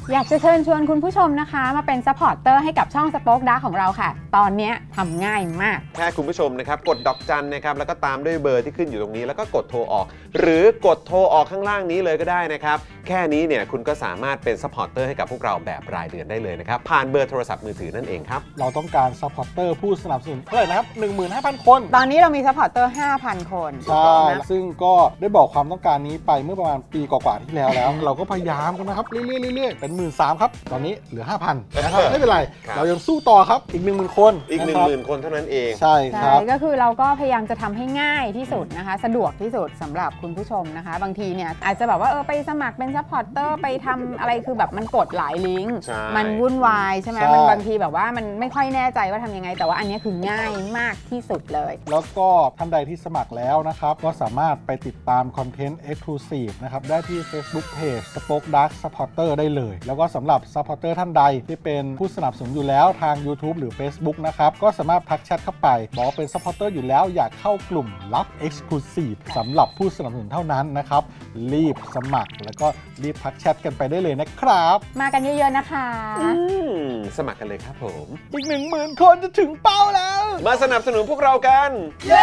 อยากจะเชิญชวนคุณผู้ชมนะคะมาเป็นซัพพอร์ตเตอร์ให้กับช่อง Spoke Dark ของเราค่ะตอนนี้ทำง่ายมากแค่คุณผู้ชมนะครับกดดอกจันนะครับแล้วก็ตามด้วยเบอร์ที่ขึ้นอยู่ตรงนี้แล้วก็กดโทรออกหรือกดโทรออกข้างล่างนี้เลยก็ได้นะครับแค่นี้เนี่ยคุณก็สามารถเป็นซัพพอร์ตเตอร์ให้กับพวกเราแบบรายเดือนได้เลยนะครับผ่านเบอร์โทรศัพท์มือถือนั่นเองครับเราต้องการซัพพอร์ตเตอร์ผู้สนับสนุนเท่าไหร่นะครับ 15,000 คนตอนนี้เรามีซัพพอร์ตเตอร์ 5,000 คนใช่ซึ่งก็ได้บอกความต้องการนี้ไปเมื่อประมาณปีกว่าๆที่แล้ว เราก็พยายามกันนะครับเรื่อยๆเป็น 13,000 ครับตอนนี้เหลือ 5,000 นะครับไม่เป็นไรเรายังสู้ต่อครับอีก 10,000 คนอีก 10,000 คนเท่านั้นเองใช่ครับก็คือเราก็พยายามจะทำให้ง่ายที่สุดนะคะสะดวกที่สุดสำหรับคุณผู้ชมนะคะบางทีเนี่ยอาจจะแบบว่าไปสมัครเป็นซัพพอร์ตเตอร์ไปทำอะไรคือแบบมันกดหลายลิงก์มันวุ่นวายใช่ไหมมันบางทีแบบว่ามันไม่ค่อยแน่ใจว่าทำยังไงแต่ว่าอันนี้คือง่ายมากที่สุดเลยแล้วก็ท่านใดที่สมัครแล้วนะครับก็สามารถไปติดตามคอนเทนต์ Exclusive นะครับได้ที่ Facebook Page Spoke Dark Supporter ได้เลยแล้วก็สำหรับ Supporter ท่านใดที่เป็นผู้สนับสนุนอยู่แล้วทาง YouTube หรือ Facebook นะครับก็สามารถทักแชทเข้าไปบอกว่าเป็น Supporter อยู่แล้วอยากเข้ากลุ่มลับ Exclusive สำหรับผู้สนับสนุนเท่านั้นนะครับรีบสมัครแล้วก็รีบทักแชทกันไปได้เลยนะครับมากันเยอะๆนะคะสมัครกันเลยครับผมอีก 10,000 คนจะถึงเป้าแล้วมาสนับสนุนพวกเรากันเย้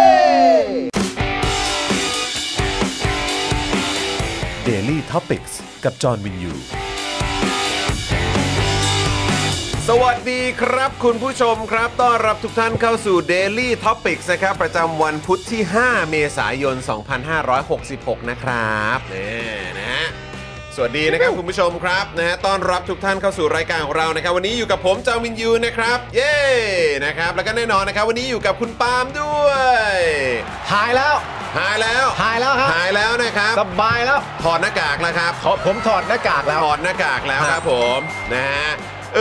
Daily Topics กับจอห์นวินยูสวัสดีครับคุณผู้ชมครับต้อนรับทุกท่านเข้าสู่ Daily Topics นะครับประจำวันพุธที่5เมษายน2566นะครับนะฮะสวัสดีนะครับคุณผู้ชมครับนะฮะต้อนรับทุกท่านเข้าสู่รายการของเรานะครับวันนี้อยู่กับผมจอห์นวินยูนะครับเย้นะครับแล้วก็แน่นอนนะครับวันนี้อยู่กับคุณปาล์มด้วยหายแล้วครับหายแล้วนะครับสบายแล้วถอดหน้ากากแล้วครับผมถอดหน้ากากแล้วถอดหน้ากากแล้วครับผมนะฮะ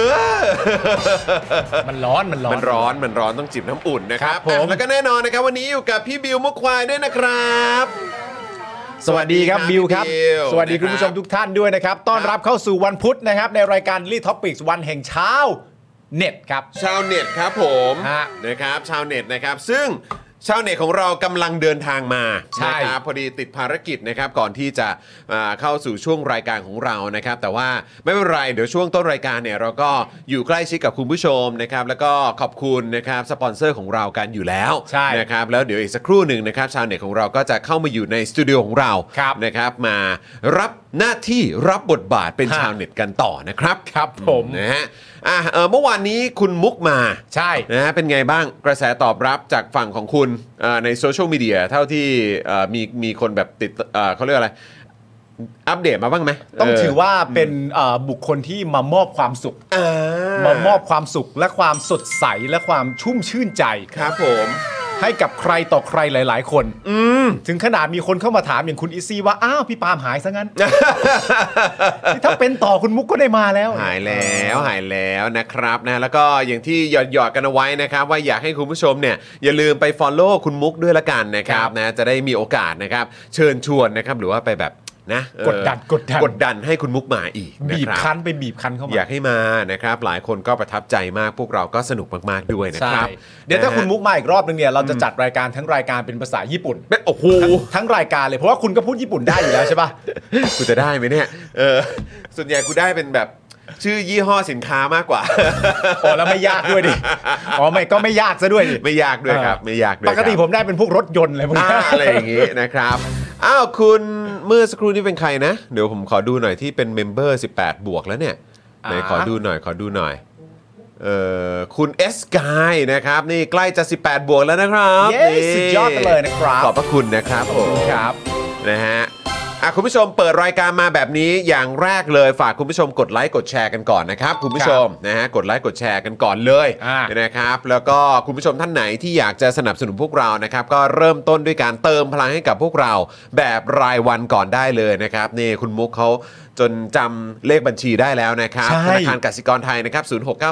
มันร้อนต้องจิบน้ำอุ่นนะครับแล้วก็แน่นอนนะครับวันนี้อยู่กับพี่บิวมุกควายด้วยนะครับสวัสดีครับบิวครับสวัสดีคุณผู้ชมทุกท่านด้วยนะครับต้อนรับเข้าสู่วันพุธนะครับในรายการ Daily Topics วันแห่งเช้าเน็ตครับชาวเน็ตครับผมนะครับชาวเน็ตนะครับซึ่งชาวเน็ตของเรากำลังเดินทางมานะครับพอดีติดภารกิจนะครับก่อนที่จะเข้าสู่ช่วงรายการของเรานะครับแต่ว่าไม่เป็นไรเดี๋ยวช่วงต้นรายการเนี่ยเราก็อยู่ใกล้ชิดกับคุณผู้ชมนะครับแล้วก็ขอบคุณนะครับสปอนเซอร์ของเรากันอยู่แล้วนะครับแล้วเดี๋ยวอีกสักครู่หนึ่งนะครับชาวเน็ตของเราก็จะเข้ามาอยู่ในสตูดิโอของเรานะครับมารับหน้าที่รับบทบาทเป็นชาวเน็ตกันต่อนะครับครับผมนะฮะเมื่อวานนี้คุณมุกมาใช่นะฮะเป็นไงบ้างกระแสตอบรับจากฝั่งของคุณในโซเชียลมีเดียเท่าที่มีคนแบบติดเขาเรียกอะไรอัปเดตมาบ้างไหมต้องถือว่าเป็นบุคคลที่มามอบความสุขและความสดใสและความชุ่มชื่นใจครับผมให้กับใครต่อใครหลายๆคนถึงขนาดมีคนเข้ามาถามอย่างคุณอีซี่ว่าอ้าวพี่ปาล์มหายซะงั้น ถ้าเป็นต่อคุณมุกก็ได้มาแล้วหายแล้วนะครับนะแล้วก็อย่างที่หยอดกันเอาไว้นะครับว่าอยากให้คุณผู้ชมเนี่ยอย่าลืมไป follow คุณมุกด้วยละกันนะครับนะจะได้มีโอกาสนะครับเชิญชวนนะครับหรือว่าไปแบบนะกดดันให้คุณมุกมาอีกบีบคั้นเข้ามาอยากให้มานะครับหลายคนก็ประทับใจมากพวกเราก็สนุกมากๆด้วยนะครับเดี๋ยวถ้าคุณมุกมาอีกรอบนึงเนี่ยเราจะจัดรายการทั้งรายการเป็นภาษาญี่ปุ่นโอ้โหทั้งรายการเลยเพราะว่าคุณก็พูดญี่ปุ่นได้อยู่แล้วใช่ป่ะกูจะได้ไหมเนี่ยส่วนใหญ่กูได้เป็นแบบชื่อยี่ห้อสินค้ามากกว่าแล้วไม่ยากด้วยดิก็ไม่ยากซะด้วยไม่ยากด้วยครับไม่ยากด้วยปกติผมได้เป็นพวกรถยนต์อะไรพวกนี้อะไรอย่างงี้นะครับอ้าวคุณเมื่อสักครู่นี้เป็นใครนะเดี๋ยวผมขอดูหน่อยที่เป็นเมมเบอร์18บวกแล้วเนี่ยไหนขอดูหน่อยคุณเอสกายนะครับนี่ใกล้จะ18บวกแล้วนะครับสุดยอดเลยนะครับขอบพระคุณนะครับผมครับนะฮะคุณผู้ชมเปิดรายการมาแบบนี้อย่างแรกเลยฝากคุณผู้ชมกดไลค์กดแชร์กันก่อนนะครับคุณผู้ชมนะฮะกดไลค์กดแชร์กันก่อนเลยนะครับแล้วก็คุณผู้ชมท่านไหนที่อยากจะสนับสนุนพวกเรานะครับก็เริ่มต้นด้วยการเติมพลังให้กับพวกเราแบบรายวันก่อนได้เลยนะครับนี่คุณมุกเขาจนจำเลขบัญชีได้แล้วนะครับธนาคารกสิกรไทยนะครับ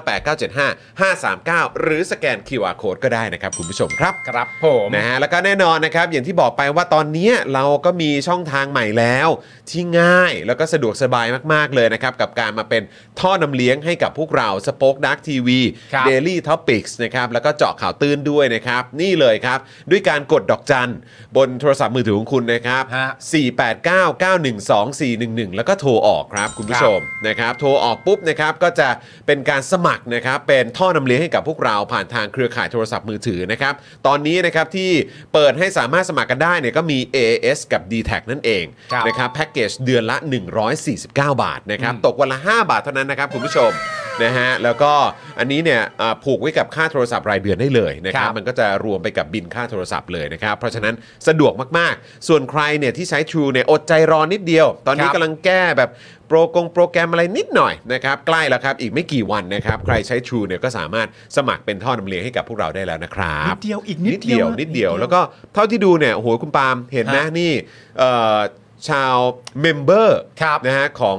0698975539หรือสแกน QR Code ก็ได้นะครับคุณผู้ชมครับครับผมนะฮะแล้วก็แน่นอนนะครับอย่างที่บอกไปว่าตอนนี้เราก็มีช่องทางใหม่แล้วที่ง่ายแล้วก็สะดวกสบายมากๆเลยนะครับกับการมาเป็นท่อนำเลี้ยงให้กับพวกเรา Spoke Dark TV Daily Topics นะครับแล้วก็เจาะข่าวตื้นด้วยนะครับนี่เลยครับด้วยการกดดอกจันบนโทรศัพท์มือถือของคุณนะครับ489912411แล้วก็โทรออกครับคุณผู้ชมนะครับโทรออกปุ๊บนะครับก็จะเป็นการสมัครนะครับเป็นท่อนำเลี้ยงให้กับพวกเราผ่านทางเครือข่ายโทรศัพท์มือถือนะครับตอนนี้นะครับที่เปิดให้สามารถสมัครกันได้เนี่ยก็มี AS กับ DTAC นั่นเองนะครับแพ็กเกจเดือนละ149 บาทนะครับตกวันละ5 บาทเท่านั้นนะครับคุณผู้ชมนะฮะแล้วก็อันนี้เนี่ยผูกไว้กับค่าโทรศัพท์รายเดือนได้เลยนะครับมันก็จะรวมไปกับบิลค่าโทรศัพท์เลยนะครับเพราะฉะนั้นสะดวกมากๆส่วนใครเนี่ยที่ใช้ True เนี่ยอดใจรอนิดเดียวตอนนี้กำลังแก้แบบโปรแกรมอะไรนิดหน่อยนะครับใกล้แล้วครับอีกไม่กี่วันนะครับใครใช้ True เนี่ยก็สามารถสมัครเป็นท่อนำเลี้ยงให้กับพวกเราได้แล้วนะครับนิดเดียวอีกนิดเดียวแล้วก็เท่าที่ดูเนี่ยโอ้โหคุณปาล์มเห็นไหมนี่ชาวเมมเบอร์นะฮะของ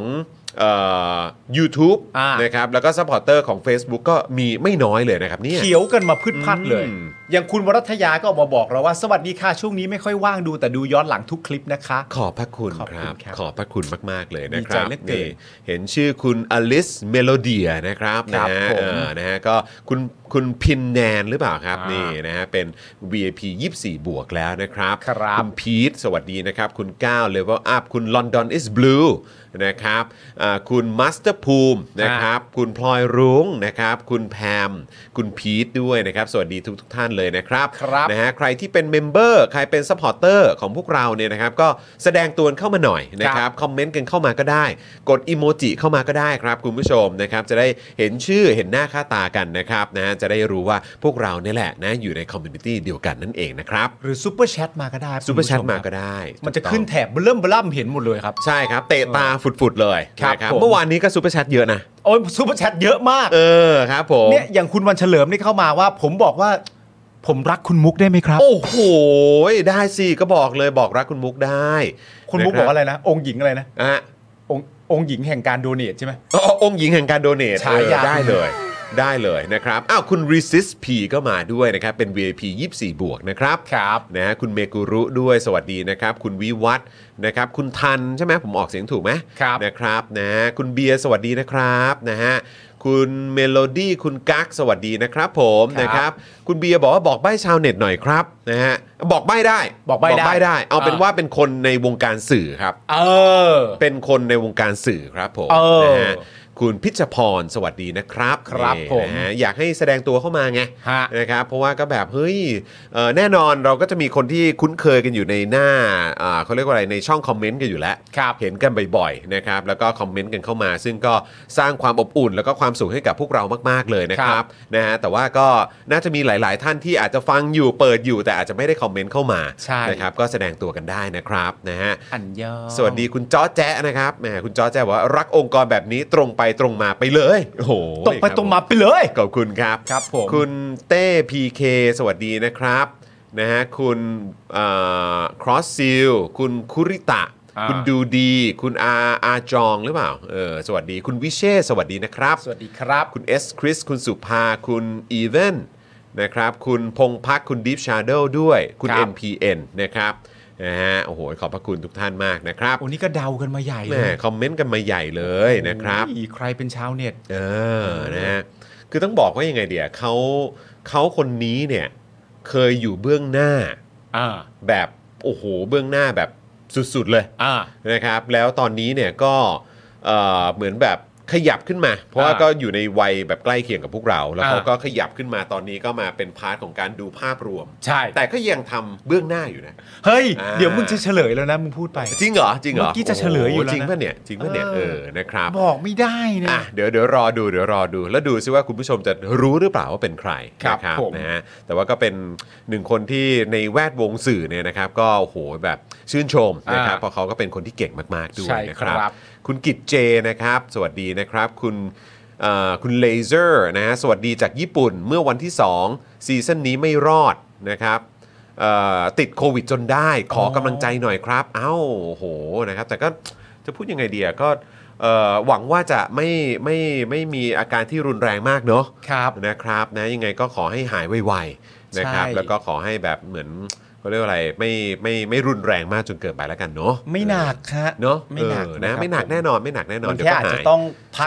YouTube นะครับแล้วก็ซัพพอร์เตอร์ของ Facebook ก็มีไม่น้อยเลยนะครับเนี่ยเขียวกันมาพึดพัดเลยอย่างคุณวรัตยาก็ออกมาบอกเราว่าสวัสดีค่ะช่วงนี้ไม่ค่อยว่างดูแต่ดูย้อนหลังทุกคลิปนะคะขอบพระคุณครับขอบพระคุณมากๆเลยนะครับนี่เห็นชื่อคุณอลิสเมโลเดียนะครับนะฮะก็คุณพินแนนหรือเปล่าครับนี่นะฮะเป็น VIP 24 บวกแล้วนะครับคุณพีทสวัสดีนะครับคุณก้าวเลเวลอัพคุณ London is Blue นะครับคุณมัสเตอร์ภูมินะครับคุณพลอยรุ้งนะครับคุณแพมคุณพีทด้วยนะครับสวัสดีทุกท่านเลยนะครับนะฮะใครที่เป็นเมมเบอร์ใครเป็นซัพพอร์เตอร์ของพวกเราเนี่ยนะครับก็แสดงตัวเข้ามาหน่อยนะครับคอมเมนต์กันเข้ามาก็ได้กดอีโมจิเข้ามาก็ได้ครับคุณผู้ชมนะครับจะได้เห็นชื่อเห็นหน้าค่าตากันนะครับนะจะได้รู้ว่าพวกเราเนี่ยแหละนะอยู่ในคอมมูนิตี้เดียวกันนั่นเองนะครับหรือซุปเปอร์แชทมาก็ได้ซุปเปอร์แชทมาก็ได้มันจะขึ้นแถบเริ่มเห็นหมดเลยครับใช่ครับเตะตาฝุดๆเลยนะครับเมื่อวานนี้ก็ซุปเปอร์แชทเยอะนะโอ้ยซุปเปอร์แชทเยอะมากครับผมเนี่ยอย่างคุณวันเฉลิมนี่เข้ามาว่าผมบอกว่าผมรักคุณมุกได้ไหมครับโอ้โหได้สิก็บอกเลยบอกรักคุณมุกได้คุณมุกบอกอะไรนะองค์หญิงอะไรนะองค์หญิงแห่งการโดเนทใช่ไหมองค์หญิงแห่งการโดเนทได้เลยนะครับอ้าวคุณ Resist P ก็มาด้วยนะครับเป็น VIP 24 บวกนะครับนะคุณเมกุรุด้วยสวัสดีนะครับคุณวิวัฒน์นะครับคุณทันใช่ไหมผมออกเสียงถูกไหมนะครับนะคุณเบียร์สวัสดีนะครับนะฮะคุณเมโลดี้คุณกั๊กสวัสดีนะครับผมนะครับคุณเบียร์บอกว่าบอกใบ้ชาวเน็ตหน่อยครับนะฮะบอกใบ้ได้เอาเป็นว่าเป็นคนในวงการสื่อครับเป็นคนในวงการสื่อครับผมนะฮะคุณพิชพรสวัสดีนะครับผมอยากให้แสดงตัวเข้ามาไงนะครับเพราะว่าก็แบบเฮ้ยแน่นอนเราก็จะมีคนที่คุ้นเคยกันอยู่ในหน้าเขาเรียกว่าอะไรในช่องคอมเมนต์กันอยู่แล้วเห็นกันบ่อยๆนะครับแล้วก็คอมเมนต์กันเข้ามาซึ่งก็สร้างความอบอุ่นแล้วก็ความสุขให้กับพวกเรามากๆเลยนะครับนะฮะแต่ว่าก็น่าจะมีหลายๆท่านที่อาจจะฟังอยู่เปิดอยู่แต่อาจจะไม่ได้คอมเมนต์เข้ามานะครับก็แสดงตัวกันได้นะครับนะฮะสวัสดีคุณจ้อแจ๊ะนะครับแหมคุณจ้อแจ๊ะบอกว่ารักองค์กรแบบนี้ตรงไปตรงมาไปเลยโอ้โหตรงไปตรงมาไปเลยขอบคุณครับผมคุณเต้พีเคสวัสดีนะครับนะฮะคุณครอสซิลคุณคุริตะคุณดูดีคุณอาจองหรือเปล่าสวัสดีคุณวิเชษสวัสดีนะครับสวัสดีครับคุณเอสคริสคุณสุภาคุณอีเวนนะครับคุณพงพักคุณดีฟชาโดว์ด้วยคุณ NPN นะครับนะฮะโอ้โหขอบพระคุณทุกท่านมากนะครับโอ้นี่ก็เดากันมาใหญ่เลยคอมเมนต์กันมาใหญ่เลยนะครับใครเป็นชาวเน็ตนะฮะคือต้องบอกว่ายังไงเดี๋ยวเขาคนนี้เนี่ยเคยอยู่เบื้องหน้าแบบโอ้โหเบื้องหน้าแบบสุดๆเลยนะครับแล้วตอนนี้เนี่ยก็เหมือนแบบขยับขึ้นมาเพราะว่าก็อยู่ในวัยแบบใกล้เคียงกับพวกเราแล้วเขาก็ขยับขึ้นมาตอนนี้ก็มาเป็นพาร์ทของการดูภาพรวมใช่แต่ก็ยังทำเบื้องหน้าอยู่นะเฮ้ยเดี๋ยวมึงจะเฉลยแล้วนะมึงพูดไปจริงเหรอเมื่อกี้จะเฉลยอยู่แล้วนะจริงป่ะเนี่ยนะครับบอกไม่ได้นะเดี๋ยวรอดูแล้วดูซิว่าคุณผู้ชมจะรู้หรือเปล่าว่าเป็นใครนะครับนะฮะแต่ว่าก็เป็นหนึ่งคนที่ในแวดวงสื่อเนี่ยนะครับก็โอ้โหแบบชื่นชมนะครับเพราะเขาก็เป็นคนที่เก่งมากๆด้วยนะครับคุณกิจเจนะครับสวัสดีนะครับคุณเลเซอร์นะฮะสวัสดีจากญี่ปุ่นเมื่อวันที่2ซีซั่นนี้ไม่รอดนะครับติดโควิดจนได้ขอกำลังใจหน่อยครับเอ้าโหนะครับแต่ก็จะพูดยังไงดีก็หวังว่าจะไม่มีอาการที่รุนแรงมากเนาะนะครับนะยังไงก็ขอให้หายไวๆนะครับแล้วก็ขอให้แบบเหมือนเขาเรียกว่าอะไรไม่รุนแรงมากจนเกินไปแล้วกันเนาะไม่หนักครับเนาะไม่หนักนะไม่หนักแน่นอนแค่อาจจะต้อง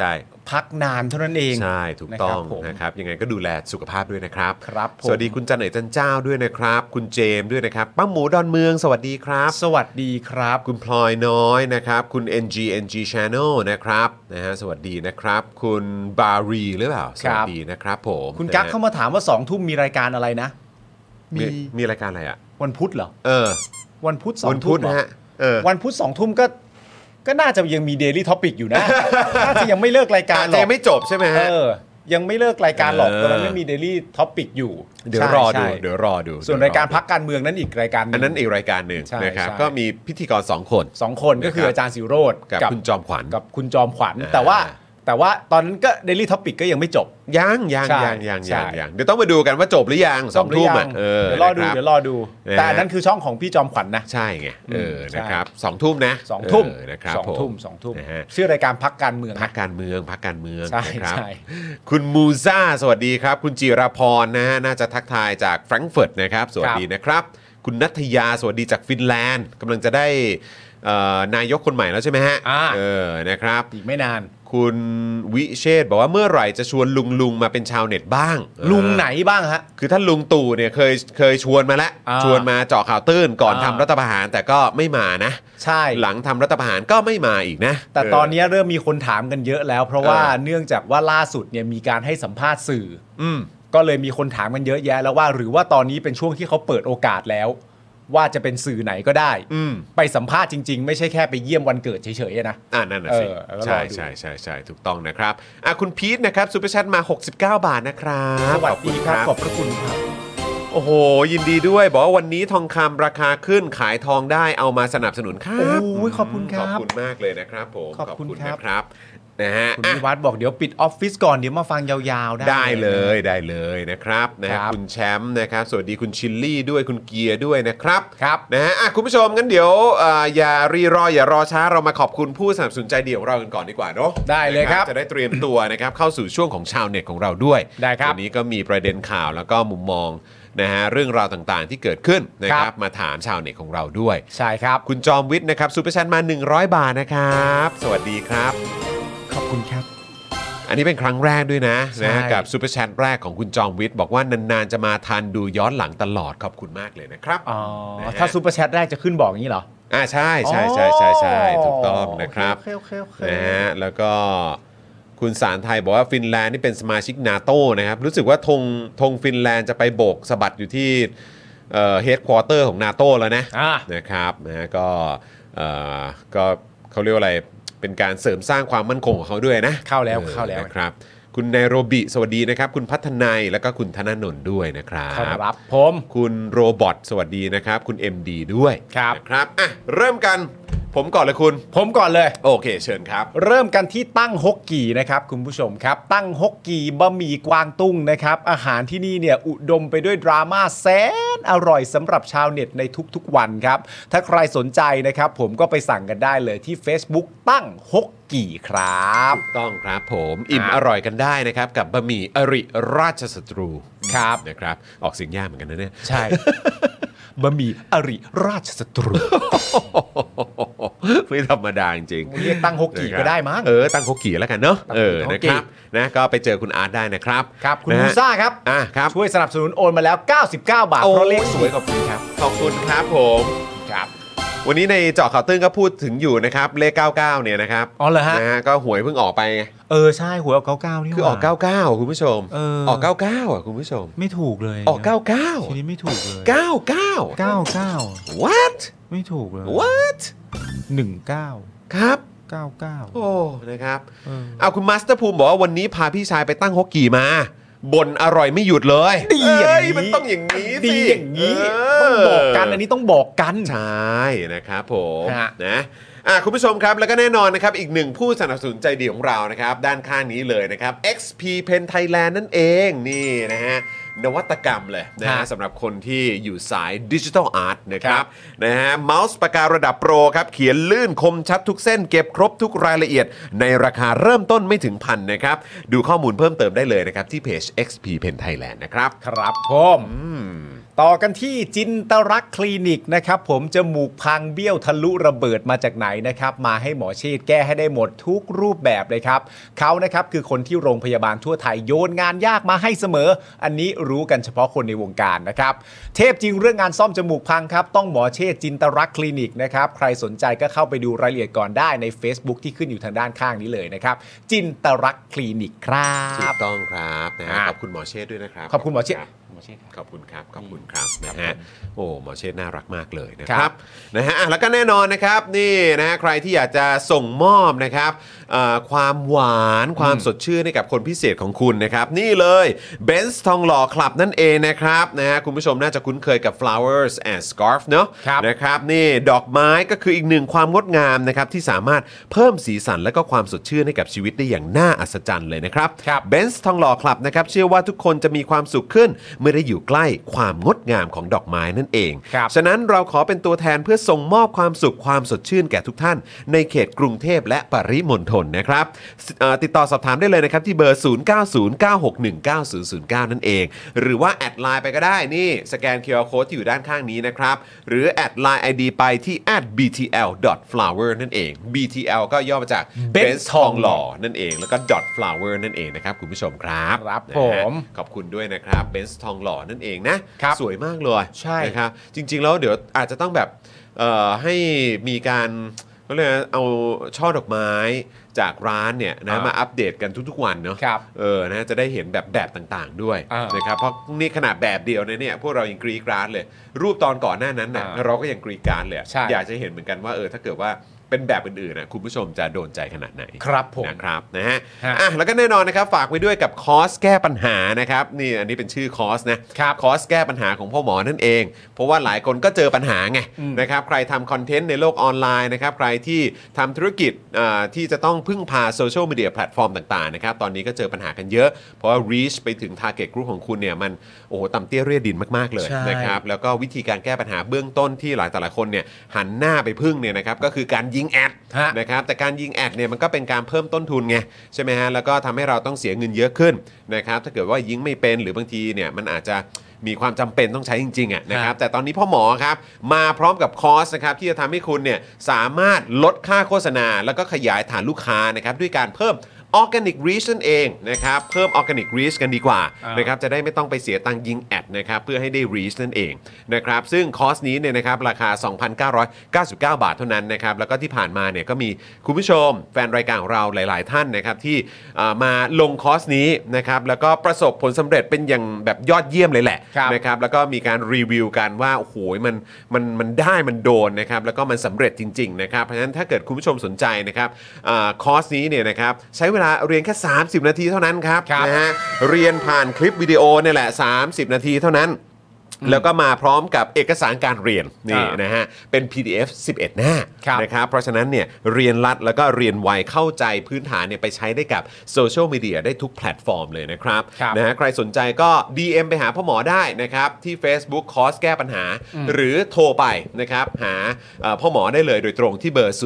พักนานเท่านั้นเองใช่ถูกต้องนะครับผมนะครับยังไงก็ดูแลสุขภาพด้วยนะครับครับผมสวัสดีคุณจันเหนยจันเจ้าด้วยนะครับคุณเจมส์ด้วยนะครับป้าหมูดอนเมืองสวัสดีครับสวัสดีครับคุณพลอยน้อยนะครับคุณ NG Channel นะครับนะฮะสวัสดีนะครับคุณบารีหรือเปล่าสวัสดีนะครับผมคุณกั๊กเข้ามาถามว่า2 ทุ่มมีรายการอะไรนะมีรายการอะไรอ่ะวันพุธเหรอ วันพุธวัน 2 พุทุ่ธมเหรนะอฮะวันพุธ2 ทุ่มก็น่าจะยังมี Daily Topic อยู่นะ น่าจะยังไม่เลิกรายการหรอกจะยังไม่จบใช่ไหมฮะยังไม่เลิกรายการหรอกตอนนั้นไม่มี Daily Topic อยู่เดี๋ยวรอดูใช่เดี๋ยวรอดูส่วนรายการพักการเมืองนั้นอีกรายการหอันนั้นอีกรายการหนึ่งใช่นะครับใช่ก็มีพิธีกร2 คน 2 คนก็คืออาจารย์สิโรจน์กับคุณจอมขวัญกับคุณจอมขวัญแต่ว่าตอนนั้นก็ Daily Topic ก็ยังไม่จบยังใช่เดี๋ยวต้องมาดูกันว่าจบหรือยัง2 ทุ่มอ่ะเดี๋ยวรอดูนะครับเดี๋ยวรอดูนะฮะแต่อันนั้นคือช่องของพี่จอมขวัญนะใช่ไงใช่นะครับ2 ทุ่มนะ 2 ทุ่มนะครับ 2 ทุ่มผ 2 ทุ่มนะฮะชื่อรายการพักการเมืองพักนะการเมืองใช่นะครับใช่คุณมูซ่าสวัสดีครับ คุณจิราพรนะฮะน่าจะทักทายจากแฟรงก์เฟิร์ตนะครับสวัสดีนะครับ คุณนัทยาสวัสดีจากฟินแลนด์กำลังจะได้นายกคนใหม่แล้วใช่ไหมฮะนะครับอีกไม่นานคุณวิเชษฐ์บอกว่าเมื่อไหร่จะชวนลุงมาเป็นชาวเน็ตบ้างลุงไหนบ้างฮะคือท่านลุงตู่เนี่ยเคยชวนมาแล้ว ชวนมาเจาะข่าวตื้นก่อนทำรัฐประหารแต่ก็ไม่มานะใช่หลังทำรัฐประหารก็ไม่มาอีกนะแต่ตอนนี้เริ่มมีคนถามกันเยอะแล้ว เพราะว่าเนื่องจากว่าล่าสุดเนี่ยมีการให้สัมภาษณ์สื่อก็เลยมีคนถามกันเยอะแยะแล้วว่าหรือว่าตอนนี้เป็นช่วงที่เขาเปิดโอกาสแล้วว่าจะเป็นสื่อไหนก็ได้ไปสัมภาษณ์จริงๆไม่ใช่แค่ไปเยี่ยมวันเกิดเฉยๆนะนั่นน่ะสิใช่ถูกต้องนะครับคุณพีทนะครับซูเปอร์แชทมา69 บาทนะครับสวัสดีครับขอบพระคุณครับโอ้โหยินดีด้วยบอกว่าวันนี้ทองคำราคาขึ้นขายทองได้เอามาสนับสนุนครับโอ้ยขอบคุณครับขอบคุณมากเลยนะครับผมขอบคุณครับนะครับนะฮะคุณวิวัฒน์บอกเดี๋ยวปิดออฟฟิศก่อนเดี๋ยวมาฟังยาวๆได้เลยนะครับนะฮะคุณแชมป์นะครับสวัสดีคุณชิลลี่ด้วยคุณเกียร์ด้วยนะครับนะฮะคุณผู้ชมงั้นเดี๋ยวอย่ารอช้าเรามาขอบคุณผู้สนับสนุนใจดีของเรากันก่อนดีกว่าเนาะได้เลยครับจะได้เตรียมตัวนะครับเข้าสู่ช่วงของชาวเน็ตของเราด้วยได้ครับวันนี้ก็มีประเด็นข่าวแล้วก็มุมมองนะฮะเรื่องราวต่างๆที่เกิดขึ้นนะครับมาถามชาวเน็ตของเราด้วยใช่ครับคุณจอมวิทย์นะครับซูเปอร์แชทมา100 บาทนะครับสวัสดีครับขอบคุณครับอันนี้เป็นครั้งแรกด้วยนะใช่กับซูเปอร์แชทแรกของคุณจอมวิทย์บอกว่านานๆจะมาทันดูย้อนหลังตลอดขอบคุณมากเลยนะครับ นะฮะถ้าซูเปอร์แชทแรกจะขึ้นบอกอย่างนี้เหรอใช่ถูกต้องนะครับโอเคนะฮะแล้วก็คุณสารไทยบอกว่าฟินแลนด์นี่เป็นสมาชิกนาโต้นะครับรู้สึกว่าธงฟินแลนด์จะไปโบกสะบัดอยู่ที่เฮดควอเตอร์ของนาโต้แล้วนะครับนะก็เขาเรียกว่าอะไรเป็นการเสริมสร้างความมั่นคงของเขาด้วยนะเข้าแล้วนะครับคุณไนโรบิสวัสดีนะครับคุณพัฒนัยแล้วก็คุณธนนนท์ด้วยนะครับครับผมคุณโรบอทสวัสดีนะครับคุณ MD ด้วยครับนะครับเริ่มกันผมก่อนเลยคุณผมก่อนเลยโอเคเชิญครับเริ่มกันที่ตั้งฮกกีนะครับคุณผู้ชมครับตั้งฮกกีบะหมี่กวางตุ้งนะครับอาหารที่นี่เนี่ยอุดมไปด้วยดราม่าแสนอร่อยสำหรับชาวเน็ตในทุกๆวันครับถ้าใครสนใจนะครับผมก็ไปสั่งกันได้เลยที่ Facebook ตั้งฮกกีครับถูกต้องครับผมอิ่มอร่อยกันได้นะครับกับบะหมี่อริราชศัตรูครับนะครับออกเสียงยากเหมือนกันนะเนี่ยใช่ บะหมี่อริราชศัตรูไม่ธรรมดาจริงๆเรียกตั้งฮกกีก็ได้มั้งตั้งฮกกีแล้วกันเนาะตั้งฮกกีนะครับนะก็ไปเจอคุณอาร์ตได้นะครับครับคุณนะมูฮะซ่าครับครับช่วยสนับสนุนโอนมาแล้ว 99 บาทโอ้เพราะเลขสวยขอบคุณครับขอบคุณครับผมครับวันนี้ในเจาะข่าวตื้นก็พูดถึงอยู่นะครับเลข99เนี่ยนะครับอ๋อเหรอฮะนะฮะก็หวยเพิ่งออกไปไงใช่หวยออก99นี่คือออก99คุณผู้ชม ออก99อ่ะคุณผู้ชมไม่ถูกเลยออก99 ทีนี้ไม่ถูกเลย 99 99 what ไม่ถูกเลย what 19 ครับ 99 โอ้นะครับเอาคุณมาสเตอร์ภูมิบอกว่าวันนี้พาพี่ชายไปตั้งฮกกี้มาบ่นอร่อยไม่หยุดเลยดีอย่างนี้มันต้องอย่างนี้สิดีอย่างนี้ต้องบอกกันอันนี้ต้องบอกกันใช่นะครับผมฮะนะคุณผู้ชมครับแล้วก็แน่นอนนะครับอีกหนึ่งผู้สนับสนุนใจดีของเรานะครับด้านข้างนี้เลยนะครับ XP Pen Thailand นั่นเองนี่นะฮะนวัตกรรมเลยนะฮะสำหรับคนที่อยู่สายดิจิทัลอาร์ตนะครับนะฮะเมาส์ปากการะดับโปรครับเขียนลื่นคมชัดทุกเส้นเก็บครบทุกรายละเอียดในราคาเริ่มต้นไม่ถึงพันนะครับดูข้อมูลเพิ่มเติมได้เลยนะครับที่เพจ XP Pen Thailand นะครับครับผมต่อกันที่จินตรักษณ์คลินิกนะครับผมจมูกพังเบี้ยวทะลุระเบิดมาจากไหนนะครับมาให้หมอเชษฐ์แก้ให้ได้หมดทุกรูปแบบเลยครับเขานะครับคือคนที่โรงพยาบาลทั่วไทยโยนงานยากมาให้เสมออันนี้รู้กันเฉพาะคนในวงการนะครับเทพจริงเรื่องงานซ่อมจมูกพังครับต้องหมอเชษฐ์จินตรักษณ์คลินิกนะครับใครสนใจก็เข้าไปดูรายละเอียดก่อนได้ใน Facebook ที่ขึ้นอยู่ทางด้านข้างนี้เลยนะครับจินตรักษณ์คลินิกครัถูบกต้องครับนะฮะขอบคุณหมอเชษฐ์ด้วยนะครับขอบคุณหมอเชษฐ์ขอบคุณครับขอบคุณครับนะฮะโอ้หมอเชษฐ์น่ารักมากเลยนะคครัรับบ นะฮะแล้วก็แน่นอนนะครับนี่นะฮะใครที่อยากจะส่งมอบนะครับความหวานความสดชื่นให้กับคนพิเศษของคุณนะครับนี่เลยเบนซ์ทองหล่อคลับนั่นเองนะครับนะฮะคุณผู้ชมน่าจะคุ้นเคยกับ flowers and scarf เนอะครับนะครับนี่ดอกไม้ก็คืออีกหนึ่งความงดงามนะครับที่สามารถเพิ่มสีสันและก็ความสดชื่นให้กับชีวิตได้อย่างน่าอัศจรรย์เลยนะครับครับเบนซ์ทองหล่อคลับนะครับเชื่อว่าทุกคนจะมีความสุขขึ้นเมื่อได้อยู่ใกล้ความงดงามของดอกไม้นั่นเองครับฉะนั้นเราขอเป็นตัวแทนเพื่อส่งมอบความสุขความสดชื่นแก่ทุกท่านในเขตกรุงเทพและปริมณฑลนะครับติดต่อสอบถามได้เลยนะครับที่เบอร์ 0909619009 นั่นเอง หรือว่าแอดไลน์ไปก็ได้นี่สแกน QR Code ที่อยู่ด้านข้างนี้นะครับหรือแอดไลน์ ID ไปที่ @btl.flower นั่นเอง BTL ก็ย่อมาจาก Benz ทองหล่อนั่นเองแล้วก็ .flower นั่นเองนะครับคุณผู้ชมครับครับนะผฮะมขอบคุณด้วยนะครับเบนซ์ทองหล่อนั่นเองนะครับ สวยมากเลยใช่นะครับจริงๆแล้วเดี๋ยวอาจจะต้องแบบให้มีการก็เลยกเอาช่อดอกไม้จากร้านเนี่ยนะมาอัปเดตกันทุกๆวันเนาะครับนะจะได้เห็นแบบต่างๆด้วย นะครับเพราะนี่ขนาดแบบเดียวเนี่ยพวกเรายังกรี๊ดกราดเลย รูปตอนก่อนหน้านั้นนะเราก็ยังกรี๊ดกราดเลยใช่อยากจะเห็นเหมือนกันว่าถ้าเกิดว่าเป็นแบบอื่นๆนะคุณผู้ชมจะโดนใจขนาดไหนครับผมนะครับนะฮะฮะแล้วก็แน่นอนนะครับฝากไว้ด้วยกับคอร์สแก้ปัญหานะครับนี่อันนี้เป็นชื่อคอร์สนะครับ คอร์สแก้ปัญหาของพ่อหมอนั่นเอง เพราะว่าหลายคนก็เจอปัญหาไงนะครับใครทำคอนเทนต์ในโลกออนไลน์นะครับใครที่ทำธุรกิจที่จะต้องพึ่งพาโซเชียลมีเดียแพลตฟอร์มต่างๆนะครับตอนนี้ก็เจอปัญหากันเยอะเพราะว่า reach ไปถึง target group ของคุณเนี่ยมันโอ้โหต่ำเตี้ยเรียดินมากๆเลยใช่นะครับแล้วก็วิธีการแก้ปัญหาเบื้องต้นที่หลายแต่ละคนเนี่ยหันหน้าไปพึ่งเนี่ยนะครับก็คือการยิงแอดฮะนะครับแต่การยิงแอดเนี่ยมันก็เป็นการเพิ่มต้นทุนไงใช่ไหมฮะแล้วก็ทำให้เราต้องเสียเงินเยอะขึ้นนะครับถ้าเกิดว่ายิงไม่เป็นหรือบางทีเนี่ยมันอาจจะมีความจำเป็นต้องใช้จริงๆอ่ะนะครับแต่ตอนนี้พ่อหมอครับมาพร้อมกับคอร์สนะครับที่จะทำให้คุณเนี่ยสามารถลดค่าโฆษณาแล้วก็ขยายฐานลูกค้านะครับด้วยการเพิ่มOrganic Reach นั่นเองนะครับเพิ่ม Organic Reach กันดีกว่านะครับจะได้ไม่ต้องไปเสียตังค์ยิงแอดนะครับเพื่อให้ได้ Reach นั่นเองนะครับซึ่งคอร์สนี้เนี่ยนะครับราคา 2,999 บาทเท่านั้นนะครับแล้วก็ที่ผ่านมาเนี่ยก็มีคุณผู้ชมแฟนรายการของเราหลายๆท่านนะครับที่มาลงคอร์สนี้นะครับแล้วก็ประสบผลสำเร็จเป็นอย่างแบบยอดเยี่ยมเลยแหละครับนะครับแล้วก็มีการรีวิวกันว่าโอ้โหมันได้มันโดนนะครับแล้วก็มันสำเร็จจริงๆนะครับเพราะฉะนั้นถ้าเกิดคุณผู้ชมสนใจนะครับคอร์สนี้เนี่ยนะครับใช้เวลาเรียนแค่30 นาทีเท่านั้นครับครับนะฮะเรียนผ่านคลิปวิดีโอเนี่ยแหละ30 นาทีเท่านั้น แล้วก็มาพร้อมกับเอกสารการเรียนนี่นะฮะเป็น PDF 11 หน้าครับนะครับเพราะฉะนั้นเนี่ยเรียนรัดแล้วก็เรียนไวเข้าใจพื้นฐานเนี่ยไปใช้ได้กับโซเชียลมีเดียได้ทุกแพลตฟอร์มเลยนะครับครับนะฮะใครสนใจก็ DM ไปหาพ่อหมอได้นะครับที่ Facebook คอร์สแก้ปัญหา หรือโทรไปนะครับหาพ่อหมอได้เลยโดยตรงที่เบอร์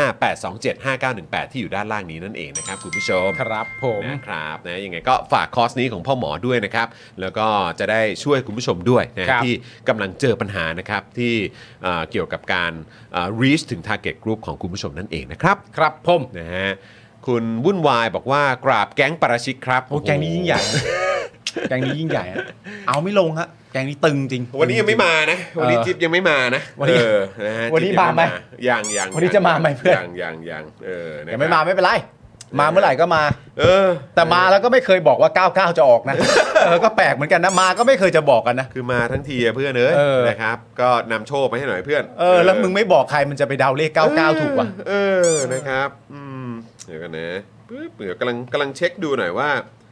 0858275918 ที่อยู่ด้านล่างนี้นั่นเองนะครับคุณผู้ชมครับผมนะครับนะยังไงก็ฝากคอร์สนี้ของพ่อหมอด้วยนะครับแล้วก็จะได้ช่วยคุณผู้ชมด้วยนะครับ ที่กำลังเจอปัญหานะครับที่เกี่ยวกับการreach ถึง target group ของคุณผู้ชมนั่นเองนะครับครับผมนะฮะคุณวุ่นวายบอกว่ากราบแก๊งปาราชิกครับโอ้แกงนี้ยิ่งใหญ่นะแกงนี้ยิ่งใหญ่อะเอาไม่ลงฮะแกงนี้ตึงจริงวันนี้ยังไม่มานะวันนี้จิ๊บยังไม่มานะวันนี้นะฮะวันนี้จิ๊บมาไหมยังวันนี้จะมาไหมเพื่อนยังนะยังไม่มาไม่เป็นไร มาเมื่อไหร่ก็มาเออแต่มาแล้วก็ไม่เคยบอกว่า 99 จะออกนะ ก็แปลกเหมือนกันนะ มาก็ไม่เคยจะบอกกันนะคือมาทั้งทีอะเพื่อนเอ้ยเออนะครับก็นำโชคไปให้หน่อยเพื่อนแล้วมึงไม่บอกใครมันจะไปเดาเลข 99 ถูกวะนะครับเดี๋ยวกันนะปึ๊บเดี๋ยวกำลังเช็คดูหน่อยว่า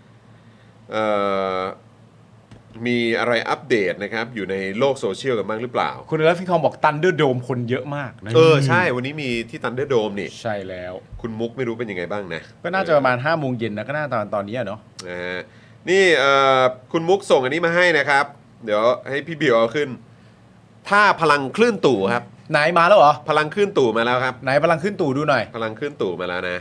มีอะไรอัปเดตนะครับอยู่ในโลกโซเชียลกันบ้างหรือเปล่าคุณเลิฟพี่คอมบอกตันเดอร์โดมคนเยอะมากนะใช่วันนี้มีที่ Thunderdome นี่ใช่แล้วคุณมุกไม่รู้เป็นยังไงบ้างนะก็น่าจะประมาณ 5 โมงเย็นนะ ก็น่าตอนนี้อะเนาะนะฮะนี่คุณมุกส่งอันนี้มาให้นะครับ เดี๋ยวให้พี่บิวเอาขึ้นถ้าพลังคลื่นตู่ครับไหนมาแล้วเหรอพลังคลื่นตู่มาแล้วครับไหนพลังขึ้นตู่ดูหน่อยพลังคลื่นตู่มาแล้วนะ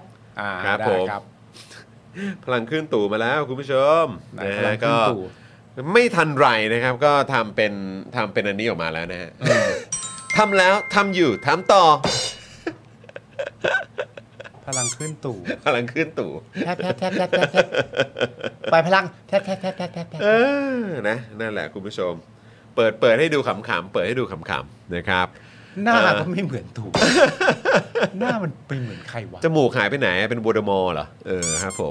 ครับได้ผมครับพลังคลื่นตู่มาแล้วคุณผู้ชมไหนนะพลัฮะงขึ้ก็นตู่ไม่ทันไรนะครับก็ทำเป็นอันนี้ออกมาแล้วนะฮะทำแล้วทำอยู่ทำต่อพลังขึ้นตู่พลังขึ้นตู่แทบไปพลังแทบนะนั่นแหละคุณผู้ชมเปิดให้ดูขำๆเปิดให้ดูขำๆนะครับหน้าก็ไม่เหมือนตู่ หน้ามันไปเหมือนใครวะจมูกหายไปไหนเป็นโวลเดอมอร์เหรอครับผม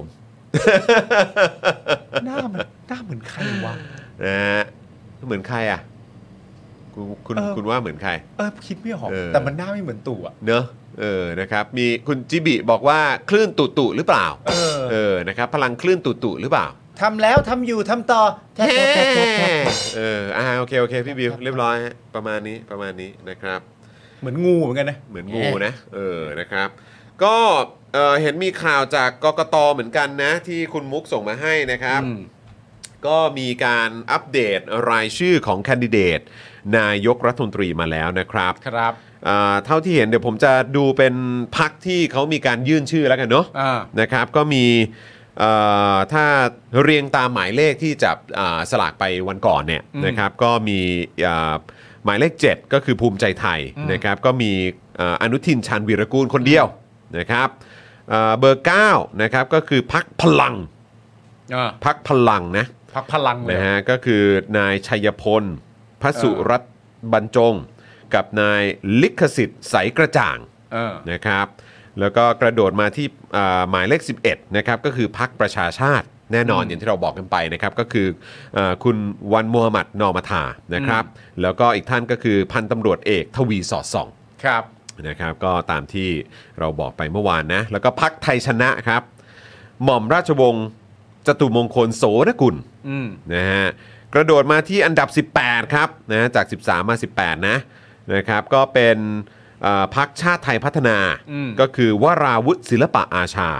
หน้าเหมือนใครวะนะฮะเหมือนใครอ่ะคุณว่าเหมือนใครคิดไม่ออกแต่มันหน้าไม่เหมือนตู่อ่ะเนอะนะครับมีคุณจิบิบอกว่าคลื่นตุหรือเปล่านะครับพลังคลื่นตุหรือเปล่าทำแล้วทำอยู่ทำต่อโอเคพี่บิวเรียบร้อยประมาณนี้นะครับเหมือนงูเหมือนกันนะเหมือนงูนะนะครับก็เห็นมีข่าวจากกกต.เหมือนกันนะที่คุณมุกส่งมาให้นะครับก็มีการอัปเดตรายชื่อของแคนดิเดตนายกรัฐมนตรีมาแล้วนะครับเท่าที่เห็นเดี๋ยวผมจะดูเป็นพรรคที่เขามีการยื่นชื่อแล้วกันเนาะนะครับก็มีถ้าเรียงตามหมายเลขที่จับสลากไปวันก่อนเนี่ยนะครับก็มีหมายเลข7ก็คือภูมิใจไทยนะครับก็มีอนุทินชาญวีรกูลคนเดียวนะครับเบอร์9นะครับก็คือพรรคพลังพรรคพลังนะพรรคพลังนะฮะก็คือนายชัยพลพสุรัตน์บรรจงกับนายลิขสิทธิ์ใสกระจ่างนะครับแล้วก็กระโดดมาที่หมายเลข11นะครับก็คือพรรคประชาชาติแน่นอนอย่างที่เราบอกกันไปนะครับก็คือคุณวันมูฮัมหมัดนอมธานะครับแล้วก็อีกท่านก็คือพันตำรวจเอกทวีสอดส่องครับนะครับก็ตามที่เราบอกไปเมื่อวานนะแล้วก็พรรคไทยชนะครับหม่อมราชวงศ์จตุมงคลโสนกุลนะฮะกระโดดมาที่อันดับ18ครับนะจาก13มา18นะครับก็เป็นพรรคชาติไทยพัฒนาก็คือวราวุฒิศิลปะอาชา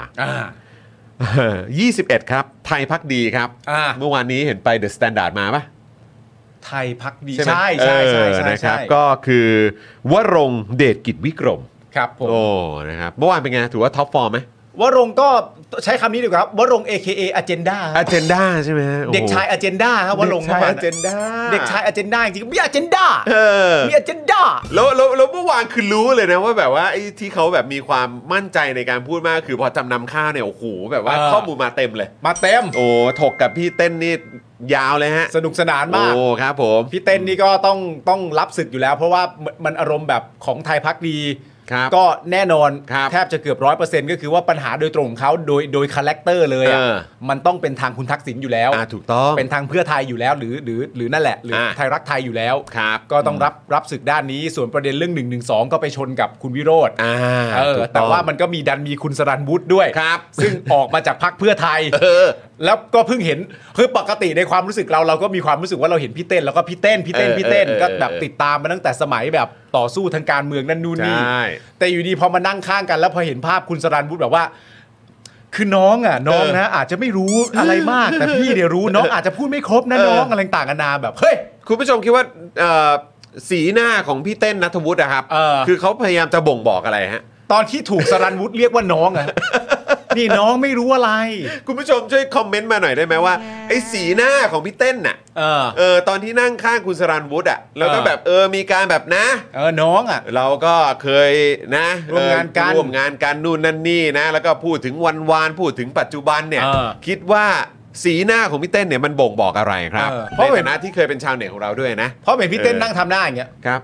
21ครับไทยพักดีครับเมื่อวานนี้เห็นไปเดอะสแตนดาร์ดมาปะไทยพักดีใช่นะครับก็คือวรงค์เดชกิจวิกรมครับผมนะครับเมื่อวานเป็นไงถือว่าท็อปฟอร์มไหมวรงค์ก็ใช้คำนี้ดีกว่าครับวรงค์ AKA Agenda Agenda ใช่ไหมเด็กชาย Agenda ครับวรงค์ Agenda เด็กชาย Agenda จริงๆมี Agenda มี Agenda แล้วเมื่อวานคือรู้เลยนะว่าแบบว่าไอ้ที่เขาแบบมีความมั่นใจในการพูดมากคือพอจำนำข้าวเนี่ยโอ้โหแบบว่าข้อมูลมาเต็มเลยมาเต็มถกกับพี่เต้นนี่ยาวเลยฮะสนุกสนานมากครับผมพี่เต้นนี่ก็ต้องรับศึกอยู่แล้วเพราะว่ามันอารมณ์แบบของไทยพักดีก็แน่นอนแทบจะเกือบ 100% ก็คือว่าปัญหาโดยตรงของเขาโดยคาแรคเตอร์เลยมันต้องเป็นทางคุณทักษิณอยู่แล้วถูกต้องเป็นทางเพื่อไทยอยู่แล้วหรือนั่นแหละหรือไทยรักไทยอยู่แล้วก็ต้องรับศึกด้านนี้ส่วนประเด็นเรื่อง112ก็ไปชนกับคุณวิโรจน์แต่ว่ามันก็มีคุณสรัญวุฒิด้วยซึ่งออกมาจากพรรคเพื่อไทยแล้วก็เพิ่งเห็นคือปกติในความรู้สึกเราก็มีความรู้สึกว่าเราเห็นพี่เต้นแล้วก็พี่เต้นก็แบบติดตามมาตั้งแต่สมัยแบบต่อสู้ทางการเมืองนั่นนู่นนี่แต่อยู่ดีพอมานั่งข้างกันแล้วพอเห็นภาพคุณสรัญวุฒิแบบว่าคือน้องนะอาจจะไม่รู้อะไรมากแต่พี่เดี๋ยวรู้น้องอาจจะพูดไม่ครบนะน้องอะไรต่างกันานาแบบเฮ้ยคุณผู้ชมคิดว่าสีหน้าของพี่เต้นณัฐวุฒิอะครับคือเขาพยายามจะบ่งบอกอะไรฮะตอนที่ถูกสรัญวุฒิเรียกว่าน้องอะนี่น้องไม่รู้อะไรคุณผู้ชมช่วยคอมเมนต์มาหน่อยได้ไหมว่าไอ้สีหน้าของพี่เต้นน่ะตอนที่นั่งข้างคุณสรัญวุฒิอ่ะแล้วก็แบบมีการแบบนะน้องอ่ะเราก็เคยนะร่วมงานกันนู่นนั่นนี่นะแล้วก็พูดถึงวันวานพูดถึงปัจจุบันเนี่ยคิดว่าสีหน้าของพี่เต้นเนี่ยมันบ่งบอกอะไรครับเพราะในฐานะที่เคยเป็นชาวเน็ตของเราด้วยนะเพราะเห็นพี่เต้นนั่งทำหน้าอย่างเงี้ยครับ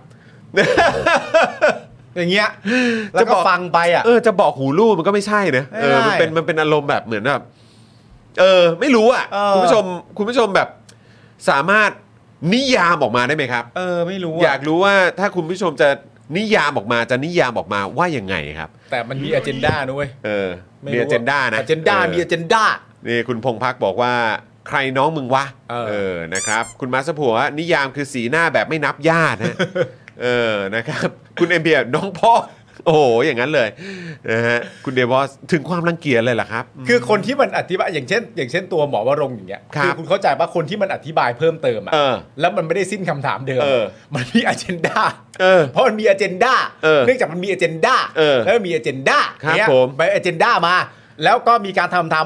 อย่างเงี้ยแล้วก็ฟังไปอ่ะจะบอกหูลู่มันก็ไม่ใช่นะมันเป็นอารมณ์แบบเหมือนแบบไม่รู้อ่ะคุณผู้ชมแบบสามารถนิยามออกมาได้ไหมครับไม่รู้อยากรู้ว่าถ้าคุณผู้ชมจะนิยามออกมาว่ายังไงครับแต่มันมีอเจนดาด้วยมีอเจนดานะอเจนดามีอเจนดานี่คุณพงษ์พักบอกว่าใครน้องมึงวะนะครับคุณมาสผัวนิยามคือสีหน้าแบบไม่นับญาตินะนะครับคุณเอ็มเบียน้องพ่อโอ้โหอย่างนั้นเลยนะฮะคุณเดวอสถึงความรังเกียจเลยล่ะครับคือคนที่มันอธิบายอย่างเช่นตัวหมอวรงค์อย่างเงี้ยคือคุณเข้าใจป่ะคนที่มันอธิบายเพิ่มเติมแล้วมันไม่ได้สิ้นคำถามเดิมมันมีอเจนดาเพราะมันมีอเจนดาเนื่องจากมันมีอเจนดาแล้วมีอเจนดาเนี่ยไปอเจนดามาแล้วก็มีการถามว่า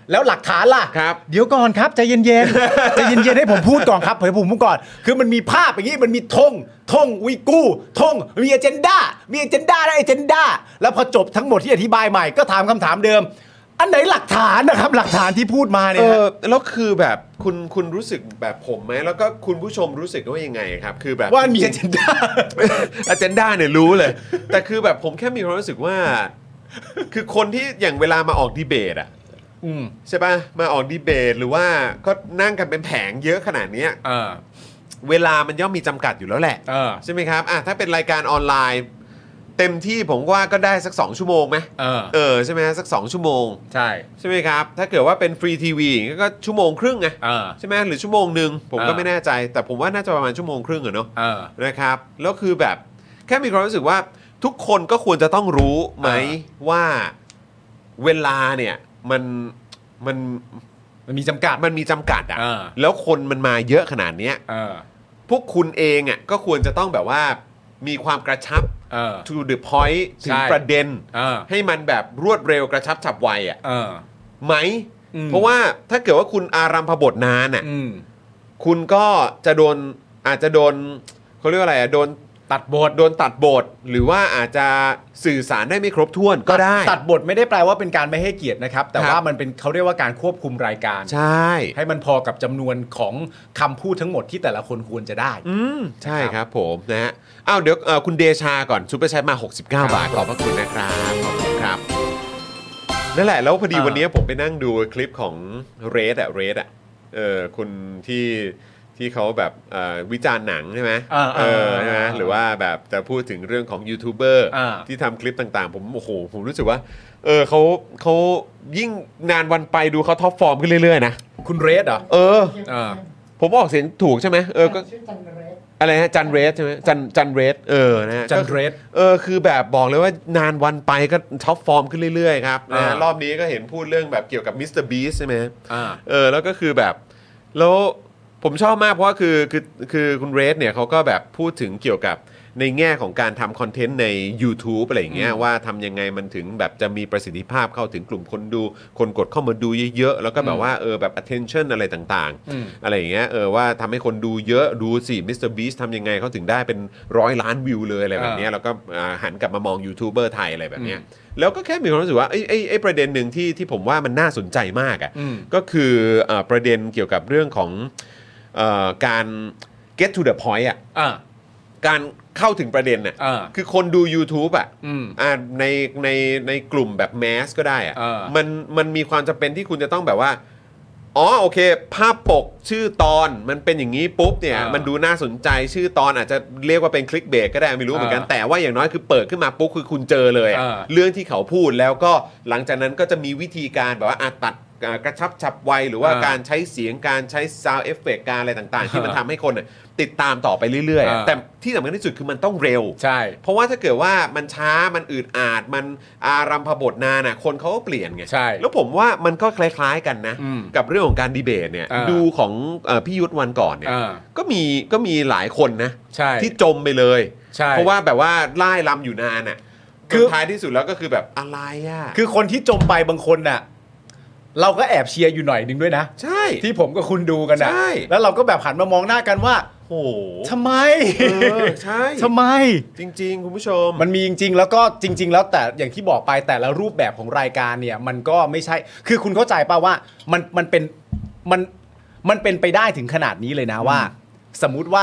แล้วหลักฐานล่ะครับเดี๋ยวก่อนครับใจเย็นๆ ใจเย็นๆให้ผมพูดก่อนครับให้ผมพูดก่อนคือมันมีภาพอย่างนี้มันมีธงอุยกูธงมีอเจนดาและอเจนดาแล้วพอจบทั้งหมดที่อธิบายใหม่ก็ถามคำถามเดิมอันไหนหลักฐานนะครับหลักฐานที่พูดมาเนี่ยแล้วคือแบบคุณรู้สึกแบบผมไหมแล้วก็คุณผู้ชมรู้สึกว่ายังไงครับคือแบบว่ามีอเจนดาอเจนดาเนี่ยรู้เลย แต่คือแบบผมแค่มีความรู้สึกว่า คือคนที่อย่างเวลามาออกดีเบตอ่ะใช่ป่ะมาออกดีเบตหรือว่าก็นั่งกันเป็นแผงเยอะขนาดนี้เวลามันย่อมมีจำกัดอยู่แล้วแหละใช่ไหมครับถ้าเป็นรายการออนไลน์เต็มที่ผมว่าก็ได้สัก2ชั่วโมงไหมใช่ไหมสัก2ชั่วโมงใช่ไหมครับถ้าเกิดว่าเป็นฟรีทีวีก็ชั่วโมงครึ่งไงใช่ไหมหรือชั่วโมงนึงผมก็ไม่แน่ใจแต่ผมว่าน่าจะประมาณชั่วโมงครึ่งอะเนาะนะครับแล้วคือแบบแค่มีความรู้สึกว่าทุกคนก็ควรจะต้องรู้ไหมว่าเวลาเนี่ยมันมีจำกัดอ่ะแล้วคนมันมาเยอะขนาดเนี้ยพวกคุณเองอ่ะก็ควรจะต้องแบบว่ามีความกระชับto the point ถึงประเด็นให้มันแบบรวดเร็วกระชับฉับไวอ่ะไหมเพราะว่าถ้าเกิดว่าคุณอารัมภบทนานอ่ะคุณก็จะอาจจะโดนเขาเรียกว่าอะไรอ่ะโดนตัดบทหรือว่าอาจจะสื่อสารได้ไม่ครบถ้วนก็ได้ตัดบทไม่ได้แปลว่าเป็นการไม่ให้เกียรตินะครับแต่ว่ามันเป็นเขาเรียกว่าการควบคุมรายการใช่ให้มันพอกับจำนวนของคำพูดทั้งหมดที่แต่ละคนควรจะได้ใช่ครับผมนะฮะเดี๋ยวคุณเดชาก่อนซุปเปอร์แชทมา69 บาทขอบพระคุณนะครับขอบคุณครับนั่นแหละแล้วพอดีวันนี้ผมไปนั่งดูคลิปของเรดอ่ะคุณที่เขาแบบวิจารณ์หนังใช่ไหมใช่ไหมหรือว่าแบบจะพูดถึงเรื่องของยูทูบเบอร์ที่ทำคลิปต่างๆผมโอ้โหผมรู้สึกว่าเขายิ่งนานวันไปดูเขาท็อปฟอร์มขึ้นเรื่อยๆนะคุณเรดเหรอผมออกเสียงถูกใช่ไหมก็อะไรฮะจันเรดใช่ไหมจันเรดนะฮะจันเรดคือแบบบอกเลยว่านานวันไปก็ท็อปฟอร์มขึ้นเรื่อยๆครับนะรอบนี้ก็เห็นพูดเรื่องแบบเกี่ยวกับมิสเตอร์บีสใช่ไหมแล้วก็คือแบบแล้วผมชอบมากเพราะว่าคือคุณเรดเนี่ยเขาก็แบบพูดถึงเกี่ยวกับในแง่ของการทำคอนเทนต์ใน YouTube อะไรอย่างเงี้ยว่าทำยังไงมันถึงแบบจะมีประสิทธิภาพเข้าถึงกลุ่มคนดูคนกดเข้ามาดูเยอะๆแล้วก็แบบว่าแบบ attention อะไรต่างๆอะไรอย่างเงี้ยว่าทำให้คนดูเยอะดูสิ Mr. Beast ทำยังไงเขาถึงได้เป็น100 ล้านวิวเลยอะไรแบบเนี้ยแล้วก็หันกลับมามองยูทูบเบอร์ไทยอะไรแบบเนี้ยแล้วก็แค่มีความรู้สึกว่าไอ้ประเด็นหนึ่งที่ผมว่ามันน่าสนใจมากก็คือประเด็นเกี่ยวกับเรื่องของการ get to the point การเข้าถึงประเด็นน่ะคือคนดู YouTube ในกลุ่มแบบแมสก็ได้มันมีความจำเป็นที่คุณจะต้องแบบว่าโอเคภาพปกชื่อตอนมันเป็นอย่างนี้ปุ๊บเนี่ยมันดูน่าสนใจชื่อตอนอาจจะเรียกว่าเป็นคลิกเบรกก็ได้ไม่รู้เหมือนกันแต่ว่าอย่างน้อยคือเปิดขึ้นมาปุ๊บคือคุณเจอเลยเรื่องที่เขาพูดแล้วก็หลังจากนั้นก็จะมีวิธีการแบบว่าตัดกระชับฉับไวหรือว่าการใช้เสียงการใช้ซาวด์เอฟเฟกต์การอะไรต่างๆที่มันทำให้คนติดตามต่อไปเรื่อยๆแต่ที่สำคัญที่สุดคือมันต้องเร็วใช่เพราะว่าถ้าเกิดว่ามันช้ามันอืดอาดมันอารัมภบทนานคนเขาก็เปลี่ยนไงแล้วผมว่ามันก็คล้ายๆกันนะกับเรื่องของการดีเบตเนี่ยดูของพี่ยุทธวันก่อนเนี่ยก็มีหลายคนนะที่จมไปเลยเพราะว่าแบบว่าไล่ลำอยู่นานคือท้ายที่สุดแล้วก็คือแบบอะไรคือคนที่จมไปบางคนน่ะเราก็แอบเชียร์อยู่หน่อยนึงด้วยนะใช่ที่ผมกับคุณดูกันนะแล้วเราก็แบบหันมามองหน้ากันว่าโอ้ทำไมใช่ทำไมจริงๆคุณผู้ชมมันมีจริงๆแล้วก็จริงๆแล้วแต่อย่างที่บอกไปแต่ละรูปแบบของรายการเนี่ยมันก็ไม่ใช่คือคุณเข้าใจป่ะว่ามันเป็นไปได้ถึงขนาดนี้เลยนะว่าสมมุติว่า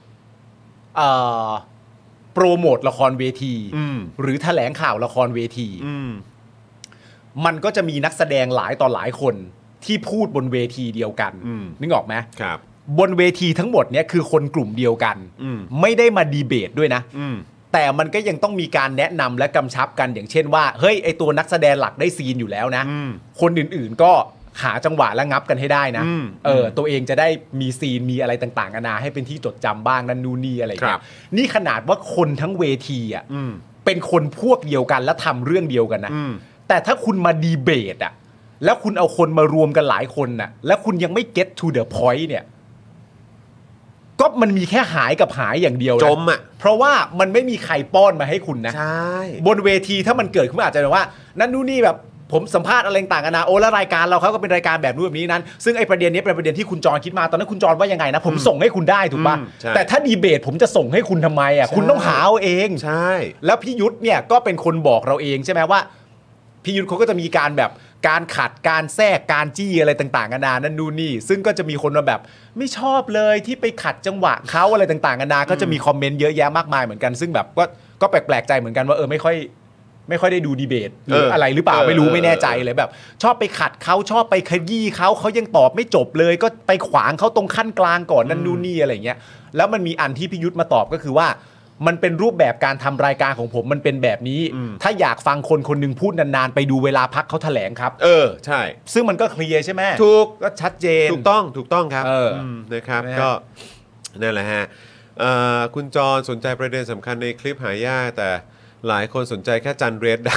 โปรโมทละครเวทีหรือแถลงข่าวละครเวทีมันก็จะมีนักแสดงหลายต่อหลายคนที่พูดบนเวทีเดียวกันนึกออกไหมครับบนเวทีทั้งหมดเนี่ยคือคนกลุ่มเดียวกันไม่ได้มาดีเบตด้วยนะแต่มันก็ยังต้องมีการแนะนำและกำชับกันอย่างเช่นว่าเฮ้ยไอตัวนักแสดงหลักได้ซีนอยู่แล้วนะคนอื่นๆก็หาจังหวะและงับกันให้ได้นะตัวเองจะได้มีซีนมีอะไรต่างๆนานาให้เป็นที่จดจำบ้างนั่นนู่นนี่อะไรอย่างเงี้ยนี่ขนาดว่าคนทั้งเวทีเป็นคนพวกเดียวกันและทำเรื่องเดียวกันนะแต่ถ้าคุณมาดีเบตแล้วคุณเอาคนมารวมกันหลายคนแล้วคุณยังไม่ get to the point เนี่ยก็มันมีแค่หายกับหายอย่างเดียวจมเพราะว่ามันไม่มีใครป้อนมาให้คุณนะใช่บนเวทีถ้ามันเกิดขึ้นอาจจะแบบว่านั่นนู่นนี่แบบผมสัมภาษณ์อะไรต่างกันนะโอ้แล้วรายการเราเขาก็เป็นรายการแบบนู้นแบบนี้นั้นซึ่งไอ้ประเด็นนี้เป็นประเด็นที่คุณจรคิดมาตอนนั้นคุณจรว่ายังไงนะผมส่งให้คุณได้ถูกป่ะแต่ถ้าดีเบตผมจะส่งให้คุณทำไมอ่ะคุณต้องหาเอาเองใช่แล้วพี่ยุทธเนี่ยก็เป็นคนบอกเราเองใช่ไหมว่าพี่ยุทธเขาก็จะมีการแบบการขัดการแทรกการจี้อะไรต่างๆกันานานั่นนู่นนี่ซึ่งก็จะมีคนมาแบบไม่ชอบเลยที่ไปขัดจังหวะเขาอะไรต่างๆกันานาก็จะมีคอมเมนต์เยอะแยะมากมายเหมือนกันซึ่งแบบก็แปลกใจเหมือนกันว่าไม่ค่อยได้ดูดีเบตหรืออะไรหรือเปล่าไม่รู้ไม่แน่ใจเลยแบบชอบไปขัดเขาชอบไปขยี้เขายังตอบไม่จบเลยก็ไปขวางเขาตรงขั้นกลางก่อนนั่นนู่นนี่อะไรเงี้ยแล้วมันมีอันที่พี่ยุทธมาตอบก็คือว่ามันเป็นรูปแบบการทำรายการของผมมันเป็นแบบนี้ถ้าอยากฟังคนคนหนึ่งพูดนานๆไปดูเวลาพักเขาแถลงครับใช่ซึ่งมันก็เคลียร์ใช่ไหมถูกก็ชัดเจนถูกต้องครับนะครับก็นั่นแหละฮะคุณจรสนใจประเด็นสำคัญในคลิปหายากแต่หลายคนสนใจแค่จันเรด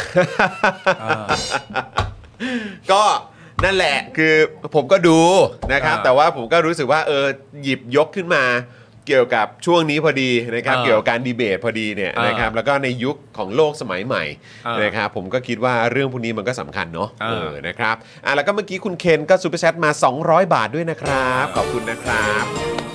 ก็นั่นแหละคือผมก็ดูนะครับแต่ว่าผมก็รู้สึกว่าหยิบยกขึ้นมาเกี่ยวกับช่วงนี้พอดีนะครับเกี่ยวกับการดีเบตพอดีเนี่ยนะครับแล้วก็ในยุคของโลกสมัยใหม่นะครับผมก็คิดว่าเรื่องพวกนี้มันก็สำคัญเนาะนะครับแล้วก็เมื่อกี้คุณเคนก็ซูเปอร์แชทมา200 บาทด้วยนะครับขอบคุณนะครับ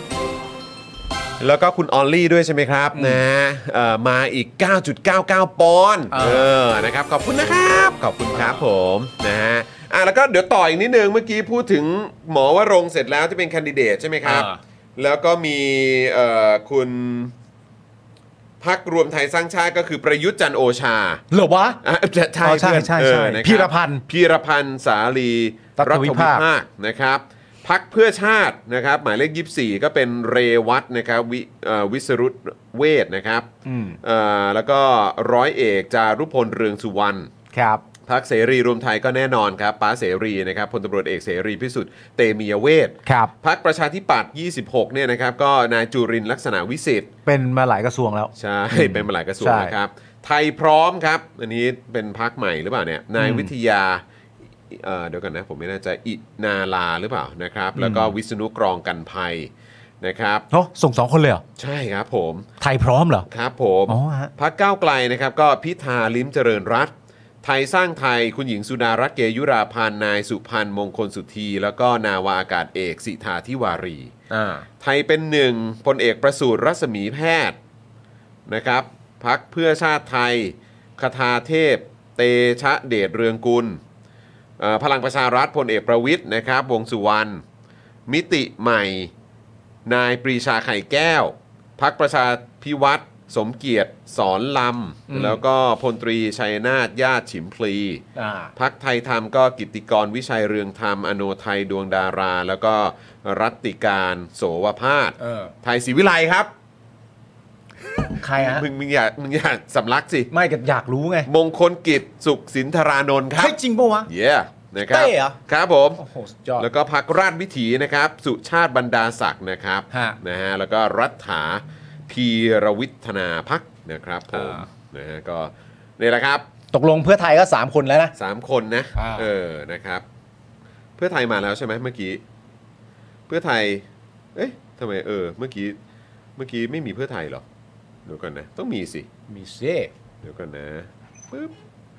แล้วก็คุณออลลี่ด้วยใช่ไหมครับนะมาอีก 9.99 ปอนด์นะครับขอบคุณนะครับขอบคุณครับผมนะฮะแล้วก็เดี๋ยวต่ออีกนิดนึงเมื่อกี้พูดถึงหมอวรงค์เสร็จแล้วที่เป็นแคนดิเดตใช่ไหมครับแล้วก็มีคุณพรรครวมไทยสร้างชาติก็คือประยุทธ์จันทร์โอชาเหรอวะใช่ใช่พีรพันธ์สาลีรัฐวิภาคนะครับพรรคเพื่อชาตินะครับหมายเลข24ก็เป็นเรวัตนะครับวิสรุตเวทนะครับแล้วก็ร้อยเอกจารุพลเรืองสุวรรณครับพรรคเสรีรวมไทยก็แน่นอนครับป้าเสรีนะครับพลตำรวจเอกเสรีพิสุทธิ์เตมียเวทครับพรรคประชาธิปัตย์26เนี่ยนะครับก็นายจุรินทร์ลักษณะวิสิทธิ์เป็นมาหลายกระทรวงแล้วใช่เป็นมาหลายกระทรวงนะครับไทยพร้อมครับอันนี้เป็นพรรคใหม่หรือเปล่าเนี่ยนายวิทยาเดี๋ยวกันนะผมไม่แน่ใจอินาลาหรือเปล่านะครับแล้วก็วิษณุกรองกันภัยนะครับส่ง2คนเลยเหรอใช่ครับผมไทยพร้อมเหรอครับผมพรรคก้าวไกลนะครับก็พิธาลิ้มเจริญรัตน์ไทยสร้างไทยคุณหญิงสุดารัตน์เกยุราพันธ์นายสุพันธ์มงคลสุธีแล้วก็นาวาอากาศเอกสิทธาธิวารีไทยเป็นหนึ่งพลเอกประสูติรัศมีแพทย์นะครับพรรคเพื่อชาติไทยคทาเทพเตชะเดชเรืองกุลพลังประชารัฐพลเอกประวิทย์นะครับวงษ์สุวรรณมิติใหม่นายปรีชาไข่แก้วพรรคประชาพิวัตรสมเกียรติสอนลำแล้วก็พลตรีชัยนาทญาติฉิมพลีพรรคไทยธรรมก็กิตติกรวิชัยเรืองธรรมอโนไทยดวงดาราแล้วก็รัตติการโสวภาสไทยศรีวิไลครับใครฮะมึงอยากสำลักสิไม่ก็อยากรู้ไงมงคลกิจสุขสินธารานนท์ครับจริงป่ะวะนะครับเต้เหรอครับผมแล้วก็พรรคราชวิถีนะครับสุชาติบรรดาศักดิ์นะครับนะฮะแล้วก็รัฐาพีรวิทนาพรรคนะครับผมนะฮะก็นี่แหละครับตกลงเพื่อไทยก็3คนแล้วนะ 3คนนะนะครับเพื่อไทยมาแล้วใช่ไหมเมื่อกี้เพื่อไทยทำไมเมื่อกี้ไม่มีเพื่อไทยหรอเดี๋ยวก่อนนะต้องมีสิมีสิเดี๋ยวก่อนนะปึ๊บ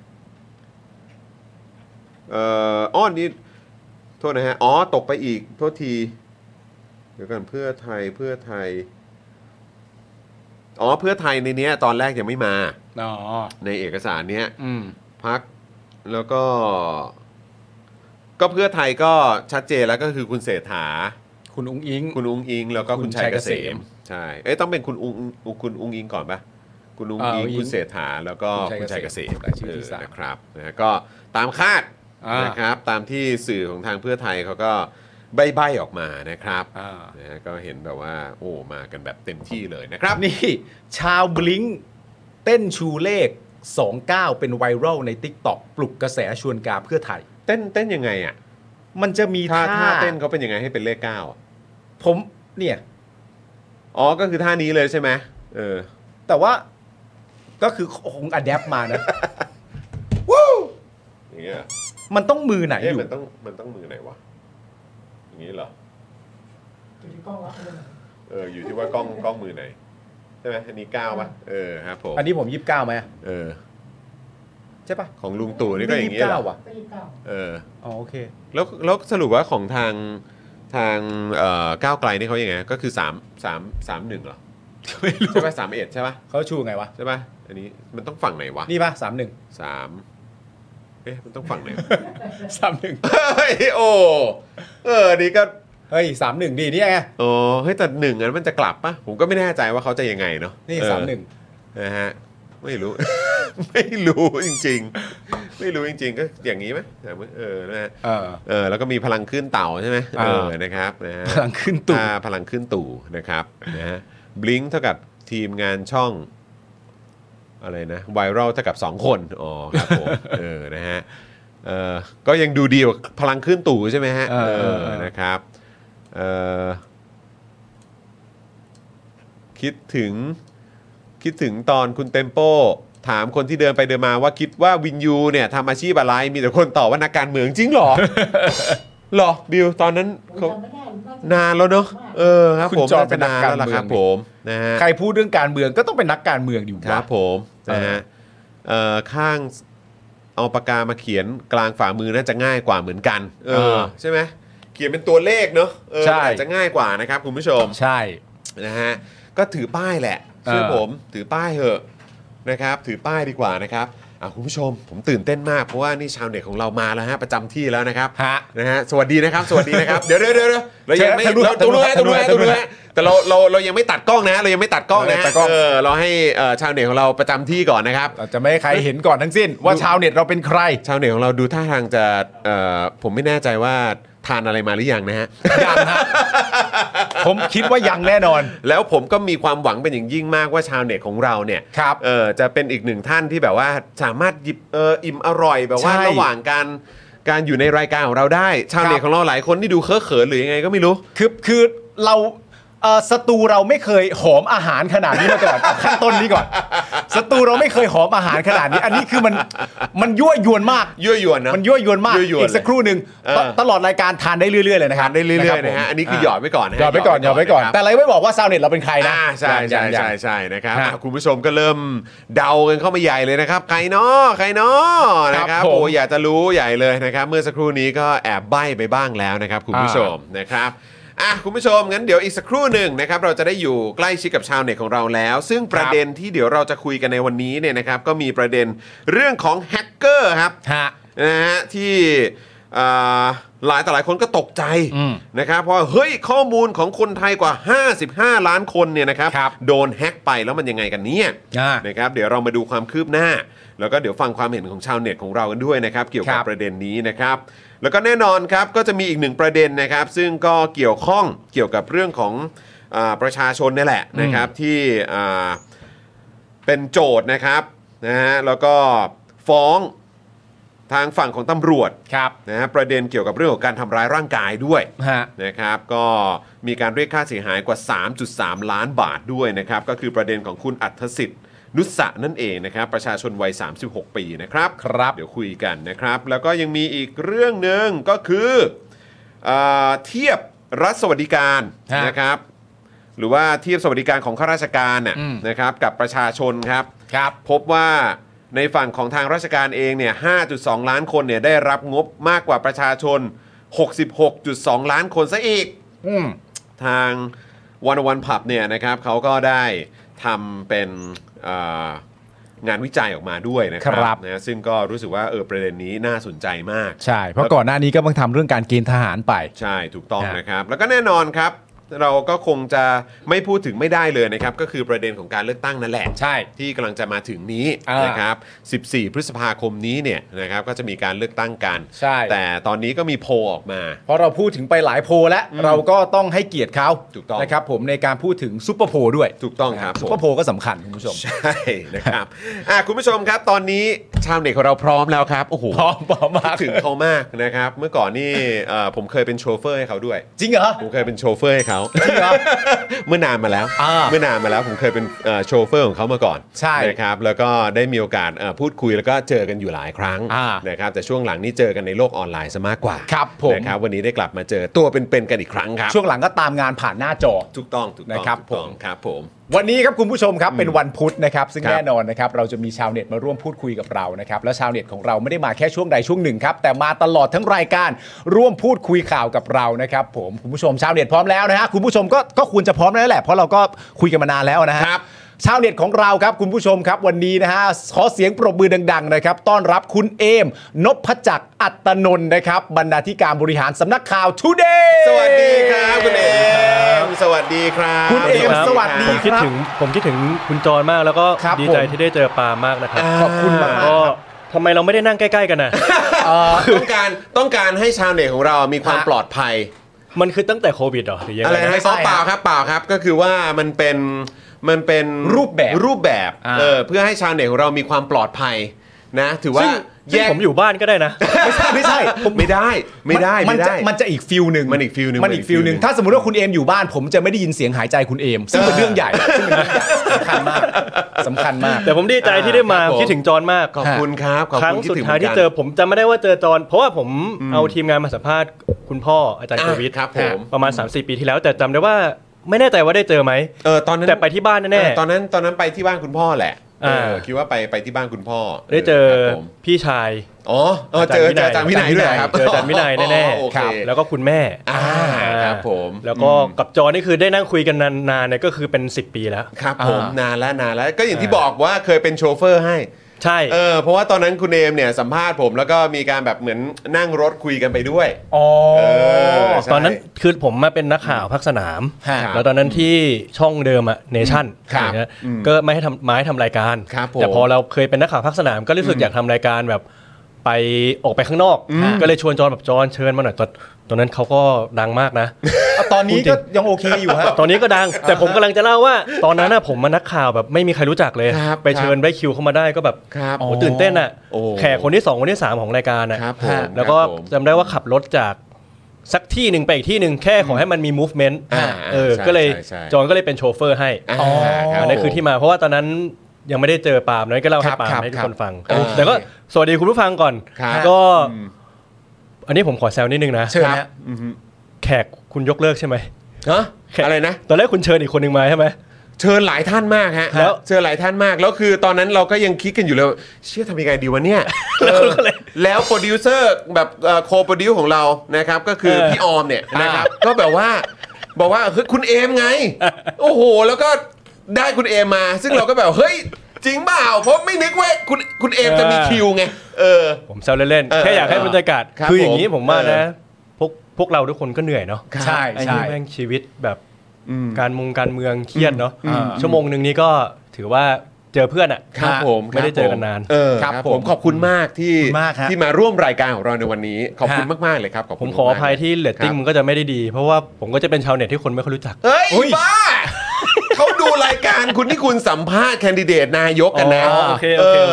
อ้อนนี่โทษนะฮะตกไปอีกโทษทีเดี๋ยวก่อนเพื่อไทยเพื่อไทยในเนี้ยตอนแรกยังไม่มาในเอกสารเนี้ยพรรคแล้วก็เพื่อไทยก็ชัดเจนแล้วก็คือคุณเศรษฐาคุณอุ้งอิงแล้วก็คุณชัยเกษมใช่ต้องเป็นคุณอุ้งอิงก่อนป่ะคุณอุ้งอิงคุณเศรษฐาแล้วก็คุณชัยเกษมนะครับนะก็ตามคาดนะครับตามที่สื่อของทางเพื่อไทยเขาก็ใบ้ออกมานะครับนะก็เห็นแบบว่าโอ้มากันแบบเต็มที่เลยนะครับนี่ชาวบลิงเต้นชูเลข29เป็นไวรัลใน TikTok ปลุกกระแสชวนกาเพื่อไทยเต้นยังไงอ่ะมันจะมีท่าเต้นเขาเป็นยังไงให้เป็นเลข9 ผมเนี่ยก็คือท่านี้เลยใช่ไหมแต่ว่าก็คือคงอะแดปมานะวู้อย่างเงี้ยมันต้องมือไหนอยู่มันต้องมือไหนวะอย่างนี้เหรออยู่ที่กล้องวะอยู่ที่ว่ากล้องมือไหนใช่ไหมอันนี้9ป่ะครับผมอันนี้ผม29ไหมช่ปะของลุงตู่นี่ก็อย่างนี้เหรอว่ะอ๋อโอเคแล้วสรุปว่าของทางก้าวไกลนี่เขายังไงก็คือ331เหรอไม่รู้ใช่ป่ะ31ใช่ป่ะเขาชูไงวะใช่ป่ะอันนี้มันต้องฝั่งไหนวะนี่ป่ะ31 มันต้องฝั่งไหน 31 เฮ้ยโอ้นี่ก็เฮ้ย31ดีนี่ไงโอ้เฮ้ยแต่หนึ่งอันมันจะกลับป่ะผมก็ไม่แน่ใจว่าเขาจะยังไงเนาะนี่31 นะฮะไม่รู้ ไม่รู้จริงๆไม่รู้จริงๆก็อย่างนี้ไหมนะฮะแล้วก็มีพลังขึ้นเต่าใช่ไหมนะครับนะฮะพลังขึ้นตู่พลังขึ้นตู่นะครับนะฮะบลิงเท่ากับทีมงานช่องอะไรนะไวรัลเท่ากับ2คนอ๋อครับผมนะฮะก็ยังดูดีกว่าพลังขึ้นตู่ใช่ไหมฮะนะครับคิดถึงตอนคุณเต็มโป้ถามคนที่เดินไปเดินมาว่าคิดว่าวินยูเนี่ยทำอาชีพอะไรมีแต่คนตอบว่านักการเมืองจริงเหรอ หรอบิวตอนนั้นเขานานแล้วเนอะครับผมจอเป็นนักการเมืองครับผมนะฮะใครพูดเรื่องการเมืองก็ต้องเป็นนักการเมืองอยู่ครับผมนะฮะข้างเอาปากกามาเขียนกลางฝ่ามือน่าจะง่ายกว่าเหมือนกันใช่ไหมเขียนเป็นตัวเลขเนอะอาจจะง่ายกว่านะครับคุณผู้ชมใช่นะฮะก็ถือป้ายแหละเชื่อผมถือป้ายเหอะนะครับถือป้ายดีกว่านะครับคุณผู้ชมผมตื่นเต้นมากเพราะว่านี่ชาวเน็ตของเรามาแล้วฮะประจำที่แล้วนะครับนะฮะสวัสดีนะครับสวัสดีนะครับเดี๋ยวเรายังไม่เราตรงนู้นแต่เรายังไม่ตัดกล้องนะเรายังไม่ตัดกล้องนะเราให้ชาวเน็ตของเราประจำที่ก่อนนะครับเราจะไม่ให้ใครเห็นก่อนทั้งสิ้นว่าชาวเน็ตเราเป็นใครชาวเน็ตของเราดูท่าทางจะผมไม่แน่ใจว่าทานอะไรมาหรือยังนะฮะยังฮะผมคิดว่ายังแน่นอนแล้วผมก็มีความหวังเป็นอย่างยิ่งมากว่าชาวเน็ตของเราเนี่ยจะเป็นอีกหนึ่งท่านที่แบบว่าสามารถหยิบอิ่มอร่อยแบบว่าระหว่างการอยู่ในรายการของเราได้ชาวเน็ตของเราหลายคนที่ดูเคอะเขินหรือยังไงก็ไม่รู้คือเราสตูเราไม่เคยหอมอาหารขนาดนี้มาก่อนขั้นต้นนี้ก่อนสตูเราไม่เคยหอมอาหารขนาดนี้อันนี้คือมันยั่วยวนมากยั่วยวนนะมันยั่วยวนมากอีกสักครู่นึงตลอดรายการทานได้เรื่อยๆเลยนะครับทานได้เรื่อยๆนะฮะอันนี้คือหยอดไว้ก่อนหยอดไว้ก่อนแต่อะไรไม่บอกว่าซาวเน็ตเราเป็นใครนะใช่นะครับคุณผู้ชมก็เริ่มเดากันเข้ามาใหญ่เลยนะครับใครเนาะนะครับโอ้อยากจะรู้ใหญ่เลยนะครับเมื่อสักครู่นี้ก็แอบใบ้ไปบ้างแล้วนะครับคุณผู้ชมนะครับคุณผู้ชมงั้นเดี๋ยวอีกสักครู่หนึ่งนะครับเราจะได้อยู่ใกล้ชิดกับชาวเน็ตของเราแล้วซึ่งประเด็นที่เดี๋ยวเราจะคุยกันในวันนี้เนี่ยนะครับก็มีประเด็นเรื่องของแฮกเกอร์ครับนะฮะที่หลายต่อหลายคนก็ตกใจนะครับเพราะเฮ้ยข้อมูลของคนไทยกว่า55ล้านคนเนี่ยนะครับโดนแฮกไปแล้วมันยังไงกันเนี่ยนะครับเดี๋ยวเรามาดูความคืบหน้าแล้วก็เดี๋ยวฟังความเห็นของชาวเน็ตของเรากันด้วยนะครับเกี่ยวกับประเด็นนี้นะครับแล้วก็แน่นอนครับก็จะมีอีกหนึ่งประเด็นนะครับซึ่งก็เกี่ยวข้องเกี่ยวกับเรื่องของประชาชนนี่แหละนะครับที่เป็นโจทย์นะครับนะฮะแล้วก็ฟ้องทางฝั่งของตำรวจนะฮะประเด็นเกี่ยวกับเรื่องของการทำร้ายร่างกายด้วยนะครับก็มีการเรียกค่าเสียหายกว่า 3.3 ล้านบาทด้วยนะครับก็คือประเด็นของคุณอัธสิทธิ์นุสะนั่นเองนะครับประชาชนวัย36ปีนะครับเดี๋ยวคุยกันนะครับแล้วก็ยังมีอีกเรื่องหนึ่งก็คือเทียบรัฐสวัสดิการนะครับหรือว่าเทียบสวัสดิการของข้าราชการนะครับกับประชาชนครับพบว่าในฝั่งของทางราชการเองเนี่ย 5.2 ล้านคนเนี่ยได้รับงบมากกว่าประชาชน 66.2 ล้านคนซะอีกทางวันผับเนี่ยนะครับเขาก็ได้ทำเป็นงานวิจัยออกมาด้วยนะครับนะซึ่งก็รู้สึกว่าประเด็นนี้น่าสนใจมากใช่เพราะก่อนหน้านี้ก็เพิ่งทำเรื่องการเกณฑ์ทหารไปใช่ถูกต้องนะครับแล้วก็แน่นอนครับเราก็คงจะไม่พูดถึงไม่ได้เลยนะครับก็คือประเด็นของการเลือกตั้งนั่นแหละใช่ที่กำลังจะมาถึงนี้นะครับ14พฤษภาคมนี้เนี่ยนะครับก็จะมีการเลือกตั้งกันแต่ตอนนี้ก็มีโพลออกมาเพราะเราพูดถึงไปหลายโพลแล้วเราก็ต้องให้เกียรติเขาถูกต้องนะครับผมในการพูดถึงซุปเปอร์โพลด้วยถูกต้องครับซุปเปอร์โพลก็สำคัญคุณผู้ชมใช่นะครับคุณผู้ชมครับตอนนี้ชาวเน็ตของเราพร้อมแล้วครับโอ้โหพร้อมมากถึงเขามากนะครับเมื่อก่อนนี่ผมเคยเป็นโชเฟอร์ให้เขาด้วยจริงเหรอผมเคยเป็นโชเฟอร์ให้เขาเมื่อนานมาแล้วผมเคยเป็นโชเฟอร์ของเขามาก่อนนะครับแล้วก็ได้มีโอกาสพูดคุยแล้วก็เจอกันอยู่หลายครั้งนะครับแต่ช่วงหลังนี่เจอกันในโลกออนไลน์ซะมากกว่าครับผมนะครับวันนี้ได้กลับมาเจอตัวเป็นๆกันอีกครั้งครับช่วงหลังก็ตามงานผ่านหน้าจอถูกต้องนะครับผมวันนี้ครับคุณผู้ชมครับเป็นวันพุธนะครับซึ่งแน่นอนนะครับเราจะมีชาวเน็ตมาร่วมพูดคุยกับเรานะครับและชาวเน็ตของเราไม่ได้มาแค่ช่วงใดช่วงหนึ่งครับแต่มาตลอดทั้งรายการร่วมพูดคุยข่าวกับเรานะครับผมคุณผู้ชมชาวเน็ตพร้อมแล้วนะฮะคุณผู้ชมก็ควรจะพร้อมแล้วแหละเพราะเราก็คุยกันมานานแล้วนะฮะชาวเน็ตของเราครับคุณผู้ชมครับวันนี้นะฮะขอเสียงปรบมือดังๆนะครับต้อนรับคุณเอมนพจักรอัตนนท์นะครับบรรณาธิการบริหารสำนักข่าว Today สวัสดีครับคุณเอมสวัสดีครับคุณเอมสวัสดีผมคิดถึงคุณจรมากแล้วก็ดีใจที่ได้เจอปามากนะครับขอบคุณมากก็ทำไมเราไม่ได้นั่งใกล้ๆกันนะต้องการให้ชาวเน็ตของเรามีความปลอดภัยมันคือตั้งแต่โควิดเหรอหรือยังอะไรไงนะไม่ใช่เปล่าครับก็คือว่ามันเป็นรูปแบบเพื่อให้ชาวเน็ตของเรามีความปลอดภัยนะถือว่าซึ่งผมอยู่บ้านก็ได้นะไม่ใช่ไม่ได้มันจะอีกฟิลหนึ่งมันอีกฟิลหนึ่งถ้าสมมติว่าคุณเอมอยู่บ้านผมจะไม่ได้ยินเสียงหายใจคุณเอมซึ่งเป็นเรื่องใหญ่สำคัญมากแต่ผมดีใจที่ได้มาคิดถึงจรมากขอบคุณครับขอบครั้งคุณสุดท้ายที่เจอผมจำไม่ได้ว่าเจอจรเพราะว่าผมเอาทีมงานมาสัมภาษณ์คุณพ่ออาจารย์โควิดครับผมประมาณ 3-4 ปีที่แล้วแต่จำได้ว่าไม่แน่ใจว่าได้เจอไหมตอนนั้นแต่ไปที่บ้านแน่ๆตอนนั้นไปที่บ้านคุณพ่อแหละคิดว่าไปที่บ้านคุณพ่อได้เจอครับผมพี่ชายเจออาจารย์วินัยด้วยครับเจออาจารย์วินัยแน่โอเคครับแล้วก็คุณแม่ครับผมแล้วก็กับจอนี่คือได้นั่งคุยกันนานๆเนี่ยก็คือเป็น10 ปีแล้วครับผมนานแล้วก็อย่างที่บอกว่าเคยเป็นโชเฟอร์ให้ใช่เพราะว่าตอนนั้นคุณเอมเนี่ยสัมภาษณ์ผมแล้วก็มีการแบบเหมือนนั่งรถคุยกันไปด้วย ใช่ตอนนั้นคือผมมาเป็นนักข่าวภาคสนามครับแล้วตอนนั้นที่ช่องเดิมอะเนชั่นครับก็ไม่ให้ทำรายการครับผมแต่พอเราเคยเป็นนักข่าวภาคสนามก็รู้สึกอยากทำรายการแบบไปออกไปข้างนอก ก็เลยชวนจอนแบบจอนเชิญมาหน่อยตอนนั้นเขาก็ดังมากนะตอนนี้ก็ยังโอเคอยู่ฮะตอนนี้ก็ดังแต่ผมกำลังจะเล่าว่าตอนนั้นน่ะผมมานักข่าวแบบไม่มีใครรู้จักเลยครับไปเชิญได้คิวเข้ามาได้ก็แบบครับโอ้ตื่นเต้นอ่ะโอ้แขกคนที่2คนที่3ของรายการอ่ะครับผมแล้วก็ครับผมจำได้ว่าขับรถจากสักที่หนึ่งไปอีกที่หนึ่งแค่ขอให้มันมี movement ใช่ก็เลยใช่จอนก็เลยเป็นโชเฟอร์ให้ครับอันนั้นคือที่มาเพราะว่าตอนนั้นยังไม่ได้เจอปาล์มนั้นก็เล่าให้ปาล์มให้ทุกคนฟังแต่ก็สวัสดีคุณผู้ฟังก่อนครับก็อันนี้ผมขอแซวนิดนึงนะเชิญฮะแขกคุณยกเลิกใช่ไหมอะไรนะตอนแรกคุณเชิญอีกคนหนึ่งมาใช่ไหมเชิญหลายท่านมากฮะแล้วเชิญหลายท่านมากแล้วคือตอนนั้นเราก็ยังคิดกันอยู่เลยว่าเชื่อทำยังไงดีวะเนี่ยแล้วโปรดิวเซอร์แบบโคโปรดิวของเรานะครับก็คือพี่ออมเนี่ยนะครับก็แบบว่าบอกว่าเฮ้ยคุณเอมไงโอ้โหแล้วก็ได้คุณเอมมา ซึ่งเราก็แบบเฮ้ยจริงเปล่าเพราะไม่นึกว่าคุณเอมจะมีคิวไงผมแซวเล่นๆแค่อยากให้บรรยากาศครับคืออย่างนี้ผมผมว่านะพวกเราทุกคนก็เหนื่อยเนาะใช่ไอ้ใช่นี่แม่งชีวิตแบบการเมืองเครียดเนาะชั่วโมงหนึ่งนี้ก็ถือว่าเจอเพื่อนอ่ะครับผมไม่ได้เจอกันนานครับผมขอบคุณมากที่ขอบคุณมากฮะที่มาร่วมรายการของเราในวันนี้ขอบคุณมากๆเลยครับขอบผคุณมขออภัยที่เรตติ้งครับมันก็จะไม่ได้ดี เพราะว่าผมก็จะเป็นชาวเน็ตที่คนไม่ค่อยรู้จักเฮ้ยบ้า เขาดูรายการคุณที่คุณสัมภาษณ์แคนดิเดตนายกกันนะอ๋อโอเค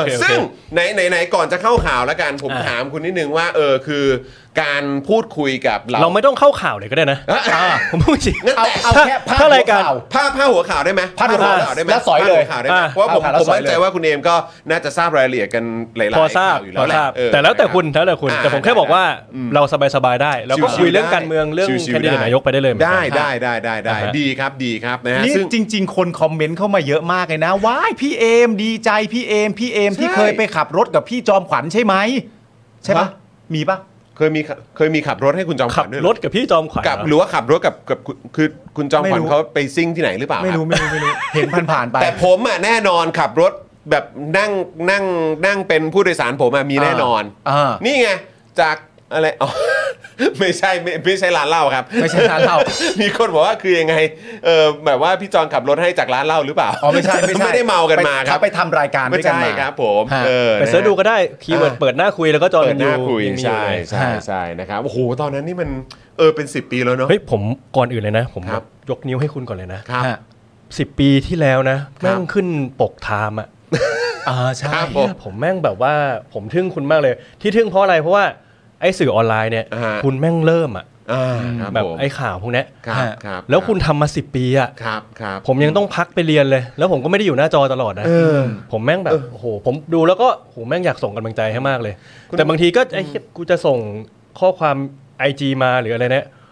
ซึ่งไหนก่อนจะเข้าข่าวแล้วกันผมถามคุณนิดนึงว่าคือการพูดคุยกับเราไม่ต้องเข้าข่าวเลยก็ได้นะผมพูดจริงงั้นแต่เอาแค่พาดถ้ารายการหัวข่วผ้าหัวข่าวได้ไหมพาดหัวข่าวได้ไหมแล้วสอยเลยพาดหัวข่าวได้ไหมเพราะว่าผมเอาข่าวแล้วมั่นใจสอยเลยว่าคุณเอมก็น่าจะทราบรายละเอียดกันหลายๆพอทราบข่าวอยู่แล้วแหละแต่แล้วแต่คุณแต่ผมแค่บอกว่าเราสบายๆได้แล้วก็ชิวๆคุยเรื่องได้การเมืองเรื่องชิวๆแคนดิเดตได้นายกไปได้เลยได้อ่าฮะดีครับนะฮะนี่ซึ่งจริง ๆ คนคอมเมนต์เข้ามาเยอะมากเลยนะว้ายพี่เอมดีใจพี่เอมที่ใช่เคยไปขับรถกับพี่จอมขวัญใช่ไหมใช่ปะฮะมีปะเคยมีขับรถให้คุณจอมขขัวับญด้วยรเหรอถกับพี่จอมขวัญกับเหรอหรือว่าขับรถกับคือคุณจอมขวัญไม่รู้เขาไปซิ่งที่ไหนหรือเปล่าไม่รู้ครับไม่รู้เห็นผ่านๆไปแต่ผมอ่ะแน่นอนขับรถแบบนั่งเป็นผู้โดยสารผมอ่ะมีแน่นอน นี่ไงจากอะไรอ๋อ ไม่ใช่ร้านเหล้าครับไม่ใช่ร้านเหล้ามีคนบอกว่าคือยังไงแบบว่าพี่จอนขับรถให้จากร้านเหล้าหรือเปล่าอ๋อไม่ใช่ไม่ได้เมากันมาครับไปทำรายการไม่ด้วยกันใช่มาครับผมฮะไปเสิร์ชดูก็ได้คีย์เวิร์ดเปิดหน้าคุยแล้วก็จอเปิมัดนหอยู่น้าคุยงมีอใช่เลยใช่นะครับโอ้โหตอนนั้นนี่มันเป็น10 ปีแล้วเนาะเฮ้ยผมก่อนอื่นเลยนะ ผมครับยกนิ้วให้คุณก่อนเลยนะครับ 10 ปีที่แล้วนะแม่งขึ้นปกไทม์อ่ะใช่ครับผมผมแม่งแบบว่าผมทึ่งคุณมากเลย ที่ทึ่งเพราะอะไรเพราะว่าไอ้สื่อออนไลน์เนี่ย คุณแม่งเริ่มอ่ะครับแบบผมไอ้ข่าวพวกเนี้ยครับแล้วคุณทำมา10 ปีอ่ะครับผมยังต้องพักไปเรียนเลย แล้วผมก็ไม่ได้อยู่หน้าจอตลอดนะผมแม่งแบบโอ้โหผมดูแล้วก็โหแม่งอยากส่งกำลังใจให้มากเลย แต่บางทีก็ไอ้เหี้ยกูจะส่งข้อความ IG มาหรืออะไรเนี่ย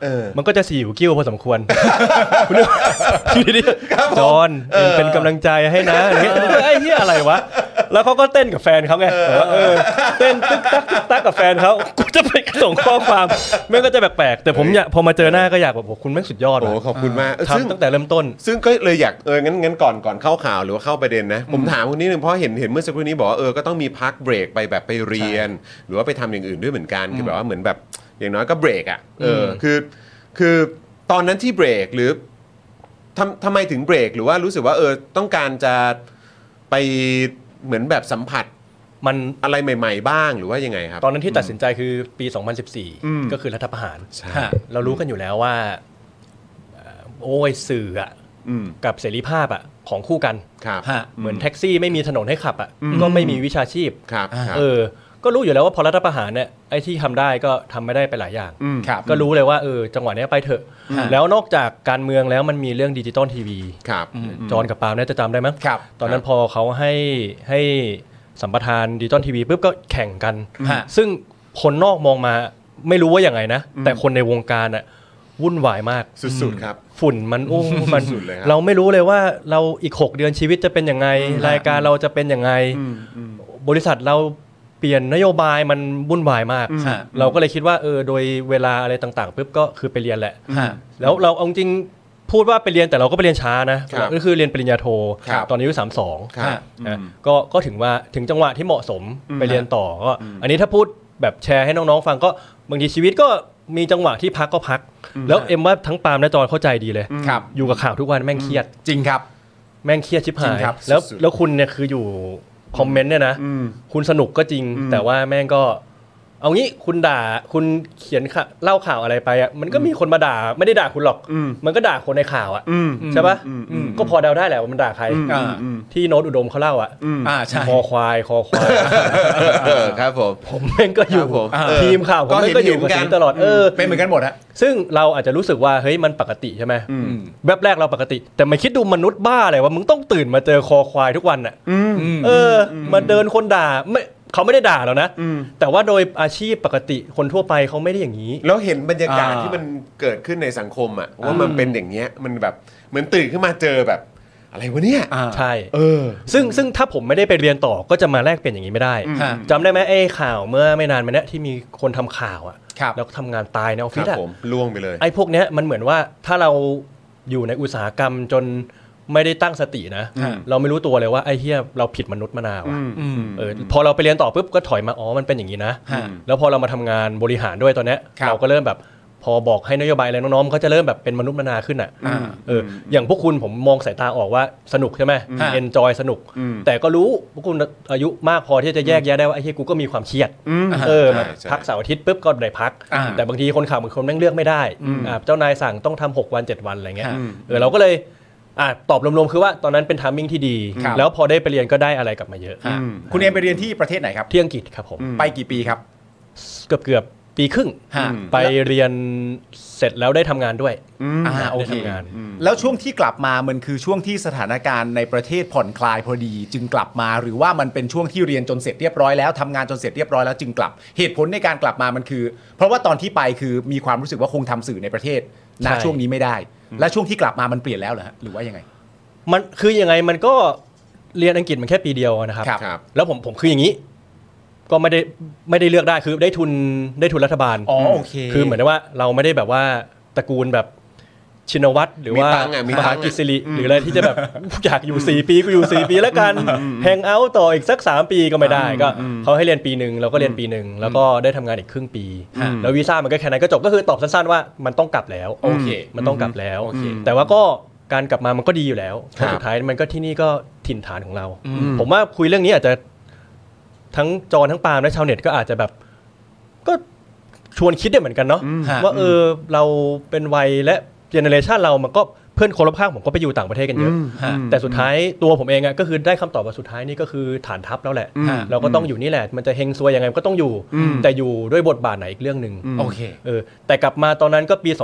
มันก็จะสิวกิ้วพอสมควรอยู่ดีๆจอนเป็นกำลังใจให้นะอย่างเงี้ยไอ้เหี้ยอะไรวะแล้วเขาก็เต้นกับแฟนเขาไงเต้นตึ๊กตักกับแฟนเขากูจะไปส่งข้อความแม่งก็จะแปลกๆแต่ผมอยากพอมาเจอหน้าก็อยากแบบคุณแม่งสุดยอดโอ้ขอบคุณมากทำตั้งแต่เริ่มต้นซึ่งก็เลยอยากงั้นก่อนเข้าข่าวหรือว่าเข้าประเด็นนะผมถามคุณนิดนึงเพราะเห็นเมื่อสักครู่นี้บอกว่าก็ต้องมีพักเบรกไปแบบไปเรียนหรือว่าไปทำอย่างอื่นด้วยเหมือนกันคือแบบว่าเหมือนแบบอย่างน้อยก็เบรกอ่ะคือตอนนั้นที่เบรกหรือทำไมถึงเบรกหรือว่ารู้สึกว่าต้องการจะไปเหมือนแบบสัมผัสมันอะไรใหม่ๆบ้างหรือว่ายังไงครับตอนนั้นที่ตัดสินใจคือปี 2014ก็คือรัฐประหารเรารู้กันอยู่แล้วว่าโอ้ยสื่อกับเสรีภาพของคู่กันเหมือนแท็กซี่ไม่มีถนนให้ขับก็ไม่มีวิชาชีพก็รู้อยู่แล้วว่าพอรัฐประหารเนี่ยไอ้ที่ทำได้ก็ทำไม่ได้ไปหลายอย่างก็รู้เลยว่าจังหวะนี้ไปเถอะแล้วนอกจากการเมืองแล้วมันมีเรื่องดิจิตอลทีวีจอนกับปาล์มน่าจะจำได้มั้งตอนนั้นพอเขาให้สัมปทานดิจิตอลทีวีปุ๊บก็แข่งกันซึ่งคนนอกมองมาไม่รู้ว่าอย่างไงนะแต่คนในวงการวุ่นวายมากสุดๆครับฝุ่นมันมันเราไม่รู้เลยว่าเราอีก6 เดือนชีวิตจะเป็นยังไงรายการเราจะเป็นยังไงบริษัทเราเปลี่ยนนโยบายมันวุ่นวายมากเราก็เลยคิดว่าโดยเวลาอะไรต่างๆปุ๊บก็คือไปเรียนแหละแล้วเราเอาจริงพูดว่าไปเรียนแต่เราก็ไปเรียนช้านะก็คือเรียนปริญญาโทตอนอายุ32นะก็ถึงว่าถึงจังหวะที่เหมาะสมไปเรียนต่อก็อันนี้ถ้าพูดแบบแชร์ให้น้องๆฟังก็บางทีชีวิตก็มีจังหวะที่พักก็พักแล้วเอ็มว่าทั้งปาล์มและจอนเข้าใจดีเลยอยู่กับข่าวทุกวันแม่งเครียดจริงครับแม่งเครียดชิบหายแล้วคุณเนี่ยคืออยู่คอมเมนต์เนี่ยนะคุณสนุกก็จริงแต่ว่าแม่งก็เอางี้คุณด่าคุณเขียนเล่าข่าวอะไรไปมันก็มีคนมาด่าไม่ได้ด่าคุณหรอกมันก็ด่าคนในข่าวใช่ปะก็พอเดาได้แหละว่ามันด่าใครที่โน้ตอุดมเขาเล่าใช่คอควายครับผมแม่งก็อยู่ทีมข่าวผมแม่งก็อยู่กันตลอดเป็นเหมือนกันหมดฮะซึ่งเราอาจจะรู้สึกว่าเฮ้ยมันปกติใช่ไหมแบบแรกเราปกติแต่ไม่คิดดูมนุษย์บ้าอะไรว่ามึงต้องตื่นมาเจอคอควายทุกวันมาเดินคนด่าเขาไม่ได้ด่าแล้วนะแต่ว่าโดยอาชีพปกติคนทั่วไปเขาไม่ได้อย่างนี้แล้วเห็นบรรยากาศที่มันเกิดขึ้นในสังคมว่ามันเป็นอย่างเงี้ยมันแบบเหมือนตื่นขึ้นมาเจอแบบอะไรวะเนี่ยใช่ซึ่งถ้าผมไม่ได้ไปเรียนต่อก็จะมาแลกเปลี่ยนอย่างนี้ไม่ได้จำได้ไหมไอ้ข่าวเมื่อไม่นานมาเนี้ยที่มีคนทำข่าวแล้วทำงานตายในออฟฟิศล่วงไปเลยไอ้พวกเนี้ยมันเหมือนว่าถ้าเราอยู่ในอุตสาหกรรมจนไม่ได้ตั้งสตินะเราไม่รู้ตัวเลยว่าไอ้เหี้ยเราผิดมนุษย์มานานว่ะพอเราไปเรียนต่อปุ๊บก็ถอยมามันเป็นอย่างนี้นะแล้วพอเรามาทำงานบริหารด้วยตอนนี้เราก็เริ่มแบบพอบอกให้นโยบายอะไรน้องๆเขาจะเริ่มแบบเป็นมนุษย์มนาขึ้นอย่างพวกคุณผมมองสายตาออกว่าสนุกใช่ไหมเอนจอยสนุกแต่ก็รู้พวกคุณอายุมากพอที่จะแยกแยะได้ว่าไอ้เหี้ยกูก็มีความเครียดพักเสาร์อาทิตย์ปุ๊บก็ได้พักแต่บางทีคนข่าวบางคนแม่งเลือกไม่ได้เจ้านายสั่งต้องทำ6 วัน 7 วันอะไรเงี้ยเราก็เลยตอบรวมๆคือว่าตอนนั้นเป็นไทมิ่งที่ดีแล้วพอได้ไปเรียนก็ได้อะไรกลับมาเยอะคุณเอ็มไปเรียนที่ประเทศไหนครับที่อังกฤษครับผมไปกี่ปีครับเกือบปีครึ่งไปเรียนเสร็จแล้วได้ทำงานด้วยโอเคแล้วช่วงที่กลับมามันคือช่วงที่สถานการณ์ในประเทศผ่อนคลายพอดีจึงกลับมาหรือว่ามันเป็นช่วงที่เรียนจนเสร็จเรียบร้อยแล้วทำงานจนเสร็จเรียบร้อยแล้วจึงกลับเหตุผลในการกลับมามันคือเพราะว่าตอนที่ไปคือมีความรู้สึกว่าคงทำสื่อในประเทศณช่วงนี้ไม่ได้และช่วงที่กลับมามันเปลี่ยนแล้วเหรอหรือว่ายังไงมันคือยังไงมันก็เรียนอังกฤษมันแค่ปีเดียวนะครับแล้วผมคืออย่างนี้ก็ไม่ได้เลือกได้คือได้ทุนรัฐบาลโอเคคือเหมือนว่าเราไม่ได้แบบว่าตระกูลแบบชินวัตรหรือว่ามหากิจสิริหรืออะไรที่จะแบบอยากอยู่4 ปีก็อยู่4 ปีแล้วกันแฮงเอาท์ต่ออีกสัก3 ปีก็ไม่ได้ก็เขาให้เรียนปีนึงเราก็เรียนปีนึงแล้วก็ได้ทำงานอีกครึ่งปีแล้ววีซ่ามันก็แค่นั้นก็จบก็คือตอบสั้นๆว่ามันต้องกลับแล้วโอเคมันต้องกลับแล้วแต่ว่าก็การกลับมามันก็ดีอยู่แล้วเพราะสุดท้ายมันก็ที่นี่ก็ถิ่นฐานของเราผมว่าคุยเรื่องนี้อาจจะทั้งจอนทั้งปาล์มและชาวเน็ตก็อาจจะแบบก็ชวนคิดได้เหมือนกันเนาะว่าเราเป็นวัยและเจเนอเรชันเรามันก็เพื่อนคนรอบข้างผมก็ไปอยู่ต่างประเทศกันเยอะแต่สุดท้ายตัวผมเองก็คือได้คำตอบว่าสุดท้ายนี่ก็คือฐานทัพแล้วแหละเราก็ต้องอยู่นี่แหละมันจะเฮงซวยยังไงก็ต้องอยู่แต่อยู่ด้วยบทบาทไหนอีกเรื่องนึงโอเคแต่กลับมาตอนนั้นก็ปี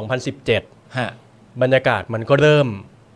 2017บรรยากาศมันก็เริ่ม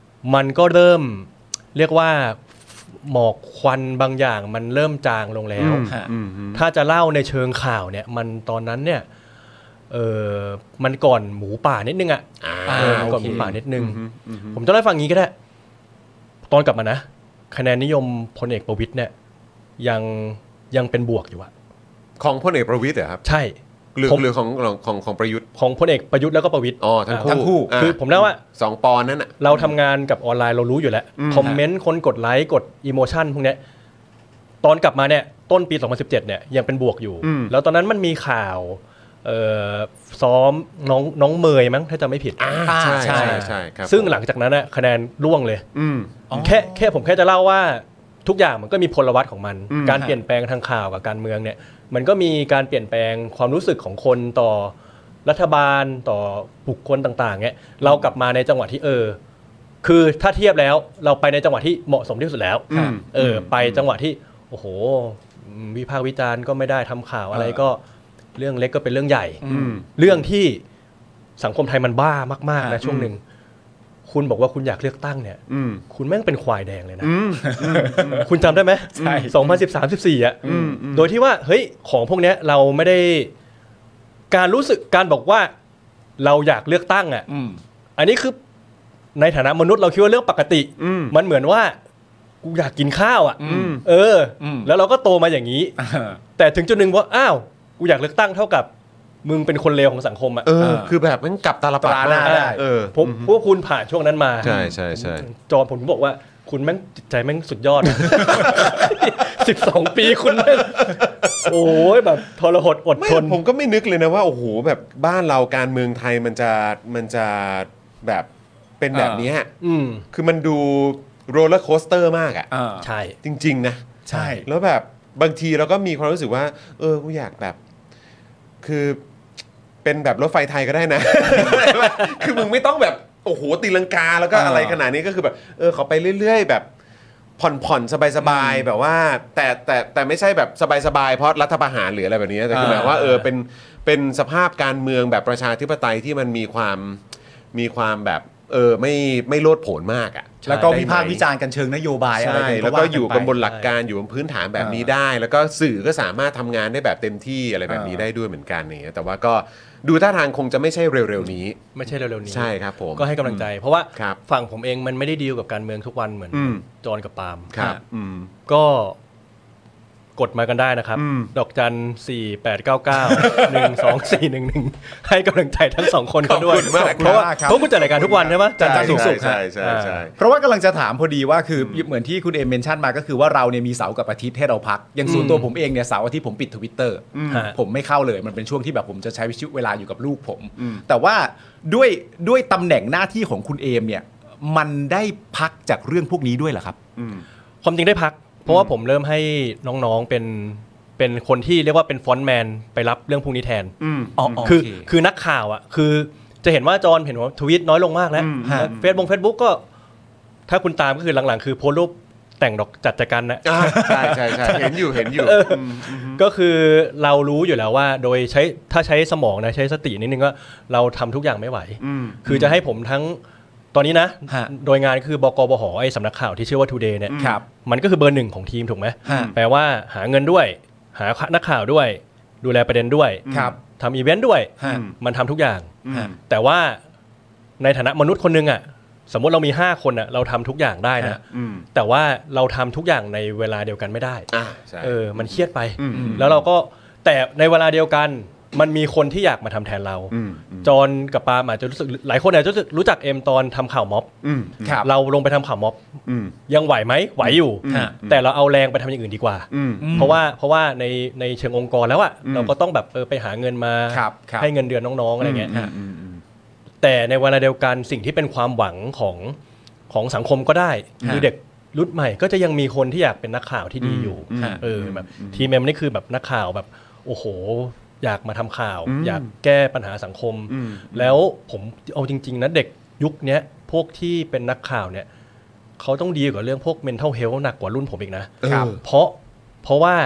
เรียกว่าหมอกควันบางอย่างมันเริ่มจางลงแล้วถ้าจะเล่าในเชิงข่าวเนี่ยมันตอนนั้นเนี่ยมันก่อนหมูป่านิดนึงก่อนหมูป่านิดนึงผมจะเล่าให้ฟังงี้ก็ได้ตอนกลับมานะคะแนนนิยมพลเอกประวิตรเนี่ยยังเป็นบวกอยู่อะของพลเอกประวิตรเหรอครับใช่หรือของประยุทธ์ของพลเอกประยุทธ์แล้วก็ประวิตรทั้งคู่คือผมเล่าว่า 2ปอนนั่นน่ะเราทำงานกับออนไลน์เรารู้อยู่แล้วคอมเมนต์คนกดไลค์กดอีโมชันพวกนี้ตอนกลับมาเนี่ยต้นปี2017เนี่ยยังเป็นบวกอยู่แล้วตอนนั้นมันมีข่าวซ้อมน้องเมยมั้งถ้าจำไม่ผิดใช่ครับซึ่งหลังจากนั้นคะแนนร่วงเลยแค่ผมแค่จะเล่าว่าทุกอย่างมันก็มีพลวัตของมันการเปลี่ยนแปลงทางข่าวกับการเมืองเนี่ยมันก็มีการเปลี่ยนแปลงความรู้สึกของคนต่อรัฐบาลต่อบุคคลต่างๆเนี่ยเรากลับมาในจังหวะที่คือถ้าเทียบแล้วเราไปในจังหวะที่เหมาะสมที่สุดแล้วไปจังหวะที่โอ้โหวิพากษ์วิจารณ์ก็ไม่ได้ทำข่าวอะไรก็เรื่องเล็กก็เป็นเรื่องใหญ่เรื่องที่สังคมไทยมันบ้ามากๆนะช่วงหนึ่งคุณบอกว่าคุณอยากเลือกตั้งเนี่ยคุณแม่งเป็นควายแดงเลยนะคุณจำได้ไหมใช่2013-14โดยที่ว่าเฮ้ยของพวกนี้เราไม่ได้การรู้สึกการบอกว่าเราอยากเลือกตั้งอันนี้คือในฐานะมนุษย์เราคิดว่าเรื่องปกติมันเหมือนว่ากูอยากกินข้าวแล้วเราก็โตมาอย่างนี้แต่ถึงจุดหนึ่งว่าอ้าวกูอยากเลือกตั้งเท่ากับมึงเป็นคนเลวของสังคมคือแบบมันกลับตาลปัดหน้าได้พวกคุณผ่านช่วงนั้นมาใช่จอผมบอกว่าคุณแม่งจิตใจแม่งสุดยอด12 ปีคุณแม่งโอ้ยแบบทรหดอดทนผมก็ไม่นึกเลยนะว่าโอ้โหแบบบ้านเราการเมืองไทยมันจะแบบเป็นแบบนี้คือมันดูโรลเลอร์โคสเตอร์มากใช่จริงๆนะใช่แล้วแบบบางทีเราก็มีความรู้สึกว่ากูอยากแบบคือเป็นแบบรถไฟไทยก็ได้นะ คือมึงไม่ต้องแบบโอ้โหตีลังกาแล้วก็อะไรขนาดนี้ก็คือแบบขอไปเรื่อยๆแบบผ่อนสบายๆแบบว่าแต่ไม่ใช่แบบสบายๆเพราะรัฐประหารหรืออะไรแบบนี้แต่คือแบบว่าเป็นสภาพการเมืองแบบประชาธิปไตยที่มันมีความแบบไม่โลดโผนมากแล้วก็วิพากษ์วิจารณ์กันเชิงนโยบายอะไรแล้วก็อยู่กันบนหลักการอยู่บนพื้นฐานแบบนี้ได้แล้วก็สื่อก็สามารถทำงานได้แบบเต็มที่อะไรแบบนี้ได้ด้วยเหมือนกันเนี่ยแต่ว่าก็ดูท่าทางคงจะไม่ใช่เร็วๆนี้ไม่ใช่เร็วๆนี้ใช่ครับผมก็ให้กำลังใจเพราะว่าฝั่งผมเองมันไม่ได้ดีลกับการเมืองทุกวันเหมือนจอนกับปาล์มก็กดมากันได้นะครับดอกจัน 4899 12411ให้กำลังใจทั้ง2คนกันด้วยเพราะว่าคุณจัดรายการทุกวันใช่ไหมจันทร์ถึงศุกร์ใช่เพราะว่ากำลังจะถามพอดีว่าคือเหมือนที่คุณเอมเมนชั่นมาก็คือว่าเราเนี่ยมีเสาร์กับอาทิตย์ให้เราพักอย่างส่วนตัวผมเองเนี่ยเสาร์อาทิตย์ผมปิด Twitter ผมไม่เข้าเลยมันเป็นช่วงที่แบบผมจะใช้เวลาอยู่กับลูกผมแต่ว่าด้วยตำแหน่งหน้าที่ของคุณเอมเนี่ยมันได้พักจากเรื่องพวกนี้ด้วยเหรอครับความจริงได้พักเพราะว่าผมเริ่มให้น้องๆเป็นคนที่เรียกว่าเป็นฟอนต์แมนไปรับเรื่องพวกนี้แทนคือนักข่าวคือจะเห็นว่าจอนเห็นว่าทวีตน้อยลงมากแล้วเฟซบุ๊กก็ถ้าคุณตามก็คือหลังๆคือโพสต์รูปแต่งดอกจัดกันนะใช่เห็นอยู่ก็คือเรารู้อยู่แล้วว่าโดยถ้าใช้สมองนะใช้สตินิดนึงก็เราทำทุกอย่างไม่ไหวคือจะให้ผมทั้งตอนนี้นะโดยงานคือบก.บห.ไอ้สำนักข่าวที่ชื่อว่า Today เนี่ยมันก็คือเบอร์ 1ของทีมถูกไหมแปลว่าหาเงินด้วยหานักข่าวด้วยดูแลประเด็นด้วยทำอีเวนต์ด้วยมันทำทุกอย่างแต่ว่าในฐานะมนุษย์คนนึงสมมติเรามี5คนเราทำทุกอย่างได้นะแต่ว่าเราทำทุกอย่างในเวลาเดียวกันไม่ได้มันเครียดไปแล้วเราก็แต่ในเวลาเดียวกันมันมีคนที่อยากมาทำแทนเราจอนกับปาอาจจะรู้สึกหลายคนอาจจะรู้จักเอ็มตอนทำข่าวม็อบเราลงไปทำข่าวม็อบยังไหวไหมไหวอยู่แต่เราเอาแรงไปทำอย่างอื่นดีกว่าเพราะว่าในเชิงองค์กรแล้วเราก็ต้องแบบไปหาเงินมาให้เงินเดือนน้องๆอะไรเงี้ยแต่ในเวลาเดียวกันสิ่งที่เป็นความหวังของสังคมก็ได้คือเด็กรุ่นใหม่ก็จะยังมีคนที่อยากเป็นนักข่าวที่ดีอยู่แบบทีมเอ็มนี่คือแบบนักข่าวแบบโอ้โหอยากมาทำข่าวอยากแก้ปัญหาสังคมแล้วผมเอาจริงๆนะเด็กยุคนี้พวกที่เป็นนักข่าวเนี่ยเขาต้องดีกว่าเรื่องพวก mental health หนักกว่ารุ่นผมอีกนะเพราะว่า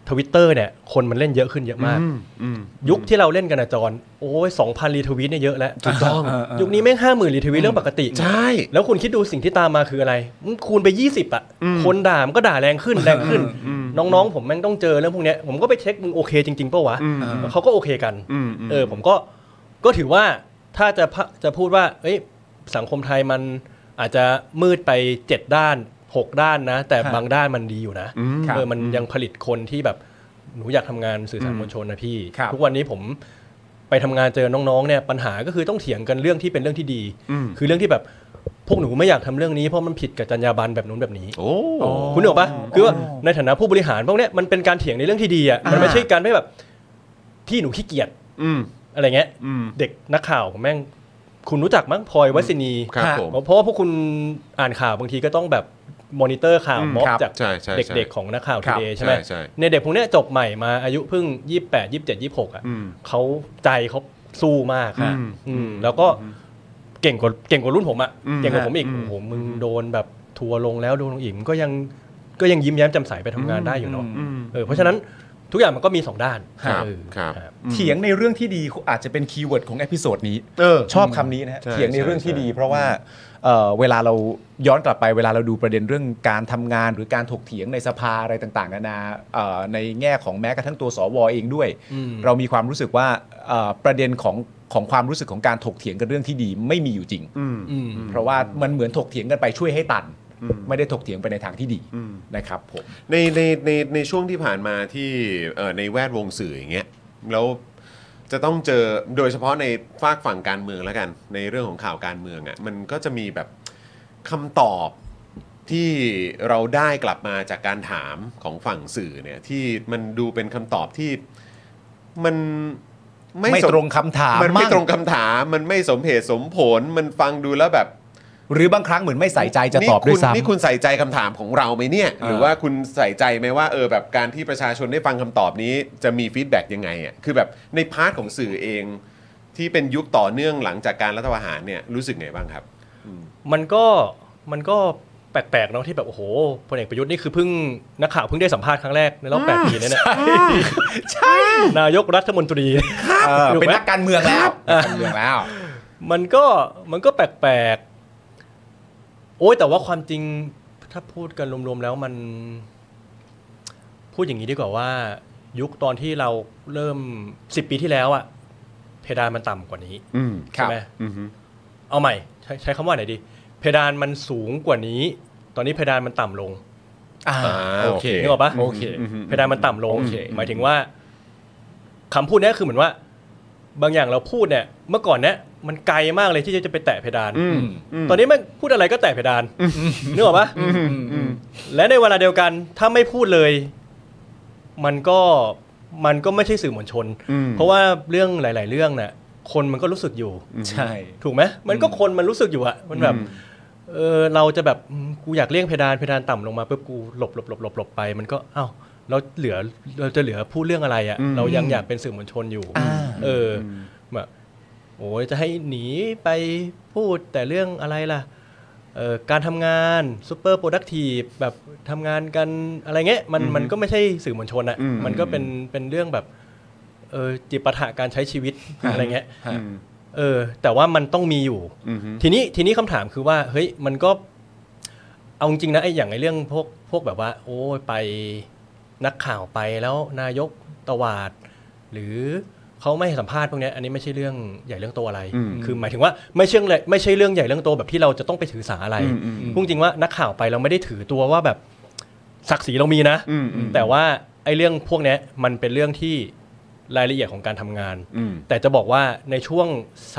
Twitter เนี่ยคนมันเล่นเยอะขึ้นเยอะมากยุคที่เราเล่นกันนะจอนโอ้ย 2,000 รีทวีตเนี่ยเยอะแล้วถูกต้องยุคนี้แม่ง 50,000 รีทวีตเรื่องปกติใช่แล้วคุณคิดดูสิ่งที่ตามมาคืออะไรคูณไป20อ่ะคนด่ามันก็ด่าแรงขึ้นน้องๆผมแม่งต้องเจอเรื่องพวกเนี้ยผมก็ไปเช็คมึงโอเคจริงๆป่ะวะเขาก็โอเคกันผมก็ถือว่าถ้าจะพูดว่าเอ้ยสังคมไทยมันอาจจะมืดไป7ด้าน6ด้านนะแต่บางด้านมันดีอยู่นะมันยังผลิตคนที่แบบหนูอยากทำงานสื่อสารมวลชนนะพี่ทุกวันนี้ผมไปทำงานเจอน้องๆเนี่ยปัญหาก็คือต้องเถียงกันเรื่องที่เป็นเรื่องที่ดีคือเรื่องที่แบบพวกหนูไม่อยากทำเรื่องนี้เพราะมันผิดกับจรรยาบรรณแบบนู้นแบบนี้คุณนึกออกปะคือว่าในฐานะผู้บริหารพวกเนี้ยมันเป็นการเถียงในเรื่องที่ดีอ่ะมันไม่ใช่การไม่แบบพี่หนูขี้เกียจอะไรเงี้ยเด็กนักข่าวแม่งคุณรู้จักมั้งพลอยวัสินีเพราะว่าพวกคุณอ่านข่าวบางทีก็ต้องแบบมอนิเตอร์ข่าวม็อบจากเด็กๆของนักข่าวทูเดย์ใช่ไหมในเด็กพวกนี้จบใหม่มาอายุเพิ่ง28 27 26อ่ะเขาใจเขาสู้มากแล้วก็เก่งกว่ารุ่นผมอ่ะเก่งกว่าผมอีกโอ้โหมึงโดนแบบทัวร์ลงแล้วโดนลงอีกก็ยังยิ้มแย้มแจ่มใสไปทำงานได้อยู่เนาะเพราะฉะนั้นทุกอย่างมันก็มี2ด้านเถียงในเรื่องที่ดีอาจจะเป็นคีย์เวิร์ดของเอพิโซดนี้ชอบคำนี้นะฮะเถียงในเรื่องที่ดีเพราะว่าเวลาเราย้อนกลับไปเวลาเราดูประเด็นเรื่องการทำงานหรือการถกเถียงในสภาอะไรต่างๆนานาในแง่ของแม้กระทั่งตัวสวเองด้วยเรามีความรู้สึกว่าประเด็นของความรู้สึกของการถกเถียงกันเรื่องที่ดีไม่มีอยู่จริงเพราะว่ามันเหมือนถกเถียงกันไปช่วยให้ตันไม่ได้ถกเถียงไปในทางที่ดีนะครับผมในช่วงที่ผ่านมาที่ในแวดวงสื่ออย่างเงี้ยแล้วจะต้องเจอโดยเฉพาะในฝากฝั่งการเมืองแล้วกันในเรื่องของข่าวการเมืองอ่ะมันก็จะมีแบบคำตอบที่เราได้กลับมาจากการถามของฝั่งสื่อเนี่ยที่มันดูเป็นคำตอบที่มันไม่ตรงคำถามมันไม่ตรงคำถามมันไม่สมเหตุสมผลมันฟังดูแล้วแบบหรือบางครั้งเหมือนไม่ใส่ใจจะตอบด้วยซ้ำนี่คุณใส่ใจคำถามของเราไหมเนี่ยหรือว่าคุณใส่ใจไหมว่าแบบการที่ประชาชนได้ฟังคำตอบนี้จะมีฟีดแบ็กยังไงอ่ะคือแบบในพาร์ทของสื่อเองที่เป็นยุคต่อเนื่องหลังจากการรัฐประหารเนี่ยรู้สึกไงบ้างครับมันก็แปลกๆเนาะที่แบบโอ้โหพลเอกประยุทธ์นี่คือเพิ่งนักข่าวเพิ่งได้สัมภาษณ์ครั้งแรกในรอบ8 ปีเนี่ยใช่นายกรัฐมนตรีเป็นนักการเมืองแล้วมันก็แปลกโอ้ยแต่ว่าความจริงถ้าพูดกันรวมๆแล้วมันพูดอย่างนี้ดีกว่าว่ายุคตอนที่เราเริ่ม10 ปีที่แล้วอะเพดานมันต่ำกว่านี้ใช่ไหมเอาใหม่ใช้คำว่าไหนดีเพดานมันสูงกว่านี้ตอนนี้เพดานมันต่ำลงโอเคนึกออกปะโอเคเพดานมันต่ำลงหมายถึงว่าคำพูดนี้คือเหมือนว่าบางอย่างเราพูดเนี่ยเมื่อก่อนเนี่ยมันไกลมากเลยที่จะไปแตะเพดานตอนนี้มันพูดอะไรก็แตะเพดานนึกออกปะและในเวลาเดียวกันถ้าไม่พูดเลยมันก็ไม่ใช่สื่อมวลชนเพราะว่าเรื่องหลายๆเรื่องเนี่ยคนมันก็รู้สึกอยู่ใช่ถูกไหมมันก็คนมันรู้สึกอยู่อะมันแบบเราจะแบบกูอยากเลี่ยงเพดานต่ำลงมาปุ๊บกูหลบไปมันก็อ้าวเราจะเหลือพูดเรื่องอะไรอะเรายังอยากเป็นสื่อมวลชนอยู่แบบโอ้ยจะให้หนีไปพูดแต่เรื่องอะไรล่ะการทำงานซูเปอร์โปรดักทีฟแบบทำงานกันอะไรเงี้ยมันก็ไม่ใช่สื่อมวลชนอะมันก็เป็นเรื่องแบบจิปาถะการใช้ชีวิตอะไรเงี้ยแต่ว่ามันต้องมีอยู่ทีนี้คำถามคือว่าเฮ้ยมันก็เอาจริงนะไอ้อย่างไอ้เรื่องพวกแบบว่าโอ้ยไปนักข่าวไปแล้วนายกตวาดหรือเขาไม่ให้สัมภาษณ์พวกนี้อันนี้ไม่ใช่เรื่องใหญ่เรื่องโตอะไรคือหมายถึงว่าไม่ใช่เรื่องใหญ่เรื่องโตแบบที่เราจะต้องไปถือสาอะไรพูดจริงว่านักข่าวไปเราไม่ได้ถือตัวว่าแบบศักดิ์ศรีเรามีนะแต่ว่าไอ้เรื่องพวกนี้มันเป็นเรื่องที่รายละเอียดของการทำงานแต่จะบอกว่าในช่วง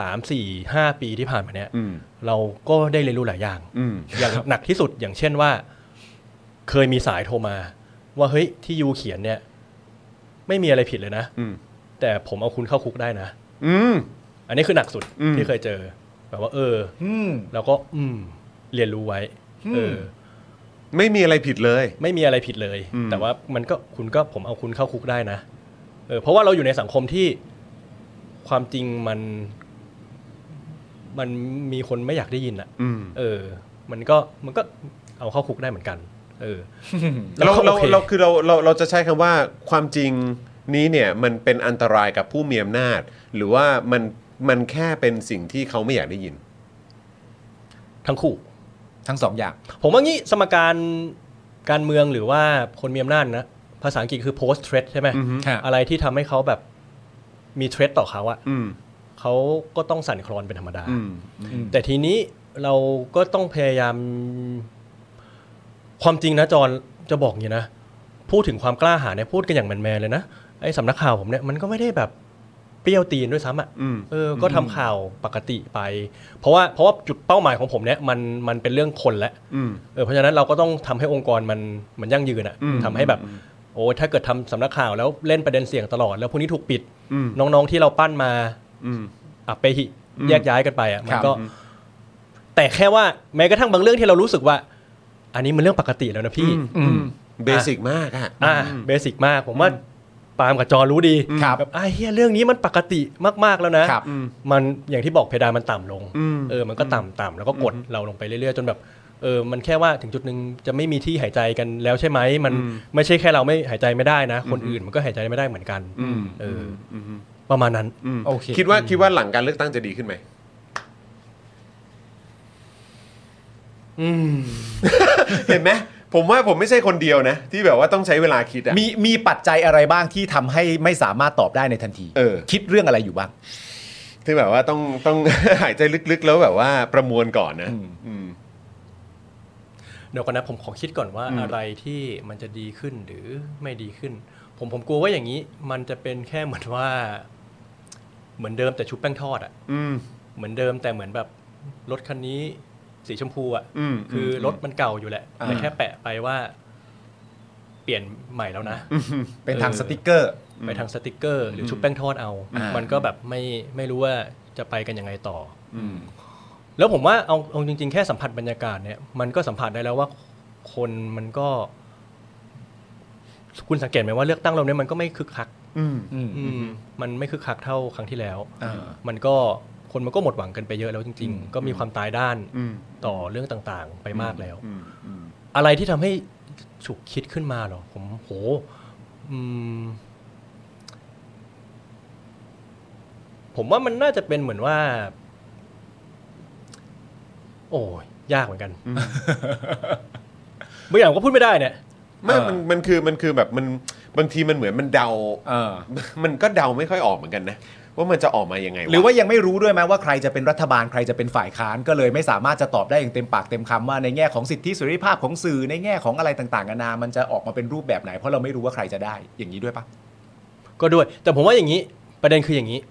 3-4-5 ปีที่ผ่านมาเนี้ยเราก็ได้เรียนรู้หลายอย่างอย่างหนักที่สุดอย่างเช่นว่าเคยมีสายโทรมาว่าเฮ้ยที่ยูเขียนเนี่ยไม่มีอะไรผิดเลยนะแต่ผมเอาคุณเข้าคุกได้นะอันนี้คือหนักสุดที่เคยเจอแบบว่าแล้วก็เรียนรู้ไว้ไม่มีอะไรผิดเลยไม่มีอะไรผิดเลยแต่ว่าผมเอาคุณเข้าคุกได้นะเพราะว่าเราอยู่ในสังคมที่ความจริงมันมีคนไม่อยากได้ยินอ่ะมันก็เอาเข้าคุกได้เหมือนกันเราคือเราจะใช้คำว่าความจริงนี้เนี่ยมันเป็นอันตรายกับผู้มีอำนาจหรือว่ามันแค่เป็นสิ่งที่เขาไม่อยากได้ยินทั้งคู่ทั้งสองอย่างผมว่างี้สมการเมืองหรือว่าคนมีอำนาจนะภาษาอังกฤษคือ post threat ใช่ไหมอะไรที่ทำให้เขาแบบมี threat ต่อเขาอะเขาก็ต้องสั่นคลอนเป็นธรรมดาแต่ทีนี้เราก็ต้องพยายามความจริงนะจอนจะบอกอย่างนี้นะพูดถึงความกล้าหาญเนี่ยพูดกันอย่างแมนๆเลยนะไอ้สำนักข่าวผมเนี่ยมันก็ไม่ได้แบบเปรี้ยวตีนด้วยซ้ำอ่ะก็ทำข่าวปกติไปเพราะว่าจุดเป้าหมายของผมเนี่ยมันเป็นเรื่องคนแล้วเพราะฉะนั้นเราก็ต้องทำให้องค์กรมันยั่งยืนอ่ะทำให้แบบโอ้ถ้าเกิดทำสำนักข่าวแล้วเล่นประเด็นเสี่ยงตลอดแล้วพวกนี้ถูกปิดน้องๆที่เราปั้นมาอับไปหิแยกย้ายกันไปอ่ะมันก็แต่แค่ว่าแม้กระทั่งบางเรื่องที่เรารู้สึกว่าอันนี้มันเรื่องปกติแล้วนะพี่เบสิกมากอ่ะเบสิกมากผมว่าปาล์มกับจอรู้ดีแบบเฮียเรื่องนี้มันปกติมากๆแล้วนะมันอย่างที่บอกเพดานมันต่ำลงมันก็ต่ำแล้วก็กดเราลงไปเรื่อยๆจนแบบมันแค่ว่าถึงจุดนึงจะไม่มีที่หายใจกันแล้วใช่ไหมมันไม่ใช่แค่เราไม่หายใจไม่ได้นะคนอื่นมันก็หายใจไม่ได้เหมือนกันประมาณนั้นโอเคคิดว่าหลังการเลือกตั้งจะดีขึ้นไหมเห็นไหมผมว่าผมไม่ใช่คนเดียวนะที่แบบว่าต้องใช้เวลาคิดอะมีปัจจัยอะไรบ้างที่ทำให้ไม่สามารถตอบได้ในทันทีคิดเรื่องอะไรอยู่บ้างที่แบบว่าต้อง หายใจลึกๆแล้วแบบว่าประมวลก่อนนะเดี๋ยวก่อนนะผมขอคิดก่อนว่าอะไรที่มันจะดีขึ้นหรือไม่ดีขึ้นผมกลัวว่าอย่างนี้มันจะเป็นแค่เหมือนว่าเหมือนเดิมแต่ชุบแป้งทอดอ่ะเหมือนเดิมแต่เหมือนแบบรถคันนี้สีชมพูอ่ะคือรถมันเก่าอยู่แหละแต่แค่แปะไปว่าเปลี่ยนใหม่แล้วนะเป็นทางสติกเกอร์ไปทางสติกเกอร์หรือชุบแป้งทอดเอามันก็แบบไม่รู้ว่าจะไปกันยังไงต่อแล้วผมว่าเอาจริงๆแค่สัมผัสบรรยากาศเนี่ยมันก็สัมผัสได้แล้วว่าคนมันก็คุณสังเกตไหมว่าเลือกตั้งเราเนี่ยมันก็ไม่คึกคักมันไม่คึกคักเท่าครั้งที่แล้วมันก็คนมันก็หมดหวังกันไปเยอะแล้วจริงๆก็มีความตายด้านต่อเรื่องต่างๆไปมากแล้วอะไรที่ทำให้ฉุกคิดขึ้นมาหรอผมว่ามันน่าจะเป็นเหมือนว่าโอ้ยากเหมือนกันบางอย่างก็พูดไม่ได้เนี่ยมันคือแบบมันบางทีมันเหมือนมันเดามันก็เดาไม่ค่อยออกเหมือนกันนะว่ามันจะออกมายังไงหรือว่ายังไม่รู้ด้วยไหมว่าใครจะเป็นรัฐบาลใครจะเป็นฝ่ายค้านก็เลยไม่สามารถจะตอบได้อย่างเต็มปากเต็มคำว่าในแง่ของสิทธิเสรีภาพของสื่อในแง่ของอะไรต่างๆนานามันจะออกมาเป็นรูปแบบไหนเพราะเราไม่รู้ว่าใครจะได้อย่างนี้ด้วยปะก็ด้วยแต่ผมว่าอย่างนี้ประเด็นคืออย่างนี้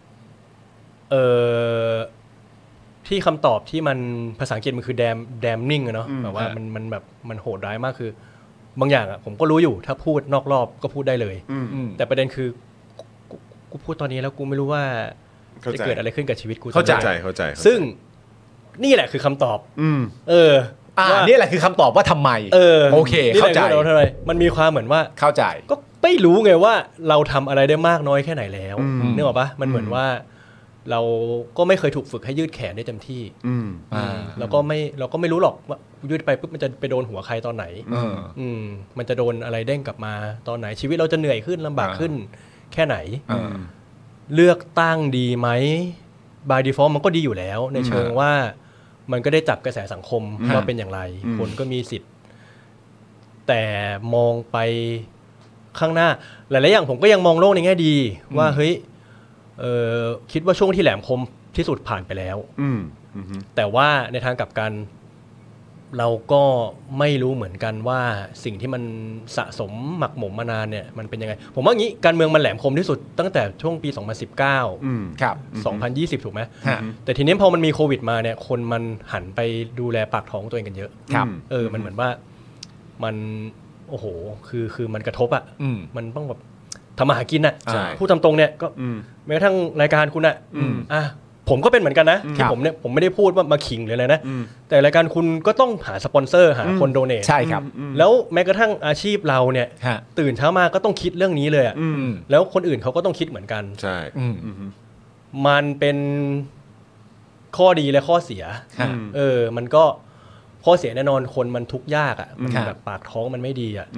ที่คำตอบที่มันภาษาอังกฤษมันคือ damning อะเนาะแบบว่ามันแบบมันโหดร้ายมากคือบางอย่างอะผมก็รู้อยู่ถ้าพูดนอกรอบก็พูดได้เลยแต่ประเด็นคือกูพูดตอนนี้แล้วกูไม่รู้ว่าจะเกิดอะไรขึ้นกับชีวิตกูเข้าใจซึ่งนี่แหละคือคำตอบนี่แหละคือคำตอบว่าทำไมโอเคเข้าใจมันมีความเหมือนว่าเข้าใจก็ไม่รู้ไงว่าเราทำอะไรได้มากน้อยแค่ไหนแล้วนึกออกปะมันเหมือนว่าเราก็ไม่เคยถูกฝึกให้ยืดแขนได้เต็มที่เราก็ไม่รู้หรอกว่ายืดไปปุ๊บมันจะไปโดนหัวใครตอนไหนมันจะโดนอะไรเด้งกลับมาตอนไหนชีวิตเราจะเหนื่อยขึ้นลำบากขึ้นแค่ไหนเลือกตั้งดีไหม by default มันก็ดีอยู่แล้วในเชิงว่ามันก็ได้จับกระแสสังคมว่าเป็นอย่างไรคนก็มีสิทธิ์แต่มองไปข้างหน้าหลายๆอย่างผมก็ยังมองโลกในแง่ดีว่าเฮ้ยคิดว่าช่วงที่แหลมคมที่สุดผ่านไปแล้วแต่ว่าในทางกลับกันเราก็ไม่รู้เหมือนกันว่าสิ่งที่มันสะสมหมักหมมมานานเนี่ยมันเป็นยังไงผมว่างี้การเมืองมันแหลมคมที่สุดตั้งแต่ช่วงปี2019ครับ2020ถูกไหมแต่ทีนี้พอมันมีโควิดมาเนี่ยคนมันหันไปดูแลปากท้องตัวเองกันเยอะมันเหมือนว่ามันโอ้โหคือมันกระทบอ่ะมันต้องแบบทำมาหากินน่ะพูดตามตรงเนี่ยก็แม้กระทั่งรายการคุณน่ะผมก็เป็นเหมือนกันนะที่ผมเนี่ยผมไม่ได้พูดว่ามาขิงหรืออะไรนะแต่รายการคุณก็ต้องหาสปอนเซอร์หาคนโดเนทใช่ครับแล้วแม้กระทั่งอาชีพเราเนี่ยตื่นเช้ามาก็ต้องคิดเรื่องนี้เลยแล้วคนอื่นเขาก็ต้องคิดเหมือนกันใช่มันเป็นข้อดีและข้อเสียมันก็ข้อเสียแน่นอนคนมันทุกข์ยากอ่ะมันแบบปากท้องมันไม่ดีอ่ะ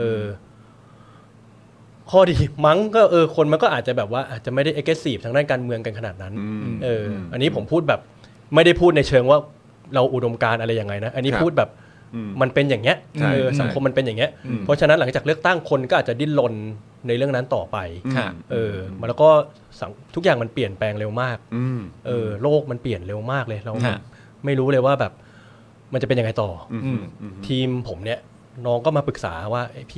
ข้อดีมั้งก็คนมันก็อาจจะแบบว่าอาจจะไม่ได้ aggressive ทางด้านการเมืองกันขนาดนั้นอันนี้ผมพูดแบบไม่ได้พูดในเชิงว่าเราอุดมการณ์อะไรยังไงนะอันนี้พูดแบบมันเป็นอย่างเงี้ยสังคมมันเป็นอย่างเงี้ยเพราะฉะนั้นหลังจากเลือกตั้งคนก็อาจจะดิ้นรนในเรื่องนั้นต่อไปแล้วก็ทุกอย่างมันเปลี่ยนแปลงเร็วมากโลกมันเปลี่ยนเร็วมากเลยเราไม่รู้เลยว่าแบบมันจะเป็นยังไงต่อทีมผมเนี่ยน้องก็มาปรึกษาว่าพี่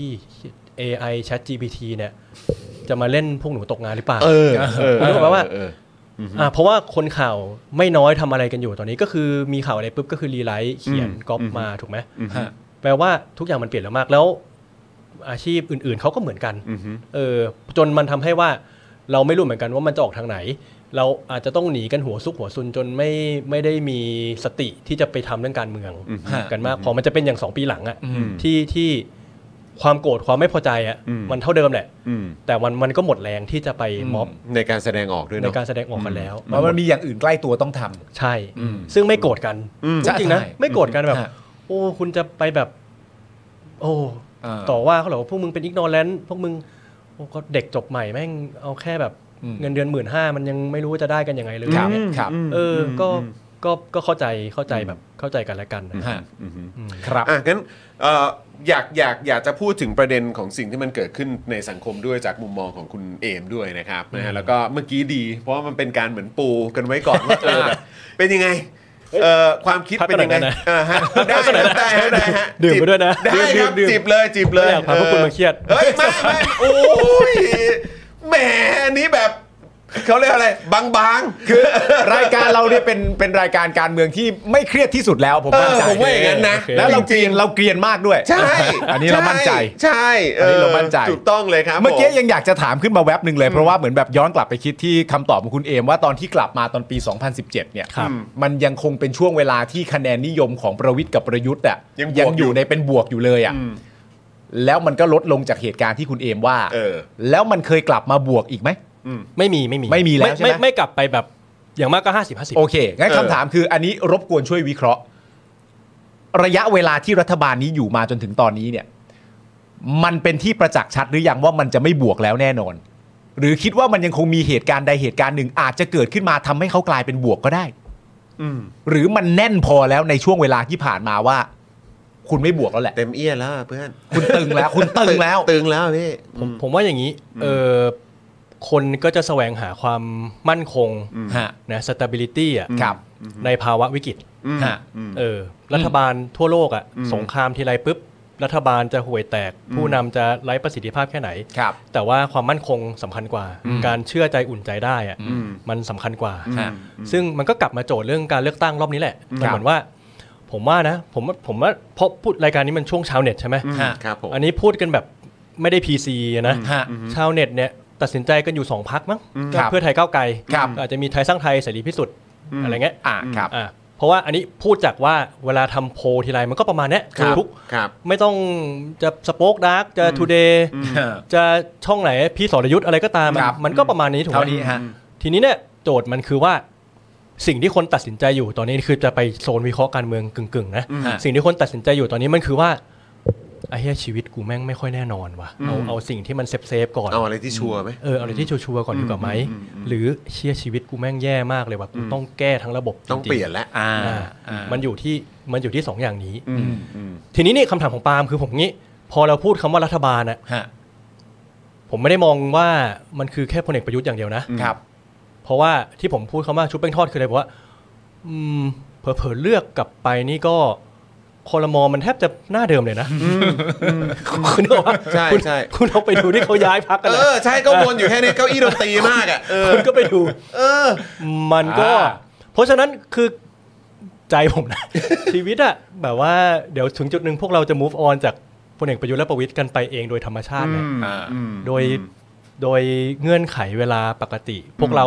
AI Chat GPT เนี่ยจะมาเล่นพวกหนูตกงานหรือเปล่ารู้ป่ะว่าเพราะว่าคนข่าวไม่น้อยทำอะไรกันอยู่ตอนนี้ก็คือมีข่าวอะไรปุ๊บก็คือรีไลท์เขียนก๊อปมาถูกไหมแปลว่าทุกอย่างมันเปลี่ยนแล้วมากแล้วอาชีพอื่นๆเขาก็เหมือนกันจนมันทำให้ว่าเราไม่รู้เหมือนกันว่ามันจะออกทางไหนเราอาจจะต้องหนีกันหัวซุกหัวซุนจนไม่ได้มีสติที่จะไปทำเรื่องการเมืองกันมากพอมันจะเป็นอย่าง2 ปีหลังอะที่ความโกรธความไม่พอใจอ่ะมันเท่าเดิมแหละแต่มันก็หมดแรงที่จะไปม็อบในการแสดงออกด้วยในการแสดงออกกันแล้วมันมีอย่างอื่นใกล้ตัวต้องทำใช่ซึ่งไม่โกรธกันจริงๆนะไม่โกรธกันแบบโอ้คุณจะไปแบบโอ้ต่อว่าเขาเหรอพวกมึงเป็นอิกนอแลนต์พวกมึงก็เด็กจบใหม่แม่งเอาแค่แบบเงินเดือน 15,000 มันยังไม่รู้ว่าจะได้กันยังไงเลยครับก็เข้าใจแบบเข้าใจกันและกันนะครับงั้นอยากจะพูดถึงประเด็นของสิ่งที่มันเกิดขึ้นในสังคมด้วยจากมุมมองของคุณเอมด้วยนะครับนะฮะแล้วก็เมื่อกี้ดีเพราะว่ามันเป็นการเหมือนปูกันไว้ก่อนว่าแบบเป็นยังไงความคิดเป็นยังไงได้ฮะดื่มไปด้วยนะได้ครับจิบเลยพาพวกคุณมาเครียดเฮ้ยไม่โอ้ยแหมอันนี้แบบเขาเรียกอะไรบางๆคือรายการเราเนี่ยเป็นรายการการเมืองที่ไม่เครียดที่สุดแล้วผมมั่นใจว่าอย่างนั้นนะแล้วเราเกรียนมากด้วยใช่อันนี้เรามั่นใจใช่อันนี้เรามั่นใจถูกต้องเลยครับเมื่อกี้ยังอยากจะถามขึ้นมาแวบนึงเลยเพราะว่าเหมือนแบบย้อนกลับไปคิดที่คำตอบของคุณเอมว่าตอนที่กลับมาตอนปี 2017 เนี่ยมันยังคงเป็นช่วงเวลาที่คะแนนนิยมของประวิตรกับประยุทธ์อ่ะยังอยู่ในเป็นบวกอยู่เลยอ่ะแล้วมันก็ลดลงจากเหตุการณ์ที่คุณเอมว่าแล้วมันเคยกลับมาบวกอีกไหมไม่มีแล้วใช่ไหมไม่กลับไปแบบอย่างมากก็50-50 โอเคงั้นคำถามคืออันนี้รบกวนช่วยวิเคราะห์ระยะเวลาที่รัฐบาลนี้อยู่มาจนถึงตอนนี้เนี่ยมันเป็นที่ประจักษ์ชัดหรือยังว่ามันจะไม่บวกแล้วแน่นอนหรือคิดว่ามันยังคงมีเหตุการณ์ใดเหตุการณ์หนึ่งอาจจะเกิดขึ้นมาทำให้เขากลายเป็นบวกก็ได้หรือมันแน่นพอแล้วในช่วงเวลาที่ผ่านมาว่าคุณไม่บวกแล้วแหละเต็มเอี้ยแล้วเพื่อนคุณตึงแล้วตึงแล้วพี่ผมว่าอย่างนี้คนก็จะแสวงหาความมั่นคงนะ stability อ่ะในภาวะวิกฤตรัฐบาลทั่วโลกอ่ะสงครามทีไรปุ๊บรัฐบาลจะห่วยแตกผู้นำจะไร้ประสิทธิภาพแค่ไหนแต่ว่าความมั่นคงสำคัญกว่าการเชื่อใจอุ่นใจได้อ่ะมันสำคัญกว่าซึ่งมันก็กลับมาโจทย์เรื่องการเลือกตั้งรอบนี้แหละมันเหมือนว่าผมว่านะผมว่าเพราะพูดรายการนี้มันช่วงชาวเน็ตใช่ไหมอันนี้พูดกันแบบไม่ได้ PC นะชาวเน็ตเนี่ยตัดสินใจกันอยู่2 พรรคมั้งเพื่อไทยก้าวไกลอาจจะมีไทยสร้างไทยเสรีพิสุทธิ์อะไรเงี้ยเพราะว่าอันนี้พูดจากว่าเวลาทำโพลทีไรมันก็ประมาณนี้ทุกไม่ต้องจะสโป๊กดาร์กจะทูเดย์จะช่องไหนพี่สรยุทธ์อะไรก็ตามมันก็ประมาณนี้ถูกไหมทีนี้เนี่ยโจทย์มันคือว่าสิ่งที่คนตัดสินใจอยู่ตอนนี้คือจะไปโซนวิเคราะห์การเมืองกึ่งๆนะสิ่งที่คนตัดสินใจอยู่ตอนนี้มันคือว่าไอ้เหี้ยชีวิตกูแม่งไม่ค่อยแน่นอนว่ะเอาสิ่งที่มันเซฟก่อนเอาอะไรที่ชัวร์ไหมเอาอะไรที่ชัวร์ก่อนดีกว่าไหมหรือเชี่ยชีวิตกูแม่งแย่มากเลยว่ะกูต้องแก้ทั้งระบบต้องเปลี่ยนแล้วมันอยู่ที่2 อย่างนี้ทีนี้นี่คำถามของปาล์มคือผมงี้พอเราพูดคำว่ารัฐบาลอะผมไม่ได้มองว่ามันคือแค่พลเอกประยุทธ์อย่างเดียวนะครับเพราะว่าที่ผมพูดคำว่าชุบแป้งทอดคืออะไรเพราะว่าเผลอๆเลือกกลับไปนี่ก็ครม.มันแทบจะหน้าเดิมเลยนะคุณบอกว่าใช่คุณเอาไปดูที่เขาย้ายพรรคกันใช่ก็วนอยู่แค่นี้เก้าอี้ดนตรีมากอ่ะคุณก็ไปดูมันก็เพราะฉะนั้นคือใจผมนะชีวิตอ่ะแบบว่าเดี๋ยวถึงจุดนึงพวกเราจะ move on จากพลเอกประยุทธ์และประวิตรกันไปเองโดยธรรมชาติเนี่ยโดยเงื่อนไขเวลาปกติพวกเรา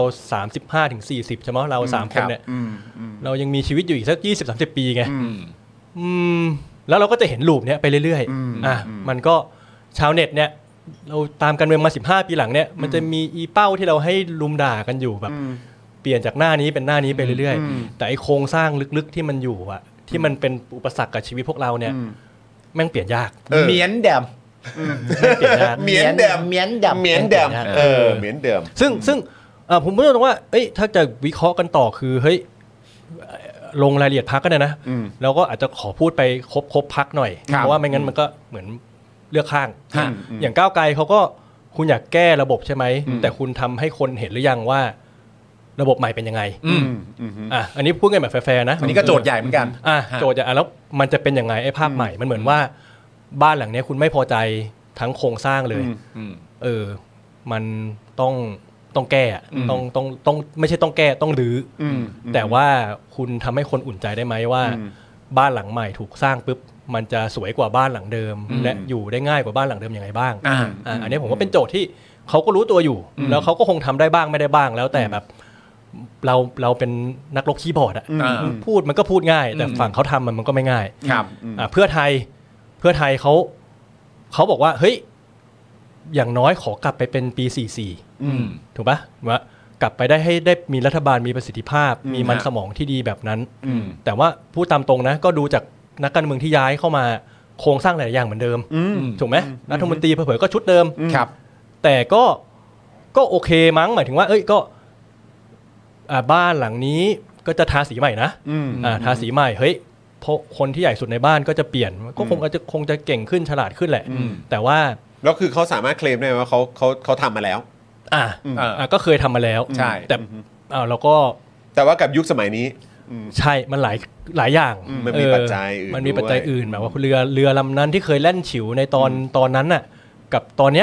35-40 ใช่ไหมเรา3 คนเนี่ยเรายังมีชีวิตอยู่อีกสัก 20-30 ปีไงแล้วเราก็จะเห็นลูปเนี้ยไปเรื่อยๆมันก็ชาวเน็ตเนี่ยเราตามการเมืองมา15 ปีหลังเนี่ยมันจะมีอีเป้าที่เราให้ลุมด่ากันอยู่แบบเปลี่ยนจากหน้านี้เป็นหน้านี้ไปเรื่อยๆแต่ไอโครงสร้างลึกๆที่มันอยู่อะที่มันเป็นอุปสรรคกับชีวิตพวกเราเนี่ยแม่งเปลี่ยนยากเหมียนเดิมเปลี่ยนยากเหมียนเดิมเหมียนเดิมเหมียนเดิมเหมียนเดิมซึ่งผมพูดตรงว่าถ้าจะวิเคราะห์กันต่อคือเฮ้ยลงรายละเอียดพักกันนะแล้วก็อาจจะขอพูดไปครบพักหน่อยเพราะว่าไม่งั้นมันก็เหมือนเลือกข้างอย่างก้าวไกลเขาก็คุณอยากแก้ระบบใช่ไหมแต่คุณทำให้คนเห็นหรือยังว่าระบบใหม่เป็นยังไงอันนี้พูดกันแบบแฟร์ๆนะอันนี้ก็โจทย์ใหญ่เหมือนกันโจทย์ใหญ่แล้วมันจะเป็นยังไงไอ้ภาพใหม่มันเหมือนว่าบ้านหลังนี้คุณไม่พอใจทั้งโครงสร้างเลยมันต้องแก้ต้องไม่ใช่ต้องแก้ต้องรื้อแต่ว่าคุณทำให้คนอุ่นใจได้ไหมว่าบ้านหลังใหม่ถูกสร้างปุ๊บมันจะสวยกว่าบ้านหลังเดิมและอยู่ได้ง่ายกว่าบ้านหลังเดิมยังไงบ้างอันนี้ผมว่าเป็นโจทย์ที่เขาก็รู้ตัวอยู่แล้วเขาก็คงทำได้บ้างไม่ได้บ้างแล้วแต่แบบเราเป็นนักรบคีย์บอร์ดพูดมันก็พูดง่ายแต่ฝั่งเขาทำมันก็ไม่ง่ายเพื่อไทยเขาบอกว่าเฮ้ยอย่างน้อยขอกลับไปเป็นปี44ถูกปะว่ากลับไปได้มีรัฐบาลมีประสิทธิภาพมีมันสมองที่ดีแบบนั้นแต่ว่าพูดตามตรงนะก็ดูจากนักการเมืองที่ย้ายเข้ามาโครงสร้างหลายอย่างเหมือนเดิมถูกไหมรัฐมนตรีเผยๆก็ชุดเดิมแต่ก็โอเคมั้งหมายถึงว่าก็บ้านหลังนี้ก็จะทาสีใหม่นะทาสีใหม่เฮ้ยเพราะคนที่ใหญ่สุดในบ้านก็จะเปลี่ยนก็คงจะเก่งขึ้นฉลาดขึ้นแหละแต่ว่าแล้วคือเขาสามารถเคลมได้ว่าเขาทำมาแล้วก็เคยทำมาแล้วใช่แต่เราก็แต่ว่ากับยุคสมัยนี้ใช่มันหลายอย่างมันมีปัจจัยอื่นมันมีปัจจัยอื่นแบบว่าเรือลำนั้นที่เคยแล่นฉิวในตอนนั้นน่ะกับตอนเนี้ย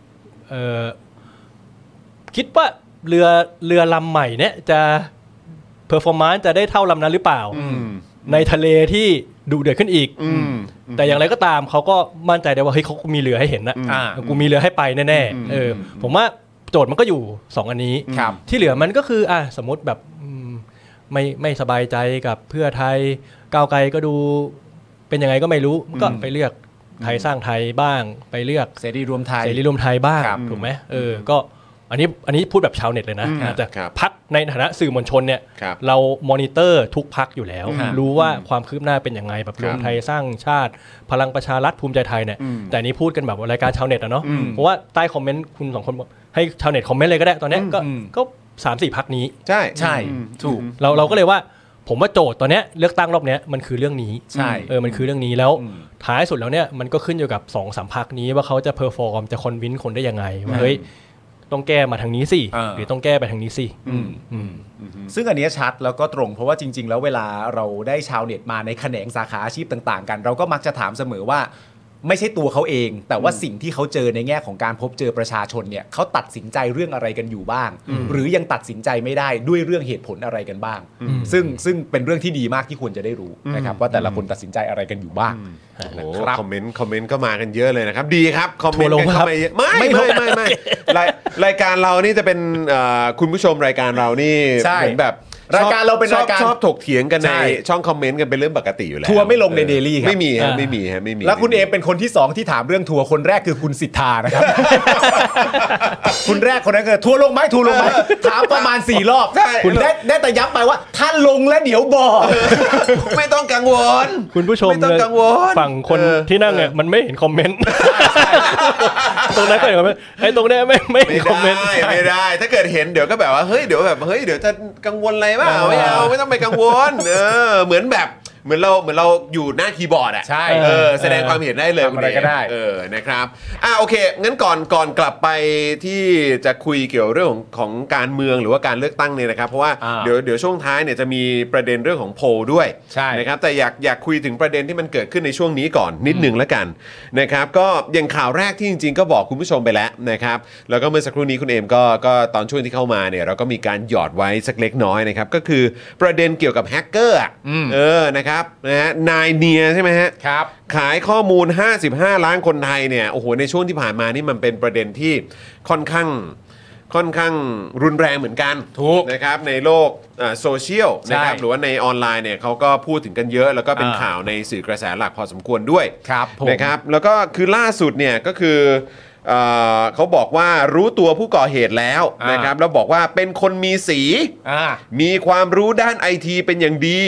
คิดว่าเรือลำใหม่เนี่ยจะเพอร์ฟอร์มานซ์จะได้เท่าลำนั้นหรือเปล่าในทะเลที่ดุเดือดขึ้นอีกแต่อย่างไรก็ตามเขาก็มั่นใจได้ว่าเฮ้ยเขามีเรือให้เห็นนะกูมีเรือให้ไปแน่ๆผมว่าโจทย์มันก็อยู่2อันนี้ที่เหลือมันก็คือสมมติแบบไม่สบายใจกับเพื่อไทยก้าวไกลก็ดูเป็นยังไงก็ไม่รู้ก็ไปเลือกไทยสร้างไทยบ้างไปเลือกเสรีรวมไทยบ้างถูกไหมก็อันนี้พูดแบบชาวเน็ตเลยนะแต่พรรคในฐานะสื่อมวลชนเนี่ยเรามอนิเตอร์ทุกพรรคอยู่แล้วรู้ว่าความคืบหน้าเป็นยังไงแบบรวมไทยสร้างชาติพลังประชารัฐภูมิใจไทยเนี่ยแต่นี้พูดกันแบบรายการชาวเน็ตอะเนาะเพราะว่าใต้คอมเมนต์คุณ2คนให้ชาวเน็ตคอมเมนต์เลยก็ได้ตอนนี้ก็ 3-4 พรรคนี้ใช่ถูกเราก็เลยว่าผมว่าโจทย์ตอนนี้เลือกตั้งรอบนี้มันคือเรื่องนี้ใช่มันคือเรื่องนี้แล้วท้ายสุดแล้วเนี่ยมันก็ขึ้นอยู่กับ 2-3 พรรคนี้ว่าเขาจะเพอร์ฟอร์มจะคอนวินส์คนได้ยังไงว่าเฮ้ยต้องแก้มาทางนี้สิหรือต้องแก้ไปทางนี้สิซึ่งอันนี้ชัดแล้วก็ตรงเพราะว่าจริงๆแล้วเวลาเราได้ชาวเน็ตมาในแขนงสาขาอาชีพต่างๆกันเราก็มักจะถามเสมอว่าไม่ใช่ตัวเขาเองแต่ว่าสิ่งที่เขาเจอในแง่ของการพบเจอประชาชนเนี่ยเขาตัดสินใจเรื่องอะไรกันอยู่บ้างหรือยังตัดสินใจไม่ได้ด้วยเรื่องเหตุผลอะไรกันบ้างซึ่งเป็นเรื่องที่ดีมากที่ควรจะได้รู้นะครับว่าแต่ละคนตัดสินใจอะไรกันอยู่บ้างคอมเมนต์ก็มากันเยอะเลยนะครับดีครับคอมเมนต์กันเข้ามาเยอะไม่รายการเรานี่จะเป็นคุณผู้ชมรายการเรานี่เหมือนแบบรายการเราเป็นรายการชอบถกเถียงกันในช่องคอมเมนต์กันเป็นเรื่องปกติอยู่แล้วทัวร์ไม่ลงในเดลี่ครับไม่มีแล้วคุณเอเป็นคนที่2ที่ถามเรื่องทัวร์คนแรกคือคุณสิทธานะครับคุณแรกคนนั้นคือทัวร์ลงไหมถามประมาณ4รอบคุณได้แต่ย้ำไปว่าท่านลงแล้วเดี๋ยวบอกไม่ต้องกังวลคุณผู้ชมไม่ต้องกังวลฝั่งคนที่นั่งเนี่ยมันไม่เห็นคอมเมนต์ตรงนั้นก็เห็นคอมเมนต์ไอ้ตรงนี้ไม่คอมเมนต์ไม่ได้ถ้าเกิดเห็นเดี๋ยวก็แบบว่าเฮ้ยเดี๋ยวจะกังวลอะไรไม่ต้องไปกังวลเหมือนเราอยู่หน้าคีย์บอร์ดอ่ะใช่แสดงความเห็นได้เลยอะไรก็ได้นะครับโอเคงั้นก่อนกลับไปที่จะคุยเกี่ยวเรื่องของการเมืองหรือว่าการเลือกตั้งเนี่ยนะครับเพราะว่าเดี๋ยวช่วงท้ายเนี่ยจะมีประเด็นเรื่องของโพลด้วยนะครับแต่อยากคุยถึงประเด็นที่มันเกิดขึ้นในช่วงนี้ก่อนนิดนึงแล้วกันนะครับก็อย่างข่าวแรกที่จริงๆก็บอกคุณผู้ชมไปแล้วนะครับแล้วก็เมื่อสักครู่นี้คุณเอมก็ตอนช่วงที่เข้ามาเนี่ยเราก็มีการหยอดไว้สักเล็กน้อยนะครับก็คือประเด็นเกี่ยวกับแฮกเกอร์นะครับนะฮะนายเนียใช่ไหมฮะครับขายข้อมูล55ล้านคนไทยเนี่ยโอ้โหในช่วงที่ผ่านมานี่มันเป็นประเด็นที่ค่อนข้างรุนแรงเหมือนกันนะครับในโลกโซเชียลนะครับหรือว่าในออนไลน์เนี่ยเขาก็พูดถึงกันเยอะแล้วก็เป็นข่าวในสื่อกระแสหลักพอสมควรด้วยนะครับแล้วก็คือล่าสุดเนี่ยก็คือเขาบอกว่ารู้ตัวผู้ก่อเหตุแล้วนะครับแล้วบอกว่าเป็นคนมีสีมีความรู้ด้านไอทีเป็นอย่างดี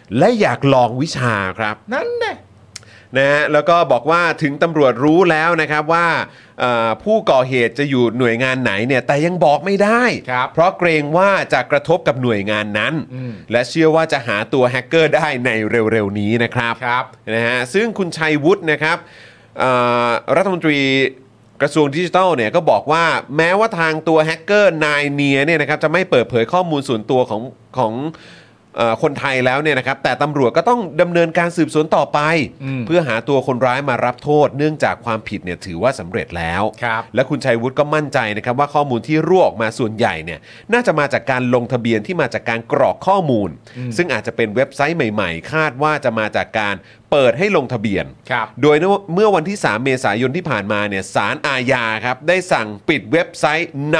และอยากลองวิชาครับนั่นแน่นะฮะแล้วก็บอกว่าถึงตำรวจรู้แล้วนะครับว่าผู้ก่อเหตุจะอยู่หน่วยงานไหนเนี่ยแต่ยังบอกไม่ได้ เพราะเกรงว่าจะกระทบกับหน่วยงานนั้น และเชื่อว่าจะหาตัวแฮกเกอร์ได้ในเร็วๆนี้นะครับนะฮะซึ่งคุณชัยวุฒินะครับรัฐมนตรีกระทรวงดิจิทัลเนี่ยก็บอกว่าแม้ว่าทางตัวแฮกเกอร์นายเนียเนี่ยนะครับจะไม่เปิดเผยข้อมูลส่วนตัวของคนไทยแล้วเนี่ยนะครับแต่ตำรวจก็ต้องดำเนินการสืบสวนต่อไปเพื่อหาตัวคนร้ายมารับโทษเนื่องจากความผิดเนี่ยถือว่าสำเร็จแล้วและคุณชัยวุฒิก็มั่นใจนะครับว่าข้อมูลที่รั่วออกมาส่วนใหญ่เนี่ยน่าจะมาจากการลงทะเบียนที่มาจากการกรอกข้อมูลซึ่งอาจจะเป็นเว็บไซต์ใหม่ๆคาดว่าจะมาจากการเปิดให้ลงทะเบียนโดยเมื่อวันที่3เมษายนที่ผ่านมาเนี่ยศาลอาญาครับได้สั่งปิดเว็บไซต์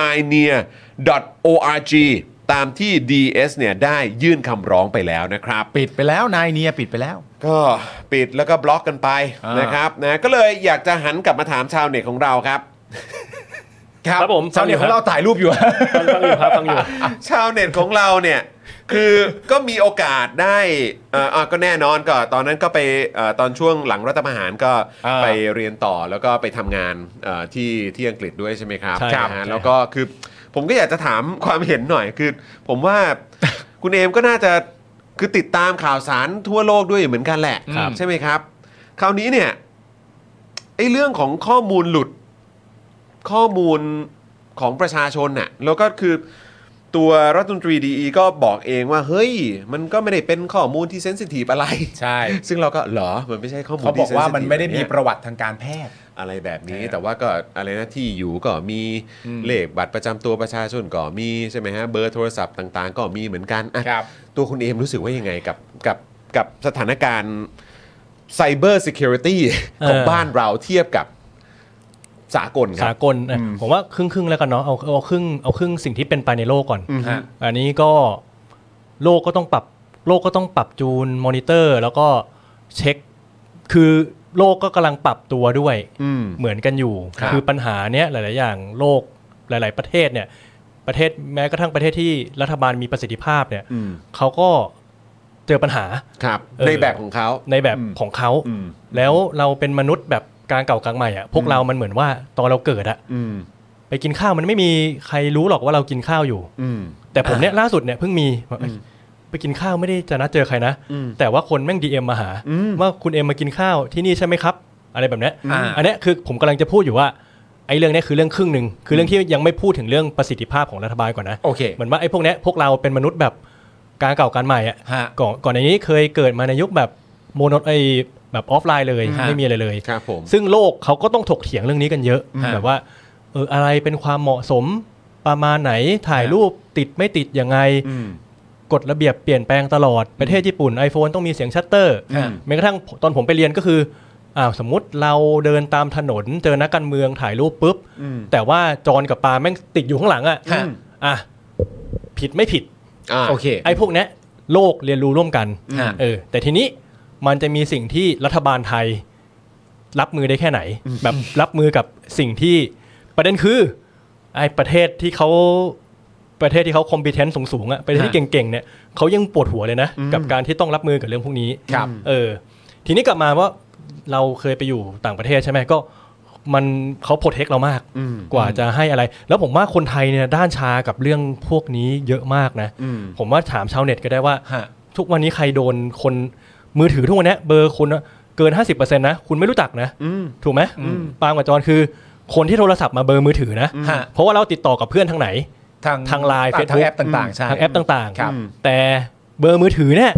9near.orgตามที่ DS เนี่ยได้ยื่นคำร้องไปแล้วนะครับปิดไปแล้วนายเนียปิดไปแล้วก็ปิดแล้วก็บล็อกกันไปนะครับนะก็เลยอยากจะหันกลับมาถามชาวเน็ตของเราครับครับผมชาวเน็ตของเราถ่ายรูปอยู่ฟังอยู่ครับฟังอยู่ชาวเน็ตของเราเนี่ยคือก็มีโอกาสได้ก็แน่นอนก็ตอนนั้นก็ไปตอนช่วงหลังรัฐประหารก็ไปเรียนต่อแล้วก็ไปทำงานที่อังกฤษด้วยใช่ไหมครับนะฮะแล้วก็คือผมก็อยากจะถามความเห็นหน่อยคือผมว่าคุณเอมก็น่าจะคือติดตามข่าวสารทั่วโลกด้วยเหมือนกันแหละใช่ไหมครับคราวนี้เนี่ยไอ้เรื่องของข้อมูลหลุดข้อมูลของประชาชนน่ะแล้วก็คือตัวรัฐมนตรีดีก็บอกเองว่าเฮ้ยมันก็ไม่ได้เป็นข้อมูลที่เซนซิทีฟอะไรใช่ซึ่งเราก็เหรอมันไม่ใช่ข้อมูลที่เซนซิทีฟเขาบอกว่ามันไม่ได้มีประวัติทางการแพทย์อะไรแบบนี้แต่ว่าก็อะไรนะที่อยู่ก็มีเลขบัตรประจำตัวประชาชนก็มีใช่ไหมฮะเบอร์โทรศัพท์ต่างๆก็มีเหมือนกันตัวคุณเอมรู้สึกว่ายังไงกับสถานการณ์ไซเบอร์ซิเคียวริตี้ของบ้านเราเทียบกับสากลครับสากลผมว่าครึ่งแล้วกันเนาะเอาครึ่งสิ่งที่เป็นไปในโลกก่อนอันนี้ก็โลกก็ต้องปรับจูนมอนิเตอร์แล้วก็เช็คคือโลกก็กำลังปรับตัวด้วยเหมือนกันอยู่คือปัญหาเนี้ยหลายๆอย่างโลกหลายๆประเทศเนี่ยประเทศแม้กระทั่งประเทศที่รัฐบาลมีประสิทธิภาพเนี่ยเขาก็เจอปัญหาในแบบของเขาแล้วเราเป็นมนุษย์แบบกลางเก่ากลางใหม่อ่ะพวกเรามันเหมือนว่าตอนเราเกิดอ่ะไปกินข้าวมันไม่มีใครรู้หรอกว่าเรากินข้าวอยู่แต่ผมเนี่ยล่าสุดเนี่ยเพิ่งมีไปกินข้าวไม่ได้จะนัดเจอใครนะแต่ว่าคนแม่ง DM มาหาว่าคุณเอ็มมากินข้าวที่นี่ใช่ไหมครับอะไรแบบนี้อันนี้คือผมกำลังจะพูดอยู่ว่าไอ้เรื่องนี้คือเรื่องครึ่งนึงคือเรื่องที่ยังไม่พูดถึงเรื่องประสิทธิภาพของรัฐบาลก่อนนะเหมือนว่าไอ้พวกนี้พวกเราเป็นมนุษย์แบบกลางเก่ากลางใหม่อ่ะก่อนในนี้เคยเกิดมาในยุคแบบโมโนแบบออฟไลน์เลยไม่มีอะไรเลยซึ่งโลกเขาก็ต้องถกเถียงเรื่องนี้กันเยอะแบบว่าอะไรเป็นความเหมาะสมประมาณไหนถ่ายรูปติดไม่ติดยังไงกฎระเบียบเปลี่ยนแปลงตลอดประเทศญี่ปุ่น iPhone ต้องมีเสียงชัตเตอร์แม้กระทั่งตอนผมไปเรียนก็คือสมมุติเราเดินตามถนนเจอนักการเมืองถ่ายรูปปุ๊บแต่ว่าจอนกับปาแม่งติดอยู่ข้างหลังผิดไม่ผิดโอเคไอ้พวกนี้โลกเรียนรู้ร่วมกันแต่ทีนี้มันจะมีสิ่งที่รัฐบาลไทยรับมือได้แค่ไหนแบบรับมือกับสิ่งที่ประเด็นคือไอ้ประเทศที่เขาคอมพิเทนซ์สูงๆอ่ะประเทศที่เก่งๆเนี่ยเขายังปวดหัวเลยนะกับการที่ต้องรับมือกับเรื่องพวกนี้ทีนี้กลับมาว่าเราเคยไปอยู่ต่างประเทศใช่ไหมก็มันเขาโปรเทคเรามากกว่าจะให้อะไรแล้วผมว่าคนไทยเนี่ยด้านชากับเรื่องพวกนี้เยอะมากนะผมว่าถามชาวเน็ตก็ได้ว่าทุกวันนี้ใครโดนคนมือถือทุกวันนี้เบอร์คุณเกิน 50% นะคุณไม่รู้จักนะถูกไหมปาล์มกับจอนคือคนที่โทรศัพท์มาเบอร์มือถือนะเพราะว่าเราติดต่อกับเพื่อนทางไหนทางไลน์ Facebook ทางแอปต่างๆทางแอปต่างๆแต่เบอร์มือถือเนี่ย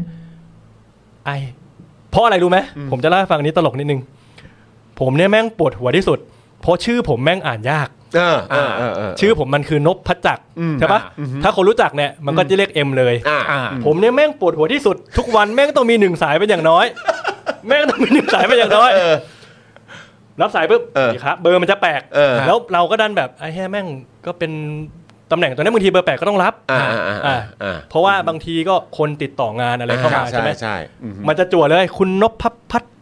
เพราะอะไรรู้ไหมผมจะเล่าให้ฟังนี้ตลกนิดนึงผมเนี่ยแม่งปวดหัวที่สุดเพราะชื่อผมแม่งอ่านยากชื่อผมมันคือนพจักรใช่ปะถ้าคนรู้จักเนี่ยมันก็จะเรียกเอ็มเลยผมเนี่ยแม่งปวดหัวที่สุดทุกวันแม่งต้องมี1สายเป็นอย่างน้อยแม่งต้องมี1สายเป็นอย่างน้อยรับสายปุ๊บครับเบอร์มันจะแปลกแล้วเราก็ดันแบบไอ้แฮ่แม่งก็เป็นตำแหน่งตัวนี้บางทีเบอร์แปลกก็ต้องรับเพราะว่าบางทีก็คนติดต่องานอะไรเข้ามาใช่ไหมมันจะจั่วเลยคุณนพพัฒน์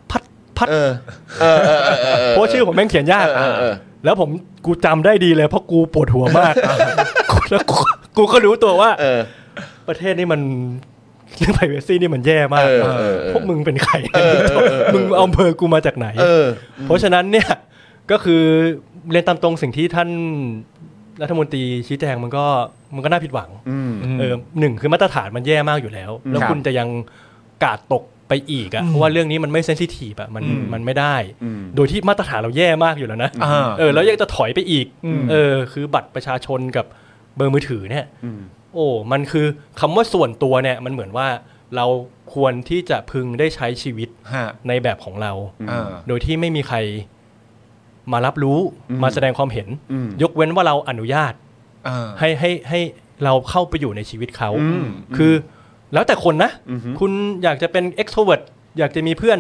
เพราะชื่อผมแม่งเขียนยากแล้วกูจำได้ดีเลยเพราะกูปวดหัวมากแล้วกูก็รู้ตัวว่าประเทศนี้มันเรื่อง privacy นี่มันแย่มากพวกมึงเป็นใครมึงเอาอำเภอกูมาจากไหนเพราะฉะนั้นเนี่ยก็คือเรียนตามตรงสิ่งที่ท่านรัฐมนตรีชี้แจงมันก็น่าผิดหวังหนึ่งคือมาตรฐานมันแย่มากอยู่แล้วแล้วคุณจะยังกาดตกไปอีกเพราะว่าเรื่องนี้มันไม่เซนซิทีฟมันไม่ได้โดยที่มาตรฐานเราแย่มากอยู่แล้วนะแล้วยังจะถอยไปอีกคือบัตรประชาชนกับเบอร์มือถือเนี่ยมันคือคำว่าส่วนตัวเนี่ยมันเหมือนว่าเราควรที่จะพึงได้ใช้ชีวิตในแบบของเราโดยที่ไม่มีใครมารับรู้มาแสดงความเห็นยกเว้นว่าเราอนุญาตให้เราเข้าไปอยู่ในชีวิตเขาคือแล้วแต่คนนะคุณอยากจะเป็น extrovert อยากจะมีเพื่อน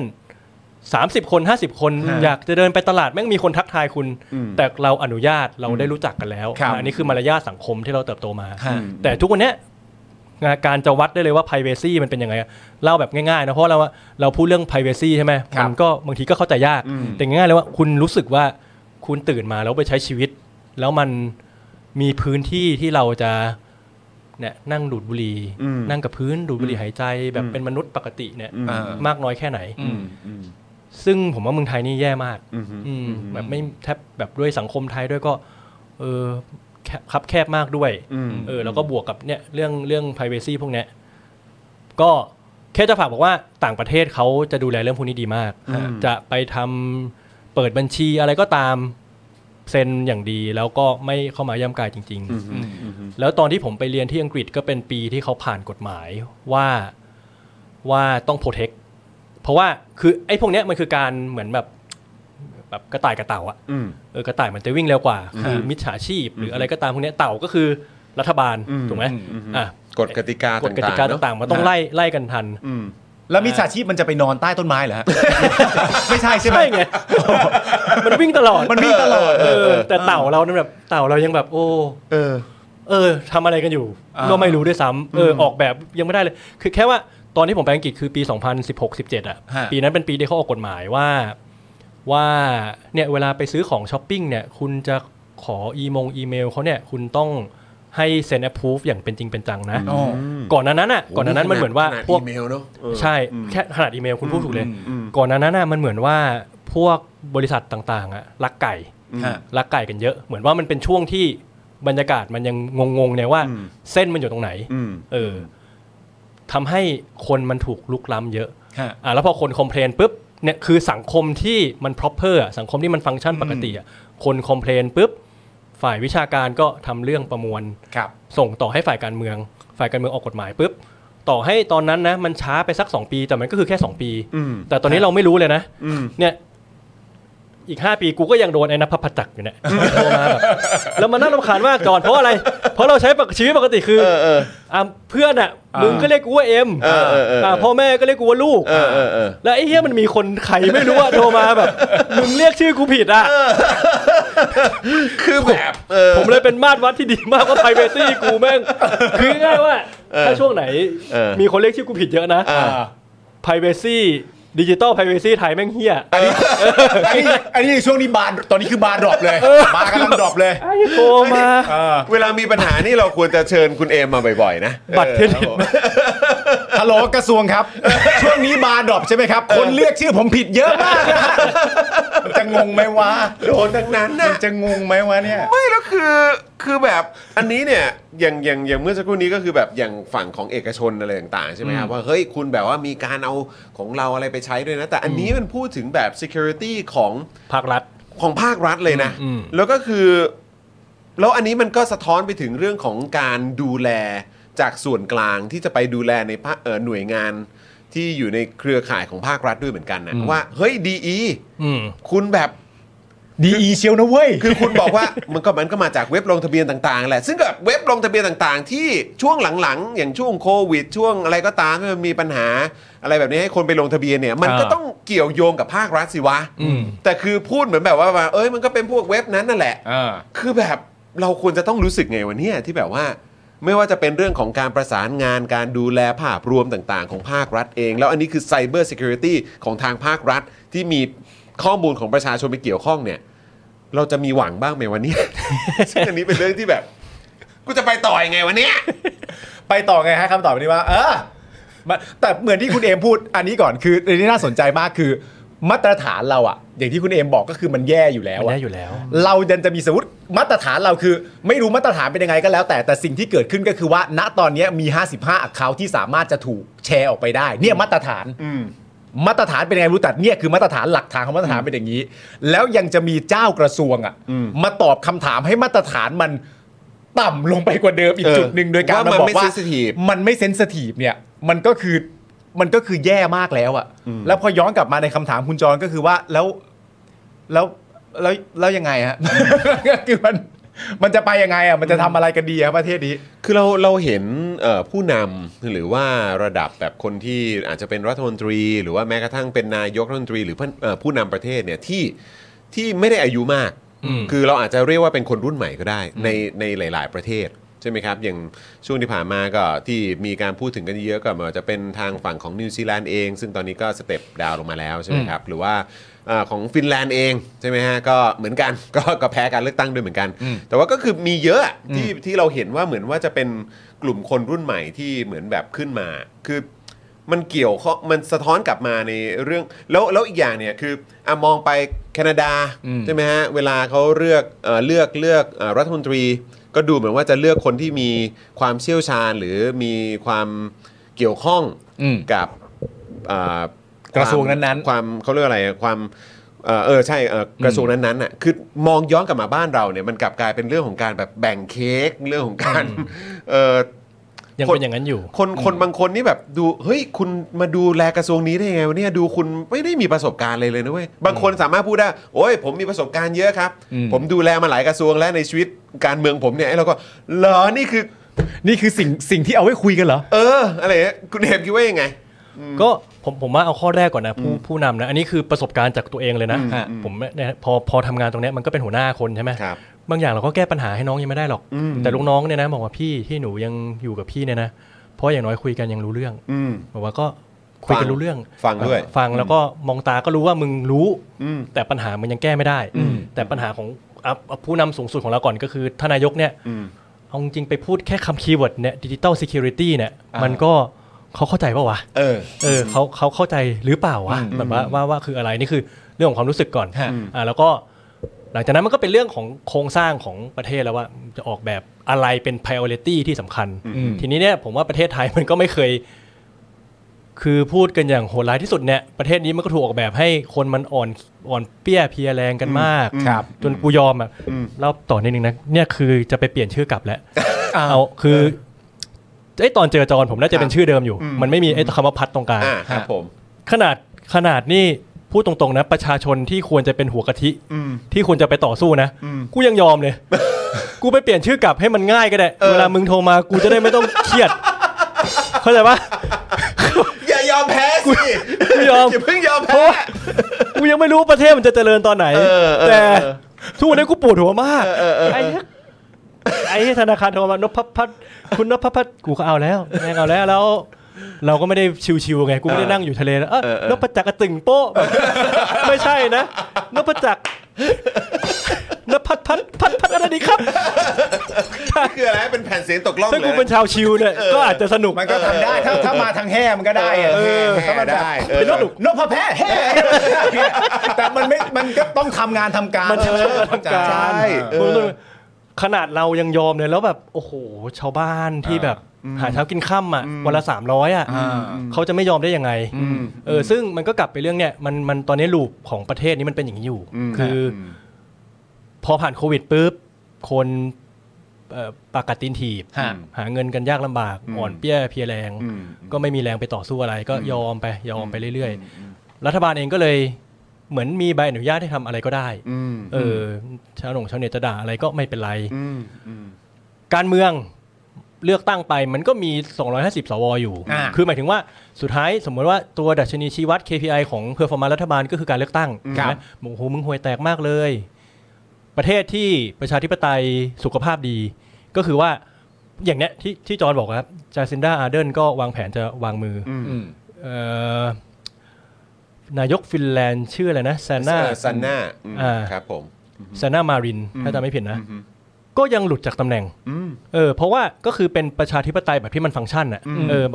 30คน50คนอยากจะเดินไปตลาดแม่งมีคนทักทายคุณแต่เราอนุญาตเราได้รู้จักกันแล้วอันนี้คือมารยาทสังคมที่เราเติบโตมาแต่ทุกวันนี้การจะวัดได้เลยว่า privacy มันเป็นยังไงเล่าแบบง่ายๆนะเพราะเราพูดเรื่อง privacy ใช่ไหมมันก็บางทีก็เข้าใจยากแต่ง่ายๆเลยว่าคุณรู้สึกว่าคุณตื่นมาแล้วไปใช้ชีวิตแล้วมันมีพื้นที่ที่เราจะเนี่ยนั่งดูดบุหรี่นั่งกับพื้นดูดบุหรี่หายใจแบบเป็นมนุษย์ปกติเนี่ยมากน้อยแค่ไหนซึ่งผมว่าเมืองไทยนี่แย่มากแบบไม่แทบแบบด้วยสังคมไทยด้วยก็คับแคบมากด้วยแล้วก็บวกกับเนี่ยเรื่อง privacy พวกเนี้ยก็แค่จะฝากบอกว่าต่างประเทศเขาจะดูแลเรื่องพวกนี้ดีมากจะไปทำเปิดบัญชีอะไรก็ตามเซ็นอย่างดีแล้วก็ไม่เข้ามาย่ำกายจริงๆแล้วตอนที่ผมไปเรียนที่อังกฤษก็เป็นปีที่เขาผ่านกฎหมายว่าต้อง protect เพราะว่าคือไอ้พวกเนี้ยมันคือการเหมือนแบบกระต่ายกับเต่าอะกระต่ายมันจะวิ่งเร็วกว่าคือมิจฉาชีพหรืออะไรก็ตามพวกเนี้ยเต่าก็คือรัฐบาลถูกไหมกฎกติกาต่างๆมันต้องไล่กันทันแล้วมิจฉาชีพมันจะไปนอนใต้ต้นไม้เหรอฮะ ไม่ใช่ใช่ไหมไงมันวิ่งตลอดแต่เต่าเราเนี่ยแบบเต่าเรายังแบบทำอะไรกันอยู่ก็ไม่รู้ด้วยซ้ำออกแบบยังไม่ได้เลยคือแค่ว่าตอนที่ผมไปอังกฤษคือปี 2016-17 อ่ะปีนั้นเป็นปีที่เขาออกกฎหมายว่าเนี่ยเวลาไปซื้อของช้อปปิ้งเนี่ยคุณจะขออีเมลเขาเนี่ยคุณต้องให้เซ็นแอปพูฟอย่างเป็นจริงเป็นจังนะก่อนนั้นมันเหมือนว่าพวกอีเมลเนาะใช่แค่ขนาดอีเมลคุณพูดถูกเลยก่อนนั้นมันเหมือนว่าพวกบริษัทต่างๆอ่ะรักไก่กันเยอะเหมือนว่ามันเป็นช่วงที่บรรยากาศมันยังงงๆเนี่ยว่าเส้นมันอยู่ตรงไหนทำให้คนมันถูกลุกล้ำเยอะแล้วพอคนคอมเพลนปุ๊บเนี่ยคือสังคมที่มัน proper สังคมที่มันฟังก์ชันปกติคนคอมเพลนปุ๊บฝ่ายวิชาการก็ทำเรื่องประมวลส่งต่อให้ฝ่ายการเมืองออกกฎหมายปุ๊บต่อให้ตอนนั้นนะมันช้าไปสัก2ปีแต่มันก็คือแค่2ปีแต่ตอนนี้เราไม่รู้เลยนะเนี่ยอีก5ปีกูก็ยังโดนไอ้นภพจักรอยู่เนี่ยโทรมาแบบแล้วมันน่ารำคาญมากก่อนเพราะอะไรเพราะเราใช้ชีวิตปกติคือเพื่อนอ่ะมึงก็เรียกกูว่าเอ็มพ่อแม่ก็เรียกกูว่าลูกแล้วไอ้เหี้ยมันมีคนใครไม่รู้ว่าโทรมาแบบมึงเรียกชื่อกูผิดอ่ะคือแบบผมเลยเป็นมาตรวัดที่ดีมากว่า privacy กูแม่งคือง่ายว่าถ้าช่วงไหนมีคนเรียกชื่อกูผิดเยอะนะ privacyดิจิตอล privacy ไทยแม่งเหี้ยอันนี้ช่วงนี้บานตอนนี้คือบานดรอปเลยบานกำลังดรอปเลยโทรมาเวลามีปัญหานี่เราควรจะเชิญคุณเอมมาบ่อยๆนะบัตรเครดิตฮัลโหลกระทรวงครับช่วงนี้บานดรอปใช่ไหมครับคนเรียกชื่อผมผิดเยอะมากมันจะงงไหมวะโดนดังนั้นนะมันจะงงไหมวะเนี่ยไม่แล้วคือแบบอันนี้เนี่ยอย่างเมื่อสักครู่นี้ก็คือแบบอย่างฝั่งของเอกชนอะไรต่างๆใช่ไหมครับว่าเฮ้ยคุณแบบว่ามีการเอาของเราอะไรไปใช้ด้วยนะแต่อันนี้มันพูดถึงแบบ security ของภาครัฐเลยนะแล้วก็คือแล้วอันนี้มันก็สะท้อนไปถึงเรื่องของการดูแลจากส่วนกลางที่จะไปดูแลในหน่วยงานที่อยู่ในเครือข่ายของภาครัฐด้วยเหมือนกันนะว่าเฮ้ยดีคุณแบบดีเชียวนะเว้ยคือคุณบอกว่ามันก็มาจากเว็บลงทะเบียนต่างๆแหละซึ่งกับเว็บลงทะเบียนต่างๆที่ช่วงหลังๆอย่างช่วงโควิดช่วงอะไรก็ตามที่มันมีปัญหาอะไรแบบนี้ให้คนไปลงทะเบียนเนี่ยมันก็ต้องเกี่ยวโยงกับภาครัฐสิวะแต่คือพูดเหมือนแบบว่ามันก็เป็นพวกเว็บนั้นนั่นแหละคือแบบเราควรจะต้องรู้สึกไงวะเนี่ยที่แบบว่าไม่ว่าจะเป็นเรื่องของการประสานงานการดูแลภาพรวมต่างๆของภาครัฐเองแล้วอันนี้คือ Cyber Security ของทางภาครัฐที่มีข้อมูลของประชาชนไปเกี่ยวข้องเนี่ยเราจะมีหวังบ้างไหมวันนี้ ซึ่งอันนี้เป็นเรื่องที่แบบกูจะไปต่อยังไงวันนี้ไปต่อไงฮะคำตอบนี้ว่าแต่เหมือนที่คุณเอมพูดอันนี้ก่อนคืออันนี้น่าสนใจมากคือมาตรฐานเราอะอย่างที่คุณเอมบอกก็คือมันแย่อยู่แล้วมันแย่อยู่แล้วเราดันจะมีสมมติมาตรฐานเราคือ ไม่รู้มาตรฐานเป็นยังไงก็แล้วแต่สิ่งที่เกิดขึ้นก็คือว่าณตอนนี้มี55 account ที่สามารถจะถูกแชร์ออกไปได้เนี่ยมาตรฐานมาตรฐานเป็นยังไงรู้แต่เนี่ยคือมาตรฐานหลักฐานของมาตรฐานเป็นอย่างนี้แล้วยังจะมีเจ้ากระทรวงมาตอบคำถามให้มาตรฐานมันต่ำลงไปกว่าเดิมอีกจุดหนึ่งโดยการมาบอกว่ามันไม่เซนซิทีฟเนี่ยมันก็คือแย่มากแล้วอะแล้วพอย้อนกลับมาในคำถามคุณจรก็คือว่าแล้วยังไงฮะ คือมันจะไปยังไงอะมันจะทำอะไรกันดีอะประเทศนี้คือเราเห็นผู้นำหรือว่าระดับแบบคนที่อาจจะเป็นรัฐมนตรีหรือว่าแม้กระทั่งเป็นนายกรัฐมนตรีหรือผู้นำประเทศเนี่ยที่ไม่ได้อายุมากคือเราอาจจะเรียกว่าเป็นคนรุ่นใหม่ก็ได้ในหลายๆประเทศใช่ไหมครับอย่างช่วงที่ผ่านมาก็ที่มีการพูดถึงกันเยอะก็ไม่ว่าจะเป็นทางฝั่งของนิวซีแลนด์เองซึ่งตอนนี้ก็สเต็ปดาวลงมาแล้วใช่ไหมครับหรือว่าของฟินแลนด์เองใช่ไหมฮะก็เหมือนกันก็แพ้การเลือกตั้งด้วยเหมือนกันแต่ว่าก็คือมีเยอะที่เราเห็นว่าเหมือนว่าจะเป็นกลุ่มคนรุ่นใหม่ที่เหมือนแบบขึ้นมาคือมันเกี่ยวข้องมันสะท้อนกลับมาในเรื่องแล้วอีกอย่างเนี่ยคือมองไปแคนาดาใช่ไหมฮะเวลาเขาเลือกรัฐมนตรีก็ดูเหมือนว่าจะเลือกคนที่มีความเชี่ยวชาญหรือมีความเกี่ยวข้องกับกระทรวงนั้นๆความเขาเรียกอะไรความใช่กระทรวงนั้นๆน่ะคือมองย้อนกลับมาบ้านเราเนี่ยมันกลับกลายเป็นเรื่องของการแบบแบ่งเค้กเรื่องของการยังเป็นอย่างนั้นอยู่คนบางคนนี่แบบดูเฮ้ยคุณมาดูแลกระทรวงนี้ได้ยังไงวะเนี่ยดูคุณไม่ได้มีประสบการณ์เลยนะเว้ยบางคนสามารถพูดได้โอ้ยผมมีประสบการณ์เยอะครับผมดูแลมาหลายกระทรวงแล้วในชีวิตการเมืองผมเนี่ยเราก็เหรอนี่คือสิ่งที่เอาไว้คุยกันเหรออะไรคุณเห็นคิดว่ายังไงก็ผมว่าเอาข้อแรกก่อนนะผู้นำนะอันนี้คือประสบการณ์จากตัวเองเลยนะผมเนี่ยพอทำงานตรงนี้มันก็เป็นหัวหน้าคนใช่ไหมบางอย่างเราก็แก้ปัญหาให้น้องยังไม่ได้หรอกแต่ลูกน้องเนี่ยนะบอกว่าพี่ที่หนูยังอยู่กับพี่เนี่ยนะเพราะอย่างน้อยคุยกันยังรู้เรื่องบอกว่าก็คุยกันรู้เรื่องฟังด้วยฟังแล้วก็มองตาก็รู้ว่ามึงรู้แต่ปัญหามันยังแก้ไม่ได้แต่ปัญหาของผู้นำสูงสุดของเราก่อนก็คือทนายกเนี่ยเอาจริงไปพูดแค่คำคีย์เวิร์ดเนี่ย Digital Security เนี่ยมันก็เขาเข้าใจป่าววะเขาเข้าใจหรือเปล่าวะแบบว่าคืออะไรนี่คือเรื่องของความรู้สึกก่อนแล้วก็หลังจากนั้นมันก็เป็นเรื่องของโครงสร้างของประเทศแล้วว่าจะออกแบบอะไรเป็น priority ที่สำคัญทีนี้เนี่ยผมว่าประเทศไทยมันก็ไม่เคยคือพูดกันอย่างโหดร้ายที่สุดเนี่ยประเทศนี้มันก็ถูกออกแบบให้คนมันอ่อนเปี้ยเพลียแรงกันมากจนกูยอมเล่าต่อนิดนึงนะเนี่ยคือจะไปเปลี่ยนชื่อกลับแล้วเอาคือตอนเจอจอนผมน่าจะเป็นชื่อเดิมอยู่มันไม่มีคำว่าพัดตรงกลางครับผมขนาดนี่พูดตรงๆนะประชาชนที่ควรจะเป็นหัวกะทิที่ควรจะไปต่อสู้นะกูยังยอมเลย กูไปเปลี่ยนชื่อกลับให้มันง่ายก็ได้เวลามึงโทรมากูจะได้ไม่ต้องเครียดเข้าใจปะอย่ายอมแพ้สิกูยอมอย่าเพิ่งยอมแพ้กูยังไม่รู้ประเทศมันจะเจริญตอนไหนแต่ทุกวันนี้กูปวดหัวมากไอ้ธนาคารโทรมานพพัฒน์คุณนพพัฒน์กูก็เอาแล้วแม่งเอาแล้วเราก็ไม่ได้ชิวๆไงกูไม่ได้นั่งอยู่ทะเลแล้วนพจักรตึงโป๊ะไม่ใช่นะนพจักรนพัดอะไรดีครับคืออะไรเป็นแผ่นเสียงตกล่องเลยถ้ากูเป็นชาวชิวเนี่ยก็อาจจะสนุกมันก็ทำได้ถ้ามาทางแห่มันก็ได้ถ้ามาได้เป็นนพแพ้แห่แต่มันก็ต้องทำงานทำการมันทำการขนาดเรายังยอมเลยแล้วแบบโอ้โหชาวบ้านที่แบบหาเช้ากินค่ำวันละ300เขาจะไม่ยอมได้ยังไงซึ่งมันก็กลับไปเรื่องเนี่ยมันตอนนี้ลูปของประเทศนี้มันเป็นอย่างนี้อยู่คือพอผ่านโควิดปุ๊บคนปากกัดตีนถีบหาเงินกันยากลำบากอ่อนเปี้ยเพลียแรงก็ไม่มีแรงไปต่อสู้อะไรก็ยอมไปเรื่อยๆรัฐบาลเองก็เลยเหมือนมีใบอนุญาตให้ทำอะไรก็ได้ชาวเน็ตจะด่าอะไรก็ไม่เป็นไรการเมืองเลือกตั้งไปมันก็มี250สวอยู่คือหมายถึงว่าสุดท้ายสมมติว่าตัวดัชนีชี้วัด KPI ของเพอร์ฟอร์แมนซ์รัฐบาลก็คือการเลือกตั้งใช่ไหมโอ้โหมึงห่วยแตกมากเลยประเทศที่ประชาธิปไตยสุขภาพดีก็คือว่าอย่างเนี้ยที่จอห์นบอกครับจาซินดาอาร์เดนก็วางแผนจะวางมือนายกฟินแลนด์ชื่ออะไรนะซาน่าครับผมซาน่ามารินถ้าจำไม่ผิดนะก็ยังหลุดจากตำแหน่งเพราะว่าก็คือเป็นประชาธิปไตยแบบที่มันฟังก์ชันอ่ะ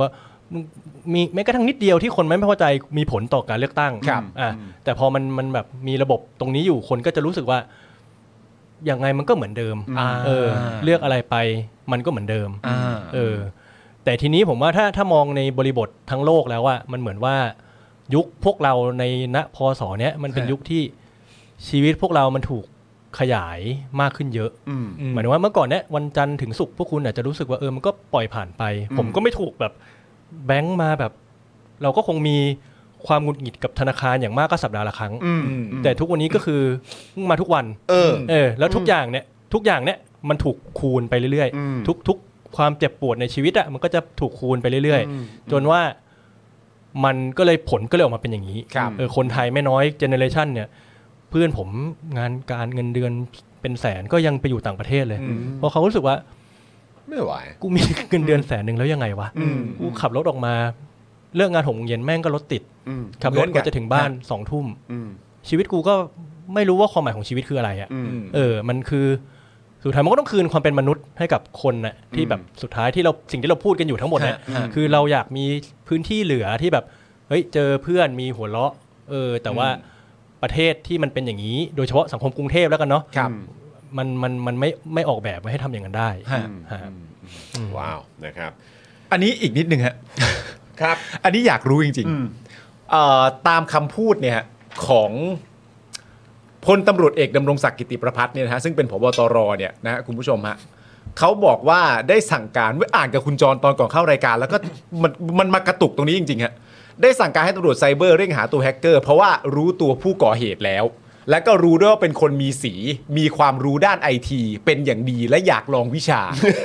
มีแม้กระทั่งนิดเดียวที่คนไม่พอใจมีผลต่อการเลือกตั้งแต่พอมันแบบมีระบบตรงนี้อยู่คนก็จะรู้สึกว่ายังไงมันก็เหมือนเดิมเลือกอะไรไปมันก็เหมือนเดิมแต่ทีนี้ผมว่าถ้ามองในบริบททั้งโลกแล้วว่ามันเหมือนว่ายุคพวกเราในณพ.ศ.เนี้ยมันเป็นยุคที่ชีวิตพวกเรามันถูกขยายมากขึ้นเยอะหมายถึงว่าเมื่อก่อนเนี้ยวันจันทร์ถึงศุกร์พวกคุณอาจจะรู้สึกว่ามันก็ปล่อยผ่านไปผมก็ไม่ถูกแบบแบงค์มาแบบเราก็คงมีความหงุดหงิดกับธนาคารอย่างมากก็สัปดาห์ละครั้งแต่ทุกวันนี้ก็คือมาทุกวันแล้วทุกอย่างเนี้ยมันถูกคูณไปเรื่อยๆทุกความเจ็บปวดในชีวิตอ่ะมันก็จะถูกคูณไปเรื่อยๆจนว่ามันก็เลยผลก็เลยออกมาเป็นอย่างนี้คนไทยไม่น้อยเจเนอเรชันเนี่ยเพื่อนผมงานการเงินเดือนเป็นแสนก็ยังไปอยู่ต่างประเทศเลยเพราะเขารู้สึกว่าไม่ไหวกูมีเงินเดือน100,000แล้วยังไงวะกูขับรถออกมาเลิกงาน6 โมงเย็นแม่งก็รถติดขับรถกว่าจะถึงบ้าน2 ทุ่มชีวิตกูก็ไม่รู้ว่าความหมายของชีวิตคืออะไรอ่ะมันคือสุดท้ายมันก็ต้องคืนความเป็นมนุษย์ให้กับคนน่ะที่แบบสุดท้ายที่เราสิ่งที่เราพูดกันอยู่ทั้งหมดเนี่ยคือเราอยากมีพื้นที่เหลือที่แบบเฮ้ยเจอเพื่อนมีหัวเราะแต่ว่าประเทศที่มันเป็นอย่างนี้โดยเฉพาะสังคมกรุงเทพแล้วกันเนาะมันไม่ออกแบบมาให้ทำอย่างนั้นได้ว้าวนะครับอันนี้อีกนิดนึงฮะครับอันนี้อยากรู้จริงๆตามคำพูดเนี่ยของพลตำรวจเอกดำรงศักดิ์กิติประภัสเนี่ยนะฮะซึ่งเป็นผบ.ตร.เนี่ยนะคุณผู้ชมฮะเขาบอกว่าได้สั่งการเมื่ออ่านกับคุณจรตอนก่อนเข้ารายการแล้วก็มันมากระตุกตรงนี้จริงๆฮะได้สั่งการให้ตำรวจไซเบอร์เร่งหาตัวแฮกเกอร์เพราะว่ารู้ตัวผู้ก่อเหตุแล้วและก็รู้ด้วยว่าเป็นคนมีสีมีความรู้ด้านไอทีเป็นอย่างดีและอยากลองวิชา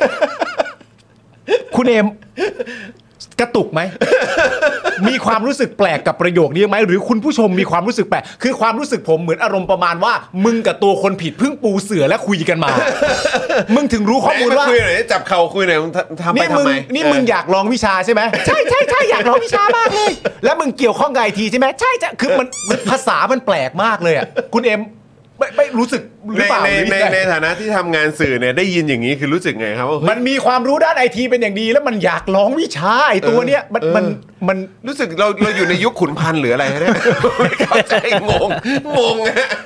คุณเอมกระตุกไหม มีความรู้สึกแปลกกับประโยคนี้ไหมหรือคุณผู้ชมมีความรู้สึกแปลกคือความรู้สึกผมเหมือนอารมณ์ประมาณว่ามึงกับตัวคนผิดเพิ่งปูเสื่อและคุยกันมา มึงถึงรู้ข้อมูลว่าคุยหน่อยจับเข่าคุยหน่อยทำไปทำไมนี่มึงอยากลองวิชาใช่ไหมใช่ใช่ใช่อยากลองวิชามากเลยแล้วมึงเกี่ยวข้องกับไอทีใช่ไหมใช่จะคือมันภาษามันแปลกมากเลยอ่ะคุณเอ็มไม่รู้สึกหรือเปล่าในฐานะที่ทำงานสื่อเนี่ยได้ยินอย่างนี้คือรู้สึกไงครับว่ามันมีความรู้ด้านไอทีเป็นอย่างดีแล้วมันอยากลองวิชาไอตัวเนี้ยมันรู้สึกเราอยู่ในยุคขุนพันธ์หรืออะไรเนี่ยไม่เข้าใจงงฮะ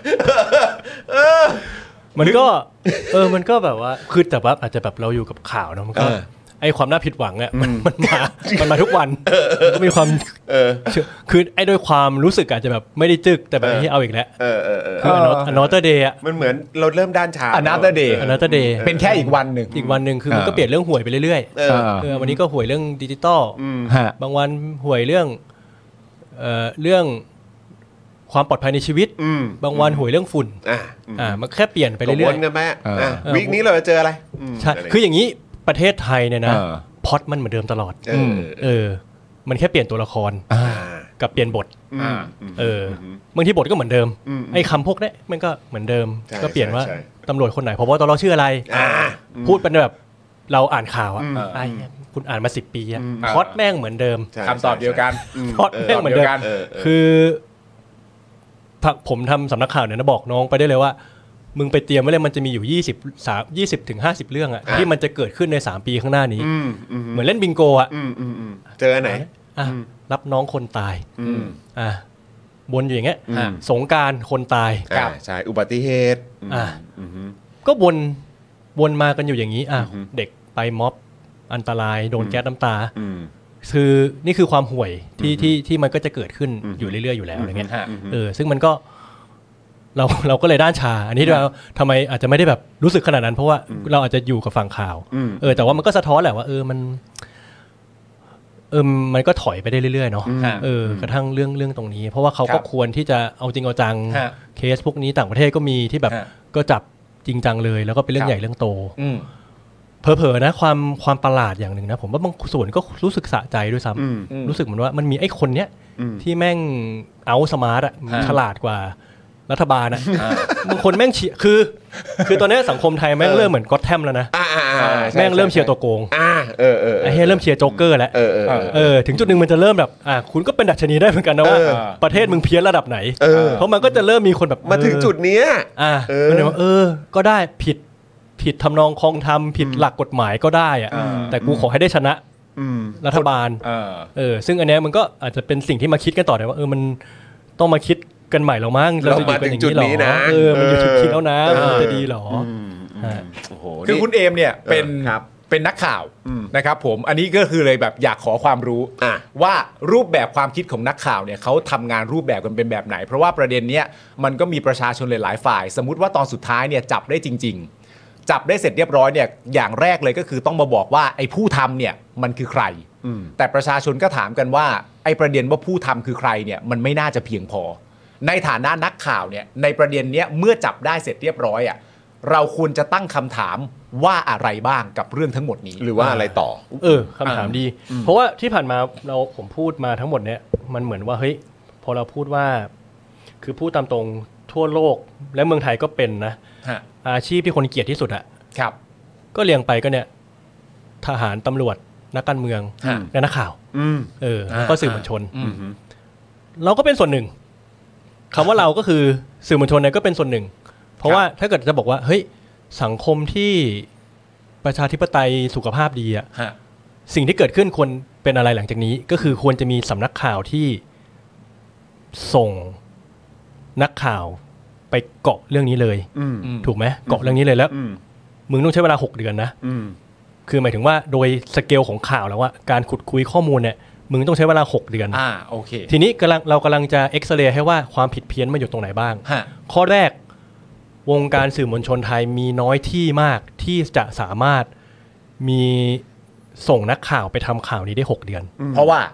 มันก็แบบว่าคือแต่ว่าอาจจะแบบเราอยู่กับข่าวเนาะมันก็ไอ้ความน่าผิดหวังอ่ะมันมาทุกวันก็มีความคือไอ้ด้วยความรู้สึกอาจจะแบบไม่ได้จึกแต่แบบที่เอาอีกแล้วคือ another day อ่ะมันเหมือนเราเริ่มด้านชา another day เป็นแค่อีกวันหนึ่งคือมันก็เปลี่ยนเรื่องหวยไปเรื่อยๆวันนี้ก็หวยเรื่องดิจิตอลบางวันหวยเรื่องความปลอดภัยในชีวิตบางวันหวยเรื่องฝุ่นมันแค่เปลี่ยนไปเรื่อยๆวนกันไหมวีคนี้เราจะเจออะไรใช่คืออย่างนี้ประเทศไทยเนี่ยนะพล็อตมันเหมือนเดิมตลอดมันแค่เปลี่ยนตัวละครกับเปลี่ยนบทบางทีบทก็เหมือนเดิมไอ้คำพวกนี้มันก็เหมือนเดิมก็เปลี่ยนว่าตำรวจคนไหนพบตรชื่ออะไรพูดเป็นแบบเราอ่านข่าวไอ้คุณอ่านมา10 ปีพล็อตแม่งเหมือนเดิมคำตอบเดียวกันพล็อตแม่งเหมือนเดิมคือผมทำสำนักข่าวเนี่ยนะบอกน้องไปได้เลยว่ามึงไปเตรียมไว้เลยมันจะมีอยู่20 ถึง 50 เรื่องอะที่มันจะเกิดขึ้นใน3 ปีข้างหน้านี้เหมือนเล่นบิงโกอะเจอไหนรับน้องคนตายวนอยู่อย่างเงี้ยสงกรานต์คนตายใช่อุบัติเหตุก็วนมากันอยู่อย่างนี้เด็กไปม็อบอันตรายโดนแก๊สน้ำตาคือนี่คือความห่วยที่มันก็จะเกิดขึ้นอยู่เรื่อยๆอยู่แล้วอะไรเงี้ยซึ่งมันก็เราก็เลยด้านชาอันนี้เราทำไมอาจจะไม่ได้แบบรู้สึกขนาดนั้นเพราะว่าเราอาจจะอยู่กับฝั่งข่าวแต่ว่ามันก็สะท้อนแหละว่ามันก็ถอยไปได้เรื่อยๆเนาะกระทั่งเรื่องตรงนี้เพราะว่าเขาก็ควรที่จะเอาจริงเอาจังเคสพวกนี้ต่างประเทศก็มีที่แบบก็จับจริงจังเลยแล้วก็เป็นเรื่องใหญ่เรื่องโตเผลอๆนะความประหลาดอย่างหนึ่งนะผมว่าบางส่วนก็รู้สึกสะใจด้วยซ้ำรู้สึกเหมือนว่ามันมีไอ้คนเนี้ยที่แม่งเอาสมาร์ทอะฉลาดกว่ารัฐบาลนะบางคนแม่งคือตอนนี้สังคมไทยแม่งเริ่มเหมือนก็อตแทมแล้วนะแม่งเริ่มเชียร์ตัวโกงไอ้เฮ้ยเริ่มเชียร์โจ๊กเกอร์แล้วถึงจุดนึงมันจะเริ่มแบบคุณก็เป็นดัชนีได้เหมือนกันนะว่าประเทศมึงเพี้ยนระดับไหนเพราะมันก็จะเริ่มมีคนแบบมาถึงจุดนี้มันเลยว่าก็ได้ผิดทำนองคลองธรรมผิดหลักกฎหมายก็ได้อะแต่กูขอให้ได้ชนะรัฐบาลซึ่งอันเนี้ยมันก็อาจจะเป็นสิ่งที่มาคิดกันต่อได้ว่ามันต้องมาคิดกันใหม่แล้วมั้งเราจะอยู่กันอย่างนี้หรอมันอยู่จุดคิดแล้วนะมันจะดีหรอคือคุณเอมเนี่ยเป็นนักข่าวนะครับผมอันนี้ก็คือเลยแบบอยากขอความรู้ว่ารูปแบบความคิดของนักข่าวเนี่ยเขาทำงานรูปแบบกันเป็นแบบไหนเพราะว่าประเด็นเนี้ยมันก็มีประชาชนหลายฝ่ายสมมุติว่าตอนสุดท้ายเนี่ยจับได้จริงๆจับได้เสร็จเรียบร้อยเนี่ยอย่างแรกเลยก็คือต้องมาบอกว่าไอ้ผู้ทำเนี่ยมันคือใครแต่ประชาชนก็ถามกันว่าไอ้ประเด็นว่าผู้ทำคือใครเนี่ยมันไม่น่าจะเพียงพอในฐานะนักข่าวเนี่ยในประเด็นเนี้ยเมื่อจับได้เสร็จเรียบร้อยเราควรจะตั้งคำถามว่าอะไรบ้างกับเรื่องทั้งหมดนี้หรือว่าอะไรต่อคำถามดีเพราะว่าที่ผ่านมาผมพูดมาทั้งหมดเนี่ยมันเหมือนว่าเฮ้ยพอเราพูดว่าคือพูดตามตรงทั่วโลกและเมืองไทยก็เป็นนะอาชีพที่คนเกลียดที่สุดครับก็เรียงไปก็เนี่ยทหารตำรวจนักการเมืองและนักข่าวก็สื่อมวลชนเราก็เป็นส่วนหนึ่งคำว่าเราก็คือสื่อมวลชนเนี่ยก็เป็นส่วนหนึ่งเพราะว่าถ้าเกิดจะบอกว่าเฮ้ยสังคมที่ประชาธิปไตยสุขภาพดีสิ่งที่เกิดขึ้นควรเป็นอะไรหลังจากนี้ก็คือควรจะมีสำนักข่าวที่ส่งนักข่าวไปเกาะเรื่องนี้เลยถูกไหมเกาะเรื่องนี้เลยแล้วมึงต้องใช้เวลา6 เดือนนะคือหมายถึงว่าโดยสเกลของข่าวแล้วว่าการขุดคุยข้อมูลเนี่ยมึงต้องใช้เวลา6 เดือนโอเคทีนี้เรากำลังจะเอ็กซเรย์ให้ว่าความผิดเพี้ยนมันอยู่ตรงไหนบ้างข้อแรกวงการสื่อมวลชนไทยมีน้อยที่มากที่จะสามารถมีส่งนักข่าวไปทำข่าวนี้ได้6 เดือนเพราะว่า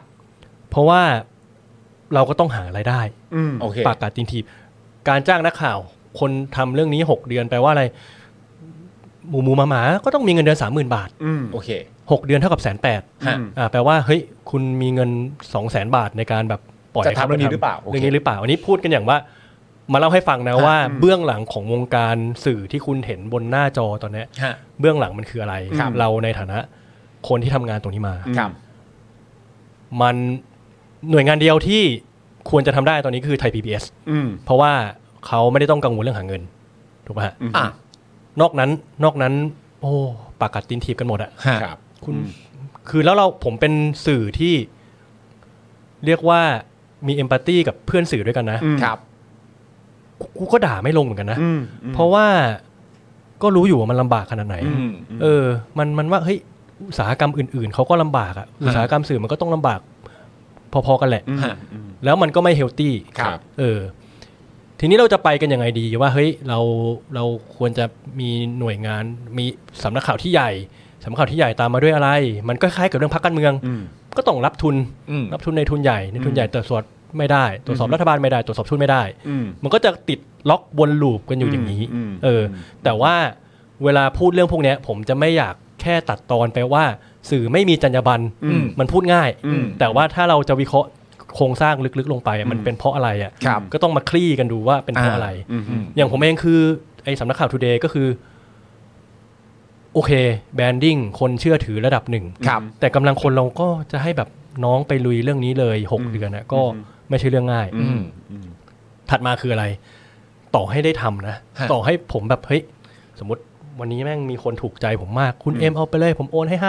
เราก็ต้องหารายได้ปากกาตีนทีการจ้างนักข่าวคนทำเรื่องนี้6 เดือนแปลว่าอะไรหมูหมาก็ต้องมีเงินเดือน 30,000 บาทโอเค 6 เดือนเท่ากับ180,000แปลว่าเฮ้ยคุณมีเงิน 200,000 บาทในการแบบปล่อยจะทำเรื่องนี้หรือเปล่าเรื่องนี้หรือเปล่าอันนี้พูดกันอย่างว่ามาเล่าให้ฟังนะว่าเบื้องหลังของวงการสื่อที่คุณเห็นบนหน้าจอตอนนี้เบื้องหลังมันคืออะไรเราในฐานะคนที่ทำงานตรงนี้มามันหน่วยงานเดียวที่ควรจะทำได้ตอนนี้คือไทย PBS เพราะว่าเขาไม่ได้ต้องกังวลเรื่องหาเงินถูกไหมฮะนอกนั้นโอ้ปากกัดตีนถีบกันหมดอะคุณคือแล้วผมเป็นสื่อที่เรียกว่ามีเอมพัตตีกับเพื่อนสื่อด้วยกันนะครับกูก็ด่าไม่ลงเหมือนกันนะเพราะว่าก็รู้อยู่ว่ามันลำบากขนาดไหนมันว่าเฮ้ยอุตสาหกรรมอื่นๆเขาก็ลำบากอ่ะอุตสาหกรรมสื่อมันก็ต้องลำบากพอๆกันแหละแล้วมันก็ไม่เฮลตี้ทีนี้เราจะไปกันยังไงดีว่าเฮ้ยเราควรจะมีหน่วยงานมีสำนักข่าวที่ใหญ่สำนักข่าวที่ใหญ่ตามมาด้วยอะไรมันก็คล้ายกับเรื่องพรรคการเมืองก็ต้องรับทุนในทุนใหญ่ในทุนใหญ่ตรวจสอบไม่ได้ตรวจสอบรัฐบาลไม่ได้ตรวจสอบทุนไม่ได้มันก็จะติดล็อกวนลูปกันอยู่อย่างนี้แต่ว่าเวลาพูดเรื่องพวกนี้ผมจะไม่อยากแค่ตัดตอนไปว่าสื่อไม่มีจรรยาบรรณมันพูดง่ายแต่ว่าถ้าเราจะวิเคราะห์โครงสร้างลึกๆลงไปมันเป็นเพราะอะไรก็ต้องมาคลี่กันดูว่าเป็นเพราะอะไรอย่างผมเองคือไอ้สำนักข่าว Today ก็คือโอเคแบรนดิ้งคนเชื่อถือระดับหนึ่งแต่กำลังคนเราก็จะให้แบบน้องไปลุยเรื่องนี้เลย6 เดือนนะก็ไม่ใช่เรื่องง่ายถัดมาคืออะไรต่อให้ได้ทำนะต่อให้ผมแบบเฮ้ยสมมติวันนี้แม่งมีคนถูกใจผมมากคุณเอ็มเอาไปเลยผมโอนให้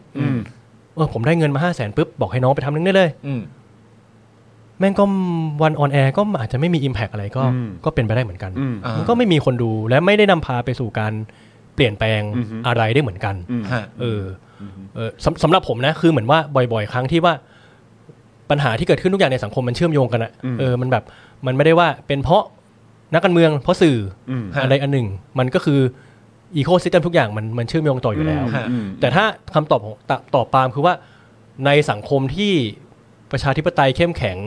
500,000ผมได้เงินมา500,000ปุ๊บบอกให้น้องไปทำเรื่องนี้เลยแม่งก็วันออนแอร์ก็อาจจะไม่มี impact อะไรก็เป็นไปได้เหมือนกันมันก็ไม่มีคนดูและไม่ได้นำพาไปสู่การเปลี่ยนแปลงอะไรได้เหมือนกันสำหรับผมนะคือเหมือนว่าบ่อยๆครั้งที่ว่าปัญหาที่เกิดขึ้นทุกอย่างในสังคมมันเชื่อมโยงกันอะมันแบบมันไม่ได้ว่าเป็นเพราะนักการเมืองเพราะสื่ออะไรอันหนึ่งมันก็คืออีโคซิสเต็มทุกอย่างมันเชื่อมโยงต่ออยู่แล้วแต่ถ้าคำตอบของตอบปาล์มคือว่าในสังคมที่ประชาธิปไตยเข้มแข็ง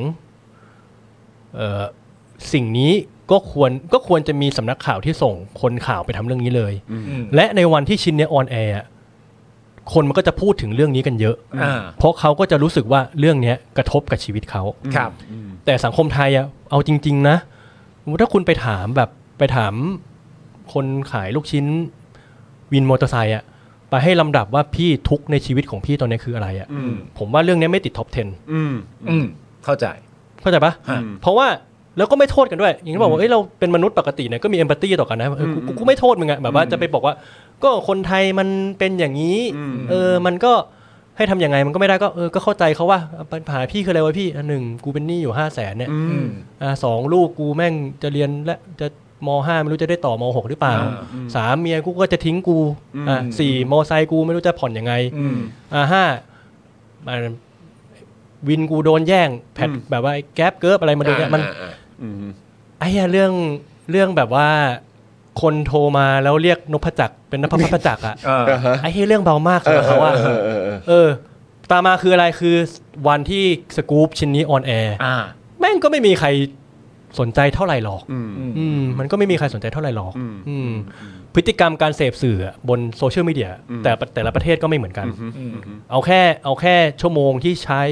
สิ่งนี้ก็ควรจะมีสำนักข่าวที่ส่งคนข่าวไปทำเรื่องนี้เลยและในวันที่ชิ้นนี้ออนแอร์คนมันก็จะพูดถึงเรื่องนี้กันเยอะเพราะเขาก็จะรู้สึกว่าเรื่องนี้กระทบกับชีวิตเขาแต่สังคมไทยเอาจริงๆนะถ้าคุณไปถามคนขายลูกชิ้นวินมอเตอร์ไซค์ไปให้ลำดับว่าพี่ทุกในชีวิตของพี่ตอนนี้คืออะไรผมว่าเรื่องนี้ไม่ติดท็อป 10 เข้าใจปะเพราะว่าแล้วก็ไม่โทษกันด้วยอย่างที่บอกว่าเราเป็นมนุษย์ปกติเนี่ยก็มีเอมพัตตีต่อกันนะกูไม่โทษมึงแบบว่าจะไปบอกว่าก็คนไทยมันเป็นอย่างนี้มันก็ให้ทำยังไงมันก็ไม่ได้ก็เข้าใจเขาว่าปัญหาพี่คืออะไรวะพี่อันหนึ่งกูเป็นหนี้อยู่500,000เนี่ย2ลูกกูแม่งจะเรียนและจะม.5 ไม่รู้จะได้ต่อม.6 หรือเปล่า3เมียกูก็จะทิ้งกู4มอไซค์กูไม่รู้จะผ่อนยังไง5วินกูโดนแย่งแพทแบบว่าแก๊ปเกิร์บอะไรมาดูเนี่ยมันไอ้เรื่องแบบว่าคนโทรมาแล้วเรียกนพจักรเป็นนพพัฒจักรอ่ะไอ้เรื่องเบามากสำหรับเขาว่าตามมาคืออะไรคือวันที่สกู๊ปชิ้นนี้ออนแอร์แม่งก็ไม่มีใครสนใจเท่าไหร่หรอกมันก็ไม่มีใครสนใจเท่าไหร่หรอกพฤติกรรมการเสพสื่อบนโซเชียลมีเดียแต่ละประเทศก็ไม่เหมือนกันเอาแค่ชั่วโมงที่ใช้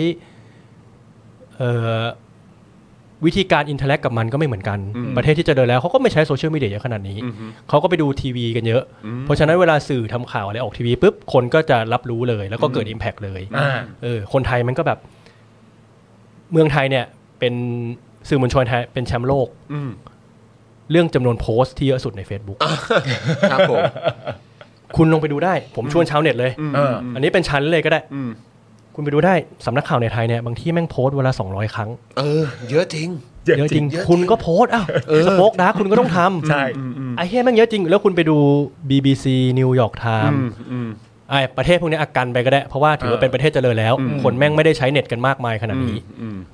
วิธีการอินเทอร์แอคกับมันก็ไม่เหมือนกันประเทศที่เจริญแล้วเขาก็ไม่ใช้โซเชียลมีเดียเยอะขนาดนี้เขาก็ไปดูทีวีกันเยอะเพราะฉะนั้นเวลาสื่อทำข่าวอะไรออกทีวีปุ๊บคนก็จะรับรู้เลยแล้วก็เกิด impact เลยคนไทยมันก็แบบเมืองไทยเนี่ยเป็นสื่อมวลชนไทยเป็นแชมป์โลกเรื่องจำนวนโพสต์ที่เยอะสุดใน Facebook ครับผมคุณลงไปดูได้ผมชวนชาวเน็ตเลยอันนี้เป็นชั้นเลยก็ได้คุณไปดูได้สำนักข่าวในไทยเนี่ยบางที่แม่งโพสต์เวลา200ครั้งเยอะจริงเยอะจริงคุณก็โพสต์สป็อกดาร์กคุณก็ต้องทำใช่ไอ้เหี้ยแม่งเยอะจริงแล้วคุณไปดู BBC New York Times ประเทศพวกนี้อากันไปก็ได้เพราะว่าถือว่าเป็นประเทศเจริญแล้วคนแม่งไม่ได้ใช้เน็ตกันมากมายขนาดนี้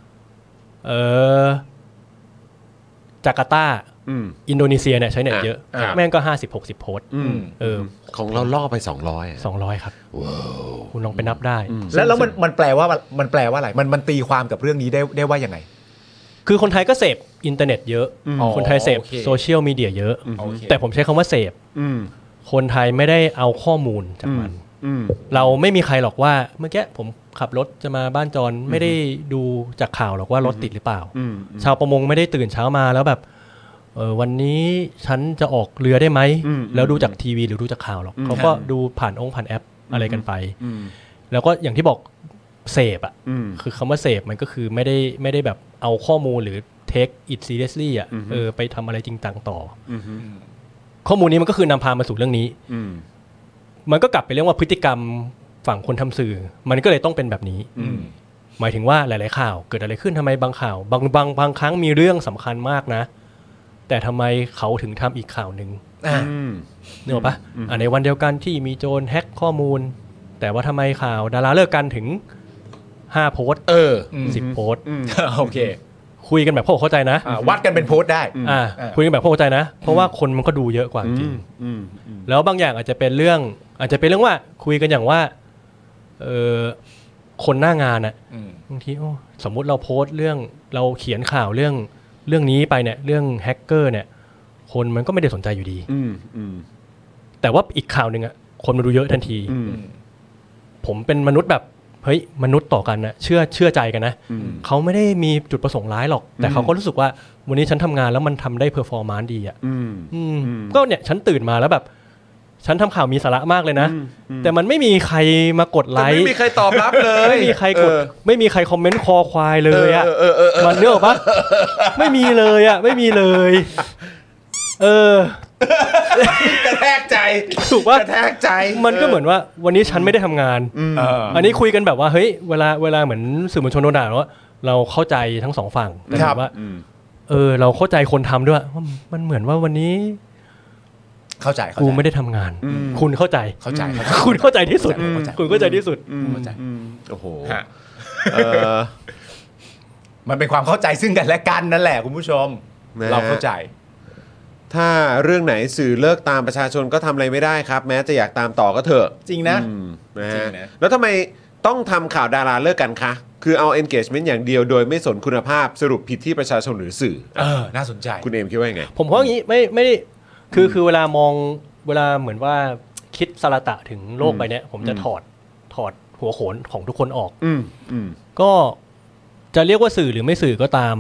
จาการ์ตาอินโดนีเซียเนี่ยใช้เน็ตเยอะแม่งก็50-60โพสต์ของเราล่อไป200 ครับคุณลองไปนับได้แล้วมันแปลว่าอะไรมันตีความกับเรื่องนี้ได้ว่ายังไงคือคนไทยก็เสพอินเทอร์เน็ตเยอะคนไทยเสพโซเชียลมีเดียเยอะแต่ผมใช้คำว่าเสพคนไทยไม่ได้เอาข้อมูลจากมันเราไม่มีใครหรอกว่าเมื่อกี้ผมขับรถจะมาบ้านจรไม่ได้ดูจากข่าวหรอกว่ารถติดหรือเปล่าชาวประมงไม่ได้ตื่นเช้ามาแล้วแบบวันนี้ฉันจะออกเรือได้ไหมแล้วดูจากทีวีหรือดูจากข่าวหรอกเขาก็ดูผ่านแอปอะไรกันไปแล้วก็อย่างที่บอกเสพอ่ะคือคำว่าเสพมันก็คือไม่ได้แบบเอาข้อมูลหรือ take it seriously อ่ะไปทำอะไรจริงจังต่อข้อมูลนี้มันก็คือนำพามาสู่เรื่องนี้มันก็กลับไปเรื่องว่าพฤติกรรมฝั่งคนทำสื่อมันก็เลยต้องเป็นแบบนี้หมายถึงว่าหลายๆข่าวเกิดอะไรขึ้นทำไมบางข่าวบางครั้งมีเรื่องสำคัญมากนะแต่ทำไมเขาถึงทำอีกข่าวหนึ่งนึกออกปะในวันเดียวกันที่มีโจรแฮ็กข้อมูลแต่ว่าทำไมข่าวดาราเลิกกันถึง5โพสต์10โพสต์โอเคคุยกันแบบพวกเข้าใจนะวัดกันเป็นโพสต์ได้คุยกันแบบพวกเข้าใจนะเพราะว่าคนมันก็ดูเยอะกว่าจริงแล้วบางอย่างอาจจะเป็นเรื่องว่าคุยกันอย่างว่าคนหน้างานอ่ะบางทีสมมุติเราโพสต์เรื่องเราเขียนข่าวเรื่องนี้ไปเนี่ยเรื่องแฮกเกอร์เนี่ยคนมันก็ไม่ได้สนใจอยู่ดีแต่ว่าอีกข่าวนึงอ่ะคนมาดูเยอะทันทีผมเป็นมนุษย์แบบเฮ้ยมนุษย์ต่อกันนะเชื่อใจกันนะเขาไม่ได้มีจุดประสงค์ร้ายหรอกแต่เขาก็รู้สึกว่าวันนี้ฉันทำงานแล้วมันทำได้เพอร์ฟอร์มานซ์ดีอ่ะก็เนี่ยฉันตื่นมาแล้วแบบฉันทำข่าวมีสาระมากเลยนะแต่มันไม่มีใครมากดไลค์ไม่มีใครตอบรับเลยไม่มีใครกดไม่มีใครคอมเมนต์คอควายเลยอ่ะมันเนอะปะไม่มีเลยอ่ะไม่มีเลยกระแทกใจถูกป่ะกระแทกใจมันก็เหมือนว่าวันนี้ฉันไม่ได้ทำงานอันนี้คุยกันแบบว่าเฮ้ยเวลาเหมือนสื่อมวลชนโดนด่าว่าเราเข้าใจทั้งสองฝั่งแต่แบบว่าเราเข้าใจคนทำด้วยว่ามันเหมือนว่าวันนี้เข้าใจกูไม่ได้ทำงานคุณเข้าใจคุณเข้าใจที่สุดคุณเข้าใจที่สุดโอ้โหมันเป็นความเข้าใจซึ่งกันและกันนั่นแหละคุณผู้ชมเราเข้าใจถ้าเรื่องไหนสื่อเลิกตามประชาชนก็ทำอะไรไม่ได้ครับแม้จะอยากตามต่อก็เถอะจริงนะแล้วทำไมต้องทำข่าวดาราเลิกกันคะคือเอา engagement อย่างเดียวโดยไม่สนคุณภาพสรุปผิดที่ประชาชนหรือสื่อน่าสนใจคุณเอมคิดว่ายังไงผมว่าอย่างนี้ไม่ได้คือเวลเหมือนว่าคิดสารตะถึงโลกใบนี้ผมจะถอดหัวโขนของทุกคนออกก็จะเรียกว่าสื่อหรือไม่สื่อก็ตาม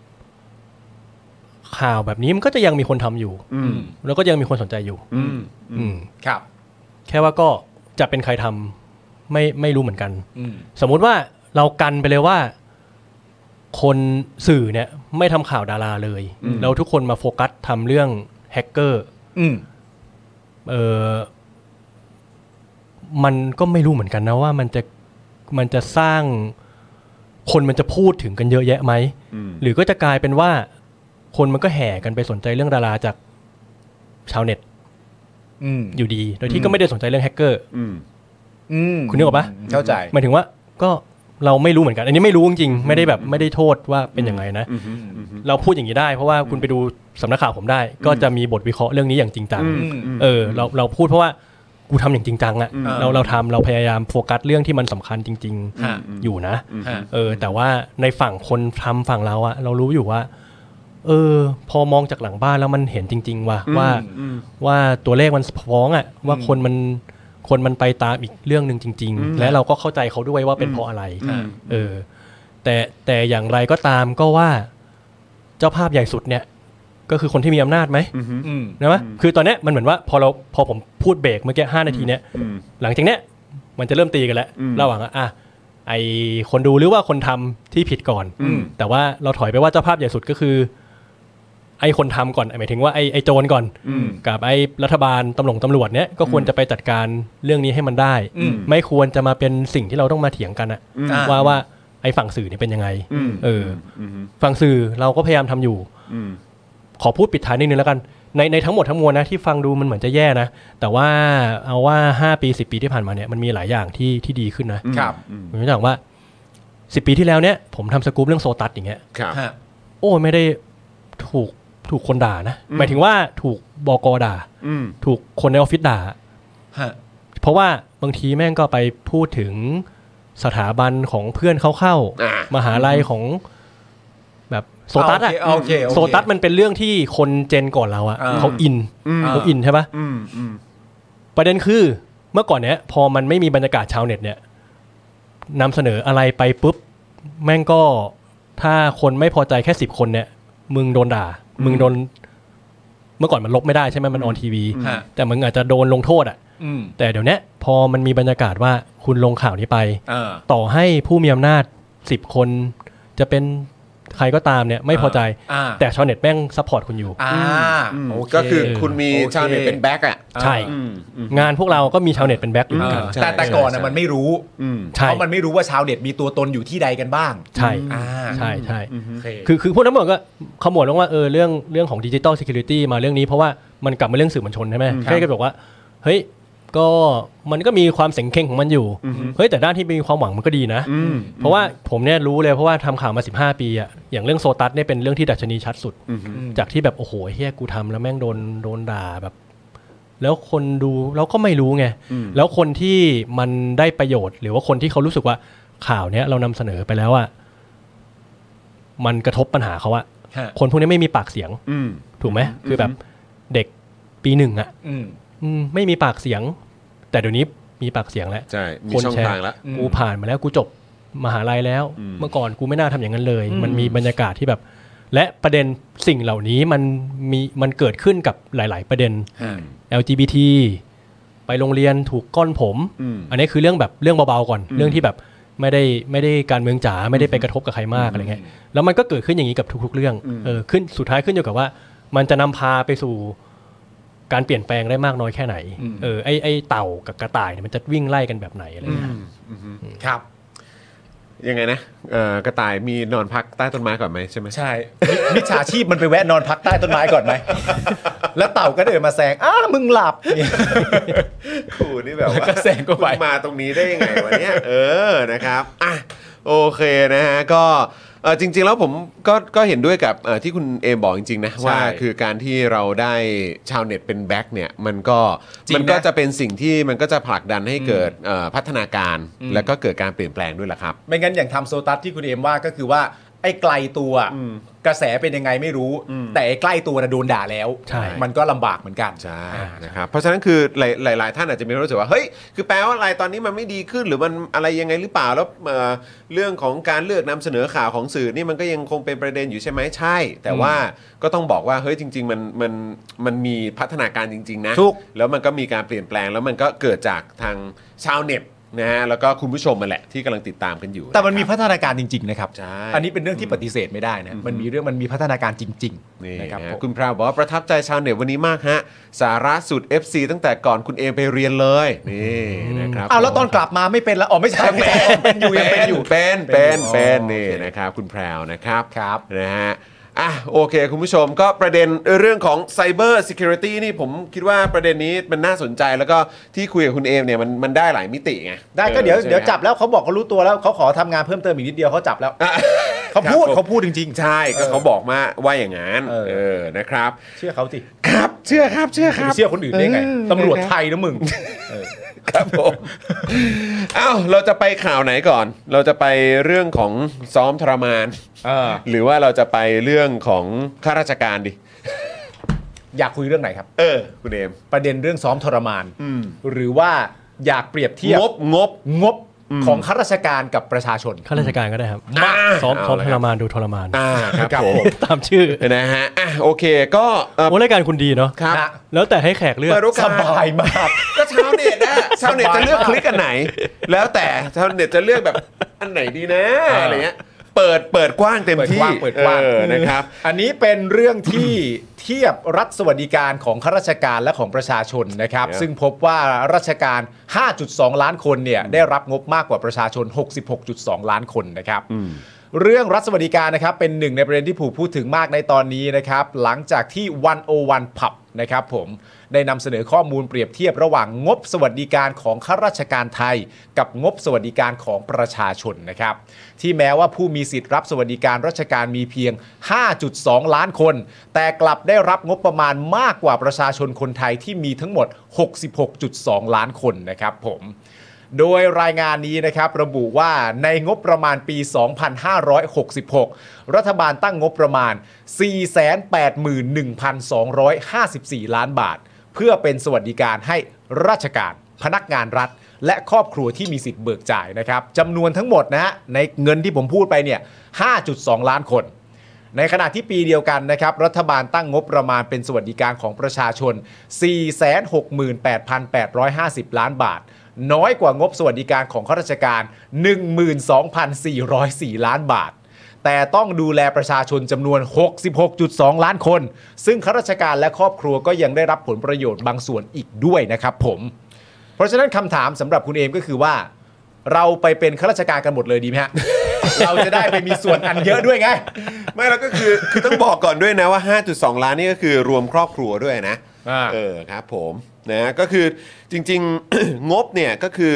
ข่าวแบบนี้มันก็จะยังมีคนทำอยู่แล้วก็ยังมีคนสนใจอยู่ครับแค่ว่าก็จะเป็นใครทำไม่รู้เหมือนกันสมมุติว่าเรากันไปเลยว่าคนสื่อเนี่ยไม่ทำข่าวดาราเลยแล้วทุกคนมาโฟกัสทำเรื่องแฮกเกอร์มันก็ไม่รู้เหมือนกันนะว่ามันจะมันจะสร้างคนมันจะพูดถึงกันเยอะแยะไหมหรือก็จะกลายเป็นว่าคนมันก็แห่กันไปสนใจเรื่องดาราจากชาวเน็ตอยู่ดีโดยที่ก็ไม่ได้สนใจเรื่องแฮกเกอร์คุณนึกออกปะเข้าใจหมายถึงว่าก็เราไม่รู้เหมือนกันอันนี้ไม่รู้จริงๆไม่ได้แบบไม่ได้โทษว่าเป็นยังไงนะเราพูดอย่างนี้ได้เพราะว่าคุณไปดูสำนักข่าวผมได้ก็จะมีบทวิเคราะห์เรื่องนี้อย่างจริงจังเราพูดเพราะว่ากูทำอย่างจริงจังอะเราพยายามโฟกัสเรื่องที่มันสำคัญจริงๆอยู่นะแต่ว่าในฝั่งคนทำฝั่งเราอะเรารู้อยู่ว่าพอมองจากหลังบ้านแล้วมันเห็นจริงๆว่าตัวเลขมันฟ้องอะว่าคนมันไปตามอีกเรื่องนึงจริงๆและเราก็เข้าใจเขาด้วยว่าเป็นเพราะอะไรแต่อย่างไรก็ตามก็ว่าเจ้าภาพใหญ่สุดเนี่ยก็คือคนที่มีอำนาจไหมนะวะคือตอนเนี้ยมันเหมือนว่าพอผมพูดเบรกเมื่อกี้5 นาทีเนี้ยหลังจากเนี้ยมันจะเริ่มตีกันแล้วระหว่างไอคนดูหรือว่าคนทำที่ผิดก่อนแต่ว่าเราถอยไปว่าเจ้าภาพใหญ่สุดก็คือไอ้คนทำก่อนหมายถึงว่าไอ้โจรก่อนกับไอ้รัฐบาลตำรวจเนี้ยก็ควรจะไปจัดการเรื่องนี้ให้มันได้ไม่ควรจะมาเป็นสิ่งที่เราต้องมาเถียงกันอะว่าไอ้ฝั่งสื่อเนี่ยเป็นยังไงฝั่งสื่อเราก็พยายามทำอยู่ขอพูดปิดท้ายนิดนึงแล้วกันในทั้งหมดทั้งมวลนะที่ฟังดูมันเหมือนจะแย่นะแต่ว่าเอาว่า5 ปี10 ปีที่ผ่านมาเนี่ยมันมีหลายอย่างที่ดีขึ้นนะครับผมจะบอกว่า10 ปีที่แล้วเนี่ยผมทำสกู๊ปเรื่องโซตัสอย่างเงี้ยโอ้ไม่ได้ถูกคนด่านะหมายถึงว่าถูกบก.ด่าถูกคนในออฟฟิศด่าเพราะว่าบางทีแม่งก็ไปพูดถึงสถาบันของเพื่อนเข้ามหาลัยของแบบโซตัสอะโซตัสมันเป็นเรื่องที่คนเจนก่อนเราอะเขาอินใช่ปะประเด็นคือเมื่อก่อนเนี้ยพอมันไม่มีบรรยากาศชาวเน็ตเนี่ยนำเสนออะไรไปปุ๊บแม่งก็ถ้าคนไม่พอใจแค่10 คนเนี่ยมึงโดนด่ามึงโดนเมื่อก่อนมันลบไม่ได้ใช่ไหมมันออนทีวีแต่มึงอาจจะโดนลงโทษอ่ะแต่เดี๋ยวนี้พอมันมีบรรยากาศว่าคุณลงข่าวนี้ไปต่อให้ผู้มีอำนาจ10 คนจะเป็นใครก็ตามเนี่ยไม่พอใจแต่ชาวเน็ตแม่งซัพพอร์ตคุณอยู่ก็คือคุณมีชาวเน็ตเป็นแบ็คอ่ะใช่งานพวกเราก็มีชาวเน็ตเป็นแบ็คอยู่กันแต่ก่อนมันไม่รู้เพราะมันไม่รู้ว่าชาวเน็ตมีตัวตนอยู่ที่ใดกันบ้างใช่ใช่คือพวกนั้นหมดก็ขมวดลงว่าเรื่องของ Digital Security มาเรื่องนี้เพราะว่ามันกลับมาเรื่องสื่อมวลชนใช่ไหมแค่ก็บอกว่าเฮ้ยก็มันก็มีความเสงเคงของมันอยู่เฮ้ยแต่ด้านที่มีความหวังมันก็ดีนะเพราะว่าผมเนี่ยรู้เลยเพราะว่าทำข่าวมา15 ปีอะอย่างเรื่องโซตัสเนี่ยเป็นเรื่องที่ดัชนีชัดสุดจากที่แบบโอ้โหเฮียกูทำแล้วแม่งโดนด่าแบบแล้วคนดูเราก็ไม่รู้ไงแล้วคนที่มันได้ประโยชน์หรือว่าคนที่เขารู้สึกว่าข่าวเนี้ยเรานำเสนอไปแล้วอะมันกระทบปัญหาเขาอะคนพวกนี้ไม่มีปากเสียงถูกไหมคือแบบเด็กปี 1อะไม่มีปากเสียงแต่เดี๋ยวนี้มีปากเสียงแล้วใช่มีช่องทางแล้วกูผ่านมาแล้วกูจบมหาลัยแล้วเมื่อก่อนกูไม่น่าทำอย่างนั้นเลยมันมีบรรยากาศที่แบบและประเด็นสิ่งเหล่านี้มันเกิดขึ้นกับหลายๆประเด็น LGBT ไปโรงเรียนถูกก้อนผมอันนี้คือเรื่องแบบเรื่องเบาๆก่อนเรื่องที่แบบไม่ได้การเมืองจ๋าไม่ได้ไปกระทบกับใครมากอะไรเงี้ยแล้วมันก็เกิดขึ้นอย่างนี้กับทุกๆเรื่องขึ้นสุดท้ายขึ้นอยู่กับว่ามันจะนำพาไปสู่การเปลี่ยนแปลงได้มากน้อยแค่ไหนไอ้เต่ากับกระต่ายเนี่ยมันจะวิ่งไล่กันแบบไหนอะไรเงี้ยครับยังไงนะกระต่ายมีนอนพักใต้ต้นไม้ก่อนไหมใช่ไหมใช่มิจฉาชีพมันไปแวะนอนพักใต้ต้นไม้ก่อนไหมแล้วเต่าก็เดินมาแซงมึงหลับขู่นี่แบบว่าแซงก็ไปมาตรงนี้ได้ยังไงวะเนี่ยนะครับโอเคนะฮะก็จริงๆแล้วผมก็เห็นด้วยกับที่คุณเอมบอกจริงๆนะว่าคือการที่เราได้ชาวเน็ตเป็นแบ็คเนี่ยมันก็จะเป็นสิ่งที่มันก็จะผลักดันให้เกิดพัฒนาการแล้วก็เกิดการเปลี่ยนแปลงด้วยล่ะครับไม่งั้นอย่างทำโซตัสที่คุณเอมว่าก็คือว่าไอ้ไกลตัวกระแสเป็นยังไงไม่รู้แต่ไอ้ใกล้ตัวโดนด่าแล้วมันก็ลำบากเหมือนกันใช่นะครับเพราะฉะนั้นคือหลายท่านอาจจะมีรู้สึกว่าเฮ้ยคือแปลว่าอะไรตอนนี้มันไม่ดีขึ้นหรือมันอะไรยังไงหรือเปล่าแล้วเรื่องของการเลือกนำเสนอข่าวของสื่อนี่มันก็ยังคงเป็นประเด็นอยู่ใช่ไหมใช่แต่ว่าก็ต้องบอกว่าเฮ้ยจริงๆมันมีพัฒนาการจริงๆนะแล้วมันก็มีการเปลี่ยนแปลงแล้วมันก็เกิดจากทางชาวเน็ตนะฮะแล้วก็คุณผู้ชมมาแหละที่กำลังติดตามกันอยู่แต่มันมีะครับพัฒนาการจริงๆนะครับใช่อันนี้เป็นเรื่องที่ปฏิเสธไม่ได้นะมันมีพัฒนาการจริงนี่ๆนะครับนะผมคุณพราวบอกว่าประทับใจชาวเน็ตวันนี้มากฮะสาระสุด FC ตั้งแต่ก่อนคุณเอมไปเรียนเลยนี่นะครับอ้าวแล้วตอนกลับมาไม่เป็นแล้วอ๋อไม่ใช่เป็นอยู่ยังเป็นอยู่เป็นนี่นะครับคุณแพรวนะครับครับนะฮะอ่ะโอเคคุณผู้ชมก็ประเด็นเรื่องของ Cyber Security นี่ผมคิดว่าประเด็นนี้มันน่าสนใจแล้วก็ที่คุยกับคุณเอมเนี่ยมันได้หลายมิติไงได้ก็เดี๋ยวใช่ไหมจับแล้วเขาบอกเขารู้ตัวแล้วเขาขอทำงานเพิ่มเติมอีกนิดเดียวเขาจับแล้วอ่ะเขาพูดจริงๆใช่ก็เขาบอกมาว่าอย่างนั้นเออนะครับเชื่อเขาสิครับเชื่อครับไปเชื่อคนอื่นได้ไงตำรวจไทยนะมึงครับผมอ้าวเราจะไปข่าวไหนก่อน เราจะไปเรื่องของซ้อมทรมานหรือว่าเราจะไปเรื่องของข้าราชการดิอยากคุยเรื่องไหนครับคุณเอมประเด็นเรื่องซ้อมทรมานหรือว่าอยากเปรียบเทียบงบของข้าราชการกับประชาชนข้าราชการก็ได้ครับอ่าซ้อมเอาละทรมานดูทรมานครับผมตามชื่อนะฮะอ่ะโอเคก็โอ้รายการคุณดีเนาะครับแล้วแต่ให้แขกเลือกเปิดโอกาสสบายมากก็ชาวเน็ตนะชาวเน็ตจะเลือกคลิกอันไหน แล้วแต่ชาวเน็ตจะเลือกแบบอันไหนดีนะอะไรเงี้ยเปิดกว้างเต็มที่เปิดกว้างนะครับอันนี้เป็นเรื่องที่เทียบรัฐสวัสดิการของข้าราชการและของประชาชนนะครับครับซึ่งพบว่าราชการ 5.2 ล้านคนเนี่ยได้รับงบมากกว่าประชาชน 66.2 ล้านคนนะครับเรื่องรัฐสวัสดิการนะครับเป็นหนึ่งในประเด็นที่ถูกพูดถึงมากในตอนนี้นะครับหลังจากที่101 Pub นะครับผมได้นำเสนอข้อมูลเปรียบเทียบระหว่างงบสวัสดิการของข้าราชการไทยกับงบสวัสดิการของประชาชนนะครับที่แม้ว่าผู้มีสิทธิ์รับสวัสดิการราชการมีเพียง 5.2 ล้านคนแต่กลับได้รับงบประมาณมากกว่าประชาชนคนไทยที่มีทั้งหมด 66.2 ล้านคนนะครับผมโดยรายงานนี้นะครับระบุว่าในงบประมาณปี 2566 รัฐบาลตั้งงบประมาณ 481,254 ล้านบาทเพื่อเป็นสวัสดิการให้ราชการพนักงานรัฐและครอบครัวที่มีสิทธิ์เบิกจ่ายนะครับจำนวนทั้งหมดนะฮะในเงินที่ผมพูดไปเนี่ย 5.2 ล้านคนในขณะที่ปีเดียวกันนะครับรัฐบาลตั้งงบประมาณเป็นสวัสดิการของประชาชน 468,850 ล้านบาทน้อยกว่างบสวัสดิการของข้าราชการ 12,404 ล้านบาทแต่ต้องดูแลประชาชนจำนวน 66.2 ล้านคนซึ่งข้าราชการและครอบครัวก็ยังได้รับผลประโยชน์บางส่วนอีกด้วยนะครับผมเพราะฉะนั้นคำถามสำหรับคุณเอมก็คือว่าเราไปเป็นข้าราชการกันหมดเลยดีไหมฮะ เราจะได้ไปมีส่วนอันเยอะด้วยไงไม่แล้วก็คือต้องบอกก่อนด้วยนะว่า 5.2 ล้านนี่ก็คือรวมครอบครัวด้วยนะ ครับผมนะก็คือจริงๆ งบเนี่ยก็คือ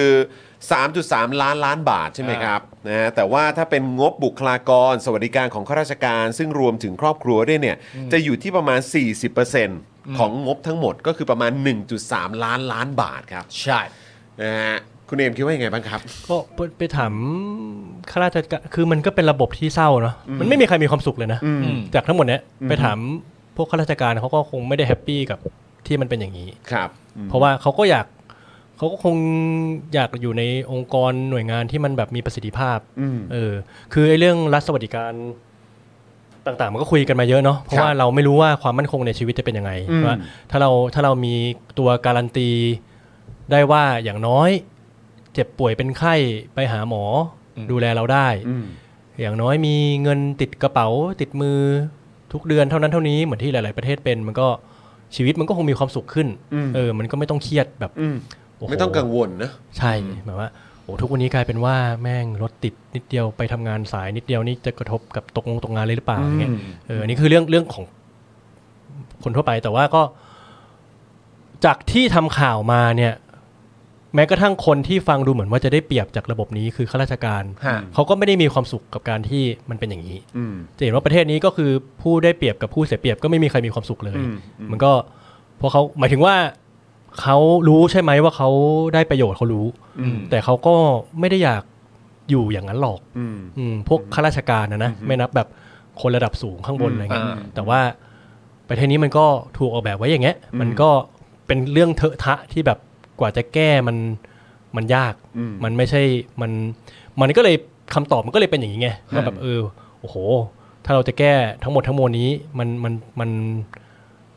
3.3 ล้านบาทใช่ไหมครับนะแต่ว่าถ้าเป็นงบบุคลากรสวัสดิการของข้าราชการซึ่งรวมถึงครอบครัวด้วยเนี่ยจะอยู่ที่ประมาณ 40% ของงบทั้งหมดก็คือประมาณ 1.3 ล้านบาทครับใช่นะฮะคุณเอมคิดว่ายังไงบ้างครับก็ไปถามข้าราชการคือมันก็เป็นระบบที่เศร้าเนาะมันไม่มีใครมีความสุขเลยนะจากทั้งหมดเนี้ยไปถามพวกข้าราชการเขาก็คงไม่ได้แฮปปี้กับที่มันเป็นอย่างนี้ครับเพราะว่าเขาก็คงอยากอยู่ในองค์กรหน่วยงานที่มันแบบมีประสิทธิภาพคือไอ้เรื่องรัฐสวัสดิการต่างๆมันก็คุยกันมาเยอะเนาะเพราะว่าเราไม่รู้ว่าความมั่นคงในชีวิตจะเป็นยังไงว่าถ้าเรามีตัวการันตีได้ว่าอย่างน้อยเจ็บป่วยเป็นไข้ไปหาหมอดูแลเราได้อย่างน้อยมีเงินติดกระเป๋าติดมือทุกเดือนเท่านั้นเท่านี้เหมือนที่หลายๆประเทศเป็นมันก็ชีวิตมันก็คงมีความสุขขึ้นมันก็ไม่ต้องเครียดแบบไม่ต้องกังวลนะใช่แบบว่าโอ้ทุกวันนี้กลายเป็นว่าแม่งรถติดนิดเดียวไปทำงานสายนิดเดียวนี่จะกระทบกับตกงานเลยหรือเปล่าอย่างเงี้ยอันนี้คือเรื่องของคนทั่วไปแต่ว่าก็จากที่ทำข่าวมาเนี่ยแม้กระทั่งคนที่ฟังดูเหมือนว่าจะได้เปรียบจากระบบนี้คือข้าราชการเขาก็ไม่ได้มีความสุขกับการที่มันเป็นอย่างนี้จะเห็นว่าประเทศนี้ก็คือผู้ได้เปรียบกับผู้เสียเปรียบก็ไม่มีใครมีความสุขเลยมันก็เพราะเขาหมายถึงว่าเขารู้ใช่ไหมว่าเขาได้ประโยชน์เขารู้แต่เขาก็ไม่ได้อยากอยู่อย่างนั้นหรอกพวกข้าราชการนะไม่นับแบบคนระดับสูงข้างบนอะไรเงี้ยแต่ว่าประเทศนี้มันก็ถูกออกแบบไว้อย่างเงี้ยมันก็เป็นเรื่องเถอะทะที่แบบกว่าจะแก้มันยากมันไม่ใช่มันก็เลยคำตอบมันก็เลยเป็นอย่างนี้ไงว่าแบบโอ้โหถ้าเราจะแก้ทั้งหมดทั้งมวลนี้มัน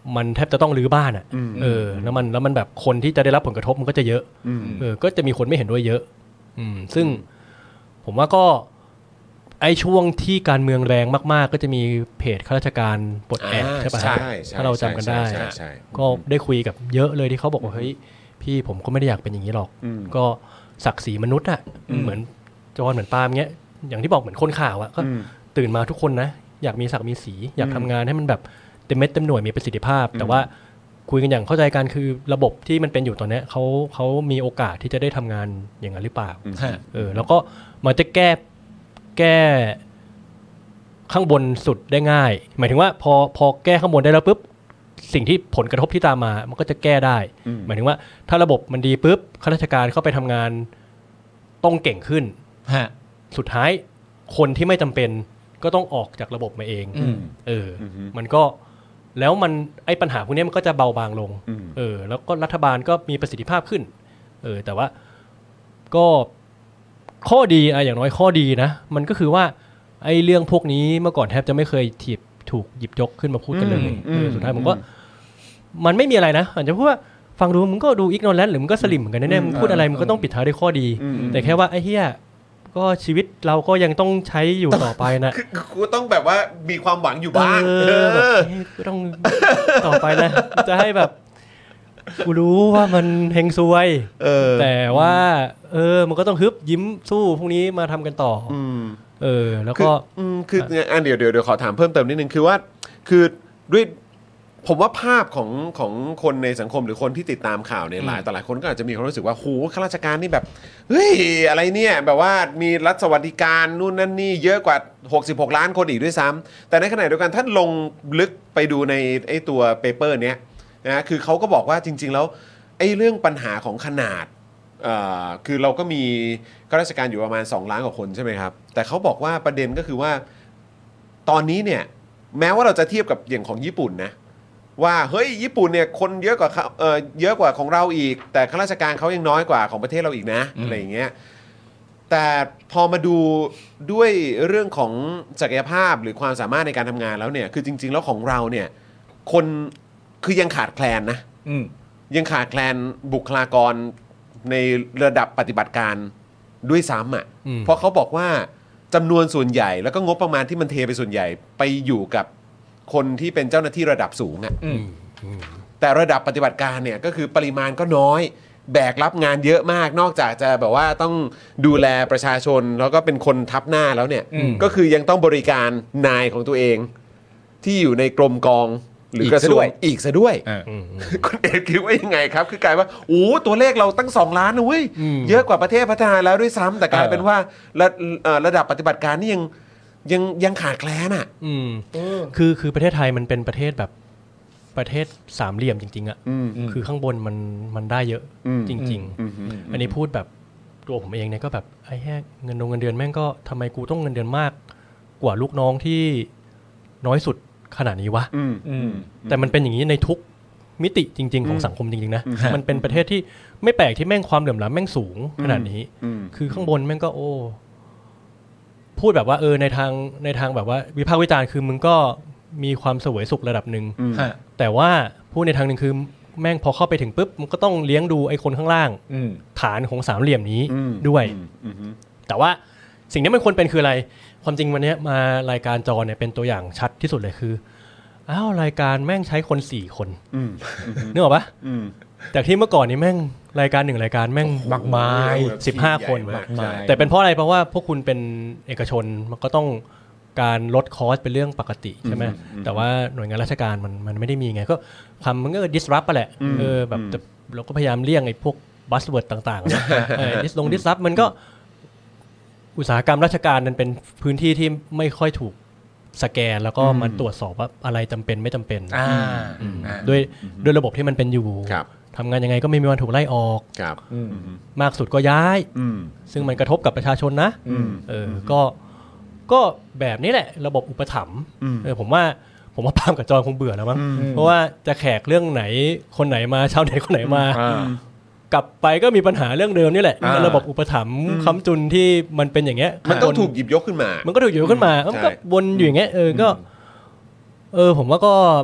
มันแทบจะต้องรื้อบ้านอ่ะแล้วมันแบบคนที่จะได้รับผลกระทบมันก็จะเยอะก็จะมีคนไม่เห็นด้วยเยอะซึ่งผมว่าก็ไอ้ช่วงที่การเมืองแรงมากๆก็จะมีเพจข้าราชการปลดแอกใช่ป่ะถ้าเราจำกันได้ก็ได้คุยกับเยอะเลยที่เขาบอกว่าเฮ้ยพี่ผมก็ไม่ได้อยากเป็นอย่างนี้หรอกก็ศักดิ์ศรีมนุษย์อ่ะเหมือนจอนเหมือนปาล์มเงี้ยอย่างที่บอกเหมือนคนข่าวอ่ะก็ตื่นมาทุกคนนะอยากมีศักดิ์มีศรีอยากทำงานให้มันแบบเต็มเม็ดเต็มหน่วยมีประสิทธิภาพแต่ว่าคุยกันอย่างเข้าใจกันคือระบบที่มันเป็นอยู่ตอนนี้เขามีโอกาสที่จะได้ทำงานอย่างนั้นหรือเปล่าแล้วก็มันจะแก้ข้างบนสุดได้ง่ายหมายถึงว่าพอแก้ข้างบนได้แล้วปุ๊บสิ่งที่ผลกระทบที่ตามมามันก็จะแก้ได้หมายถึงว่าถ้าระบบมันดีปุ๊บข้าราชการเข้าไปทำงานต้องเก่งขึ้นสุดท้ายคนที่ไม่จำเป็นก็ต้องออกจากระบบมาเองมันก็แล้วมันไอ้ปัญหาพวกนี้มันก็จะเบาบางลงแล้วก็รัฐบาลก็มีประสิทธิภาพขึ้นแต่ว่าก็ข้อดีอย่างน้อยข้อดีนะมันก็คือว่าไอ้เรื่องพวกนี้เมื่อก่อนแทบจะไม่เคยถูกหยิบยกขึ้นมาพูดกันเลยสุดท้ายผมก็มันไม่มีอะไรนะอาจจะพูดว่าฟังดูมึงก็ดูอิกโนแลนต์หรือมึงก็สลิมเหมือนกันแน่ๆมึงพูดอะไรมึงก็ต้องปิดท้ายด้วยข้อดีแต่แค่ว่าไอ้เหี้ยก็ชีวิตเราก็ยังต้องใช้อยู่ต่อไปนะกูต้องแบบว่ามีความหวังอยู่บ้างก็ต้องต่อไปนะจะให้แบบกูรู้ว่ามันเฮงซวยแต่ว่ามันก็ต้องฮึบยิ้มสู้พวกนี้มาทำกันต่อแล้วก็คืออันเดี๋ยวขอถามเพิ่มเติมนิดนึงคือว่าคือด้วยผมว่าภาพของคนในสังคมหรือคนที่ติดตามข่าวเนี่ยหลายคนก็อาจจะมีความรู้สึกว่าโหข้าราชการนี่แบบเฮ้ยอะไรเนี่ยแบบว่ามีรัฐสวัสดิการนู่นนั่นนี่เยอะกว่า66ล้านคนอีกด้วยซ้ำแต่ในขณะเดียวกันท่านลงลึกไปดูในไอ้ตัวเปเปอร์เนี้ยนะคือเขาก็บอกว่าจริงๆแล้วไอ้เรื่องปัญหาของขนาดคือเราก็มีข้าราชการอยู่ประมาณ2ล้านกว่าคนใช่ไหมครับแต่เขาบอกว่าประเด็นก็คือว่าตอนนี้เนี่ยแม้ว่าเราจะเทียบกับอย่างของญี่ปุ่นนะว่าเฮ้ยญี่ปุ่นเนี่ยคนเยอะกว่าเยอะกว่าของเราอีกแต่ข้าราชการเขายังน้อยกว่าของประเทศเราอีกนะอะไรอย่างเงี้ยแต่พอมาดูด้วยเรื่องของศักยภาพหรือความสามารถในการทำงานแล้วเนี่ยคือจริงๆแล้วของเราเนี่ยคนคือยังขาดแคลนนะยังขาดแคลนบุคลากรในระดับปฏิบัติการด้วยซ้ำอ่ะเพราะเขาบอกว่าจำนวนส่วนใหญ่แล้วก็งบประมาณที่มันเทไปส่วนใหญ่ไปอยู่กับคนที่เป็นเจ้าหน้าที่ระดับสูงอ่ะแต่ระดับปฏิบัติการเนี่ยก็คือปริมาณก็น้อยแบกรับงานเยอะมากนอกจากจะแบบว่าต้องดูแลประชาชนแล้วก็เป็นคนทับหน้าแล้วเนี่ยก็คือยังต้องบริการนายของตัวเองที่อยู่ในกรมกองหรือกระทรวงอีกซะด้วยคุณเอกคิดว่ายังไงครับคือกลายว่าโอ้ตัวเลขเราตั้ง2ล้านนะเว้ยเยอะกว่าประเทศพัฒนาแล้วด้วยซ้ำแต่กลายเป็นว่าระดับปฏิบัติการนี่ยังขาดแคลนอ่ะคือประเทศไทยมันเป็นประเทศแบบประเทศสามเหลี่ยมจริงๆอ่ะคือข้างบนมันได้เยอะจริงๆอันนี้พูดแบบตัวผมเองเนี่ยก็แบบไอ้แค่เงินเดือนแม่งก็ทำไมกูต้องเงินเดือนมากกว่าลูกน้องที่น้อยสุดขนาดนี้วะแต่มันเป็นอย่างนี้ในทุกมิติจริงๆของสังคมจริงๆนะมันเป็นประเทศที่ไม่แปลกที่แม่งความเหลื่อมล้ำแม่งสูงขนาดนี้คือข้างบนแม่งก็โอ้พูดแบบว่าในทางแบบว่าวิพากษ์วิจารณ์คือมึงก็มีความเสวยสุขระดับหนึ่งแต่ว่าพูดในทางหนึ่งคือแม่งพอเข้าไปถึงปุ๊บมันก็ต้องเลี้ยงดูไอ้คนข้างล่างฐานของสามเหลี่ยมนี้ด้วยแต่ว่าสิ่งที่มันควรเป็นคืออะไรความจริงวันนี้มารายการจอเนี่ยเป็นตัวอย่างชัดที่สุดเลยคือรายการแม่งใช้คน4คนนึกออกปะจากที่เมื่อก่อนนี้แม่งรายการ1รายการแม่งมากมาย15คนแต่เป็นเพราะอะไรเพราะว่าพวกคุณเป็นเอกชนมันก็ต้องการลดคอสเป็นเรื่องปกติใช่ไหมแต่ว่าหน่วยงานราชการมันไม่ได้มีไงก็คำมันก็ disrupt ไปแหละแบบเราก็พยายามเลี่ยงไอ้พวก buzzword ต่างๆdisrupt มันก็อุตสาหกรรมราชการนั้นเป็นพื้นที่ที่ไม่ค่อยถูกสแกนแล้วก็มันตรวจสอบว่าอะไรจำเป็นไม่จำเป็นด้วยระบบที่มันเป็นอยู่ทำงานยังไงก็ไม่มีวันถูกไล่ออกมากสุดก็ย้ายซึ่งมันกระทบกับประชาชนนะก็แบบนี้แหละระบบอุปถัมภ์ผมว่าปาล์มกับจอนคงเบื่อแล้วมั้งเพราะว่าจะแขกเรื่องไหนคนไหนมาชาวไหนคนไหนมากลับไปก็มีปัญหาเรื่องเดิมนี่แหละระบบอุปถัมภ์ค้ำจุนที่มันเป็นอย่างเงี้ยมันต้องถูกหยิบยกขึ้นมามันก็วนอยู่อย่างเงี้ยก็ผมว่าก็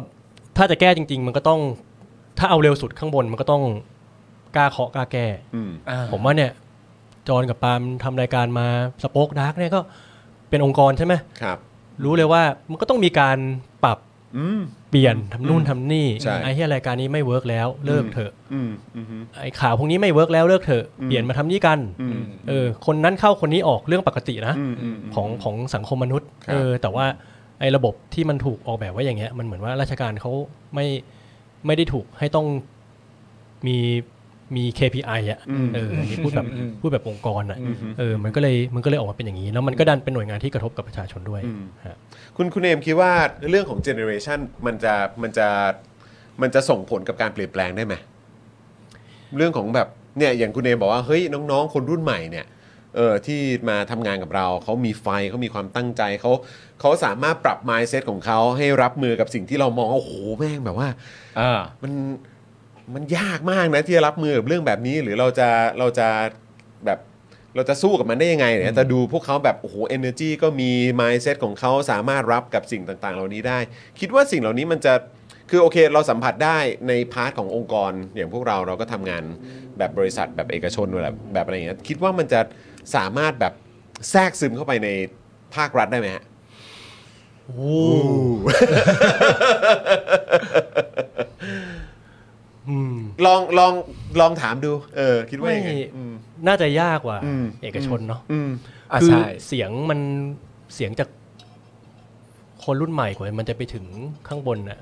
ถ้าจะแก้จริงๆมันก็ต้องถ้าเอาเร็วสุดข้างบนมันก็ต้องกล้าเคาะกล้าแก้ผมว่าเนี่ยจอนกับปาล์มทำรายการมาสป็อคดาร์กเนี่ยก็เป็นองค์กรใช่ไหมครับรู้เลยว่ามันก็ต้องมีการปรับเปลี่ยนทำนู่นทำนี่ไอ้ที่รายการนี้ไม่เวิร์กแล้วเลิกเถอะไอ้ข่าวพวกนี้ไม่เวิร์กแล้วเลิกเถอะเปลี่ยนมาทำนี่กันคนนั้นเข้าคนนี้ออกเรื่องปกตินะของสังคมมนุษย์แต่ว่าไอ้ระบบที่มันถูกออกแบบไว้อย่างเงี้ยมันเหมือนว่าราชการเขาไม่ได้ถูกให้ต้องมี KPI อ่ะพูดแบบองค์กรอ่ะมันก็เลยออกมาเป็นอย่างนี้แล้วมันก็ดันเป็นหน่วยงานที่กระทบกับประชาชนด้วยคุณเอมคิดว่าเรื่องของเจเนอเรชันมันจะส่งผลกับการเปลี่ยนแปลงได้ไหมเรื่องของแบบเนี่ยอย่างคุณเอมบอกว่าเฮ้ยน้องๆคนรุ่นใหม่เนี่ยที่มาทำงานกับเราเขามีไฟเขามีความตั้งใจเขาสามารถปรับ mindset ของเขาให้รับมือกับสิ่งที่เรามองโอ้โหแม่งแบบว่ามันยากมากนะที่จะรับมือกับเรื่องแบบนี้หรือเราจะแบบเราจะสู้กับมันได้ยังไงเนี่ยแต่ดูพวกเขาแบบโอ้โห energy ก็มี mindset ของเขาสามารถรับกับสิ่งต่างๆเหล่านี้ได้คิดว่าสิ่งเหล่านี้มันจะคือโอเคเราสัมผัสได้ในพาร์ทขององค์กรอย่างพวกเราก็ทำงานแบบบริษัทแบบเอกชนแบบอะไรอย่างเงี้ยคิดว่ามันจะสามารถแบบแทรกซึมเข้าไปในภาครัฐได้ไหมฮะลองถามดูคิดว่ายังไงน่าจะยากกว่าเอกชนเนาะคือเสียงจากคนรุ่นใหม่กว่ามันจะไปถึงข้างบนน่ะ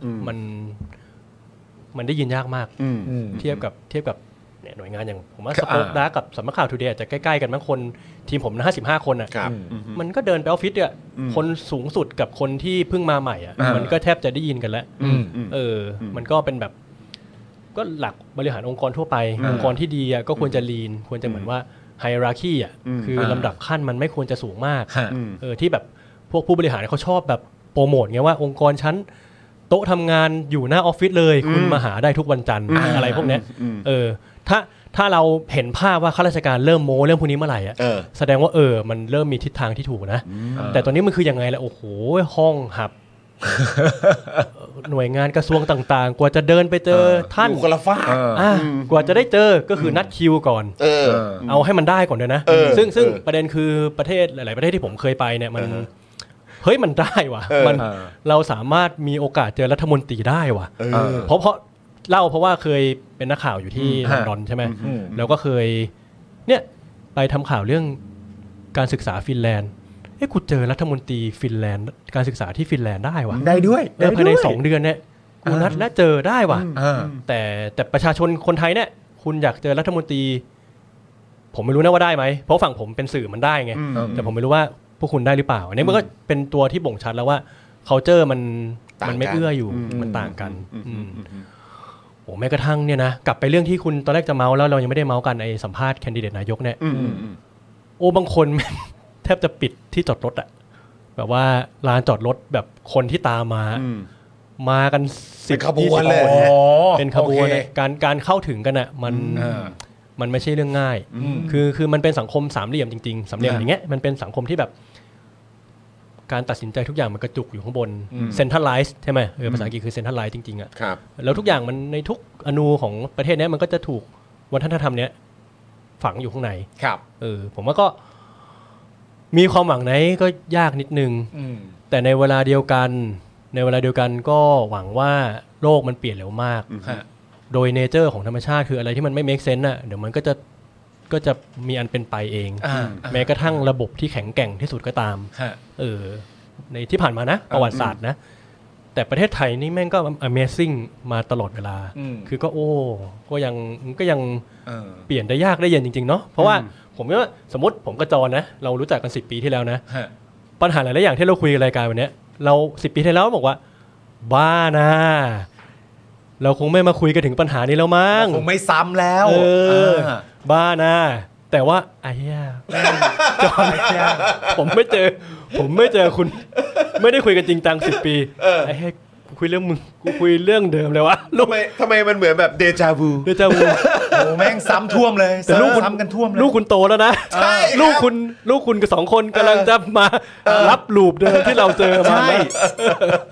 มันได้ยินยากมากเทียบกับหน่วยงานอย่างผมว่าสป็อคดาร์กกับสำนักข่าวทูเดย์อาจจะใกล้ๆกันบางคนทีมผมนะ55 คนอ่ะมันก็เดินไปออฟฟิศเนี่ยคนสูงสุดกับคนที่เพิ่งมาใหม่อ่ะมันก็แทบจะได้ยินกันแล้วมันก็เป็นแบบก็หลักบริหารองค์กรทั่วไปองค์กรที่ดีอ่ะก็ควรจะลีนควรจะเหมือนว่าไฮราคีอ่ะคือลำดับขั้นมันไม่ควรจะสูงมากที่แบบพวกผู้บริหารเขาชอบแบบโปรโมทไงว่าองค์กรชั้นโต๊ะทำงานอยู่หน้าออฟฟิศเลยคุณมาหาได้ทุกวันจันทร์อะไรพวกเนี้ยถ้าเราเห็นภาพว่าข้าราชการเริ่มโม้เรื่องพวกนี้เมื่อไหร่อ่ะแสดงว่ามันเริ่มมีทิศทางที่ถูกนะแต่ตอนนี้มันคือยังไงล่ะโอ้โหห้องหับหน่วยงานกระทรวงต่างๆกว่าจะเดินไปเจอท่านคนละฟ้ากว่าจะได้เจอก็คือนัดคิวก่อนเอาให้มันได้ก่อนด้วยนะซึ่งประเด็นคือประเทศหลายๆประเทศที่ผมเคยไปเนี่ยมันเฮ้ยมันได้ว่ะเราสามารถมีโอกาสเจอรัฐมนตรีได้ว่ะเพราะว่าเคยเป็นนักข่าวอยู่ที่ลอนดอนใช่ไหมแล้วก็เคยเนี่ยไปทำข่าวเรื่องการศึกษาฟินแลนด์กูเจอรัฐมนตรีฟินแลนด์การศึกษาที่ฟินแลนด์ได้ว่ะได้ด้วยภายใน2 เดือนเนี่ยกูนัดและเจอได้ว่ะแต่ประชาชนคนไทยเนี่ยคุณอยากเจอรัฐมนตรีผมไม่รู้นะว่าได้ไหมเพราะฝั่งผมเป็นสื่อมันได้ไงแต่ผมไม่รู้ว่าพวกคุณได้หรือเปล่าอันนี้มันก็เป็นตัวที่บ่งชัดแล้วว่า culture มันไม่เอื้ออยู่มันต่างกันโอ้แม้กระทั่งเนี่ยนะกลับไปเรื่องที่คุณตอนแรกจะเมาแล้วเรายังไม่ได้เมากันไอ้สัมภาษณ์แคนดิเดตนายกเนี่ยโอ้บางคนแทบจะปิดที่จอดรถอะแบบว่าลานจอดรถแบบคนที่ตามมากัน 10 ขบวนเลยเป็นขบวนการเข้าถึงกันอะมันไม่ใช่เรื่องง่ายคือมันเป็นสังคมสามเหลี่ยมจริงๆสามเหลี่ยมอย่างเงี้ยมันเป็นสังคมที่แบบการตัดสินใจทุกอย่างมันกระจุกอยู่ข้างบนเซ็นทรัลไลซ์ใช่ไหมภาษาอังกฤษคือเซ็นทรัลไลซ์จริงๆอ่ะแล้วทุกอย่างมันในทุกอนูของประเทศนี้มันก็จะถูกวัฒนธรรมเนี้ยฝังอยู่ข้างในผมว่าก็มีความหวังไหนก็ยากนิดนึงแต่ในเวลาเดียวกันก็หวังว่าโลกมันเปลี่ยนเร็วมากโดยเนเจอร์ของธรรมชาติคืออะไรที่มันไม่เมคเซนส์อ่ะเดี๋ยวมันก็จะมีอันเป็นไปเองแม้กระทั่งระบบที่แข็งแกร่งที่สุดก็ตามในที่ผ่านมานะประวัติศาสตร์นะแต่ประเทศไทยนี่แม่งก็ Amazing มาตลอดเวลาคือก็ยังเปลี่ยนได้ยากได้เย็นจริงๆเนาะเพราะว่าผมว่าสมมติผมกับจอนะเรารู้จักกัน10 ปีที่แล้วนะปัญหาหลายๆอย่างที่เราคุยในรายการวันนี้เรา10 ปีที่แล้วบอกว่าบ้านะเราคงไม่มาคุยกันถึงปัญหานี้แล้วมั้งคงไม่ซ้ำแล้วบ้านะแต่ว่าไอ้ย่าจอนผมไม่เจอคุณไม่ได้คุยกันจริงจัง10 ปีไอ้ให้คุยเรื่องมึงกูคุยเรื่องเดิมเลยวะทำไมมันเหมือนแบบเดจาวูโอ้แม่งซ้ำท่วมเลยแต่ลูกคุณซ้ำกันท่วมเลยลูกคุณโตแล้วนะลูกคุณกับ2 คนกำลังจะมารับลูปเดิมที่เราเจอมา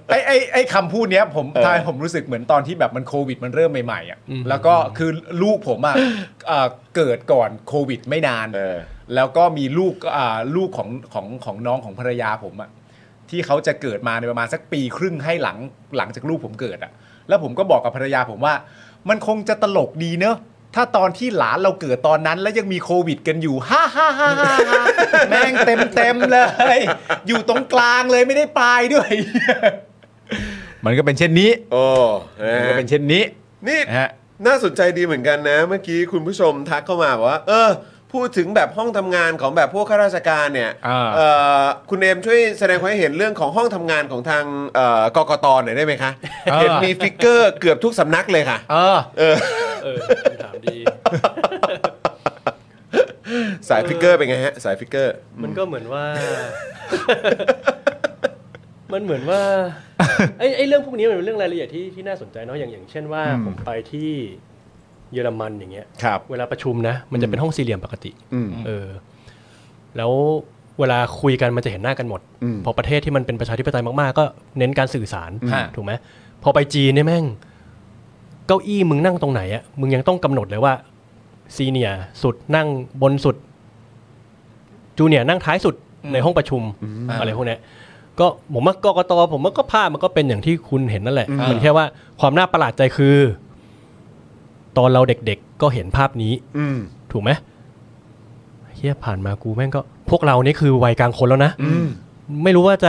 ไอ้คำพูดเนี้ยผมทำให้ผมรู้สึกเหมือนตอนที่แบบมันโควิดมันเริ่มใหม่ๆอ่ะแล้วก็คือลูกผมอ่ะเกิดก่อนโควิดไม่นานแล้วก็มีลูกของน้องของภรรยาผมอ่ะที่เขาจะเกิดมาในประมาณสักปีครึ่งให้หลังจากลูกผมเกิดอ่ะแล้วผมก็บอกกับภรรยาผมว่ามันคงจะตลกดีเนอะถ้าตอนที่หลานเราเกิดตอนนั้นแล้วยังมีโควิดกันอยู่ฮ่าฮ่าฮ่าแม่งเต็มเลยอยู่ตรงกลางเลยไม่ได้ปลายด้วย มันก็เป็นเช่นนี้มันก็เป็นเช่นนี้นี่น่าสนใจดีเหมือนกันนะเมื่อกี้คุณผู้ชมทักเข้ามาบอกว่าพูดถึงแบบห้องทำงานของแบบพวกข้าราชการเนี่ยคุณเอมช่วยแสดงความเห็นเรื่องของห้องทำงานของทางกกตหน่อยได้ไหมคะเห็นมีฟิกเกอร์เกือบทุกสำนักเลยค่ะถามดีสายฟิกเกอร์เป็นไงฮะสายฟิกเกอร์มันก็เหมือนว่า มันเหมือนว่าไอ้เรื่องพวกนี้มันเป็นเรื่องรายละเอียดที่น่าสนใจเนาะอย่างเช่นว่าผมไปที่เยอรมันอย่างเงี้ยเวลาประชุมนะมันจะเป็นห้องสี่เหลี่ยมปกติแล้วเวลาคุยกันมันจะเห็นหน้ากันหมดพอประเทศที่มันเป็นประชาธิปไตยมากๆก็เน้นการสื่อสารถูกไหมพอไปจีนเนี่ยแม่งเก้าอี้มึงนั่งตรงไหนอ่ะมึงยังต้องกำหนดเลยว่าซีเนียร์สุดนั่งบนสุดจูเนียร์นั่งท้ายสุดในห้องประชุมอะไรพวกนี้ก็ผมว่ากกตผมว่าก็ภาพมันก็เป็นอย่างที่คุณเห็นนั่นแหละมันแค่ว่าความน่าประหลาดใจคือตอนเราเด็กๆก็เห็นภาพนี้ถูกไหมเฮียผ่านมากูแม่งก็พวกเรานี่คือวัยกลางคนแล้วนะไม่รู้ว่าจะ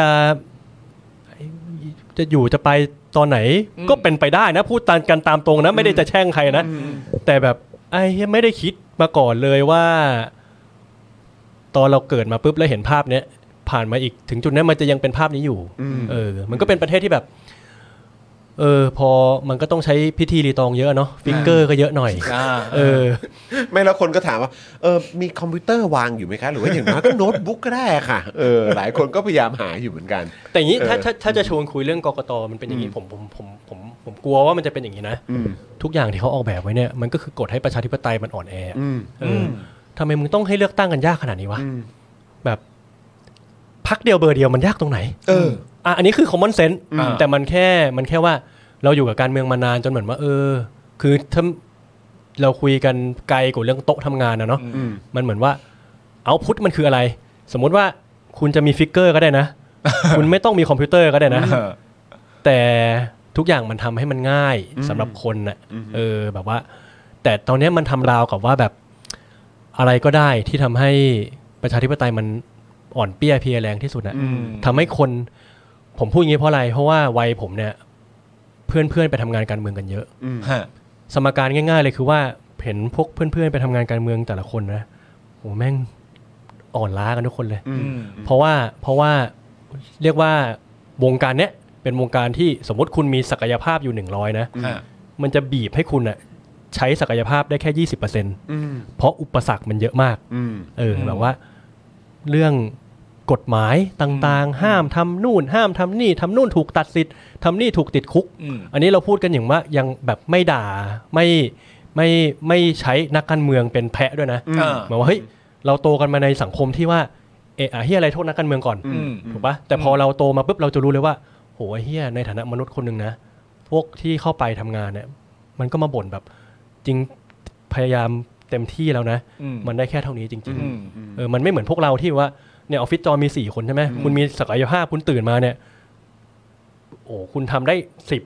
อยู่จะไปตอนไหนก็เป็นไปได้นะพูดกันตามตรงนะไม่ได้จะแช่งใครนะแต่แบบไอ้เฮียไม่ได้คิดมาก่อนเลยว่าตอนเราเกิดมาปุ๊บแล้วเห็นภาพเนี้ยผ่านมาอีกถึงจุดนั้นมันจะยังเป็นภาพนี้อยู่มันก็เป็นประเทศที่แบบพอมันก็ต้องใช้พิธีรีตองเยอะเนาะฟิกเกอร์ก็เยอะหน่อยไม่แล้วคนก็ถามว่ามีคอมพิวเตอร์วางอยู่ไหมคะหรือว่าอย่างน้อยก็โน้ตบุ๊กก็ได้ค่ะหลายคนก็พยายามหาอยู่เหมือนกันแต่อย่างนี้ถ้าจะชวนคุยเรื่องกกตมันเป็นอย่างนี้ผมกลัวว่ามันจะเป็นอย่างนี้นะทุกอย่างที่เขาออกแบบไว้เนี่ยมันก็คือกดให้ประชาธิปไตยมันอ่อนแอทำไมมึงต้องให้เลือกตั้งกันยากขนาดนี้วะแบบพรรคเดียวเบอร์เดียวมันยากตรงไหนอันนี้คือ common sense แต่มันแค่ว่าเราอยู่กับการเมืองมานานจนเหมือนว่าคือถ้าเราคุยกันไกลกว่าเรื่องโต๊ะทำงานนะเนาะมันเหมือนว่าเอาพุทมันคืออะไรสมมุติว่าคุณจะมีฟิกเกอร์ก็ได้นะ คุณไม่ต้องมีคอมพิวเตอร์ก็ได้นะ แต่ทุกอย่างมันทำให้มันง่ายสำหรับคนน่ะแบบว่าแต่ตอนนี้มันทำราวกับว่าแบบอะไรก็ได้ที่ทำให้ประชาธิปไตยมันอ่อนเปี้ยเพียแรงที่สุดนะทำให้คนผมพูดอย่างนี้เพราะอะไรเพราะว่าวัยผมเนี่ยเพื่อนๆไปทำงานการเมืองกันเยอะสมการง่ายๆเลยคือว่าเห็นพวกเพื่อนๆไปทำงานการเมืองแต่ละคนนะโหแม่งอ่อนล้ากันทุกคนเลยเพราะว่าเรียกว่าวงการเนี้ยเป็นวงการที่สมมติคุณมีศักยภาพอยู่100นะมันจะบีบให้คุณอะใช้ศักยภาพได้แค่ 20% เพราะอุปสรรคมันเยอะมากแบบว่าเรื่องกฎหมายต่างๆห้ามทำนู่นห้ามทำนี่ทำนู่นถูกตัดสิทธิ์ทำนี่ถูกติดคุกอันนี้เราพูดกันอย่างว่ายังแบบไม่ด่าไม่ใช้นักการเมืองเป็นแพะด้วยนะหมายว่าเฮ้ยเราโตกันมาในสังคมที่ว่าเฮียอะไรโทษนักการเมืองก่อนถูกปะแต่พอเราโตมาปุ๊บเราจะรู้เลยว่าโหเฮียในฐานะมนุษย์คนนึงนะพวกที่เข้าไปทำงานเนี่ยมันก็มาบ่นแบบจริงพยายามเต็มที่แล้วนะมันได้แค่เท่านี้จริงๆมันไม่เหมือนพวกเราที่ว่าเนี่ยออฟฟิศจอมี4คนใช่ไหมคุณมีศักยภาพคุณตื่นมาเนี่ยโอ้คุณทำได้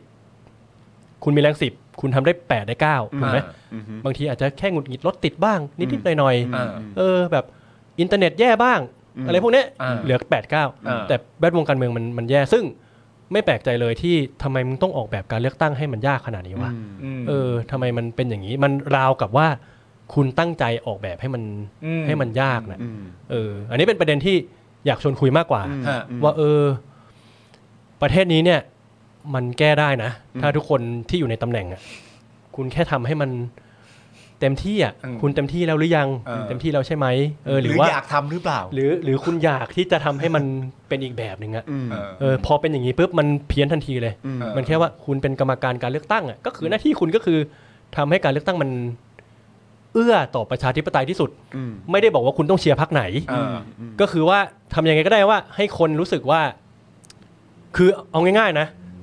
10คุณมีแรง10คุณทำได้8ได้9ถูกไหมบางทีอาจจะแค่หงุดหงิดรถติดบ้างนิดๆหน่อยๆแบบอินเทอร์เน็ตแย่บ้างอะไรพวกนี้เหลือ8 9แต่แวดวงการเมืองมันแย่ซึ่งไม่แปลกใจเลยที่ทำไมมึงต้องออกแบบการเลือกตั้งให้มันยากขนาดนี้วะทำไมมันเป็นอย่างนี้มันราวกับว่าคุณตั้งใจออกแบบให้มันยากนะอันนี้เป็นประเด็นที่อยากชวนคุยมากกว่าว่าประเทศนี้เนี่ยมันแก้ได้นะถ้าทุกคนที่อยู่ในตำแหน่งคุณแค่ทำให้มันเต็มที่คุณเต็มที่แล้วหรือยังเต็มที่แล้วใช่ไหมหรือว่าอยากทำหรือเปล่าหรือคุณอยากที่จะทำให้มันเป็นอีกแบบนึงพอเป็นอย่างนี้ปุ๊บมันเพี้ยนทันทีเลยมันแค่ว่าคุณเป็นกรรมการการเลือกตั้งก็คือหน้าที่คุณก็คือทำให้การเลือกตั้งมันเอื้อต่อประชาธิปไตยที่สุดไม่ได้บอกว่าคุณต้องเชียร์พรรคไหนก็คือว่าทำยังไงก็ได้ว่าให้คนรู้สึกว่าคือเอาง่ายๆนะ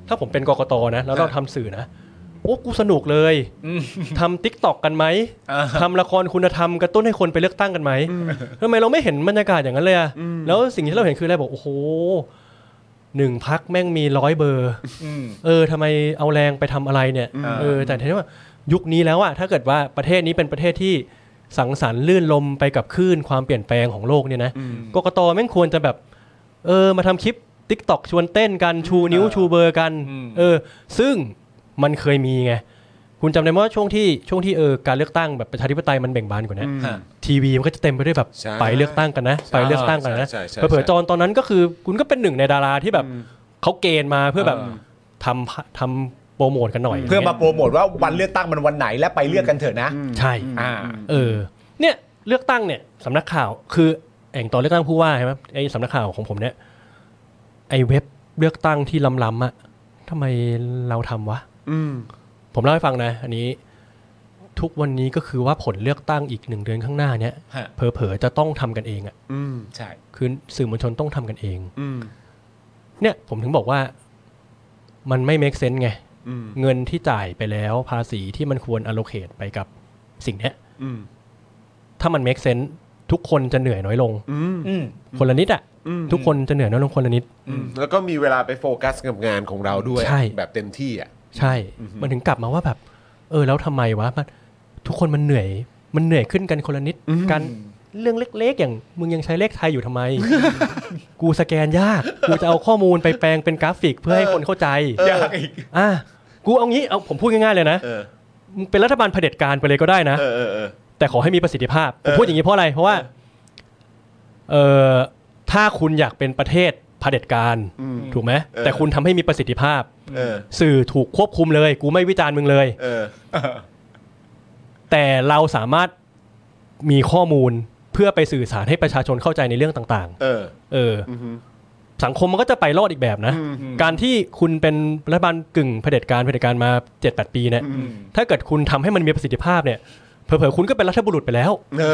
ถ้าผมเป็นกกตนะแล้วเราทำสื่อนะโอ้กูสนุกเลยทำ TikTok กันไหมทำละครคุณธรรมกระตุ้นให้คนไปเลือกตั้งกันไหมทำไมเราไม่เห็นบรรยากาศอย่างนั้นเลยอะแล้วสิ่งที่เราเห็นคืออะไรบอกโอ้โห1 พรรคแม่งมี100 เบอร์ทำไมเอาแรงไปทำอะไรเนี่ยแต่ทีนี้ว่ายุคนี้แล้วอะถ้าเกิดว่าประเทศนี้เป็นประเทศที่สังสรรค์ลื่นลมไปกับคลื่นความเปลี่ยนแปลงของโลกเนี่ยนะกกตแม่งควรจะแบบมาทำคลิป TikTok ชวนเต้นกันชูนิ้วชูเบอร์กันซึ่งมันเคยมีไงคุณจำได้ไหมว่าช่วงที่การเลือกตั้งแบบประชาธิปไตยมันเบ่งบานกว่านี้ทีวีมันก็จะเต็มไปด้วยแบบไปเลือกตั้งกันนะไปเลือกตั้งกันนะเผื่อจอนตอนนั้นก็คือคุณก็เป็นหนึ่งในดาราที่แบบเขาเกณฑ์มาเพื่อแบบทำโปรโมทกันหน่อยเพื่อมาโปรโมทว่าวันเลือกตั้งมันวันไหนและไปเลือกกันเถอะนะใช่เนี่ยเลือกตั้งเนี่ยสำนักข่าวคือตอนเลือกตั้งผู้ว่าใช่ไหมไอ้สำนักข่าวของผมเนี่ยไอ้เว็บเลือกตั้งที่ล้ำๆอ่ะทำไมเราทำวะผมเล่าให้ฟังนะอันนี้ทุกวันนี้ก็คือว่าผลเลือกตั้งอีก1 เดือนข้างหน้าเนี้ยเผลอๆจะต้องทำกันเองอ่ะใช่คือสื่อมวลชนต้องทำกันเองเนี่ยผมถึงบอกว่ามันไม่ make sense ไงเงินที่จ่ายไปแล้วภาษีที่มันควร allocate ไปกับสิ่งเนี้ยถ้ามัน make sense ทุกคนจะเหนื่อยน้อยลงคนละนิดอ่ะทุกคนจะเหนื่อยน้อยลงคนละนิดแล้วก็มีเวลาไปโฟกัสกับงานของเราด้วยแบบเต็มที่อ่ะใช่มันถึงกลับมาว่าแบบแล้วทำไมวะทุกคนมันเหนื่อยขึ้นกันคนละนิดกันเรื่องเล็กๆอย่างมึงยังใช้เลขไทยอยู่ทำไม กูสแกนยากกูจะเอาข้อมูลไปแปลงเป็นกราฟิกเพื่อให้คนเข้าใจยากอีกกูเอางี้ผมพูดง่ายๆเลยนะมึงเป็นรัฐบาลเผด็จการไปเลยก็ได้นะแต่ขอให้มีประสิทธิภาพผมพูดอย่างนี้เพราะอะไรเพราะว่าถ้าคุณอยากเป็นประเทศเผด็จการถูกไหมแต่คุณทำให้มีประสิทธิภาพสื่อถูกควบคุมเลยกูไม่วิจารณ์มึงเลยแต่เราสามารถมีข้อมูลเพื่อไปสื่อสารให้ประชาชนเข้าใจในเรื่องต่างๆสังคมมันก็จะไปรอดอีกแบบนะการที่คุณเป็นรัฐบาลกึ่งเผด็จการมา 7-8 ปีเนี่ยถ้าเกิดคุณทำให้มันมีประสิทธิภาพเนี่ยเผลอๆคุณก็เป็นรัฐบุรุษไปแล้ว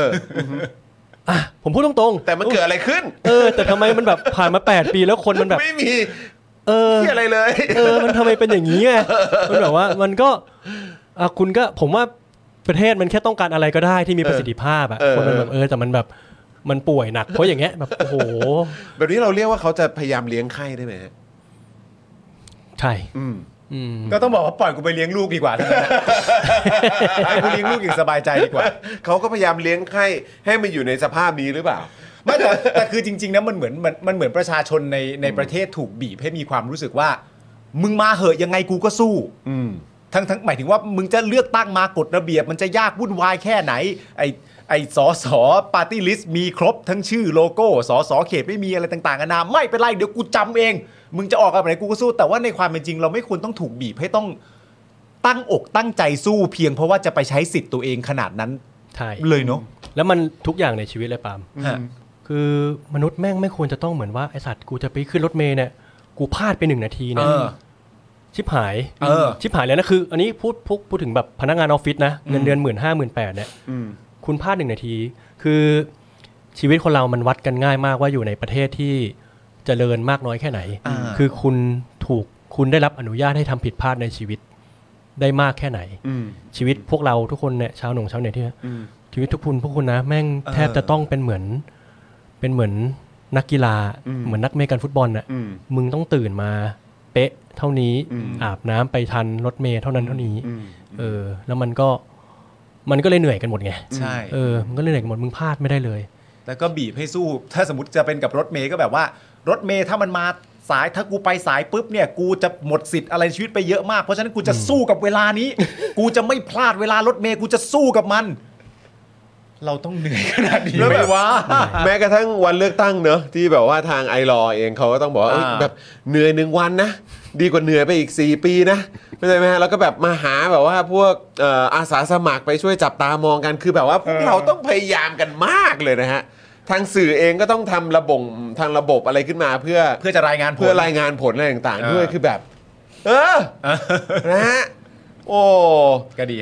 ผมพูดตรงๆแต่มันเกิดอะไรขึ้นแต่ทำไมมันแบบผ่านมา8 ปีแล้วคนมันแบบไม่มีที่อะไรเลยมันทำไมเป็นอย่างนี้ไงมันแบบว่ามันก็คุณก็ผมว่าประเทศมันแค่ต้องการอะไรก็ได้ที่มีประสิทธิภาพคนมันแบบแต่มันแบบมันป่วยหนักเพราะอย่างเงี้ยแบบโอ้โหแบบนี้เราเรียกว่าเขาจะพยายามเลี้ยงไข้ได้ไหมใช่ก็ต้องบอกว่าปล่อยกูไปเลี้ยงลูกดีกว่าให้กูเลี้ยงลูกอย่างสบายใจดีกว่าเขาก็พยายามเลี้ยงไข้ให้มันอยู่ในสภาพนี้หรือเปล่าไม่แต่คือจริงๆนะมันเหมือนประชาชนในประเทศถูกบีบให้มีความรู้สึกว่ามึงมาเหอะยังไงกูก็สู้ทั้งหมายถึงว่ามึงจะเลือกตั้งมากฎระเบียบมันจะยากวุ่นวายแค่ไหนไอ้สสปาร์ตี้ลิสต์มีครบทั้งชื่อโลโก้สสเขตไม่มีอะไรต่างๆนานาไม่เป็นไรเดี๋ยวกูจำเองมึงจะออกอะไรกูก็สู้แต่ว่าในความเป็นจริงเราไม่ควรต้องถูกบีบให้ต้องตั้งอกตั้งใจสู้เพียงเพราะว่าจะไปใช้สิทธิ์ตัวเองขนาดนั้นใช่เลยเนาะแล้วมันทุกอย่างในชีวิตเลยปาล์มคือมนุษย์แม่งไม่ควรจะต้องเหมือนว่าไอสัตว์กูจะไปขึ้นรถเมล์เนี่ยกูพลาดไป1 นาทีเนี่ยชิบหายเลยนะคืออันนี้พูดถึงแบบพนักงานออฟฟิศนะเงินเดือน 15,000-18,000 เนี่ยคุณพลาด1 นาทีคือชีวิตคนเรามันวัดกันง่ายมากว่าอยู่ในประเทศที่เจริญมากน้อยแค่ไหนคือคุณได้รับอนุญาตให้ทำผิดพลาดในชีวิตได้มากแค่ไหนชีวิตพวกเราทุกคนเนี่ยชาวเน็ตที่ชีวิตพวกคุณนะแม่งแทบจะต้องเป็นเหมือนนักกีฬาเหมือนนักเมกันฟุตบอลน่ะมึงต้องตื่นมาเป๊ะเท่านี้อาบน้ำไปทันรถเมล์เท่านั้นเท่านี้แล้วมันก็เลยเหนื่อยกันหมดไงใช่มันก็เลยเหนื่อยกันหมดมึงพลาดไม่ได้เลยแล้วก็บีบให้สู้ถ้าสมมติจะเป็นกับรถเมล์ก็แบบว่ารถเมล์ถ้ามันมาสายถ้ากูไปสายปุ๊บเนี่ยกูจะหมดสิทธิ์อะไรชีวิตไปเยอะมากเพราะฉะนั้นกูจะสู้กับเวลานี้ กูจะไม่พลาดเวลารถเมล์กูจะสู้กับมันเราต้องเหนื่อยขนาดนี้ไหมวะแม้กระทั่งวันเลือกตั้งเนอะที่แบบว่าทางไอรอเองเขาก็ต้องบอกว่าแบบเหนื่อย1 วันนะดีกว่าเหนื่อยไปอีก4 ปีนะไม่ใช่ไหมฮะแล้วก็แบบมาหาแบบว่าพวกอาสาสมัครไปช่วยจับตามองกันคือแบบว่าพวกเราต้องพยายามกันมากเลยนะฮะทางสื่อเองก็ต้องทำทางระบบอะไรขึ้นมาเพื่อจะรายงานผลอะไรต่างๆด้วยคือแบบนะฮะโอ้ก็ดีฮะ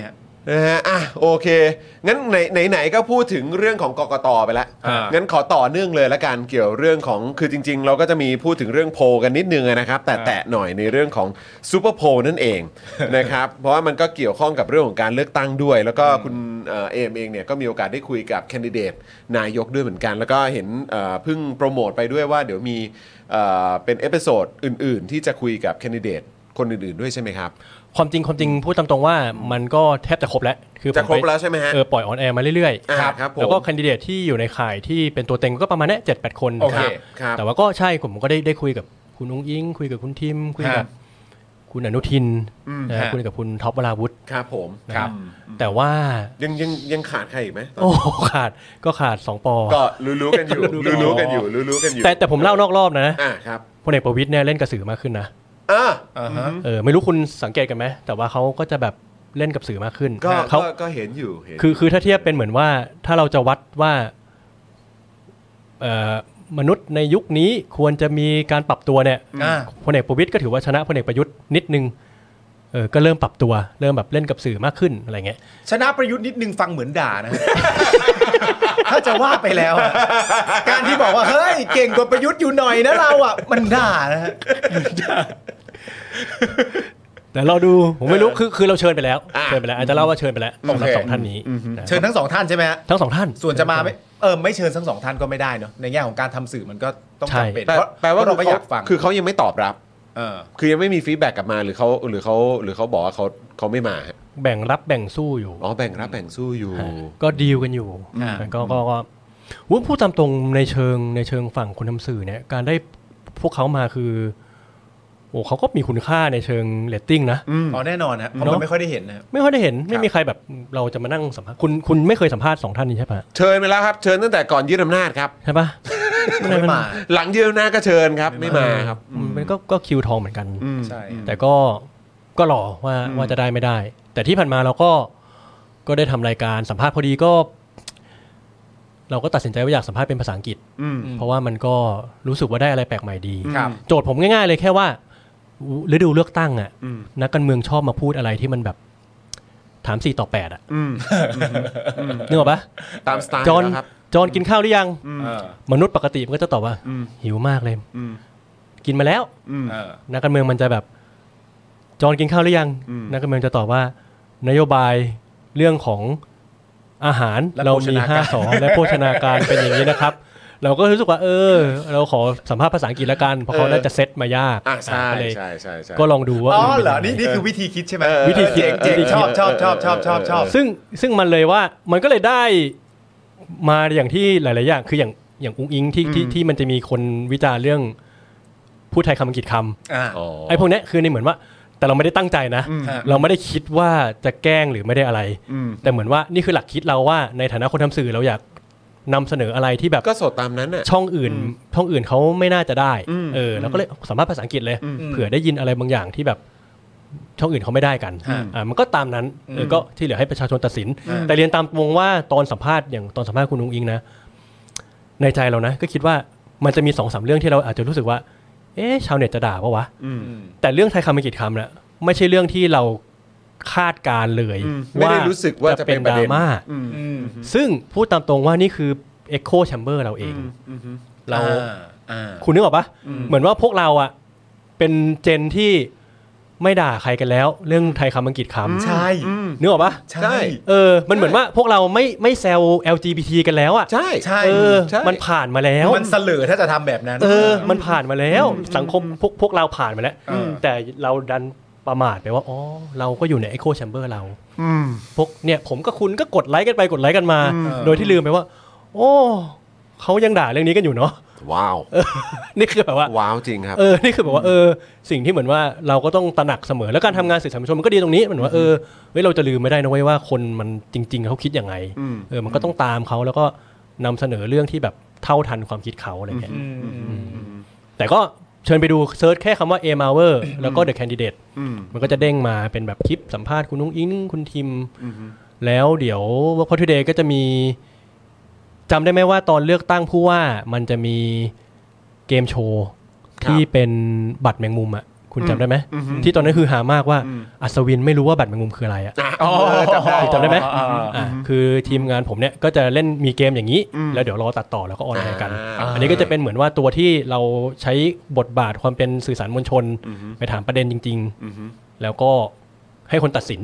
นะฮะโอเคงั้นไหนก็พูดถึงเรื่องของกกตไปแล้วงั้นขอต่อเนื่องเลยละกันเกี่ยวเรื่องของคือจริงๆเราก็จะมีพูดถึงเรื่องโพลกันนิดนึงนะครับแต่แตะหน่อยในเรื่องของซูเปอร์โพลนั่นเองนะครับเพราะว่ามันก็เกี่ยวข้องกับเรื่องของการเลือกตั้งด้วยแล้วก็คุณเอ็มเองเนี่ยก็มีโอกาสได้คุยกับแคนดิเดตนายกด้วยเหมือนกันแล้วก็เห็นเพิ่งโปรโมทไปด้วยว่าเดี๋ยวมีเป็นเอพิโซดอื่นๆที่จะคุยกับแคนดิเดตคนอื่นๆด้วยใช่ไหมครับความจริงพูดตามตรงว่ามันก็แทบจะครบแล้วคือจะครบแล้วใช่ไหมฮะปล่อยออนแอร์มาเรื่อยๆครับแล้วก็แคนดิเดตที่อยู่ในข่ายที่เป็นตัวเต็งก็ประมาณนี้ 7-8 คนครับแต่ว่าก็ใช่ผมก็ได้คุยกับคุณอุ้งอิงคุยกับคุณทิมคุยกับคุณอนุทินนะคุยกับคุณท็อปวราวุธครับผมครับแต่ว่ายังขาดใครอีกไหมโอ้ขาด2 ป. ก็รู้กันอยู่แต่ผมเล่านอกรอบนะครับพลเอกประวิตรเนี่ยเล่นกระสือมากขึ้นนะไม่รู้คุณสังเกตกันไหมแต่ว่าเขาก็จะแบบเล่นกับสื่อมากขึ้นก็เห็นอยู่คือถ้าเทียบเป็นเหมือนว่าถ้าเราจะวัดว่ามนุษย์ในยุคนี้ควรจะมีการปรับตัวเนี่ยพลเอกประวิตรก็ถือว่าชนะพลเอกประยุทธ์นิดนึงก็เริ่มปรับตัวเริ่มแบบเล่นกับสื่อมากขึ้นอะไรเงี้ยชนะประยุทธ์นิดนึงฟังเหมือนด่านะ ถ้าจะว่าไปแล้วการที่บอกว่าเฮ้ยเก่งกว่าประยุทธ์อยู่หน่อยนะเราอ่ะมันด่านะฮะแต่เราดูผมไม่รู้คือเราเชิญไปแล้วอาจจะเล่าว่าเชิญไปแล้วสำหรับ2ท่านนี้เชิญทั้ง2ท่านใช่ไหมฮะทั้ง2ท่านส่วนจะมาไม่เชิญทั้ง2ท่านก็ไม่ได้เนาะในแง่ของการทำสื่อมันก็ต้องจำเป็นแปลว่าเราก็อยากฟังคือเขายังไม่ตอบรับคือยังไม่มีฟีดแบ็กกลับมาหรือเขาบอกว่าเขาไม่มาแบ่งรับแบ่งสู้อยู่แบ่งรับแบ่งสู้อยู่ก็ดีลกันอยู่ก็พูดตามตรงในเชิงฝั่งคนทำสื่อเนี่ยการได้พวกเขามาคือเขาก็มีคุณค่าในเชิงเรตติ้งนะแน่นอนนะเพราะมันไม่ค่อยได้เห็นนะไม่ค่อยได้เห็นไม่มีใครแบบเราจะมานั่งสัมภาษณ์คุณไม่เคยสัมภาษณ์2ท่านนี้ใช่ปะเชิญไปแล้วครับเชิญตั้งแต่ก่อนยึดอำนาจครับใช่ปะไม่มาหลังยึดอำนาจก็เชิญครับไม่มาครับมันก็คิวทองเหมือนกันใช่แต่ก็รอว่าจะได้ไม่ได้แต่ที่ผ่านมาเราก็ได้ทำรายการสัมภาษณ์พอดีก็เราก็ตัดสินใจว่าอยากสัมภาษณ์เป็นภาษาอังกฤษเพราะว่ามันก็รู้สึกว่าได้อะไรแปลกใหม่ดีโจทย์ผมง่ายๆเลยแค่ว่าฤดูเลือกตั้งอ่ะนักการเมืองชอบมาพูดอะไรที่มันแบบถาม4 ต่อ 8อ่ะนึกออกปะตามสไตล์จอนกินข้าวหรือยังมนุษย์ปกติมันก็จะตอบว่าหิวมากเลยกินมาแล้วนักการเมืองมันจะแบบจอนกินข้าวหรือยังนักการเมืองจะตอบว่านโยบายเรื่องของอาหารเรามี5 สอและโภชนาการเป็นอย่างนี้นะครับเราก็รู้สึกว่าเราขอสัมภาษณ์ภาษาอังกฤษละกันเพราะเขาน่าจะเซตมายากใช่ก็ลองดูว่าเหรอนี่คือวิธีคิดใช่ไหมวิธีคิดชอบซึ่งมันเลยว่ามันก็เลยได้มาอย่างที่หลายๆอย่างคืออย่างอุ้งอิงที่มันจะมีคนวิจารณ์เรื่องพูดไทยคำอังกฤษคำไอ้พวกนี้คือในเหมือนว่าแต่เราไม่ได้ตั้งใจนะเราไม่ได้คิดว่าจะแกล้งหรือไม่ได้อะไรแต่เหมือนว่านี่คือหลักคิดเราว่าในฐานะคนทำสื่อเราอยากนำเสนออะไรที่แบบก็สดตามนั้นน่ะช่องอื่นเขาไม่น่าจะได้แล้วก็เลยสัมภาษณ์ภาษาอังกฤษเลยเผื่อได้ยินอะไรบางอย่างที่แบบช่องอื่นเขาไม่ได้กันมันก็ตามนั้นก็ที่เหลือให้ประชาชนตัดสินแต่เรียนตามตรงว่าตอนสัมภาษณ์อย่างตอนสัมภาษณ์คุณอุ้งอิงนะในใจเรานะก็คิดว่ามันจะมี 2-3 เรื่องที่เราอาจจะรู้สึกว่าชาวเน็ตจะด่าปะวะแต่เรื่องไทยคำอังกฤษคำน่ะไม่ใช่เรื่องที่เราคาดการเลยไม่ได้รู้สึกว่าจะเป็นดราม่าซึ่งพูดตามตรงว่านี่คือ Echo Chamber เราเองเราคุณนึกออกปะเหมือนว่าพวกเราอ่ะเป็นเจนที่ไม่ด่าใครกันแล้วเรื่องไทยคำอังกฤษคำใช่นึกออกปะใช่มันเหมือนว่าพวกเราไม่แซว LGBT กันแล้วอ่ะใช่มันผ่านมาแล้วมันเสลอถ้าจะทำแบบนั้นมันผ่านมาแล้วสังคมพวกเราผ่านมาแล้วแต่เราดันประมาทไปว่าเราก็อยู่ใน Echo Chamber เราพวกเนี่ยผมกับคุณก็กดไลค์กันไปกดไลค์กันมาโดยที่ลืมไปว่าเขายังด่าเรื่องนี้กันอยู่เนาะว้าวนี่คือแบบว่าว้าวจริงครับนี่คือแบบว่าสิ่งที่เหมือนว่าเราก็ต้องตระหนักเสมอแล้วการทำงานสื่อสารมวลชนมันก็ดีตรงนี้เหมือนว่าเราจะลืมไม่ได้นะเว้ยว่าคนมันจริงๆเขาคิดยังไงมันก็ต้องตามเขาแล้วก็นำเสนอเรื่องที่แบบเท่าทันความคิดเขาอะไรเงี้ยแต่ก็เชิญไปดูเซิร์ชแค่คำว่า A Marver แล้วก็ The Candidate มันก็จะเด้งมาเป็นแบบคลิปสัมภาษณ์คุณนุ้งอิงคุณทิมแล้วเดี๋ยว Work for Today ก็จะมีจำได้ไหมว่าตอนเลือกตั้งผู้ว่ามันจะมีเกมโชว์ที่เป็นบัตรแมงมุมอ่ะคุณจำได้ไหมที่ตอนนั้นคือหามากว่าอัศวินไม่รู้ว่าแบตแมงมุมคืออะไรอ่ะจำได้ไหมคือทีมงานผมเนี่ยก็จะเล่นมีเกมอย่างนี้แล้วเดี๋ยวรอตัดต่อแล้วก็ออนไลน์กันอันนี้ก็จะเป็นเหมือนว่าตัวที่เราใช้บทบาทความเป็นสื่อสารมวลชนไปถามประเด็นจริงๆแล้วก็ให้คนตัดสิน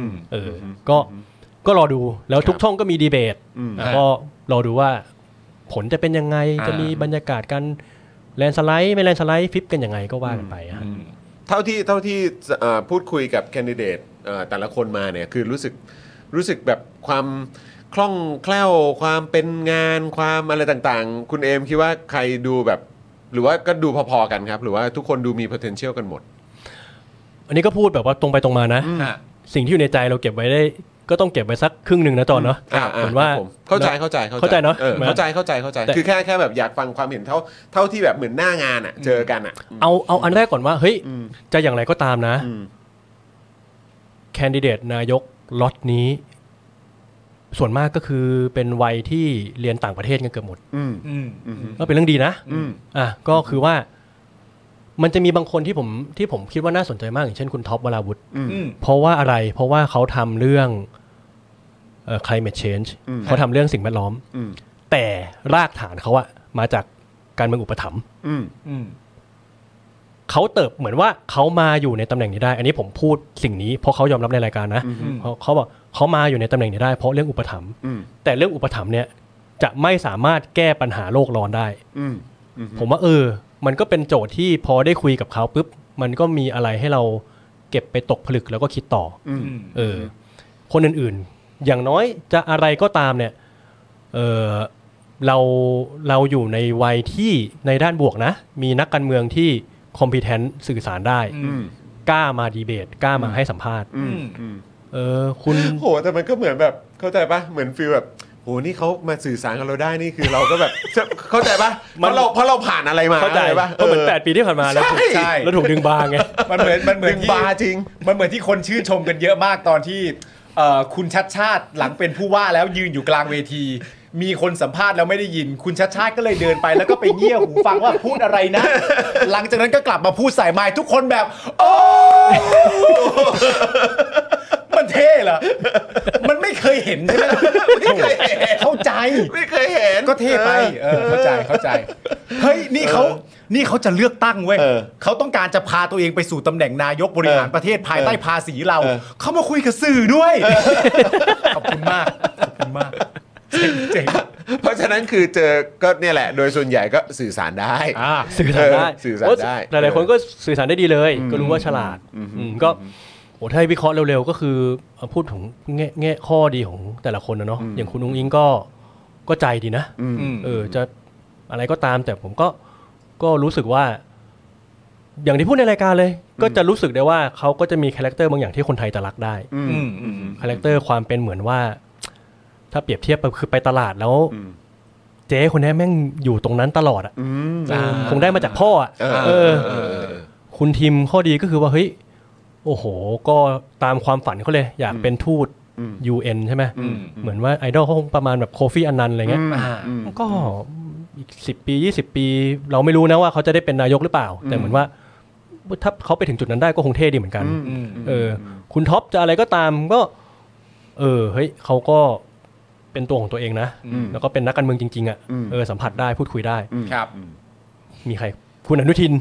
ก็รอดูแล้วทุกช่องก็มีดีเบตก็รอดูว่าผลจะเป็นยังไงจะมีบรรยากาศการแลนสไลด์ไม่แลนสไลด์ฟลิปกันยังไงก็ว่ากันไปเท่าที่พูดคุยกับแคนดิเดตแต่ละคนมาเนี่ยคือรู้สึกแบบความคล่องแคล่วความเป็นงานความอะไรต่างๆคุณเอมคิดว่าใครดูแบบหรือว่าก็ดูพอๆกันครับหรือว่าทุกคนดูมี potential กันหมดอันนี้ก็พูดแบบว่าตรงไปตรงมานะสิ่งที่อยู่ในใจเราเก็บไว้ได้ก็ต้องเก็บไว้สักครึ่งนึงนะจอนเนาะเหมือนว่าเข้าใจเนาะเข้าใจคือแค่แบบอยากฟังความเห็นเท่าที่แบบเหมือนหน้างานอ่ะเจอกันอ่ะเอาอันแรกก่อนว่าเฮ้ยจะอย่างไรก็ตามนะแคนดิเดตนายกล็อตนี้ส่วนมากก็คือเป็นวัยที่เรียนต่างประเทศกันเกือบหมดก็เป็นเรื่องดีนะก็คือว่ามันจะมีบางคนที่ผมคิดว่าน่าสนใจมากอย่างเช่นคุณท็อปวราวุธเพราะว่าอะไรเพราะว่าเขาทำเรื่องclimate change เขาทำเรื่องสิ่งแวดล้อมแต่รากฐานเขาอะมาจากการเมืองอุปถัมภ์เขาเหมือนว่าเขามาอยู่ในตำแหน่งนี้ได้อันนี้ผมพูดสิ่งนี้เพราะเขายอมรับในรายการนะเขาบอกเขามาอยู่ในตำแหน่งนี้ได้เพราะเรื่องอุปถัมภ์แต่เรื่องอุปถัมภ์เนี่ยจะไม่สามารถแก้ปัญหาโลกร้อนได้ผมว่ามันก็เป็นโจทย์ที่พอได้คุยกับเขาปุ๊บมันก็มีอะไรให้เราเก็บไปตกผลึกแล้วก็คิดต่อคนอื่นๆอย่างน้อยจะอะไรก็ตามเนี่ยเราอยู่ในวัยที่ในด้านบวกนะมีนักการเมืองที่competent สื่อสารได้กล้ามาดีเบตกล้ามาให้สัมภาษณ์คุณโหแต่มันก็เหมือนแบบเข้าใจปะเหมือนฟีลแบบโหนี่เขามาสื่อสารกับเราได้นี่คือเราก็แบบเข้าใจปะเพราะเราผ่านอะไรมาเข้าใจปะเหมือน8 ปีที่ผ่านมาแล้วถูกดึงบาไงมันเหมือนบาจริงมันเหมือนที่คนชื่นชมกันเยอะมากตอนที่คุณชัดชาติหลังเป็นผู้ว่าแล้วยืนอยู่กลางเวทีมีคนสัมภาษณ์แล้วไม่ได้ยินคุณชัดชาติก็เลยเดินไปแล้วก็ไปเงี่ยหูฟังว่าพูดอะไรนะหลังจากนั้นก็กลับมาพูดใส่ไมค์ทุกคนแบบโอ้มันเท่เหรอมันไม่เคยเห็นใช่ไหมไม่เคยเข้าใจไม่เคยเห็นก็เท่ไปเข้าใจเฮ้ยนี่เขาจะเลือกตั้งเว้ยเขาต้องการจะพาตัวเองไปสู่ตำแหน่งนายกบริหารประเทศภายใต้ภาษีเราเขามาคุยกับสื่อด้วยขอบคุณมากเจ๋งเพราะฉะนั้นคือเจอก็เนี่ยแหละโดยส่วนใหญ่ก็สื่อสารได้สื่อสารได้หลายๆคนก็สื่อสารได้ดีเลยก็รู้ว่าฉลาดก็ถ้าวิเคราะห์เร็วๆก็คือพูดถึงแง่ข้อดีของแต่ละคนนะเนาะอย่างคุณนุ้งอิงก็ใจดีนะจะอะไรก็ตามแต่ผมก็รู้สึกว่าอย่างที่พูดในรายการเลยก็จะรู้สึกได้ว่าเขาก็จะมีคาแรคเตอร์บางอย่างที่คนไทยจะรักได้คาแรคเตอร์ความเป็นเหมือนว่าถ้าเปรียบเทียบคือไปตลาดแล้วเจ๊คนนี้แม่งอยู่ตรงนั้นตลอดอ่ะคงได้มาจากพ่ออ่ะคุณทีมข้อดีก็คือว่าเฮ้ยโอ้โหก็ตามความฝันเขาเลยอยากเป็นทูต UN ใช่ไหมเหมือนว่าไอดอลเขาคงประมาณแบบโคฟี่อันนันอะไรเงี้ยก็อีก10 ปี20 ปีเราไม่รู้นะว่าเขาจะได้เป็นนายกหรือเปล่าแต่เหมือนว่าถ้าเขาไปถึงจุดนั้นได้ก็คงเท่ดีเหมือนกันคุณท็อปจะอะไรก็ตามก็เฮ้ยเขาก็เป็นตัวของตัวเองนะแล้วก็เป็นนักการเมืองจริงๆอ่ะสัมผัสได้พูดคุยได้ครับมีใครคุณอนุทิน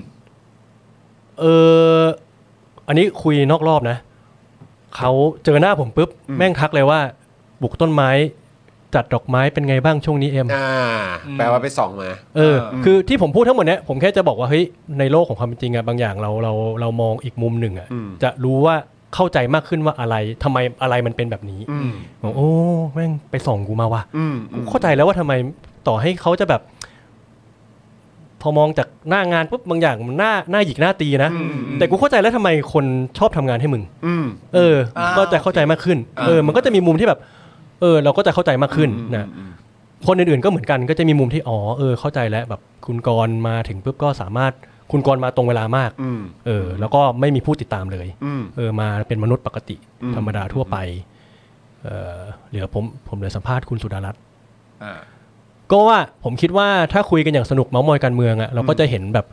อันนี้คุยนอกรอบนะเขาเจอหน้าผมปุ๊บแม่งทักเลยว่าปลูกต้นไม้จัดดอกไม้เป็นไงบ้างช่วงนี้แปลว่าไปส่องมาคือที่ผมพูดทั้งหมดเนี้ยผมแค่จะบอกว่าเฮ้ยในโลกของความเป็นจริงอะบางอย่างเรามองอีกมุมหนึ่งอะจะรู้ว่าเข้าใจมากขึ้นว่าอะไรทำไมอะไรมันเป็นแบบนี้บอกโอ้แม่งไปส่องกูมาว่ะเข้าใจแล้วว่าทำไมต่อให้เขาจะแบบพอมองจากหน้างานปุ๊บบางอย่างมันหน้าหยิกหน้าตีนะแต่กูเข้าใจแล้วทำไมคนชอบทำงานให้มึงก็จะเข้าใจมากขึ้นมันก็จะมีมุมที่แบบเราก็จะเข้าใจมากขึ้นนะคนอื่นๆก็เหมือนกันก็จะมีมุมที่เข้าใจแล้วแบบคุณกรณ์มาถึงปุ๊บก็สามารถคุณกรณ์มาตรงเวลามากแล้วก็ไม่มีผู้ติดตามเลยมาเป็นมนุษย์ปกติธรรมดาทั่วไปเหลือผมเลยสัมภาษณ์คุณสุดารัตน์ก็ว่าผมคิดว่าถ้าคุยกันอย่างสนุกเม้ามอยการเมืองอ่ะเราก็จะเห็นแบบ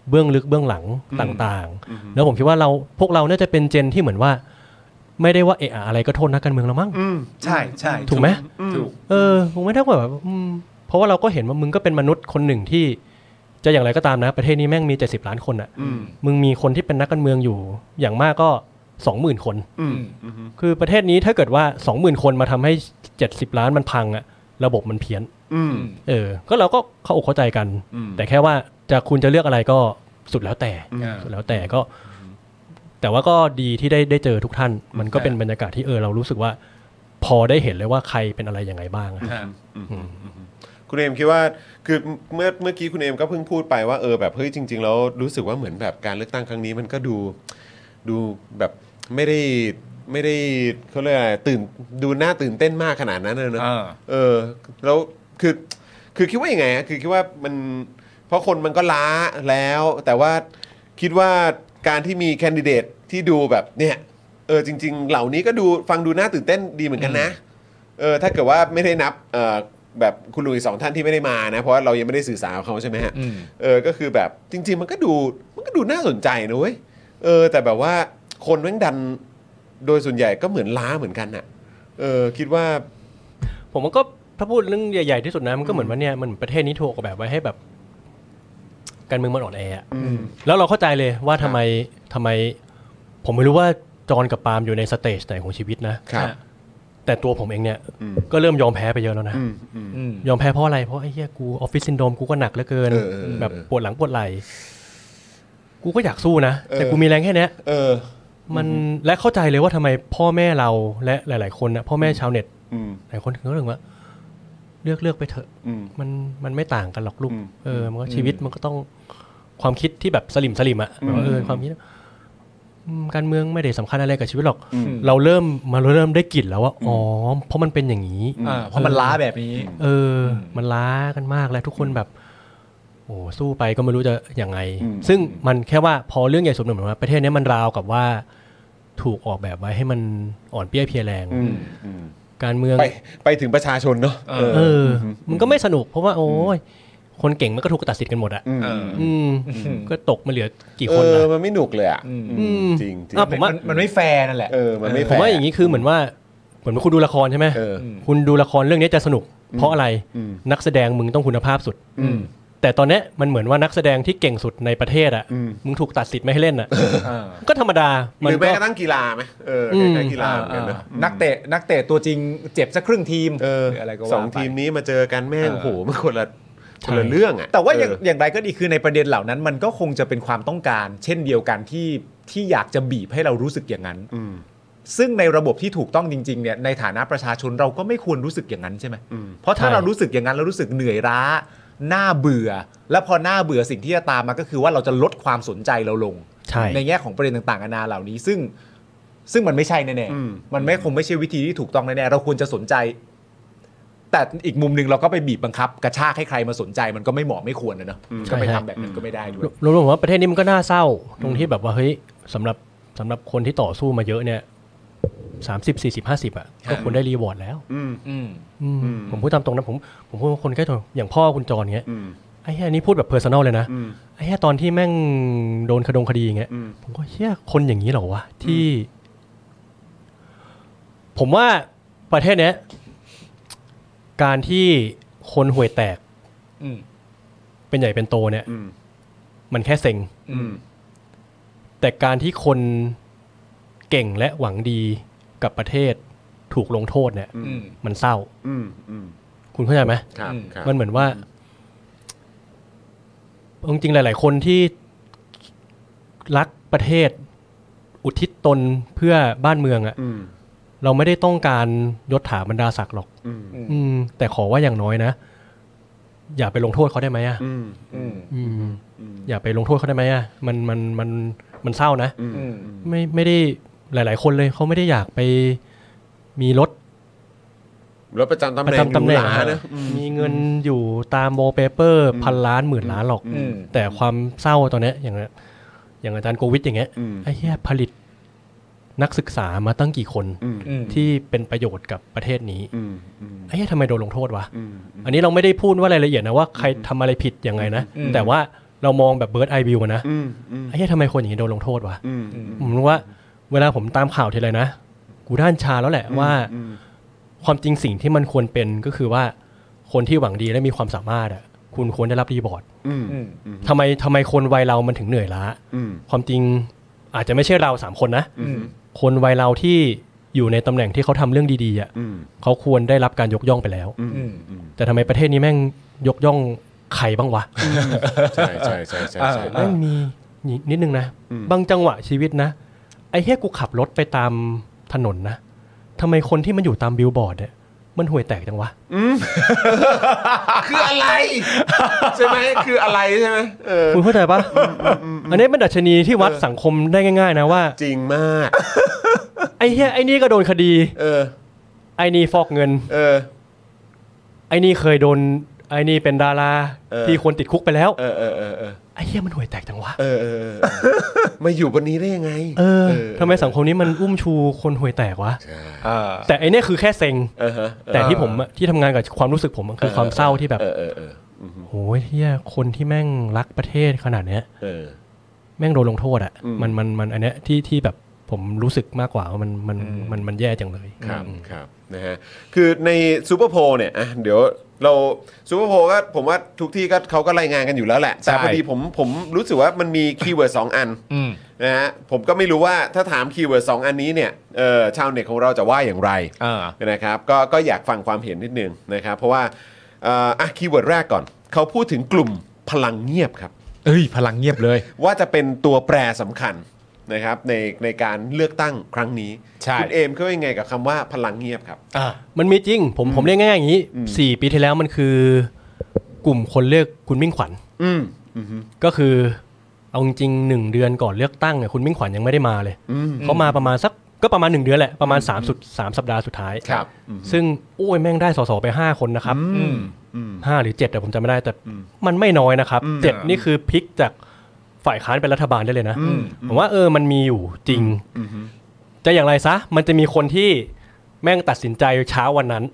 เบื้องลึกเบื้องหลังต่างๆแล้วผมคิดว่าพวกเราน่าจะเป็นเจนที่เหมือนว่าไม่ได้ว่าอะไรก็โทษนักการเมืองแล้วมั้งใช่ใช่ถูกไหมถูกคงไม่ได้แบบเพราะว่าเราก็เห็นว่ามึงก็เป็นมนุษย์คนหนึ่งที่จะอย่างไรก็ตามนะประเทศนี้แม่งมี70ล้านคนอ่ะมึงมีคนที่เป็นนักการเมืองอยู่อย่างมากก็ 20,000 คนคือประเทศนี้ถ้าเกิดว่า 20,000 คนมาทำให้70ล้านมันพังอ่ะระบบมันเพี้ยนก็เราก็เข้าอกเข้าใจกันแต่แค่ว่าคุณจะเลือกอะไรก็สุดแล้วแต่ก็แต่ว่าก็ดีที่ได้เจอทุกท่านมันก็เป็นบรรยากาศที่เรารู้สึกว่าพอได้เห็นเลยว่าใครเป็นอะไรยังไงบ้างคุณเอมคิดว่าคือเมื่อกี้คุณเอมก็เพิ่งพูดไปว่าแบบเฮ้ยจริงๆแล้วรู้สึกว่าเหมือนแบบการเลือกตั้งครั้งนี้มันก็ดูแบบไม่ได้เขาเรียกอะไรดูน่าตื่นเต้นมากขนาดนั้นเลยเนอะแล้วคือคิดว่ายังไงคือคิดว่ามันเพราะคนมันก็ล้าแล้วแต่ว่าคิดว่าการที่มีแคนดิเดตที่ดูแบบเนี่ยจริงๆเหล่านี้ก็ฟังดูน่าตื่นเต้นดีเหมือนกันนะถ้าเกิดว่าไม่ได้นับแบบคุณลุงอีก2ท่านที่ไม่ได้มานะเพราะว่าเรายังไม่ได้สื่อสารกับเขาใช่ไหมฮะก็คือแบบจริงๆมันก็ดูน่าสนใจนะเว้ยแต่แบบว่าคนแม่งดันโดยส่วนใหญ่ก็เหมือนล้าเหมือนกันน่ะคิดว่าผมมันก็ถ้าพูดเรื่องใหญ่ๆที่สุดนะมันก็เหมือนว่าเนี่ยมันประเทศนี้ถูกออกแบบไว้ให้แบบการเมืองมันอ่อนแอแล้วเราเข้าใจเลยว่าทำไมผมไม่รู้ว่าจอนกับปาล์มอยู่ในสเตจไหนของชีวิตนะแต่ตัวผมเองเนี่ยก็เริ่มยอมแพ้ไปเยอะแล้วนะยอมแพ้เพราะอะไรเพราะไอ้เหี้ยกูออฟฟิศซินโดรมกูก็หนักเหลือเกินแบบปวดหลังปวดไหล่กูก็อยากสู้นะแต่กูมีแรงแค่นี้มันและเข้าใจเลยว่าทำไมพ่อแม่เราและหลายๆคนนะพ่อแม่ชาวเน็ตหลายคนถึงก็เรื่องว่าเลือกไปเถอะมันไม่ต่างกันหรอกลูกมันก็ชีวิตมันก็ต้องความคิดที่แบบสลิมอ่ะความคิดการเมืองไม่ได้สำคัญอะไรกับชีวิตหรอกเราเริ่มได้กลิ่นแล้วว่าอ๋อเพราะมันเป็นอย่างนี้เพราะมันล้าแบบนี้มันล้ากันมากแล้วทุกคนแบบโอ้สู้ไปก็ไม่รู้จะยังไงซึ่งมันแค่ว่าพอเรื่องใหญ่สุดเหมือนว่าประเทศนี้มันราวกับว่าถูกออกแบบไว้ให้มันอ่อนเปี้ยเพลียแรงการเมืองไปถึงประชาชนเนาะมันก็ไม่สนุกเพราะว่าโอ้ยคนเก่งมันก็ถูกตัดสิทธิ์กันหมดอ่ะก็ตกมาเหลือกี่คนล่ะมันไม่หนุกเลยอ่ะจริงผมว่ามันไม่แฟร์นั่นแหละมันไม่แฟร์ผมว่าอย่างนี้คือเหมือนว่าคุณดูละครใช่ไหมคุณดูละครเรื่องนี้จะสนุกเพราะอะไรนักแสดงมึงต้องคุณภาพสุดแต่ตอนนี้มันเหมือนว่านักแสดงที่เก่งสุดในประเทศอ่ะมึงถูกตัดสิทธิ์ไม่ให้เล่นอ่ะก็ธรรมดาหรือแม้กระทั่งกีฬาไหมแค่กีฬาเหมือนกันนะนักเตะตัวจริงเจ็บสักครึ่งทีมอะไรก็ว่า 2ทีมนี้มาเจอกันแม่งโหมันคนละเรื่องอ่ะแต่ว่าอย่างไรก็ดีคือในประเด็นเหล่านั้นมันก็คงจะเป็นความต้องการเช่นเดียวกันที่อยากจะบีบให้เรารู้สึกอย่างนั้นซึ่งในระบบที่ถูกต้องจริงๆเนี่ยในฐานะประชาชนเราก็ไม่ควรรู้สึกอย่างนั้นใช่ไหมเพราะถ้าเรารู้สึกอย่างนั้นเรารู้สึกเหนื่อยล้าน่าเบื่อแล้วพอน่าเบื่อสิ่งที่จะตามมาก็คือว่าเราจะลดความสนใจเราลงในแง่ของประเด็นต่างๆนานาเหล่านี้ซึ่งมันไม่ใช่แน่ๆมันคงไม่ใช่วิธีที่ถูกต้องแน่ๆเราควรจะสนใจแต่อีกมุมนึงเราก็ไปบีบบังคับกระชากให้ใครมาสนใจมันก็ไม่เหมาะไม่ควรนะเนอะก็ไปทำแบบนั้นก็ไม่ได้ด้วยรวมๆว่าประเทศนี้มันก็น่าเศร้าตรงที่แบบว่าเฮ้ยสำหรับคนที่ต่อสู้มาเยอะเนี่ย30 40 50อ่ะก็ควรได้รีวอร์ดแล้วผมพูดตามตรงนะผมพูดว่าคนใกล้ตัวอย่างพ่อคุณจรเงี้ยไอ้เหี้ยนี่พูดแบบเพอร์ซันอลเลยนะไอ้เหี้ยตอนที่แม่งโดนคดีอย่างเงี้ยผมก็เหี้ยคนอย่างนี้เหรอวะที่ผมว่าประเทศเนี้ยการที่คนห่วยแตกเป็นใหญ่เป็นโตเนี่ยมันแค่เซ็งแต่การที่คนเก่งและหวังดีกับประเทศถูกลงโทษเนี่ยมันเศร้าคุณเข้าใจไหมมันเหมือนว่าจริงๆหลายๆคนที่รักประเทศอุทิศตนเพื่อบ้านเมืองอ่ะเราไม่ได้ต้องการยศถาบรรดาศักดิ์หรอกแต่ขอว่าอย่างน้อยนะอย่าไปลงโทษเขาได้ไหมอ่ะอย่าไปลงโทษเขาได้ไหมอ่ะมันเศร้านะไม่ได้หลายๆคนเลยเขาไม่ได้อยากไปมีรถประจำตำแหน่งนะมีเงินอยู่ตามโวลเปเปอร์พันล้านหมื่นล้านหรอกแต่ความเศร้าตอนนี้อย่างอาจารย์โควิดอย่างเงี้ยไอ้เหี้ยผลิตนักศึกษามาตั้งกี่คนที่เป็นประโยชน์กับประเทศนี้ไอ้เหี้ยทำไมโดนลงโทษวะอันนี้เราไม่ได้พูดว่ารายละเอียดนะว่าใครทำอะไรผิดยังไงนะแต่ว่าเรามองแบบเบิร์ดไอวิวนะไอ้เหี้ยทำไมคนอย่างนี้โดนลงโทษวะผมรู้ว่าเวลาผมตามข่าวทีไรนะกูด้านชาแล้วแหละว่าความจริงสิ่งที่มันควรเป็นก็คือว่าคนที่หวังดีและมีความสามารถอ่ะคุณควรได้รับรีบอร์ดทำไมคนวัยเรามันถึงเหนื่อยล้าความจริงอาจจะไม่ใช่เรา3คนนะคนวัยเราที่อยู่ในตำแหน่งที่เขาทำเรื่องดีๆอ่ะเขาควรได้รับการยกย่องไปแล้วแต่ทำไมประเทศนี้แม่งยกย่องใครบ้างวะใช่ใช่ใช่ใช่แม่งมีนิดนึงนะบางจังหวะชีวิตนะไอ้เหี้ยกูขับรถไปตามถนนนะทำไมคนที่มันอยู่ตามบิลบอร์ดเนี่ยมันห่วยแตกจังวะคืออะไรใช่ไหมคืออะไรใช่ไหมคุณเข้าใจปะอันนี้เป็นดัชนีที่วัดสังคมได้ง่ายๆนะว่าจริงมากไอ้เหี้ยไอ้นี่ก็โดนคดีไอ้นี่ฟอกเงินไอ้นี่เคยโดนไอ้นี่เป็นดาราที่คนติดคุกไปแล้วไอ้เหี้ยมันห่วยแตกจังวะมาอยู่บนนี้ได้ยังไงทำไมสังคมนี้มันอุ้มชูคนห่วยแตกวะแต่ไอ้นี่คือแค่เซ็งแต่ที่ผมที่ทำงานกับความรู้สึกผมมันคือความเศร้าที่แบบโหเหี้ยคนที่แม่งรักประเทศขนาดเนี้ยแม่งโดนลงโทษอ่ะมันอันเนี้ยที่แบบผมรู้สึกมากกว่าว่ามันแย่จังเลยครับนะฮะคือในซูเปอร์โพลเนี่ยเดี๋ยวเราซูเปอร์โพลก็ผมว่าทุกที่ก็เขาก็รายงานกันอยู่แล้วแหละแต่พอดีผมรู้สึกว่ามันมีคีย์เวิร์ด2อันนะฮะผมก็ไม่รู้ว่าถ้าถามคีย์เวิร์ด2อันนี้เนี่ยชาวเน็ตของเราจะว่าอย่างไรนะครับก็อยากฟังความเห็นนิดนึงนะครับเพราะว่าคีย์เวิร์ดแรกก่อนเขาพูดถึงกลุ่มพลังเงียบครับพลังเงียบเลยว่าจะเป็นตัวแปรสำคัญนะครับในการเลือกตั้งครั้งนี้คุณเอมเขาเป็นยังไงกับคำว่าพลังเงียบครับมันมีจริงผมเรียกง่ายๆอย่างนี้4 ปีที่แล้วมันคือกลุ่มคนเลือกคุณมิ่งขวัญก็คือเอาจริง1 เดือนก่อนเลือกตั้งเนี่ยคุณมิ่งขวัญยังไม่ได้มาเลยเขามาประมาณ1 เดือนแหละประมาณ3 สัปดาห์สุดท้ายซึ่งโอ้ยแม่งได้สสไป5 คนนะครับ5 หรือ 7แต่ผมจำไม่ได้แต่มันไม่น้อยนะครับ7นี่คือพลิกจากฝ่ายค้านเป็นรัฐบาลได้เลยนะผมว่ามันมีอยู่จริงจะอย่างไรซะมันจะมีคนที่แม่งตัดสินใจเช้าวันนั้น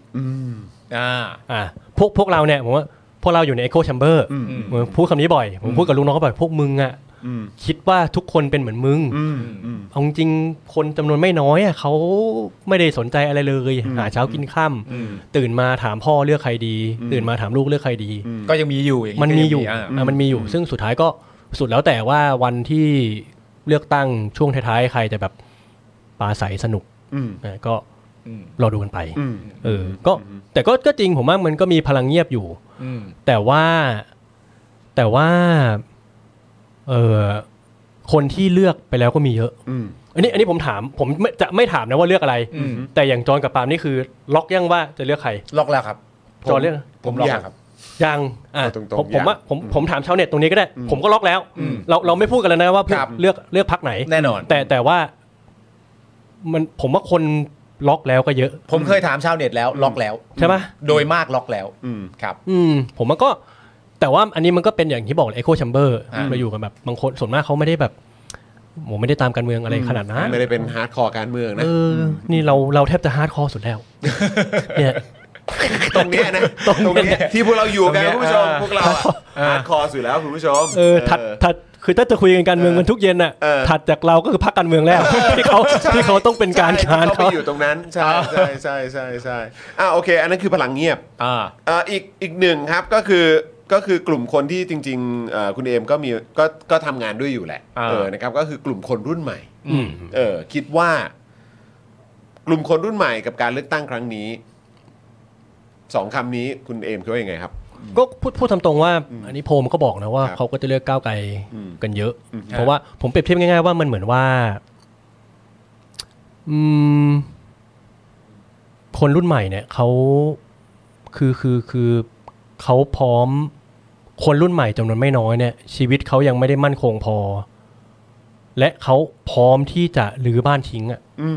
พวกเราเนี่ยผมว่าพวกเราอยู่ใน Echo Chamber ผมพูดคำนี้บ่อยผมพูดกับลูกน้องก็บ่อยพวกมึงอ่ะคิดว่าทุกคนเป็นเหมือนมึงเอาจริงคนจำนวนไม่น้อยเขาไม่ได้สนใจอะไรเลยหาเช้ากินค่ำตื่นมาถามพ่อเลือกใครดีตื่นมาถามลูกเลือกใครดีก็ยังมีอยู่มันมีอยู่ซึ่งสุดท้ายก็สุดแล้วแต่ว่าวันที่เลือกตั้งช่วงท้ายๆใครจะแบบปราศัยสนุกก็รอดูกันไปก็แต่ก็จริงผมว่ามันก็มีพลังเงียบอยู่แต่ว่าคนที่เลือกไปแล้วก็มีเยอะอันนี้ผมถามผมจะไม่ถามนะว่าเลือกอะไรแต่อย่างจอนกับปาล์มนี่คือล็อกยังว่าจะเลือกใครล็อกแล้วครับจอนเลือกผมล็อกครับยังผมถามชาวเน็ตตรงนี้ก็ได้ผมก็ล็อกแล้วเราไม่พูดกันแล้วนะว่าเลือกพรรคไหนแน่นอนแต่ว่าผมว่าคนล็อกแล้วก็เยอะผมเคยถามชาวเน็ตแล้วล็อกแล้วใช่ไหมโดยมากล็อกแล้วครับผมมันก็แต่ว่าอันนี้มันก็เป็นอย่างที่บอกEcho Chamber เราอยู่กันแบบบางคนส่วนมากเขาไม่ได้แบบผมไม่ได้ตามการเมืองอะไรขนาดนั้นไม่ได้เป็นฮาร์ดคอร์การเมืองนะนี่เราแทบจะฮาร์ดคอร์สุดแล้วเนี่ยตรงนี้นะตรงนี้ที่พวกเราอยู่กันคุณผู้ชมพวกเราฮาร์ดคอร์สุดแล้วคุณผู้ชมถัดคือถ้าจะคุยกันการเมืองกันทุกเย็นน่ะถัดจากเราก็คือพรรคการเมืองแล้วที่เขาต้องเป็นการค้านเขาไปอยู่ตรงนั้นใช่โอเคอันนั้นคือพลังเงียบอีกหนึ่งครับก็คือกลุ่มคนที่จริงๆคุณเอมก็มีก็ทำงานด้วยอยู่แหละนะครับก็คือกลุ่มคนรุ่นใหม่คิดว่ากลุ่มคนรุ่นใหม่กับการเลือกตั้งครั้งนี้2 คำนี้คุณเอมคิดว่ายังไงครับก็พูดตามตรงว่าอันนี้โพลมันก็บอกนะว่าเขาก็จะเลือกก้าวไกลกันเยอะเพราะว่าผมเปรียบเทียบง่ายๆว่ามันเหมือนว่าคนรุ่นใหม่เนี่ยเขาคือเขาพร้อมคนรุ่นใหม่จำนวนไม่น้อยเนี่ยชีวิตเขายังไม่ได้มั่นคงพอและเขาพร้อมที่จะรื้อบ้านทิ้ง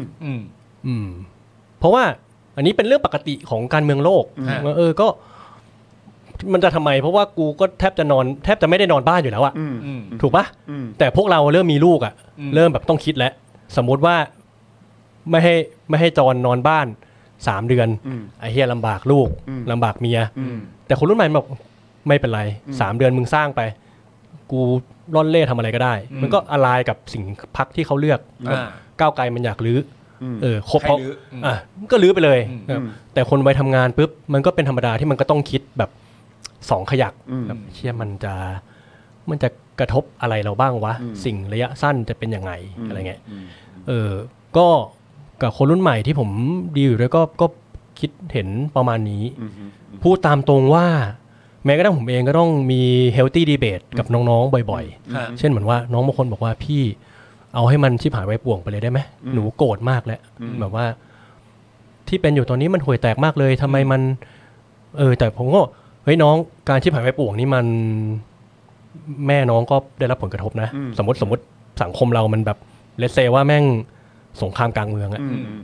เพราะว่าอันนี้เป็นเรื่องปกติของการเมืองโลกก็มันจะทำไมเพราะว่ากูก็แทบจะไม่ได้นอนบ้านอยู่แล้วอะถูกปะแต่พวกเราเริ่มมีลูกอะเริ่มแบบต้องคิดแล้วสมมติว่าไม่ให้จอนนอนบ้าน3 เดือนไอ้เหี้ยลำบากลูกลำบากเมียแต่คนรุ่นใหม่บอกไม่เป็นไร3 เดือนมึงสร้างไปกูร่อนเล่ทำอะไรก็ได้มันก็อะไรกับสิ่งพรรคที่เขาเลือกก้าวไกลมันอยากลื้อครบเพราะก็ลื้อไปเลยแต่คนไปทำงานปุ๊บมันก็เป็นธรรมดาที่มันก็ต้องคิดแบบ2ขยักแบบเชื่อมันจะกระทบอะไรเราบ้างวะสิ่งระยะสั้นจะเป็นยังไงอะไรเงี้ยก็กับคนรุ่นใหม่ที่ผมดีอยู่ด้วยก็คิดเห็นประมาณนี้พูดตามตรงว่าแม้กระทั่งผมเองก็ต้องมี healthy debate กับน้องๆบ่อยๆเช่นเหมือนว่าน้องบางคนบอกว่าพี่เอาให้มันชิบหายไว้ป่วงไปเลยได้ไหมหนูโกรธมากแล้วแบบว่าที่เป็นอยู่ตอนนี้มันห่วยแตกมากเลยทำไมมันแต่ผมก็เฮ้ยน้องการชิบหายไว้ป่วงนี่มันแม่น้องก็ได้รับผลกระทบนะสมมติสังคมเรามันแบบเลทเซว่าแม่งสงครามกลางเมืองอะ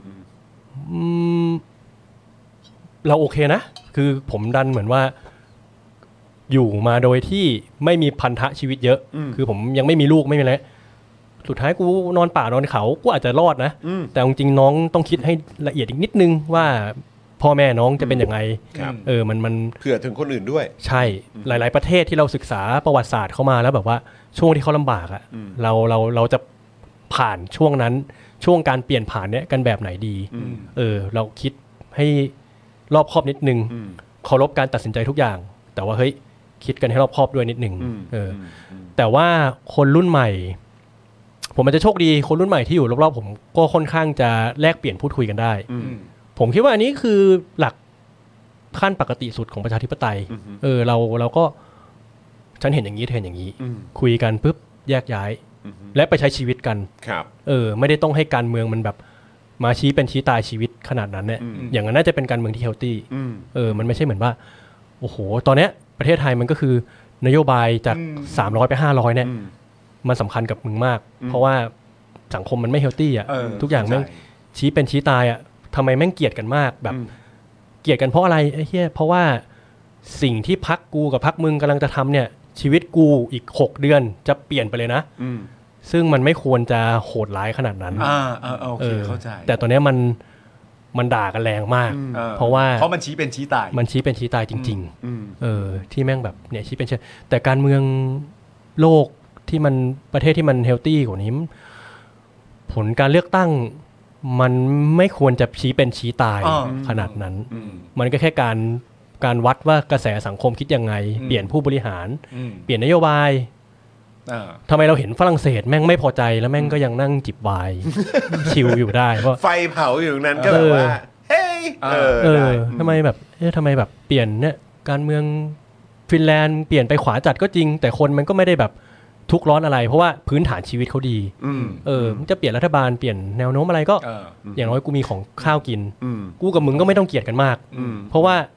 เราโอเคนะคือผมดันเหมือนว่าอยู่มาโดยที่ไม่มีพันธะชีวิตเยอะคือผมยังไม่มีลูกไม่มีอะไรสุดท้ายกูนอนป่านอนเขากูอาจจะรอดนะแต่จริงๆน้องต้องคิดให้ละเอียดอีกนิดนึงว่าพ่อแม่น้องจะเป็นยังไงมันเผื่อถึงคนอื่นด้วยใช่หลายๆประเทศที่เราศึกษาประวัติศาสตร์เข้ามาแล้วแบบว่าช่วงที่เขาลำบากอ่ะเราจะผ่านช่วงนั้นช่วงการเปลี่ยนผ่านเนี้ยกันแบบไหนดีเราคิดให้รอบคอบนิดนึงเคารพการตัดสินใจทุกอย่างแต่ว่าเฮ้ยคิดกันให้รอบคอบด้วยนิดนึงแต่ว่าคนรุ่นใหม่ผมมันจะโชคดีคนรุ่นใหม่ที่อยู่รอบๆผมก็ค่อนข้างจะแลกเปลี่ยนพูดคุยกันได้ผมคิดว่าอันนี้คือหลักขั้นปกติสุดของประชาธิปไตยเราก็ฉันเห็นอย่างนี้เธอเห็นอย่างนี้คุยกันปุ๊บแยกย้ายและไปใช้ชีวิตกันไม่ได้ต้องให้การเมืองมันแบบมาชี้เป็นชี้ตายชีวิตขนาดนั้นเนี่ยอย่างนั้นน่าจะเป็นการเมืองที่เฮลตี้มันไม่ใช่เหมือนว่าโอ้โหตอนเนี้ยประเทศไทยมันก็คือนโยบายจาก300ไป500เนี่ยมันสำคัญกับมึงมากเพราะว่าสังคมมันไม่เฮลตี้อ่ะทุกอย่างแม่งชี้เป็นชี้ตายอ่ะทำไมแม่งเกลียดกันมากแบบเกลียดกันเพราะอะไรไอ้เหี้ยเพราะว่าสิ่งที่พรรคกูกับพรรคมึงกำลังจะทำเนี่ยชีวิตกูอีก6เดือนจะเปลี่ยนไปเลยนะซึ่งมันไม่ควรจะโหดร้ายขนาดนั้นโอเคเข้าใจแต่ตอนนี้มันด่ากันแรงมากเพราะมันชี้เป็นชี้ตายมันชี้เป็นชี้ตายจริงๆที่แม่งแบบเนี่ยชี้เป็นชี้แต่การเมืองโลกที่มันประเทศที่มันเฮลตี้กว่านี้ผลการเลือกตั้งมันไม่ควรจะชี้เป็นชี้ตายขนาดนั้นมันก็แค่การวัดว่ากระแสสังคมคิดยังไงเปลี่ยนผู้บริหารเปลี่ยนนโยบายทำไมเราเห็นฝรั่งเศสแม่งไม่พอใจแล้วแม่งก็ยังนั่งจิบไวน์ชิลอยู่ได้เพราะไฟเผาอยู่นั้นก็แบบว่าเฮ้ยทำไมแบบเปลี่ยนเนี่ยการเมืองฟินแลนด์เปลี่ยนไปขวาจัดก็จริงแต่คนมันก็ไม่ได้แบบทุกร้อนอะไรเพราะว่าพื้นฐานชีวิตเขาดีมันจะเปลี่ยนรัฐบาลเปลี่ยนแนวโน้มอะไรก็อย่างน้อยกูมีของข้าวกินกูกับมึงก็ไม่ต้องเกลียดกันมากเพราะว่า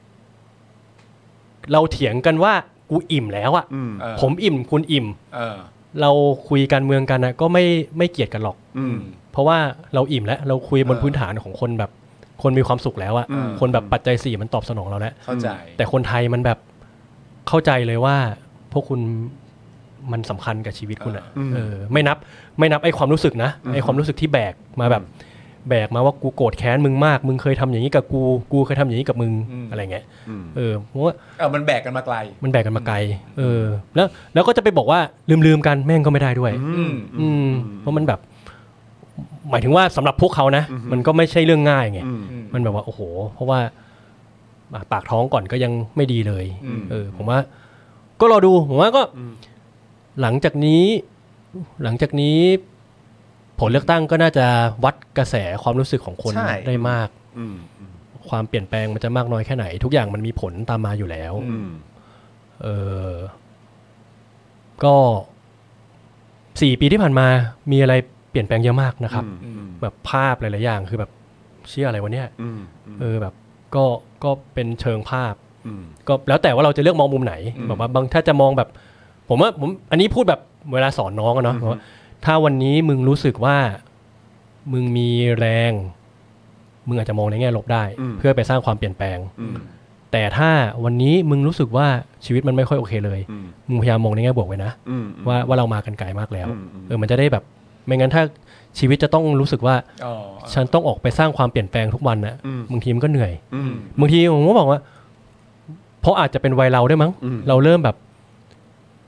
เราเถียงกันว่ากูอิ่มแล้วอ่ะผมอิ่มคุณอิ่มเราคุยการเมืองกันนะก็ไม่เกลียดกันหรอกเพราะว่าเราอิ่มแล้วเราคุยบนพื้นฐานของคนแบบคนมีความสุขแล้วอ่ะคนแบบปัจจัย4มันตอบสนองเราแล้วเข้าใจแต่คนไทยมันแบบเข้าใจเลยว่าพวกคุณมันสำคัญกับชีวิตคุณอ่ะไม่นับไอ้ความรู้สึกนะไอ้ความรู้สึกที่แบกมาว่ากูโกรธแค้นมึงมากมึงเคยทำอย่างนี้กับกูเคยทำอย่างนี้กับมึงอะไรเงี้ยเพราะว่ามันแบกกันมาไกลแล้วก็จะไปบอกว่าลืมกันแม่งก็ไม่ได้ด้วยเพราะมันแบบหมายถึงว่าสำหรับพวกเขานะมันก็ไม่ใช่เรื่องง่ายไงมันแบบว่าโอ้โหเพราะว่าปากท้องก่อนก็ยังไม่ดีเลยผมว่าก็รอดูผมว่าก็หลังจากนี้ผลเลือกตั้งก็น่าจะวัดกระแสความรู้สึกของคนได้มากความเปลี่ยนแปลงมันจะมากน้อยแค่ไหนทุกอย่างมันมีผลตามมาอยู่แล้วก็4 ปีที่ผ่านมามีอะไรเปลี่ยนแปลงเยอะมากนะครับแบบภาพหลายๆอย่างคือแบบเชื่ออะไรวะเนี่ยแบบก็เป็นเชิงภาพก็แล้วแต่ว่าเราจะเลือกมองมุมไหนแบบว่าบางถ้าจะมองแบบผมอันนี้พูดแบบเวลาสอนน้องอะเนาะว่าถ้าวันนี้มึงรู้สึกว่ามึงมีแรงมึงอาจจะมองในแง่ลบได้เพื่อไปสร้างความเปลี่ยนแปลงแต่ถ้าวันนี้มึงรู้สึกว่าชีวิตมันไม่ค่อยโอเคเลยมึงพยายามมองในแง่บวกไว้นะว่าเรามากันไกลมากแล้วมันจะได้แบบไม่งั้นถ้าชีวิตจะต้องรู้สึกว่าฉันต้องออกไปสร้างความเปลี่ยนแปลงทุกวันนะบางทีมันก็เหนื่อยบางทีผมก็บอกว่าเพราะอาจจะเป็นวัยเราด้วยมั้งเราเริ่มแบบ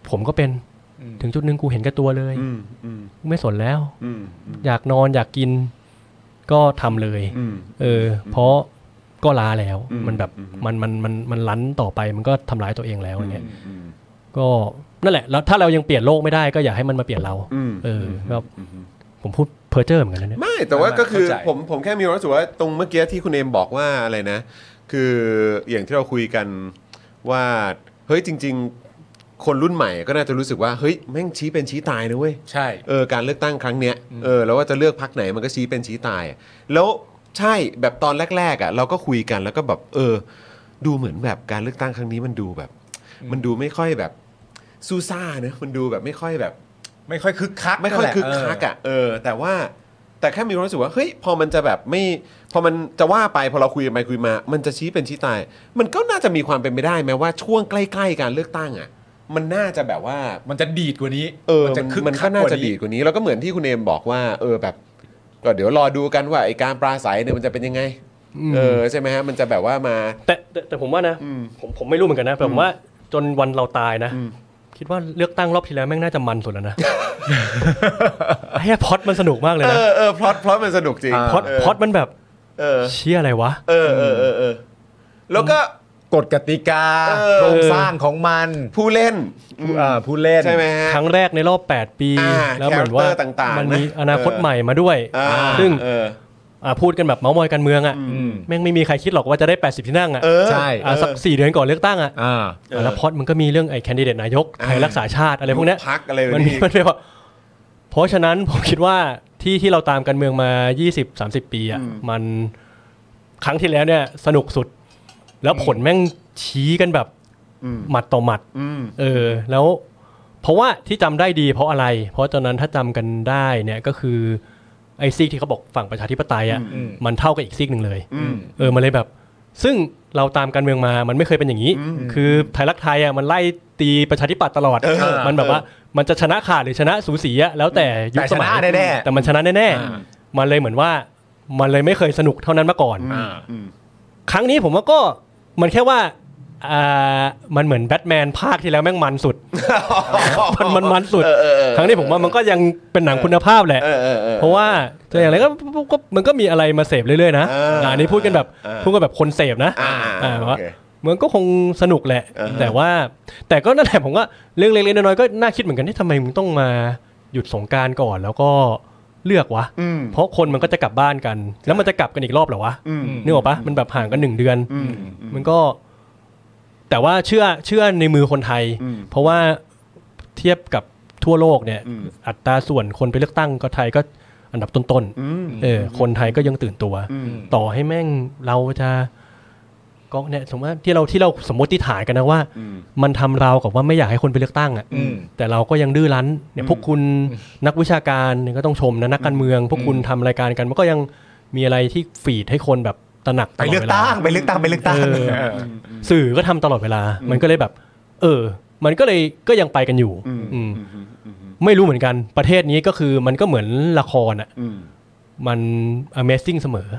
ผมก็เป็นถึงจุดนึงกูเห็นแก่ตัวเลยไม่สนแล้วอยากนอนอยากกินก็ทำเลยเพราะก็ล้าแล้วมันแบบมันลั้นต่อไปมันก็ทำร้ายตัวเองแล้วเนี่ยก็นั่นแหละแล้วถ้าเรายังเปลี่ยนโลกไม่ได้ก็อย่าให้มันมาเปลี่ยนเราก็ผมพูดเพ้อเจ้อเหมือนกันนะเนี่ยไม่แต่ว่าก็คือผมแค่มีความรู้สึกว่าตรงเมื่อกี้ที่คุณเอมบอกว่าอะไรนะคืออย่างที่เราคุยกันว่าเฮ้ยจริงๆคนรุ่นใหม่ก็น่าจะรู้สึกว่าเฮ้ยแม่งชี้เป็นชี้ตายนะเว้ยใช่การเลือกตั้งครั้งเนี้ยแล้วว่าจะเลือกพรรคไหนมันก็ชี้เป็นชี้ตายแล้วใช่แบบตอนแรกๆอ่ะเราก็คุยกันแล้วก็แบบดูเหมือนแบบการเลือกตั้งครั้งนี้มันดูแบบมันดูไม่ค่อยแบบซูซ่าเนอะมันดูแบบไม่ค่อยแบบไม่ค่อยคึกคักไม่ค่อยคึกคักอ่ะแต่แค่มีความรู้สึกว่าเฮ้ยพอมันจะแบบไม่พอมันจะว่าไปพอเราคุยไปคุยมามันจะชี้เป็นชี้ตายมันก็น่าจะมีความเป็นไปได้แม้ว่าช่วงใกล้ๆการเลือกตั้งอ่ะมันน่าจะแบบว่ามันจะดีดกว่านี้มันก็น่าจะดีดกว่านี้แล้วก็เหมือนที่คุณเอมบอกว่าแบบก็เดี๋ยวรอดูกันว่าไอ้การปราศัยเนี่ยมันจะเป็นยังไงใช่ไหมฮะมันจะแบบว่ามาแต่ผมว่านะผมไม่รู้เหมือนกันนะแต่ผมว่าจนวันเราตายนะคิดว่าเลือกตั้งรอบที่แล้วแม่งน่าจะมันสุดแล้วนะไอ้พล็อตมันสนุกมากเลยนะพล็อตมันสนุกจริงพล็อตมันแบบเชี่ยอะไรวะแล้วก็กฎกติกาโครงสร้างของมันผู้เล่นใช่ไหมฮะครั้งแรกในรอบ8ปีแล้วเหมือนว่ามันมีอนาคตใหม่มาด้วยซึ่งพูดกันแบบเมาส์มอยกันเมืองอ่ะแม่งไม่มีใครคิดหรอกว่าจะได้80ที่นั่งอ่ะใช่สัก4 เดือนก่อนเลือกตั้งอ่ะแล้วพอดมันก็มีเรื่องไอ้แคนดิเดตนายกไทยรักษาชาติอะไรพวกนี้พรรคอะไรมันเป็นว่าเพราะฉะนั้นผมคิดว่าที่เราตามกันเมืองมา 20-30 ปีอ่ะมันครั้งที่แล้วเนี่ยสนุกสุดแล้วผลแม่งชี้กันแบบหมัดต่อหมัดแล้วเพราะว่าที่จำได้ดีเพราะอะไรเพราะตอนนั้นถ้าจำกันได้เนี่ยก็คือไอ้ซีกที่เขาบอกฝั่งประชาธิปไตยอ่ะมันเท่ากับอีกซีกหนึ่งเลยมันเลยแบบซึ่งเราตามการเมืองมามันไม่เคยเป็นอย่างนี้คือไทยรักไทยอ่ะมันไล่ตีประชาธิปัตย์ตลอดมันแบบว่ามันจะชนะขาดหรือชนะสูสีอ่ะแล้วแต่ยุคสมัยแต่มันชนะแน่ๆมันเลยเหมือนว่ามันเลยไม่เคยสนุกเท่านั้นมาก่อนครั้งนี้ผมว่าก็มันแค่ว่ามันเหมือนแบทแมนภาคที่แล้วแม่งมันสุดมันสุดครั้งนี้ผมว่ามันก็ยังเป็นหนังคุณภาพแหละเพราะว่าตัวอย่างไรก็มันก็มีอะไรมาเสพเรื่อยๆนะอันนี้พูดกันแบบคนเสพนะมันก็คงสนุกแหละแต่ก็นั่นแหละผมว่าเรื่องเล็กๆน้อยๆก็น่าคิดเหมือนกันที่ทำไมมึงต้องมาหยุดสงกรานต์ก่อนแล้วก็เลือกวะเพราะคนมันก็จะกลับบ้านกันแล้วมันจะกลับกันอีกรอบเหรอวะนึกออกปะมันแบบห่างกัน1 เดือนมันก็แต่ว่าเชื่อในมือคนไทยเพราะว่าเทียบกับทั่วโลกเนี่ยอัตราส่วนคนไปเลือกตั้งก็ไทยก็อันดับต้นๆคนไทยก็ยังตื่นตัวต่อให้แม่งเราจะก็เนี่ยสมมติว่าที่เราสมมติฐานกันนะว่ามันทำเรากับว่าไม่อยากให้คนไปเลือกตั้งอ่ะแต่เราก็ยังดื้อรั้นเนี่ยพวกคุณนักวิชาการเนี่ยก็ต้องชมนะนักการเมืองพวกคุณทำรายการกันมันก็ยังมีอะไรที่ฟีดให้คนแบบตระหนักไปเลือกตั้งสื่อก็ทำตลอดเวลามันก็เลยแบบมันก็เลยก็ยังไปกันอยู่ไม่รู้เหมือนกันประเทศนี้ก็คือมันก็เหมือนละครอ่ะมัน Amazing เสมอ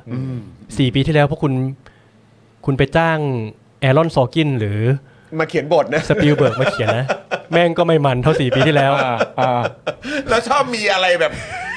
4 ปีที่แล้วพวกคุณไปจ้างแอรอนซอร์กินหรือมาเขียนบทนะสปิลเบิร์กมาเขียนนะแม่งก็ไม่มันเท่า4 ปีที่แล้วแล้วชอบมีอะไรแบบ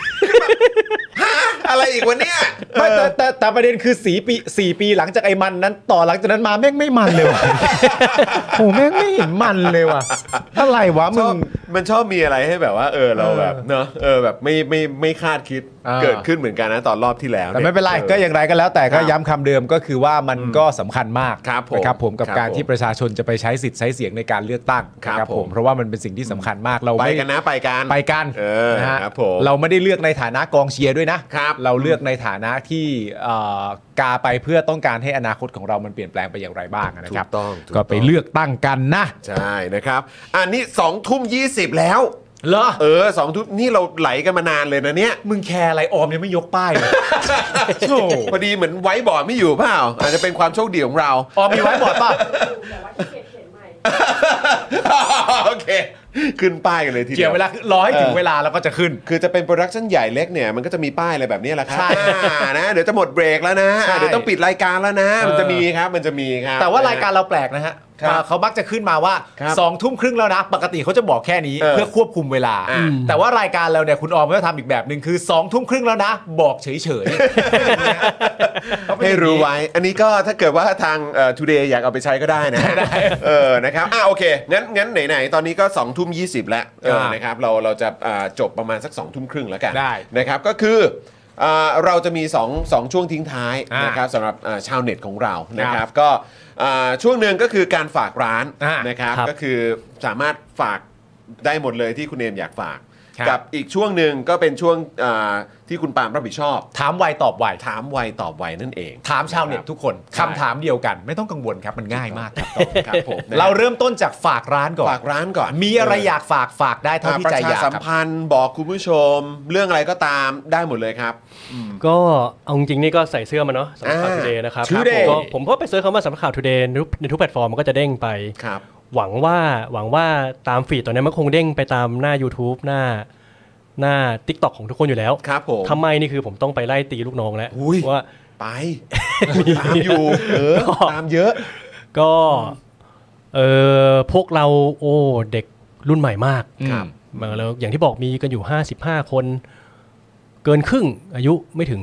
อะไรอีกวะเนี่ยแต่ประเด็นคือ4 ปีหลังจากไอ้มันนั้นต่อหลังจากนั้นมาแม่งไม่มันเลยว่ะโหแม่งไม่เห็นมันเลยว่ะอะไรวะมึงมันชอบมีอะไรให้แบบว่าเราแบบเนอะแบบไม่คาดคิดเกิดขึ้นเหมือนกันนะตอนรอบที่แล้วแต่ไม่เป็นไรก็อย่างไรก็แล้วแต่ก็ย้ำคำเดิมก็คือว่ามันก็สำคัญมากนะครับผมกับการที่ประชาชนจะไปใช้สิทธิ์ใช้เสียงในการเลือกตั้งครับผมเพราะว่ามันเป็นสิ่งที่สำคัญมากเราไปกันนะไปกันนะฮะเราไม่ได้เลือกในฐานะกองเชียร์ด้วยนะเราเลือกในฐานะที่กาไปเพื่อต้องการให้อนาคตของเรามันเปลี่ยนแปลงไปอย่างไรบ้างนะครับก็ไปเลือกตั้งกันนะใช่นะครับอันนี้20:20แล้วเหรอ 2 ทุ่มนี่เราไหลกันมานานเลยนะเนี่ยมึงแคร์อะไรออมยังไม่ยกป้ายเลยพอดีเหมือนไว้บอร์ดไม่อยู่เปล่าอาจจะเป็นความโชคดีของเราออมมีไว้บอร์ดป่ะโอเคขึ้นป้ายกันเลยทีเดียวเวลารอให้ถึงเวลาแล้วก็จะขึ้นคือจะเป็นโปรดักชั่นใหญ่เล็กเนี่ยมันก็จะมีป้ายอะไรแบบนี้แหละครับนะเดี๋ยวจะหมดเบรกแล้วนะเดี๋ยวต้องปิดรายการแล้วนะมันจะมีครับแต่ว่ารายการเราแปลกนะฮะเขามักจะขึ้นมาว่าครับ 2 ทุ่มครึ่งแล้วนะปกติเขาจะบอกแค่นี้เออเพื่อควบคุมเวลา แต่ว่ารายการเราเนี่ยคุณออมก็ทำอีกแบบหนึ่งคือ2 ทุ่มครึ่งแล้วนะบอกเฉยๆให้รู้ไว้ อันนี้ก็ถ้าเกิดว่าทางToday อยากเอาไปใช้ก็ได้นะนะครับโอเคงั้นไหนๆตอนนี้ก็2 ทุ่ม 20แล้วนะครับเราจะจบประมาณสัก2 ทุ่มครึ่งแล้วกันได้นะครับก็คือเราจะมี2ช่วงทิ้งท้ายนะครับสำหรับชาวเน็ตของเรานะครับก็ช่วงหนึ่งก็คือการฝากร้านนะครับก็คือสามารถฝากได้หมดเลยที่คุณเอมอยากฝากกับอีกช่วงหนึ่งก็เป็นช่วงที่คุณปาล์มรับผิดชอบถามไวตอบไวถามไวตอบไวนั่นเองถามชาวเน็ตทุกคนคำถามเดียวกันไม่ต้องกังวลครับมันง่ายมากครับผมเราเริ่มต้นจากฝากร้านก่อนมีอะไรอยากฝากได้เท่าที่ใจอยากประชาสัมพันธ์บอกคุณผู้ชมเรื่องอะไรก็ตามได้หมดเลยครับก็เอาจริงๆนี่ก็ใส่เสื้อมาเนาะสำนักข่าว Today นะครับก็ผมก็ไปเซิร์ชคำว่าสำนักข่าว Today ในทุกแพลตฟอร์มมันก็จะเด้งไปหวังว่าตามฟีดตอนนี้มันคงเด้งไปตามหน้า YouTube หน้า TikTok ของทุกคนอยู่แล้วครับผมทำไมนี่คือผมต้องไปไล่ตีลูกน้องแล้วว่าไปตามอยู่ตามเยอะก็พวกเราเด็กรุ่นใหม่มากครับแล้วอย่างที่บอกมีกันอยู่55คนเกินครึ่งอายุไม่ถึง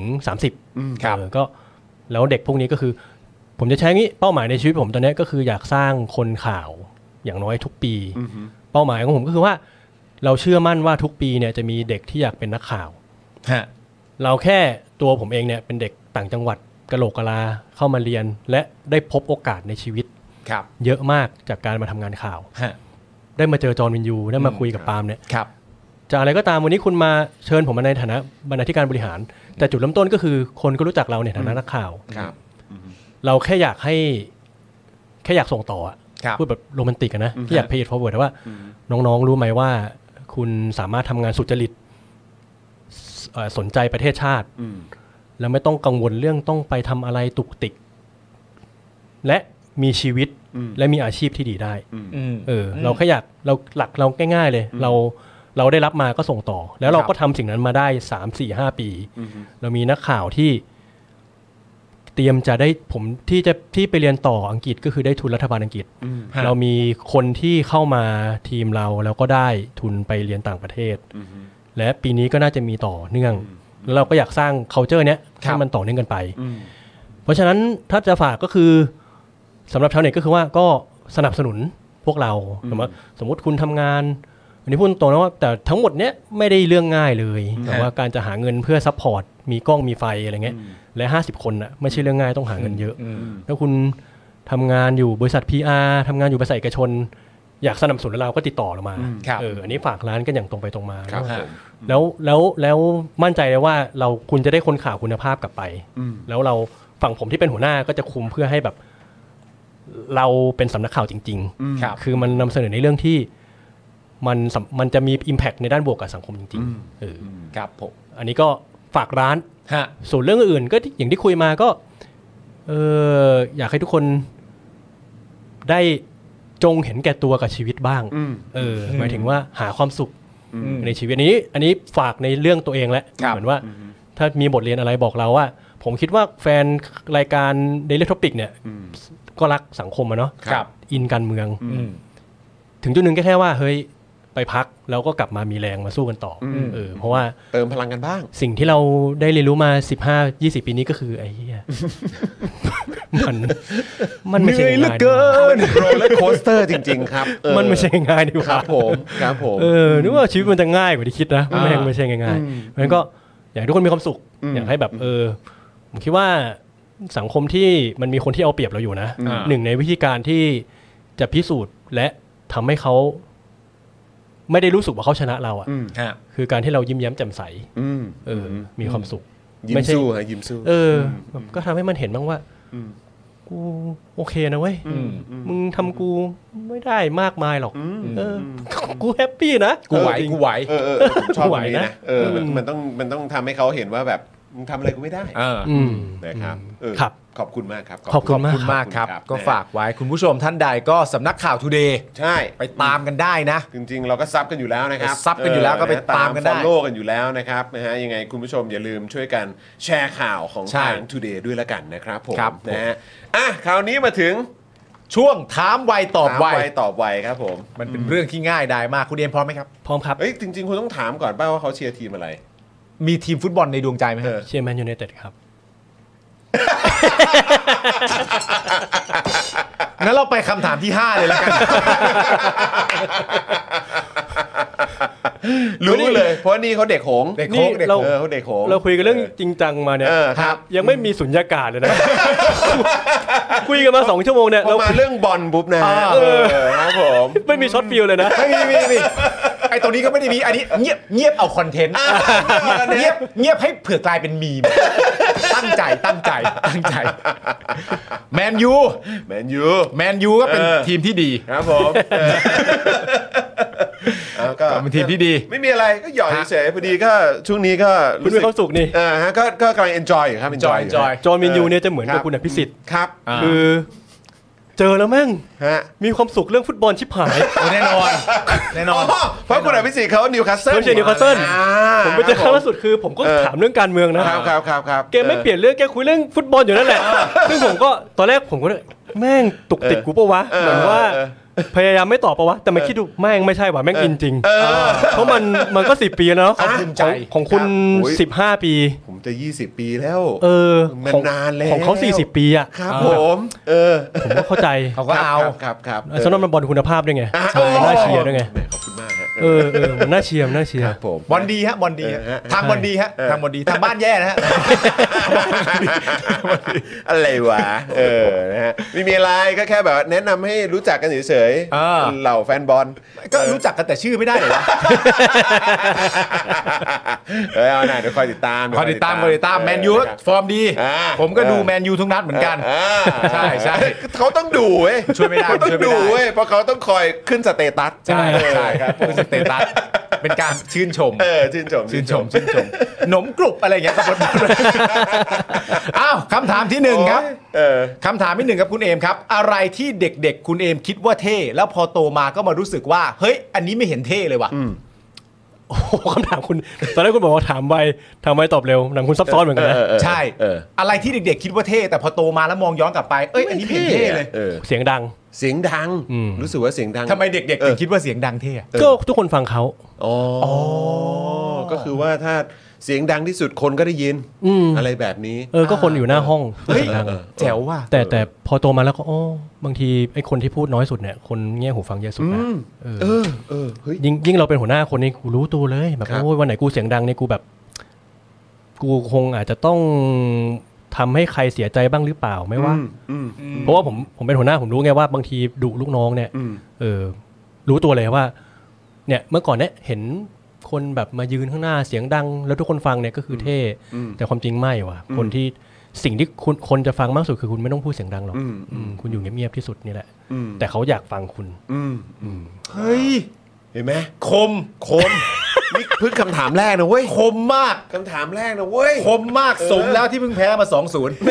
30 ครับก็แล้วเด็กพวกนี้ก็คือผมจะใช้งี้เป้าหมายในชีวิตผมตอนนี้ก็คืออยากสร้างคนข่าวอย่างน้อยทุกปีเป้าหมายของผมก็คือว่าเราเชื่อมั่นว่าทุกปีเนี่ยจะมีเด็กที่อยากเป็นนักข่าวเราแค่ตัวผมเองเนี่ยเป็นเด็กต่างจังหวัดกะโหลกกะลาเข้ามาเรียนและได้พบโอกาสในชีวิตเยอะมากจากการมาทำงานข่าวได้มาเจอจอห์นวินยูได้มาคุยกับปาล์มเนี่ยจากอะไรก็ตามวันนี้คุณมาเชิญผมมาในฐานะบรรณาธิการบริหารแต่จุดเริ่มต้นก็คือคนก็รู้จักเราในฐานะนักข่าวเราแค่อยากส่งต่อพูดแบบโรแมนติกนะที่อยากเพย์ฟอร์เวิร์ดว่าน้องๆรู้ไหมว่าคุณสามารถทำงานสุจริตสนใจประเทศชาติแล้วไม่ต้องกังวลเรื่องต้องไปทำอะไรตุกติกและมีชีวิตและมีอาชีพที่ดีได้เราแค่อยากเราหลักเราง่ายๆเลยเราได้รับมาก็ส่งต่อแล้วเราก็ทำสิ่งนั้นมาได้ 3-4-5 ปีเรามีนักข่าวที่เตรียมจะได้ผมที่ไปเรียนต่ออังกฤษก็คือได้ทุนรัฐบาลอังกฤษเรามีคนที่เข้ามาทีมเราแล้วก็ได้ทุนไปเรียนต่างประเทศและปีนี้ก็น่าจะมีต่อเนื่องแล้วเราก็อยากสร้าง culture เนี้ยให้มันต่อเนื่องกันไปเพราะฉะนั้นถ้าจะฝากก็คือสำหรับชาวเน็ตก็คือว่าก็สนับสนุนพวกเราสมมติคุณทำงานอันนี้พูดตรงนะว่าแต่ทั้งหมดเนี้ยไม่ได้เรื่องง่ายเลยแต่ว่าการจะหาเงินเพื่อซัพพอร์ตมีกล้องมีไฟอะไรเงี้ยและ50คนน่ะไม่ใช่เรื่องง่ายต้องหาเงินเยอะแล้วคุณทำงานอยู่บริษัท PR ทำงานอยู่บริษัทเอกชนอยากสนับสนุนเราก็ติดต่อเรามาอันนี้ฝากร้านกันอย่างตรงไปตรงมาแล้วมั่นใจเลยว่าคุณจะได้คนข่าวคุณภาพกลับไปแล้วเราฝั่งผมที่เป็นหัวหน้าก็จะคุมเพื่อให้แบบเราเป็นสำนักข่าวจริงๆคือมันนำเสนอในเรื่องที่มันจะมี impact ในด้านบวกกับสังคมจริงๆครับผมอันนี้ก็ฝากร้านส่วนเรื่องอื่นก็อย่างที่คุยมาก็อยากให้ทุกคนได้จงเห็นแก่ตัวกับชีวิตบ้างหมายถึงว่าหาความสุขในชีวิตนี้อันนี้ฝากในเรื่องตัวเองแหละเหมือนว่าถ้ามีบทเรียนอะไรบอกเราว่าผมคิดว่าแฟนรายการ Daily Topic เนี่ยก็รักสังคมอะเนาะอินการเมืองถึงจุดหนึ่งก็แค่ว่าเฮ้ยไปพักแล้วก็กลับมามีแรงมาสู้กันต่อเพราะว่าเติมพลังกันบ้างสิ่งที่เราได้เรียนรู้มา 15-20 ปีนี้ก็คือไอ้เหี้ยมันไม่ใช่ง่ายมันโรลเลอร์โคสเตอร์จริงๆครับมันไม่ใช่ง่ายดีกว่าครับผมนึกว่าชีวิตมันจะง่ายกว่าที่คิดนะไม่ใช่ง่ายๆเพราะฉะนั้นก็อยากให้ทุกคนมีความสุขอยากให้แบบผมคิดว่าสังคมที่มันมีคนที่เอาเปรียบเราอยู่นะหนึ่งในวิธีการที่จะพิสูจน์และทำให้เขาไม่ได้รู้สึกว่าเขาชนะเราคือการที่เรายิ้มแย้มแจ่มใสมีความสุขยิ้มสู้ฮะยิ้มสู้ก็ทำให้มันเห็นบ้างว่ากูโอเคนะเว้ยมึงทำกูไม่ได้มากมายหรอกกูแฮปปี้นะกูไหวชอบแบบนี้นะมันต้องทำให้เขาเห็นว่าแบบมึงทำอะไรกูไม่ได้นะครับครับขอบคุณมากครับขอบคุณมากครับก็ฝากไว้คุณผู้ชมท่านใดก็สำนักข่าว Today ใช่ไปตามกันได้นะจริงๆเราก็ซับกันอยู่แล้วนะครับซับกันอยู่แล้วก็ไปตามกันได้ follow กันอยู่แล้วนะครับนะฮะยังไงคุณผู้ชมอย่าลืมช่วยกันแชร์ข่าวของทาง Today ด้วยละกันนะครับผมนะฮะคราวนี้มาถึงช่วงถามไวตอบไวถามไวตอบไวครับผมมันเป็นเรื่องที่ง่ายดายมากคุณเอมพร้อมไหมครับพร้อมครับเอ้ยจริงๆคุณต้องถามก่อนป่ะว่าเขาเชียร์ทีมอะไรมีทีมฟุตบอลในดวงใจไหมเชียร์แมนยูไนเต็ดครับงั้นเราไปคำถามที่ 5 เลยแล้วกันรู้เลยเพราะนี่เขาเด็กหงส์เด็กโค้งเด็กเราโค้งเขาเด็กหงส์เราคุยกันเรื่องจริงจังมาเนี่ยครับยังไม่มีสุญญากาศเลยนะ คุยกันมา2 ชั่วโมงเนี่ยพอมาเรื่องบอลปุ๊บนะครับผมไม่มีช็อตฟิลเลยนะไม่มีไอ้ตรงนี้ก็ไม่ได้มีอันนี้เงียบเอาคอนเทนต์เงียบให้เผื่อกลายเป็นมีมตั้งใจแมนยูก็เป็นทีมที่ดีครับผมก็เป็นทีมที่ดีไม่มีอะไรก็หยอกเฉยๆพอดีก็ช่วงนี้ก็คุณมีความสุขนี่ฮะก็กำลัง enjoy อยู่ครับ enjoy อยู่จอห์นวินยูเนี่ยจะเหมือนกับคุณอภิสิทธิ์ครับคือเจอแล้วแม่งฮะมีความสุขเรื่องฟุตบอลชิบหายแน่นอนเพราะคุณอภิสิทธิ์เขานิวคาสเซิลเขาเชียร์นิวคาสเซิลผมไปเจอครั้งล่าสุดคือผมก็ถามเรื่องการเมืองนะครับ แกไม่เปลี่ยนเรื่องแกคุยเรื่องฟุตบอลอยู่นั่นแหละซึ่งผมก็ตอนแรกผมก็แม่งตุกติดกูปะวะเหมือนว่าพยายามไม่ตอบปะวะแต่มาคิดดูแม่งไม่ใช่ว่ะแม่งอินจริงเพราะมันก็10 ปีแล้วเนาะของคุณ15 ปีผมจะ20 ปีแล้วมันนานแล้วของเขา40 ปีอ่ะครับผมผมก็เข้าใจเขาก็เอาครับสำหรับบอลคุณภาพด้วยไงน่าเชียร์ด้วยไงขอบคุณมากฮะมันน่าเชียร์ครับผมบอลดีฮะทางบอลดีฮะทางบ้านแย่นะฮะอะไรวะนะฮะไม่มีอะไรก็แค่แบบแนะนำให้รู้จักกันเฉยๆเหล่าแฟนบอลก็รู้จักกันแต่ชื่อไม่ได้เหรอเอาหน่าเดี๋ยวคอยติดตามแมนยูฟอร์มดีผมก็ดูแมนยูทุกนัดเหมือนกันใช่เขาต้องดูเว้ยช่วยไม่ได้เขาต้องดูเว้ยเพราะเขาต้องคอยขึ้นสเตตัสใช่ครับขึ้นสเตตัสเป็นการชื่นชมชื่นชมหนมกรุบอะไรอย่างเงี้ยครับอ้าวคำถามที่1ครับคำถามที่1ครับคุณเอมครับอะไรที่เด็กๆคุณเอมคิดว่าเท่แล้วพอโตมาก็มารู้สึกว่าเฮ้ยอันนี้ไม่เห็นเท่เลยว่ะโอ้คำถามคุณตอนแรกคุณบอกว่าถามไวตอบเร็วหนังคุณซับซ้อนเหมือนกันนะใช่อะไรที่เด็กๆคิดว่าเท่แต่พอโตมาแล้วมองย้อนกลับไปอันนี้ไม่เห็นเท่เลยเสียงดังรู้สึกว่าเสียงดังทำไมเด็กๆถึงคิดว่าเสียงดังเท่ก็ทุกคนฟังเขาก็คือว่าถ้าเสียงดังที่สุดคนก็ได้ยินอะไรแบบนี้ก็คนอยู่หน้าห้องเสียงดังแจ๋วว่ะแต่พอโตมาแล้วก็บางทีไอ้คนที่พูดน้อยสุดเนี่ยคนเงี้ยหูฟังเยอะสุดนะยิ่งเราเป็นหัวหน้าคนนี้กูรู้ตัวเลยแบบโอ้ยวันไหนกูเสียงดังเนี่ยกูแบบกูคงอาจจะต้องทำให้ใครเสียใจบ้างหรือเปล่าไม่ว่าเพราะว่าผมเป็นหัวหน้าผมรู้ไงว่าบางทีดุลูกน้องเนี่ยรู้ตัวเลยว่าเนี่ยเมื่อก่อนเนี่ยเห็นคนแบบมายืนข้างหน้าเสียงดังแล้วทุกคนฟังเนี่ยก็คือเท่แต่ความจริงไม่ว่ะคนที่สิ่งที่คนจะฟังมากสุดคือคุณไม่ต้องพูดเสียงดังหรอกคุณอยู่เงียบๆที่สุดนี่แหละแต่เขาอยากฟังคุณเฮ้ยเห็นไหมคมนี่เพิ่งคำถามแรกนะเว้ยคมมากคำถามแรกนะเว้ยคมมากสมแล้วที่เพิ่งแพ้มา 2-0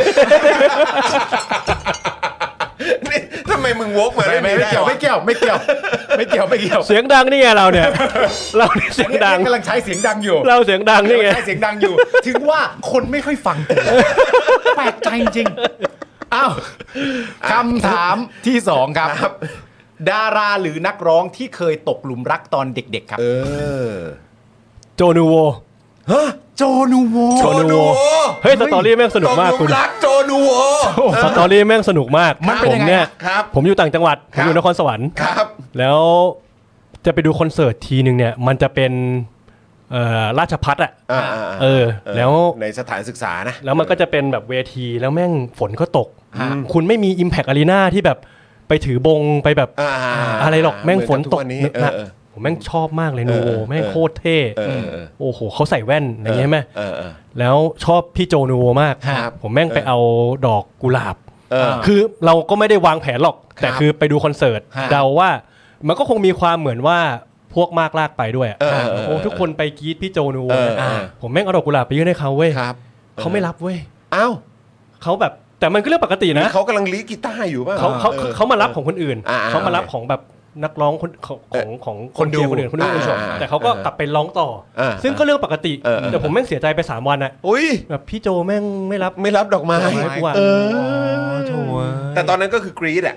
นี่ทำไมมึงวกมาไม่เกี่ยวเสียงดังนี่ไงเราเนี่ยเราเสียงดังกำลังใช้เสียงดังอยู่เราเสียงดังนี่ไงใช้เสียงดังอยู่ถึงว่าคนไม่ค่อยฟังแปลกใจจริงอ้าวคำถามที่2ครับดาราหรือนักร้องที่เคยตกหลุมรักตอนเด็กๆครับโจนูโวโจนูโวเฮ้ยสตอรี่แม่งสนุกมากคุณรักโจนูโวสตอรี่แม่งสนุกมากผมเนี่ยครับผมอยู่ต่างจังหวัดผมอยู่นครสวรรค์ครับแล้วจะไปดูคอนเสิร์ตทีนึงเนี่ยมันจะเป็นราชภัฏแล้วในสถานศึกษานะแล้วมันก็จะเป็นแบบเวทีแล้วแม่งฝนก็ตกคุณไม่มี Impact Arena ที่แบบไปถือบงไปแบบอะไรหรอกแม่งฝนตกผมแม่งชอบมากเลยโนแม่งโคตรเท่โอ้โหเขาใส่แว่นอย่างเงี้ยไหมแล้วชอบพี่โจนูโวมากผมแม่งไปเอาดอกกุหลาบคือเราก็ไม่ได้วางแผนหรอกแต่คือไปดูคอนเสิร์ตเดาว่ามันก็คงมีความเหมือนว่าพวกมากลากไปด้วยโอ้ทุกคนไปกรี๊ดพี่โจนูโวผมแม่งเอาดอกกุหลาบไปยื่นให้เขาเว้ยเขาไม่รับเว้ยอ้าวเขาแบบแต่มันก็เรื่องปกตินะเขากำลังลีดกีตาร์อยู่ป่ะเขามารับของคนอื่นเขามารับของแบบนักร้องของคนดูคนอื่นคนดูแต่เขาก็กลับไปร้องต่อซึ่งก็เรื่องปกติแต่ผมแม่งเสียใจไป3 วันอ่ะแบบพี่โจแม่งไม่รับดอกไม้แต่ตอนนั้นก็คือกรี๊ดอ่ะ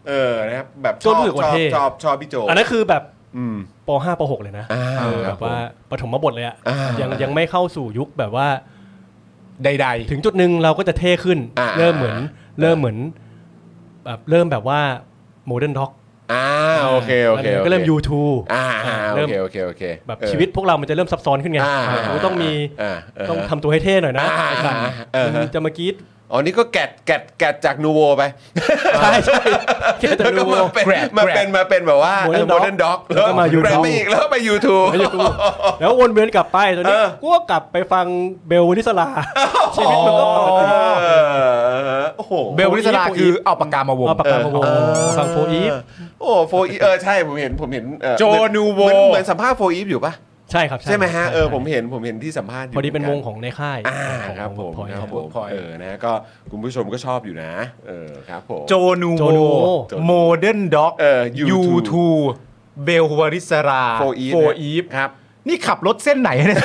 นะครับแบบชก็อบรู้สึกว่าเท่ชอบพี่โจอันนั้นคือแบบอืมป .5 ป .6 เลยนะครับแบบว่าปฐมบทเลยอะอ่ายัยังไม่เข้าสู่ยุคแบบว่าใดถึงจุดหนึ่งเราก็จะเท่ขึ้น เริ่มเหมือนแบบเริ่มแบบว่าโมเดิร์นด็อกโอเคก็เริ่ม U2 โอเคแบบชีวิตพวกเรามันจะเริ่มซับซ้อนขึ้นไงกูต้องมีต้องทำตัวให้เท่หน่อยนะไอ้สัตว์มึงจะมากรีดอ๋อนี่ก็แกะจากนูโวไปใช่แค่แต่แล้วก็ดูมาเป็นแบบว่า Modern โมเดิร์นด็อกแล้วก็มา YouTube แปลงไปอีกแล้วไป YouTube แล้ววนเวียนกลับไปตอนนี้กูก็กลับไปฟังเบลวนิสลาชีวิตมันก็ปกติโอ้โหๆเบลวิสลาคือเอาปากกามาวงเอาปากกามาวงฟังโฟอีฟโอ้โฟอีใช่ผมเห็นโจนูโวเหมือนสัมภาษณ์โฟอีฟอยู่ปะใช่ครับใช่ไหมฮะผมเห็นที่สัมภาษณ์อยู่พอดีเป็นวงของในค่ายครับผมของครับ Workpoint ผมนะก็คุณผู้ชมก็ชอบอยู่นะครับผมโจนูโวโมเดิร์นด็อกU2 เบลวริสราโฟอีฟครับนี่ขับรถเส้นไหนเนี่ย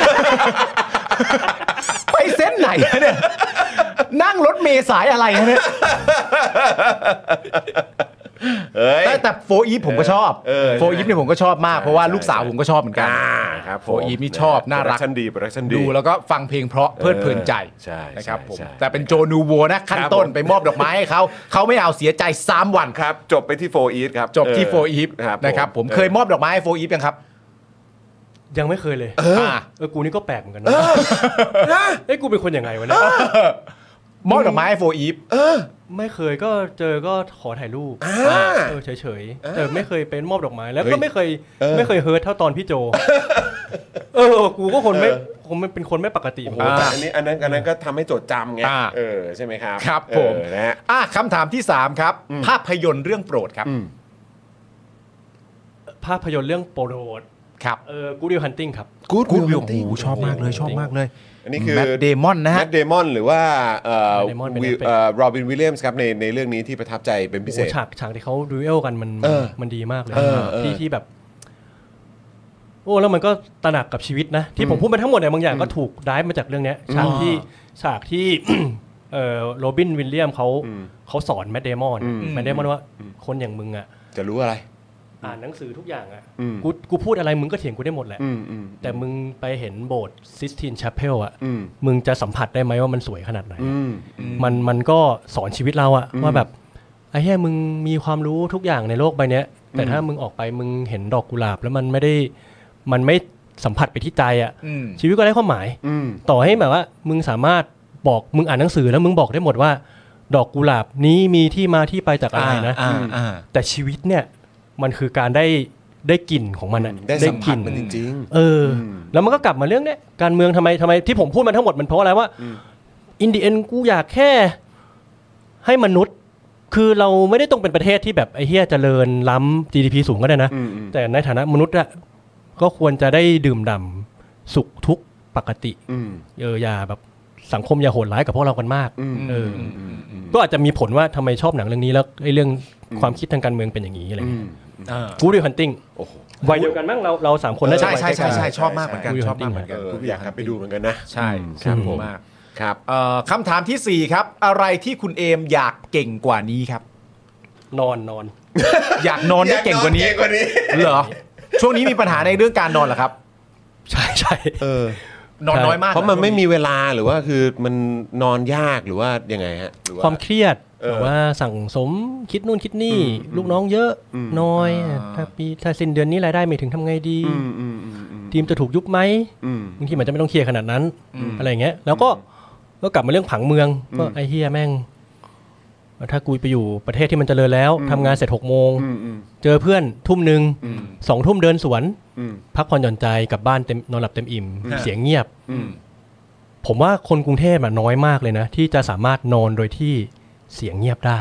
ไปเส้นไหนเนี่ยนั่งรถเมล์สายอะไรเนี่ย แต่โฟอีฟผมก็ชอบโฟอีฟเนี่ยผมก็ชอบมากเพราะว่าลูกสาวผมก็ชอบเหมือนกันครับโฟอีฟนี่ชอบน่ารักโปรดักชั่นดีดูแล้วก็ฟังเพลงเพราะเพลิดเพลินใจใช่นะครับผมใช่แต่เป็นโจนูโวนะขั้นต้นไปมอบดอกไม้ให้เขาไม่เอาเสียใจ3วันครับจบไปที่โฟอีฟครับจบที่โฟอีฟนะครับผมเคยมอบดอกไม้ให้โฟอีฟยังครับยังไม่เคยเลยกูนี่ก็แปลกเหมือนกันนะกูเป็นคนยังไงวะเนี่ยมอบดอกไม้ให้โฟอีฟไม่เคยก็เจอก็ขอถ่ายรูปเฉยๆแต่ไม่เคยเป็นมอบดอกไม้แล้วก็ไม่เคยเฮิร์ตเท่าตอนพี่โจกูก็คนไม่เป็นคนไม่ปกติเหมือนกันแต่อันนั้นก็ทำให้จดจำไงใช่ไหมครับครับผมนะฮะคำถามที่3ครับภาพยนตร์เรื่องโปรดครับภาพยนตร์เรื่องโปรดครับกูดิวฮันติงครับกูดวิวโอ้โหชอบมากเลยอันนี้คือแมทเดมอนนะฮะแมทเดมอนหรือว่า Matt Damon เป็นโรบินวิลเลียมส์ครับในเรื่องนี้ที่ประทับใจเป็นพิเศษฉากที่เขาดูเอลกันมันดีมากเลยที่แบบแล้วมันก็ตระหนักกับชีวิตนะที่ผมพูดมาทั้งหมดเนี่ยบางอย่างก็ถูกได้มาจากเรื่องนี้ฉากที่โรบินวิลเลียมเขาสอนแมทเดมอนว่าคนอย่างมึงอ่ะจะรู้อะไรอ่านหนังสือทุกอย่างอ่ะกูพูดอะไรมึงก็เถียงกูได้หมดแหละแต่มึงไปเห็นโบสถ์ซิสตินแชปเพลอ่ะมึงจะสัมผัสได้ไหมว่ามันสวยขนาดไหนมันก็สอนชีวิตเราอ่ะว่าแบบไอ้เหี้ยมึงมีความรู้ทุกอย่างในโลกใบนี้แต่ถ้ามึงออกไปมึงเห็นดอกกุหลาบแล้วมันไม่สัมผัสไปที่ใจอ่ะชีวิตก็ไร้ความหมายต่อให้แบบว่ามึงสามารถบอกมึงอ่านหนังสือแล้วมึงบอกได้หมดว่าดอกกุหลาบนี้มีที่มาที่ไปจากอะไรนะแต่ชีวิตเนี่ยมันคือการได้กลิ่นของมันอ่ะได้สัมผัสมันจริงๆแล้วมันก็กลับมาเรื่องเนี้ยการเมืองทำไมที่ผมพูดมาทั้งหมดมันเพราะอะไรว่าอินเดียนกูอยากแค่ให้มนุษย์คือเราไม่ได้ต้องเป็นประเทศที่แบบไอ้เหี้ยเจริญล้ำ GDP สูงก็ได้นะแต่ในฐานะมนุษย์อะก็ควรจะได้ดื่มด่ำสุขทุกข์ปกติอย่าแบบสังคมอย่าโหดร้ายกับพวกเรากันมากก็อาจจะมีผลว่าทำไมชอบหนังเรื่องนี้แล้วไอ้เรื่องความคิดทางการเมืองเป็นอย่างนี้อะไรเงี้ยกูดิวฮันติงวัยเดียวกันมั้งเรา3คนน่าจะใช่ชอบมากเหมือนกันชอบมากเหมือนกันอยากกลับไปดูเหมือนกันนะใช่ครับผมมากครับคำถามที่4ครับอะไรที่คุณเอมอยากเก่งกว่านี้ครับนอนอยากนอนได้เก่งกว่านี้เหรอช่วงนี้มีปัญหาในเรื่องการนอนเหรอครับใช่นอนน้อยมากเพราะมันไม่มีเวลาหรือว่าคือมันนอนยากหรือว่ายังไงฮะความเครียดหรือว่าสั่งสมคิดนู่นคิดนี่ลูกน้องเยอะน้อยถ้าสิ้นเดือนนี้รายได้ไม่ถึงทำไงดีทีมจะถูกยุบไหมบางทีมันจะไม่ต้องเครียดขนาดนั้นอะไรอย่างเงี้ยแล้วก็กลับมาเรื่องผังเมืองก็ไอ้เฮียแม่งถ้ากูไปอยู่ประเทศที่มันเจริญแล้วทำงานเสร็จ6 โมงเจอเพื่อนทุ่มนึง2 ทุ่มเดินสวนพักผ่อนหย่อนใจกลับบ้านนอนหลับเต็มอิ่มเสียงเงียบผมว่าคนกรุงเทพน้อยมากเลยนะที่จะสามารถนอนโดยที่เสียงเงียบได้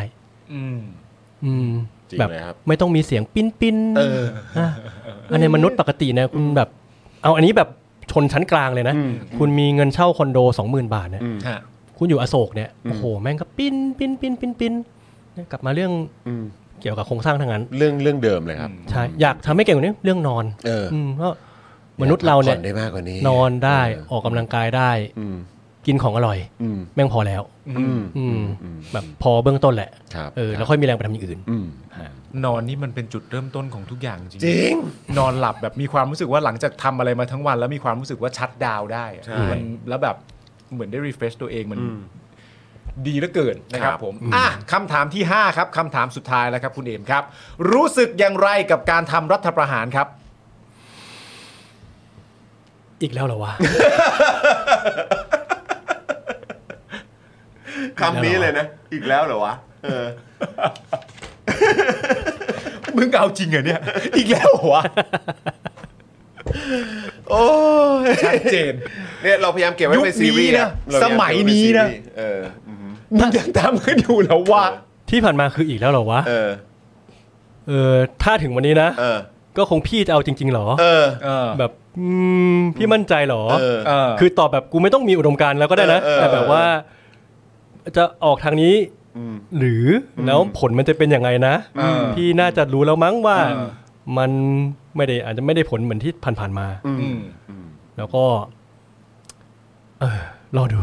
แบบไม่ต้องมีเสียงปิ้นอันในมนุษย์ปกติเนี่ยคุณแบบเอาอันนี้แบบชนชั้นกลางเลยนะคุณมีเงินเช่าคอนโด 20,000 บาทเนี่ยคุณอยู่อโศกเนี่ยโอ้โหแม่งก็ปิ้นกลับมาเรื่องเกี่ยวกับโครงสร้างทั้งนั้นเรื่องเดิมเลยครับใช่อยากทำให้เก่งกว่านี้เรื่องนอนเพราะมนุษย์เราเนี่ยได้มากกว่านี้นอนได้ออกกำลังกายได้กินของอร่อยแม่งพอแล้วแบบพอเบื้องต้นแหละแล้วค่อยมีแรงไปทำอย่างอื่นนอนนี่มันเป็นจุดเริ่มต้นของทุกอย่างจริงจริงนอนหลับแบบมีความรู้สึกว่าหลังจากทำอะไรมาทั้งวันแล้วมีความรู้สึกว่าชัตดาวน์ได้มันแล้วแบบเหมือนได้รีเฟรชตัวเองมันดีเหลือเกินนะครับผมคำถามที่5ครับคำถามสุดท้ายแล้วครับคุณเอมครับรู้สึกอย่างไรกับการทำรัฐประหารครับอีกแล้วเหรอวะคำนี้เลยนะอีกแล้วเหรอวะมึงเอาจริงเหรอเนี่ยอีกแล้วเหรอวะโอ้ชัดเจนเนี่ยเราพยายามเก็บไว้เป็นซีรีส์นะสมัยนี้นะมึงยังทำกันอยู่แล้ววะที่ผ่านมาคืออีกแล้วเหรอวะถ้าถึงวันนี้นะก็คงพี่จะเอาจริงๆหรอแบบพี่มั่นใจหรอคือตอบแบบกูไม่ต้องมีอุดมการณ์แล้วก็ได้นะแต่แบบว่าจะออกทางนี้หรือแล้วผลมันจะเป็นยังไงนะพี่น่าจะรู้แล้วมั้งว่ามันไม่ได้อาจจะไม่ได้ผลเหมือนที่ผ่านๆมาแล้วก็รอดู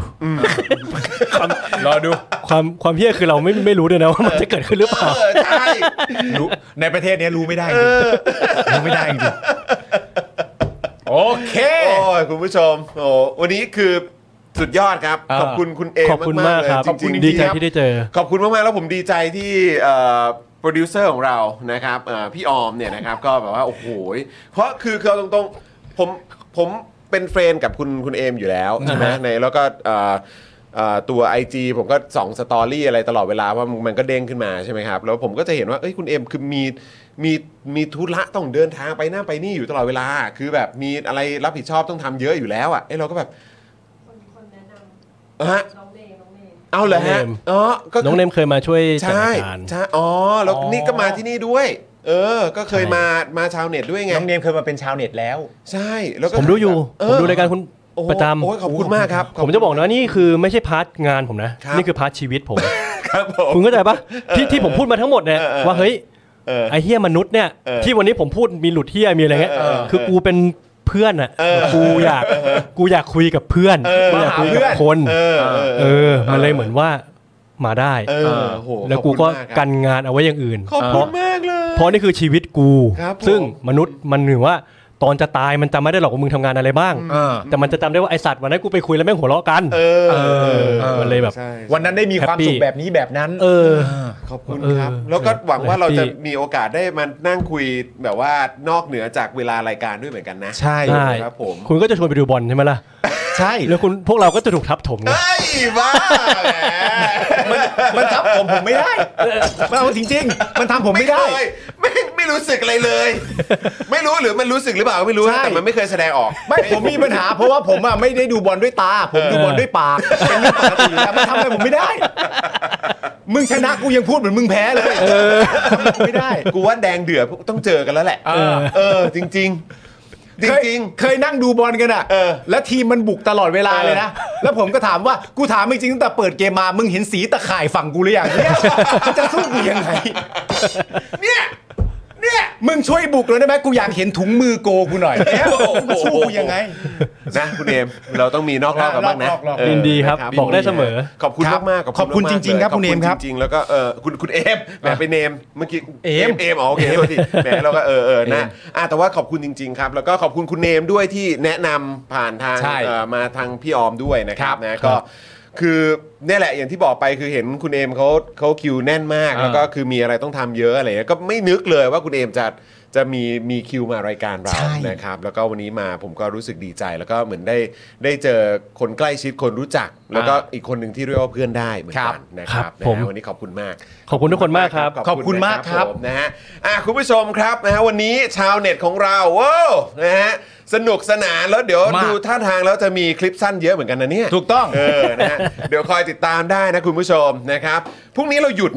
ความเพี้ยคือเราไม่รู้ด้วยนะว่ามันจะเกิดขึ้นหรือเปล่าใช่รู้ในประเทศนี้รู้ไม่ได้จริงรู้ไม่ได้จริงโอเคโอ้ยคุณผู้ชมโอ้วันนี้คือสุดยอดครับขอบคุณคุณเอมากๆเลยจริงๆดีใจที่ได้เจอขอบคุณมากๆแล้วผมดีใจที่โปรดิวเซอร์ของเรานะครับพี่ออมเนี่ยนะครับก็แบบว่าโอ้โหเพราะคือเอาตรงๆผมเป็นเฟรนด์กับคุณเอมอยู่แล้วใช่ไหมในแล้วก็ตัว IG ผมก็ส่องสตอรี่อะไรตลอดเวลาว่ามันก็เด้งขึ้นมาใช่ไหมครับแล้วผมก็จะเห็นว่าคุณเอมคือมีธุระต้องเดินทางไปนั่นไปนี่อยู่ตลอดเวลาคือแบบมีอะไรรับผิดชอบต้องทำเยอะอยู่แล้วอ่ะเราก็แบบคนแนะนำน้องเนมเอาเหรอฮะน้องเนมเคยมาช่วยจัดการใช่แล้วนี่ก็มาที่นี่ด้วยก็เคยมาชาวเน็ตด้วยไงน้องเนมเคยมาเป็นชาวเน็ตแล้วใช่แล้วก็ผมดูอยู่ผมดูรายการคุณประจำโอ้ยขอบคุณมากครับผมจะบอกนะนี่คือไม่ใช่พาร์ทงานผมนะนี่คือพาร์ทชีวิตผมครับผมคุณเข้าใจปะที่ผมพูดมาทั้งหมดเนี่ยว่าเฮ้ยไอ้เหี้ยมนุษย์เนี่ยที่วันนี้ผมพูดมีหลุดเหี้ยมีอะไรเงี้ยคือกูเป็นเพื่อนอ่ะกูอยากคุยกับเพื่อนกูอยากคุยกับคนมันเลยเหมือนว่ามาได้แล้วกูก็กันงานเอาไว้อย่างอื่นขอบคุณมากเลยเพราะนี่คือชีวิตกูซึ่งมนุษย์มันถือว่าตอนจะตายมันจำไม่ได้หรอกว่ามึงทำงานอะไรบ้างแต่มันจะจำได้ว่าไอสัตว์วันนั้นกูไปคุยแล้วแม่งหัวเราะกันมันเลยแบบวันนั้นได้มีความสุขแบบนี้แบบนั้นขอบคุณครับแล้วก็หวังว่าเราจะมีโอกาสได้มานั่งคุยแบบว่านอกเหนือจากเวลารายการด้วยเหมือนกันนะใช่ครับผมคุณก็จะชวนไปดูบอลใช่ไหมล่ะใช่แล้วคุณพวกเราก็จะถูกทับถมไงบ้ามันทับผมไม่ได้มันเอาจริงๆมันทำผมไม่ได้ไม่รู้สึกอะไรเลยไม่รู้หรือมันรู้สึกหรือเปล่าไม่รู้แต่มันไม่เคยแสดงออกไม่ผมมีปัญหาเพราะว่าผมไม่ได้ดูบอลด้วยตาผมดูบอลด้วยปากเป็นเรื่องปกติแล้วมันทำอะไรผมไม่ได้มึงชนะกูยังพูดเหมือนมึงแพ้เลยไม่ได้กูว่าแดงเดือดต้องเจอกันแล้วแหละจริงเคยนั่งดูบอลกันอ่ะแล้วทีมมันบุกตลอดเวลาเลยนะแล้วผมก็ถามว่ากูถามจริงตั้งแต่เปิดเกมมามึงเห็นสีตะข่ายฝั่งกูหรือยังเนี่ยจะสู้กูยังไงเนี่ยมึงช่วยบุกเลยได้ไหมกูอยากเห็นถุงมือโกกูหน่อยเนี่ยมึงสู้กูยังไงนะคุณเอมเราต้องมีนอกรอบกันบ้างนะยินดีครับบอกได้เสมอขอบคุณมากขอบคุณจริงๆครับคุณเอมครับจริงๆแล้วก็คุณเอมแหมไปเนมเมื่อกี้เอมโอเคโทษทีแหมเราก็นะแต่ว่าขอบคุณจริงๆครับแล้วก็ขอบคุณคุณเนมด้วยที่แนะนำผ่านทางมาทางพี่ออมด้วยนะครับนะก็คือเนี่ยแหละอย่างที่บอกไปคือเห็นคุณเอมเขาคิวแน่นมากแล้วก็คือมีอะไรต้องทำเยอะอะไรก็ไม่นึกเลยว่าคุณเอมจะมีคิวมารายการเรานะครับแล้วก็วันนี้มาผมก็รู้สึกดีใจแล้วก็เหมือนได้เจอคนใกล้ชิดคนรู้จักแล้วก็อีกคนหนึ่งที่เรียกว่าเพื่อนได้เหมือนกันนะครับวันนี้ขอบคุณมากขอบคุณทุกคนมากครับขอบคุณมากครับนะฮะคุณผู้ชมครับนะฮะวันนี้ชาวเน็ตของเราว้าวนะฮะสนุกสนานแล้วเดี๋ยวดูท่าทางแล้วจะมีคลิปสั้นเยอะเหมือนกันนะเนี่ยถูกต้องนะฮะเดี๋ยวคอยติดตามได้นะคุณผู้ชมนะครับพรุ่งนี้เราหยุดนี่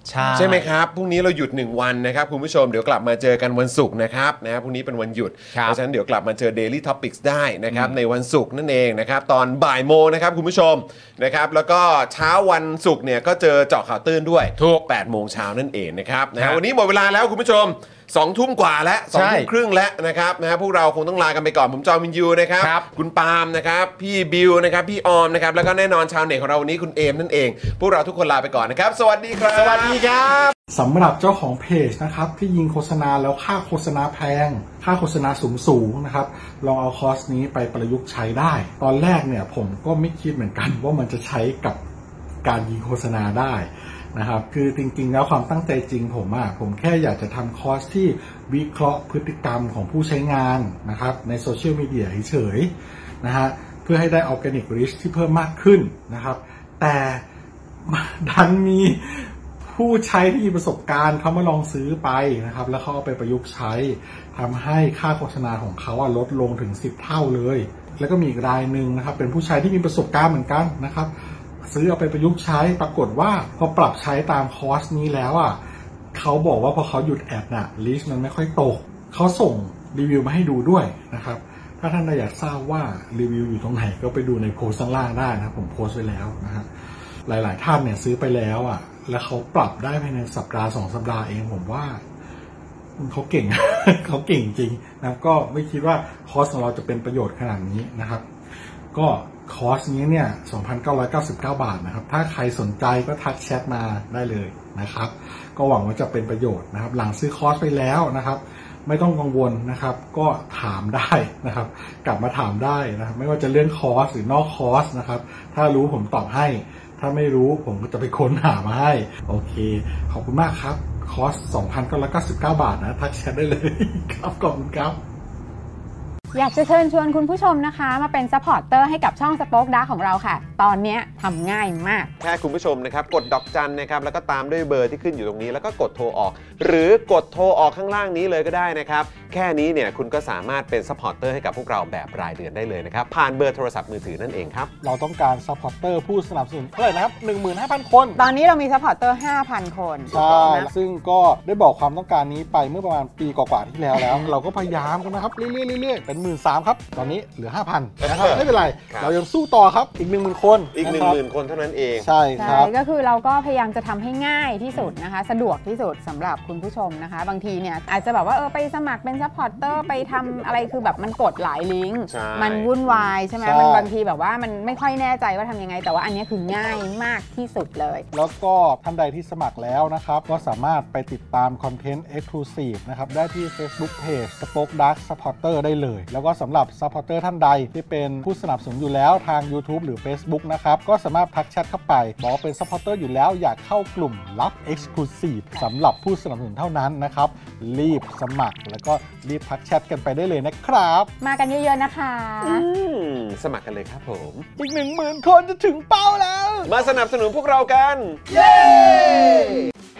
ใช่ไหมครับพรุ่งนี้เราหยุด1วันนะครับคุณผู้ชมเดี๋ยวกลับมาเจอกันวันศุกร์นะครับพรุ่งนี้เป็นวันหยุดเพราะฉะนั้นเดี๋ยวกลับมาเจอ Daily Topics ได้นะครับในวันศุกร์นั่นเองนะครับตอนบ่ายโมงนะครับคุณผู้ชมนะครับแล้วก็เช้าวันศุกร์เนี่ยก็เจอเจาะข่าวตื้นด้วยทุก8โมงเช้านั่นเองนะครับวันนี้หมดเวลาแล้วคุณผู้ชม2 ทุ่มกว่าแล้ว2 ทุ่มครึ่งแล้วนะครับพวกเราคงต้องลากันไปก่อนผมจอมินยูนะครับคุณปาล์มนะครับพี่บิวนะครับพี่ออมนะครับแล้วก็แน่นอนชาวเน็ตของเราวันนี้คุณเอมนั่นเองพวกเราทุกคนลาไปก่อนนะครับสวัสดีครับสวัสดีครับสำหรับเจ้าของเพจนะครับที่ยิงโฆษณาแล้วค่าโฆษณาแพงค่าโฆษณาสูงนะครับลองเอาคอร์สนี้ไปประยุกต์ใช้ได้ตอนแรกเนี่ยผมก็ไม่คิดเหมือนกันว่ามันจะใช้กับการยิงโฆษณาได้นะครับคือจริงๆแล้วความตั้งใจจริงผมแค่อยากจะทำคอร์สที่วิเคราะห์พฤติกรรมของผู้ใช้งานนะครับในโซเชียลมีเดียเฉยๆนะฮะเพื่อให้ได้ออร์แกนิกรีชที่เพิ่มมากขึ้นนะครับแต่ดันมีผู้ใช้ที่มีประสบการณ์เขามาลองซื้อไปนะครับแล้วเขาเอาไปประยุกต์ใช้ทำให้ค่าโฆษณาของเขาลดลงถึง10 เท่าเลยแล้วก็มีอีกรายหนึ่งนะครับเป็นผู้ใช้ที่มีประสบการณ์เหมือนกันนะครับซื้อเอาไปประยุกต์ใช้ปรากฏว่าพอปรับใช้ตามคอร์สนี้แล้วเขาบอกว่าพอเขาหยุดแอดลิสต์มันไม่ค่อยตกเขาส่งรีวิวมาให้ดูด้วยนะครับถ้าท่านอยากทราบว่ารีวิวอยู่ตรงไหนก็ไปดูในโพสต์ข้างล่างได้นะผมโพสต์ไว้แล้วนะฮะหลายๆท่านเนี่ยซื้อไปแล้วแล้วเขาปรับได้ภายในสัปดาห์2 สัปดาห์เองผมว่าเขาเก่ง เขาเก่งจริงนะก็ไม่คิดว่าคอร์สของเราจะเป็นประโยชน์ขนาดนี้นะครับก็คอร์สนี้เนี่ย 2,999 บาทนะครับถ้าใครสนใจก็ทักแชทมาได้เลยนะครับก็หวังว่าจะเป็นประโยชน์นะครับหลังซื้อคอร์สไปแล้วนะครับไม่ต้องกังวลนะครับก็ถามได้นะครับกลับมาถามได้นะครับไม่ว่าจะเรื่องคอร์สหรือนอกคอร์สนะครับถ้ารู้ผมตอบให้ถ้าไม่รู้ผมก็จะไปค้นหามาให้โอเคขอบคุณมากครับคอร์ส 2,999 บาทนะทักแชทได้เลยครับขอบคุณครับอยากจะเชิญชวนคุณผู้ชมนะคะมาเป็นซัพพอร์ตเตอร์ให้กับช่องสป็อคดาร์กของเราค่ะตอนนี้ทำง่ายมากแค่คุณผู้ชมนะครับกดดอกจันนะครับแล้วก็ตามด้วยเบอร์ที่ขึ้นอยู่ตรงนี้แล้วก็กดโทรออกหรือกดโทรออกข้างล่างนี้เลยก็ได้นะครับแค่นี้เนี่ยคุณก็สามารถเป็นซัพพอร์ตเตอร์ให้กับพวกเราแบบรายเดือนได้เลยนะครับผ่านเบอร์โทรศัพท์มือถือนั่นเองครับเราต้องการซัพพอร์ตเตอร์ผู้สนับสนุนเท่าไหร่นะครับ 15,000 คนตอนนี้เรามีซัพพอร์ตเตอร์ 5,000 คนใช่ซึ่งก็ได้บอกความต้องการนี้ไปเมื่อประมาณปีกว่าๆที่แล้วเราก็พยายามกันนะครับเรื่อยๆเป็น 13,000 ครับตอนนี้เหลือ 5,000 นะครับไม่เป็นไรเรายังสู้ต่อครับอีก 10,000 คนอีก 10,000 คนเท่านั้นเองใช่ครับก็คือเราก็พยายามจะทำให้ง่ายที่สุดนะคะสะดวกที่สุดสำหรับคุณผู้ชมนะคะบางทีเนี่ยอาจจะแบบว่าไปสมัครเป็นซัพพอร์ตเตอร์ไปทำอะไรคือแบบมันกดหลายลิงก์มันวุ่นวายใช่ไหมมันบางทีแบบว่ามันไม่ค่อยแน่ใจว่าทำยังไงแต่ว่าอันนี้คือง่ายมากที่สุดเลยแล้วก็ท่านใดที่สมัครแล้วนะครับก็สามารถไปติดตามคอนเทนต์ Exclusive นะครับได้ที่ Facebook Page Spoke Dark Supporter ได้เลยแล้วก็สำหรับ Supporter ท่านใดที่เป็นผู้สนับสนุนอยู่แล้วทาง YouTube หรือ Facebook นะครับก็สามารถทักแชทเข้าไปบอกเป็น Supporter อยู่แล้วอยากเข้ากลุ่มลับ Exclusive สำหรับผู้สนับสนุนเท่านั้นนะครับรีบสมัครแล้วก็รีบทักแชทกันไปได้เลยนะครับมากันเยอะๆนะคะสมัครกันเลยครับผมอีก 10,000 คนจะถึงเป้าแล้วมาสนับสนุนพวกเรากันเย้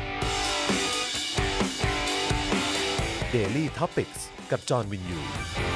Daily Topics กับจอห์นวินยู